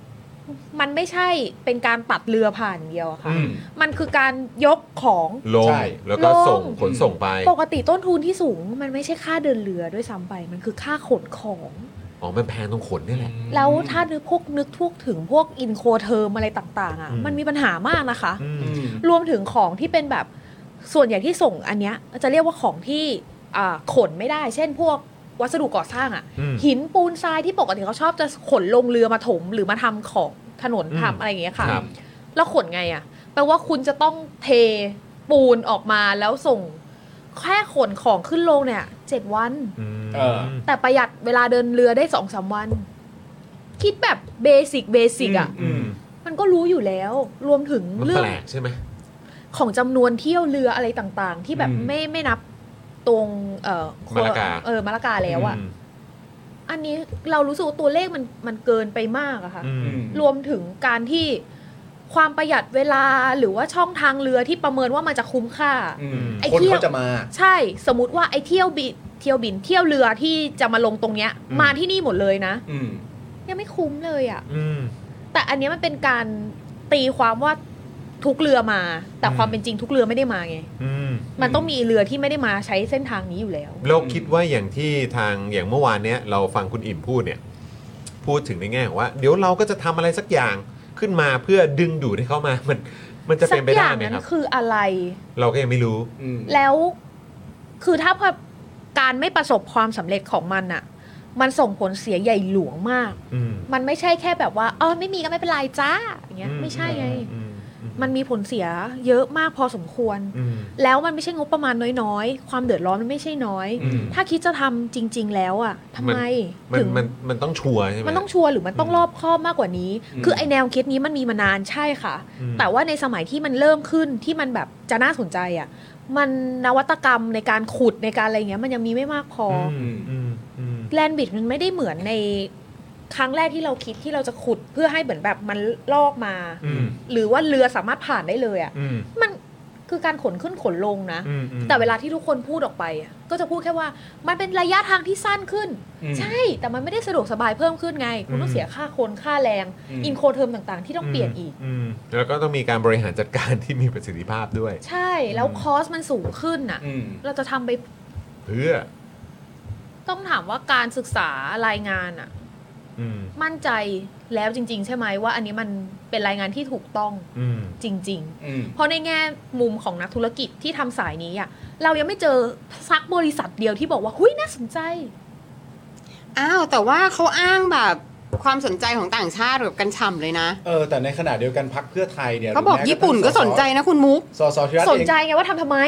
มันไม่ใช่เป็นการตัดเรือผ่านเดียวอะค่ะอืมมันคือการยกของลงใช่แล้วก็ส่งลงขนส่งไปปกติต้นทุนที่สูงมันไม่ใช่ค่าเดินเรือด้วยซ้ำไปมันคือค่าขนของอ๋อมันแพงตรงขนนี่แหละแล้วถ้านึกพวกถึงพวกอินโคเทอมอะไรต่างๆอ่ะอืมมันมีปัญหามากนะคะอืมอืมรวมถึงของที่เป็นแบบส่วนใหญ่ที่ส่งอันเนี้ยจะเรียกว่าของที่ขนไม่ได้ เช่นพวกวัสดุก่อสร้างอ่ะอืมหินปูนทรายที่ปกติเขาชอบจะขนลงเรือมาถมหรือมาทำของถนนอืมทำอะไรอย่างเงี้ยค่ะครับแล้วขนไงอ่ะแปลว่าคุณจะต้องเทปูนออกมาแล้วส่งแค่ขนของขึ้นลงเนี่ย7 วันเออแต่ประหยัดเวลาเดินเรือได้ 2-3 วัน คิดแบบเบสิกอ่ะอืมมันก็รู้อยู่แล้ว รวมถึงมันเรื่อแปงลกใช่ไหมของจำนวนเที่ยวเรืออะไรต่างๆ ที่แบบอืมไม่นับตรงมะละกามะละกาแล้วอ่ะอืมอันนี้เรารู้สึกว่าตัวเลขมันเกินไปมากอะค่ะอืมรวมถึงการที่ความประหยัดเวลาหรือว่าช่องทางเรือที่ประเมินว่ามันจะคุ้มค่าอืมไอ้คนเที่ยวเขาจะมาใช่ สมมติว่าไอ้เที่ยวเรือที่จะมาลงตรงเนี้ยอืมมาที่นี่หมดเลยนะอืมยังไม่คุ้มเลยอะอืมแต่อันเนี้ยมันเป็นการตีความว่าทุกเรือมา แต่อืมความเป็นจริงทุกเรือไม่ได้มาไงอืมมันต้องมีเรือที่ไม่ได้มาใช้เส้นทางนี้อยู่แล้วเราคิดว่าอย่างที่ทางอย่างเมื่อวานเนี้ยเราฟังคุณอิ่มพูดเนี่ย พูดถึงในแง่ของว่า เดี๋ยวเราก็จะทำอะไรสักอย่างขึ้นมาเพื่อดึงดูดให้เขามา มันจะสัเป็นไปอได้ย่างไหมนั้นครับคืออะไรเราก็ยังไม่รู้อืมแล้วคือถ้าการไม่ประสบความสำเร็จของมันอะมันส่งผลเสียใหญ่หลวงมากอืมมันไม่ใช่แค่แบบว่าไม่มีก็ไม่เป็นไรจ้าอย่างเงี้ยไม่ใช่ไงอืมมันมีผลเสียเยอะมากพอสมควรอืมแล้วมันไม่ใช่งบประมาณน้อยๆ ความเดือดร้อนมันไม่ใช่น้อยอืมถ้าคิดจะทำจริง ๆ แล้วอะทำไมมันถึงมันต้องชัวร์ใช่ไหมมันต้องชัวร์หรือมันต้องรอบคอบมากกว่านี้ คือไอแนวคิดนี้มันมีมานานใช่ค่ะอืมแต่ว่าในสมัยที่มันเริ่มขึ้นที่มันแบบจะน่าสนใจอะมันนวัตกรรมในการขุดในการอะไรเงี้ยมันยังมีไม่มากพอออืมแลนด์บิดมันไม่ได้เหมือนในครั้งแรกที่เราคิดที่เราจะขุดเพื่อให้เหมือนแบบมันลอกมาอืมหรือว่าเรือสามารถผ่านได้เลยอะอืมมันคือการขนขึ้นขนลงนะอืมแต่เวลาที่ทุกคนพูดออกไปอะก็จะพูดแค่ว่ามันเป็นระยะทางที่สั้นขึ้นอืมใช่ แต่มันไม่ได้สะดวกสบายเพิ่มขึ้นไง คุณต้องเสียค่าคนค่าแรงอืมอินโคเทอมต่างๆ ที่ต้องเปลี่ยนอีกแล้วก็ต้องมีการบริหารจัดการที่มีประสิทธิภาพด้วยใช่ แล้วคอสมันสูงขึ้นอ่ะอืมเราจะทำไปเพื่อต้องถามว่าการศึกษารายงานอ่ะอืมมั่นใจแล้วจริง ๆ ใช่ไหมว่าอันนี้มันเป็นรายงานที่ถูกต้องอืมจริงอืมๆ เพราะในแง่มุมของนักธุรกิจที่ทำสายนี้อ่ะเรายังไม่เจอสักบริษัทเดียวที่บอกว่าหุ้ยน่าสนใจอ้าวแต่ว่าเขาอ้างแบบความสนใจของต่างชาติแบบกันฉ่ำเลยนะแต่ในขณะเดียวกันพรรคเพื่อไทยเนี่ยเขาบอกญี่ปุ่นก็สนใจนะคุณมุกสสธิรัตน์สนใจเองไงว่าทำไม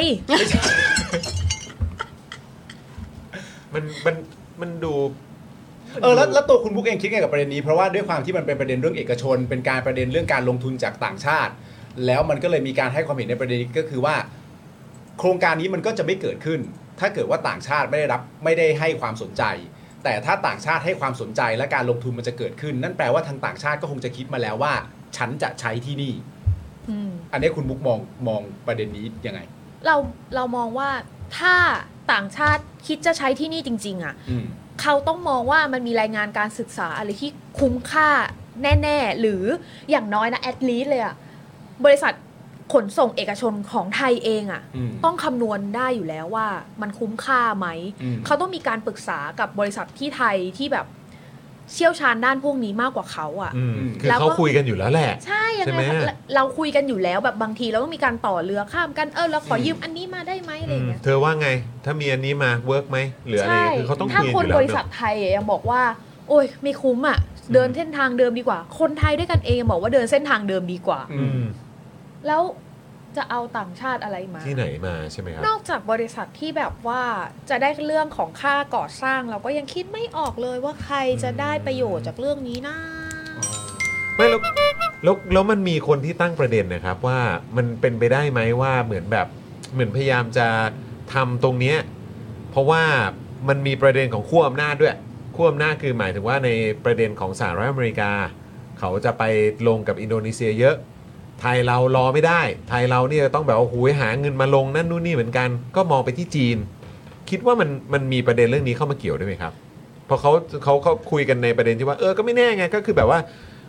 มันดูแล้วตัวคุณบุ๊กเองคิดไงกับประเด็นนี้เพราะว่าด้วยความที่มันเป็นประเด็นเรื่องเอกชน เป็นการประเด็นเรื่องการลงทุนจากต่างชาติ แล้วมันก็เลยมีการให้ความเห็นในประเด็นนี้ก็คือว่า โครงการนี้มันก็จะไม่เกิดขึ้น ถ้าเกิดว่าต่างชาติไม่ได้ให้ความสนใจ แต่ถ้าต่างชาติให้ความสนใจและการลงทุนมันจะเกิดขึ้น นั่นแปลว่าทางต่างชาติก็คงจะคิดมาแล้วว่า ฉันจะใช้ที่นี่อืมอันนี้คุณบุ๊กมองประเด็นนี้ยังไงเรามองว่าถ้าต่างชาติคิดจะใช้ที่นี่จริง ๆ อ่ะอืมเขาต้องมองว่ามันมีรายงานการศึกษาอะไรที่คุ้มค่าแน่ ๆ หรืออย่างน้อยนะแอดลีสเลยอ่ะบริษัทขนส่งเอกชนของไทยเองอ่ะอืมต้องคำนวณได้อยู่แล้วว่ามันคุ้มค่าไหมอืมเขาต้องมีการปรึกษากับบริษัทที่ไทยที่แบบเชี่ยวชาญด้านพวกนี้มากกว่าเขาอ่ะคือแล้วก็เขาคุยกันอยู่แล้วแหละใช่ยังใช่ไงไหมเราคุยกันอยู่แล้วแบบบางทีเราต้องมีการต่อเรือข้ามกันเราขอยืมอันนี้มาได้ไหมอะไรอย่างเงี้ยเธอว่าไง ถ้ามีอันนี้มาเวิร์กไหมหรืออะไรใช่คือเขาต้องถ้าคุยคกัน นอยู่แล้วบริษัทไทยยังบอกว่า โอ้ยไม่คุ้มอ่ะ เดินเส้นทางเดิมดีกว่า คนไทยด้วยกันเองยังบอกว่าเดินเส้นทางเดิมดีกว่าอืมแล้วจะเอาต่างชาติอะไรมาที่ไหนมาใช่ไหมครับนอกจากบริษัทที่แบบว่าจะได้เรื่องของค่าก่อสร้าง เราก็ยังคิดไม่ออกเลยว่าใครจะได้ประโยชน์จากเรื่องนี้นะไม่แล้วมันมีคนที่ตั้งประเด็นนะครับว่ามันเป็นไปได้ไหมว่าเหมือนพยายามจะทำตรงเนี้ยเพราะว่ามันมีประเด็นของขั้วอำนาจด้วยขั้วอำนาจคือหมายถึงว่าในประเด็นของสหรัฐอเมริกา เขาจะไปลงกับอินโดนีเซียเยอะ ไทยเรารอไม่ได้ ไทยเราเนี่ยต้องแบบว่าหูยหาเงินมาลงนั่นนู่นนี่เหมือนกัน ก็มองไปที่จีน คิดว่ามันมีประเด็นเรื่องนี้เข้ามาเกี่ยวด้วยไหมครับเพราะเขาคุยกันในประเด็นที่ว่าก็ไม่แน่ไงก็คือแบบว่า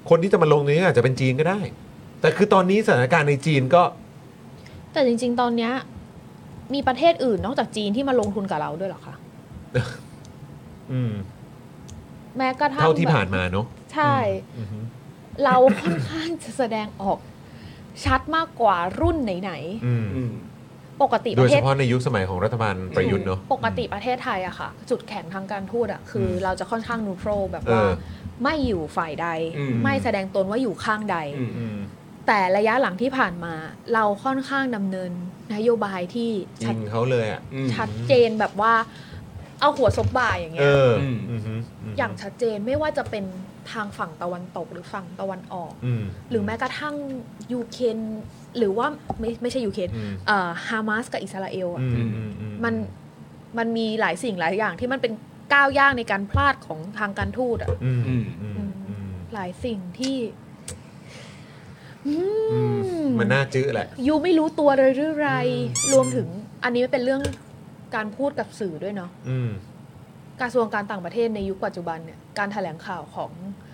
คนที่จะมาลงนี้อาจจะเป็นจีนก็ได้ แต่คือตอนนี้สถานการณ์ในจีนก็แต่จริงๆตอนเนี้ยมีประเทศอื่นนอกจากจีนที่มาลงทุนกับเราด้วยเหรอคะแม้กระทั่งเท่าที่ผ่านมาเนอะใช่เราค่อนข้างจะแสดงออกชัดมากกว่ารุ่นไหนๆปกติโดยเฉพาะในยุคสมัยของรัฐบาลประยุทธ์เนอะปกติประเทศไทยอะค่ะจุดแข็งทางการทูตอะคือเราจะค่อนข้างนูโตรแบบว่าไม่อยู่ฝ่ายใดไม่แสดงตนว่าอยู่ข้างใดแต่ระยะหลังที่ผ่านมาเราค่อนข้างดำเนินนโยบายที่ยิงเขาเลยอ่ะชัดเจนแบบว่าเอาหัวซบบ่าอย่างเงี้ยอย่างชัดเจนไม่ว่าจะเป็นทางฝั่งตะวันตกหรือฝั่งตะวันออกหรือแม้กระทั่งยูเครนหรือว่าไม่ใช่ยูเครนฮามาสกับอิสราเอลอ่ะมันมีหลายสิ่งหลายอย่างที่มันเป็นก้าวย่างในการพลาดของทางการทูตอ่ะหลายสิ่งที่มันน่าจื้อแหละยูไม่รู้ตัวเลยหรือไรรวมถึงอันนี้เป็นเรื่องการพูดกับสื่อด้วยเนาะกระทรวงการต่างประเทศในยุคปัจจุบันเนี่ยการแถลงข่าวของ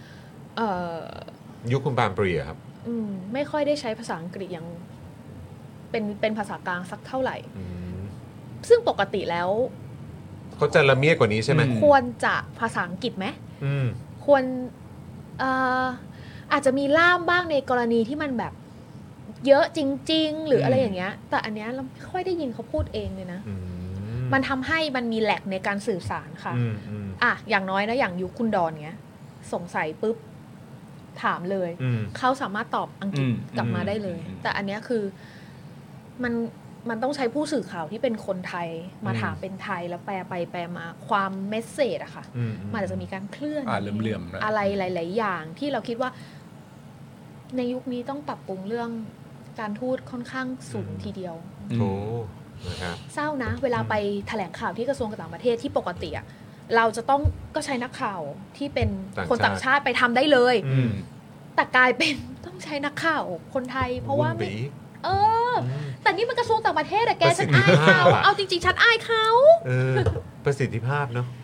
ยุคคุณปามปรีครับไม่ค่อยได้ใช้ภาษาอังกฤษอย่างเป็นภาษากลางสักเท่าไหร่ซึ่งปกติแล้วเขาจะละเมียดกว่านี้ใช่ไหมควรจะภาษาอังกฤษไหมควรอาจจะมีล่ามบ้างในกรณีที่มันแบบเยอะจริงๆหรืออะไรอย่างเงี้ยแต่อันเนี้ยเราไม่ค่อยได้ยินเขาพูดเองเลยนะมันทำให้มันมีแหลกในการสื่อสารค่ะอย่างน้อยนะอย่างยุคคุณดอนเงี้ยสงสัยปุ๊บถามเลยเขาสามารถตอบอังกฤษกลับมาได้เลยแต่อันเนี้ยคือมันต้องใช้ผู้สื่อข่าวที่เป็นคนไทยมาถามเป็นไทยแล้วแปลไปแปลมาความเมสเสจอะค่ะมันอาจจะมีการเคลื่อนเลื่อมอะไรหลายๆอย่างที่เราคิดว่าในยุคนี้ต้องปรับปรุงเรื่องการทูตค่อนข้างสูงทีเดียวเศร้านะเวลาไปแถลงข่าวที่กระทรวงต่างประเทศที่ปกติอะเราจะต้องก็ใช้นักข่าวที่เป็นคนต่างชาติไปทำได้เลยแต่กลายเป็นต้องใช้นักข่าวคนไทยเพราะว่าแต่นี่มันกระทรวงต่างประเทศอะแกฉันอายเขาเอาจริงๆฉันอายเขาประสิทธิภาพเนาะ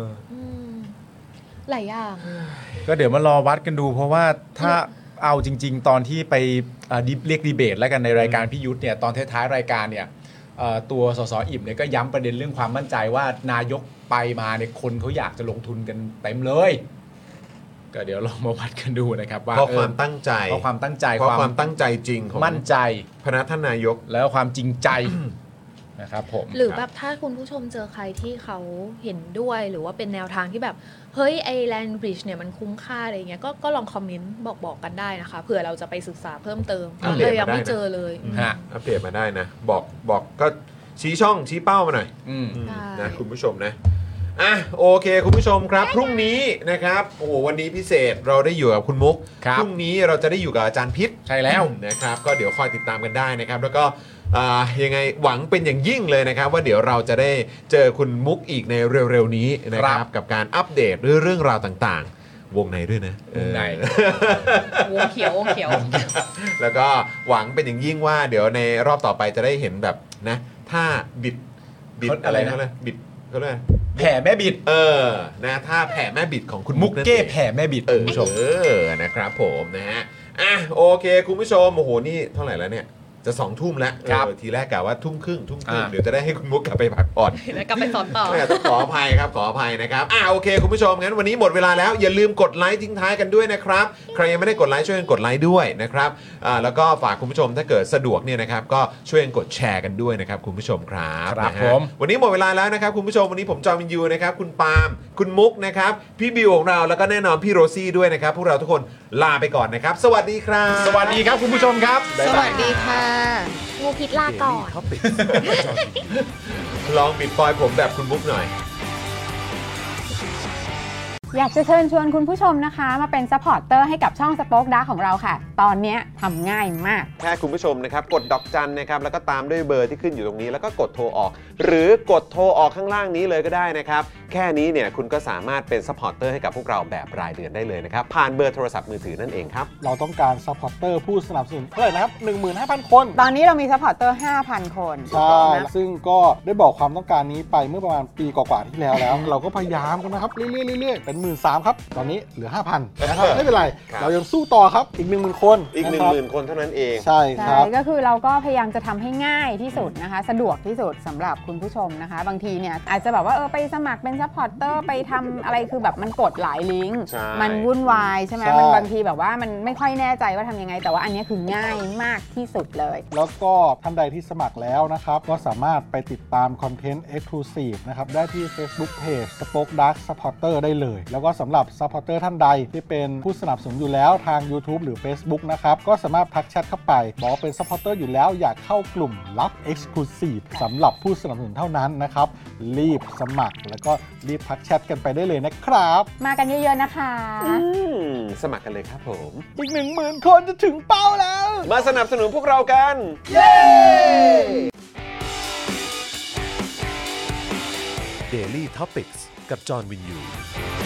หลายอย่างก็เดี๋ยวมารอวัดกันดูเพราะว่าถ้าเอาจริงๆตอนที่ไปเรียกดีเบตแล้วกันในรายการพี่ยุทธเนี่ยตอนท้ายๆรายการเนี่ยตัวสสอิ่มเนี่ยก็ย้ำประเด็นเรื่องความมั่นใจว่านายกไปมาเนี่ยคนเขาอยากจะลงทุนกันเต็มเลยก็เดี๋ยวลองมาวัดกันดูนะครับว่าเพราะความตั้งใจเพราะความตั้งใจเพราะความตั้งใจจริงของมั่นใจพนักท่านนายกแล้วความจริงใจนะครับผมหรือแบบถ้าคุณผู้ชมเจอใครที่เขาเห็นด้วยหรือว่าเป็นแนวทางที่แบบเฮ้ยไอแลนด์บริดจ์เนี่ยมันคุ้มค่าอะไรเงี้ยก็ลองคอมเมนต์บอกกันได้นะคะเผื่อเราจะไปศึกษาเพิ่มเติมเลยยังไม่เจอเลยอัปเดตมาได้นะบอกก็ชี้ช่องชี้เป้ามาหน่อยนะคุณผู้ชมนะโอเคคุณผู้ชมครับพรุ่งนี้นะครับโอ้โหวันนี้พิเศษเราได้อยู่กับคุณมุกพรุ่งนี้เราจะได้อยู่กับอาจารย์พิษใช่แล้วนะครับก็เดี๋ยวคอยติดตามกันได้นะครับแล้วก็ยังไงหวังเป็นอย่างยิ่งเลยนะครับว่าเดี๋ยวเราจะได้เจอคุณมุกอีกในเร็วๆนี้นะครับกับการอัปเดตเรื่องราวต่างๆวงในด้วยนะวงในวงเขียวแล้วก็หวังเป็นอย่างยิ่งว่าเดี๋ยวในรอบต่อไปจะได้เห็นแบบนะถ้าบิดอะไรนะบิดเขาเรียกแผ่แม่บิดนะถ้าแผ่แม่บิดของคุณมุกเก้แผ่แม่บิดคุณผู้ชมนะครับผมนะฮะโอเคคุณผู้ชมโอ้โหนี่เท่าไหร่แล้วเนี่ยจะ 20:00 นแล้วทีแรกกะว่า 20:30 เดี๋ยวจะได้ให้คุณมุกกลับไปพักผ่อนแล้วกลับไปสอนต่อต้องขออภัยครับขออภัยนะครับโอเคคุณผู้ชมงั้นวันนี้หมดเวลาแล้วอย่าลืมกดไลค์ทิ้งท้ายกันด้วยนะครับใครยังไม่ได้กดไลค์ช่วยกันกดไลค์ด้วยนะครับแล้วก็ฝากคุณผู้ชมถ้าเกิดสะดวกเนี่ยนะครับก็ช่วยกันกดแชร์กันด้วยนะครับคุณผู้ชมครับผมวันนี้หมดเวลาแล้วนะครับคุณผู้ชมวันนี้ผมจอมินยูนะครับคุณปาล์มคุณมุกนะครับพี่บิวของเราแล้วก็แน่นอนพี่โรซี่ด้วยนะครับพวกเราทุกคนลาไปก่อนนะครับสวัสดีครับสวัสดีครับคุณผู้ชมครับสวัสดีค่ะงูพิษลาก่อนลองปิดปอยผมแบบคุณมุกหน่อยอยากจะเชิญชวนคุณผู้ชมนะคะมาเป็นซัพพอร์ตเตอร์ให้กับช่องสป็อคดาร์กของเราค่ะตอนนี้ทำง่ายมากแค่คุณผู้ชมนะครับกดดอกจันนะครับแล้วก็ตามด้วยเบอร์ที่ขึ้นอยู่ตรงนี้แล้วก็กดโทรออกหรือกดโทรออกข้างล่างนี้เลยก็ได้นะครับแค่นี้เนี่ยคุณก็สามารถเป็นซัพพอร์ตเตอร์ให้กับพวกเราแบบรายเดือนได้เลยนะครับผ่านเบอร์โทรศัพท์มือถือนั่นเองครับเราต้องการซัพพอร์ตเตอร์ผู้สนับสนุนเท่าไหร่นะครับ 15,000 คนตอนนี้เรามีซัพพอร์ตเตอร์ 5,000 คนใช่ซึ่งก็ได้บอกความต้องการนี้ไปเมื่อประมาณปีกว่าๆที่แล้วเราก็พยายามกันนะครับเรื่อยๆเป็น 13,000 ครับ ตอนนี้เหลือ 5,000 นะครับ ไม่เป็นไร เรายังสู้ต่อครับอีก 10,000 คนอีก 10,000 คนเท่านั้นเองใช่ครับก็คือเราก็พยายามจะทำให้ง่ายที่สุดนะคะสะดวกที่สุดสำหรับคุณผู้ชมนะคะบางทีเนี่ยอาจจะแบบว่าไปสมัครเป็นซัพพอร์ตเตอร์ไปทำอะไรคือแบบมันกดหลายลิงก์มันวุ่นวายใช่ไหมมันบางทีแบบว่ามันไม่ค่อยแน่ใจว่าทำยังไงแต่ว่าอันนี้คือง่ายมากที่สุดเลยแล้วก็ท่านใดที่สมัครแล้วนะครับก็สามารถไปติดตามคอนเทนต์ Exclusive นะครับได้ที่ Facebook Page Spoke Dark Supporter ได้เลยแล้วก็สำหรับ Supporter ท่านใดที่เป็นผู้สนับสนุนอยู่แล้วทาง YouTube หรือ Facebook นะครับก็สามารถทักแชทเข้าไปบอกว่าเป็น Supporter อยู่แล้วอยากเข้ากลุ่มลับ Exclusive สำหรับผู้สนับสนุนเท่านั้นนะครับรีบสมัครแล้วก็รีบทักแชทกันไปได้เลยนะครับมากันเยอะๆนะคะสมัครกันเลยครับผมอีก 10,000 คนจะถึงเป้าแล้วมาสนับสนุนพวกเรากันเย้ Daily Topics กับจอห์นวินยู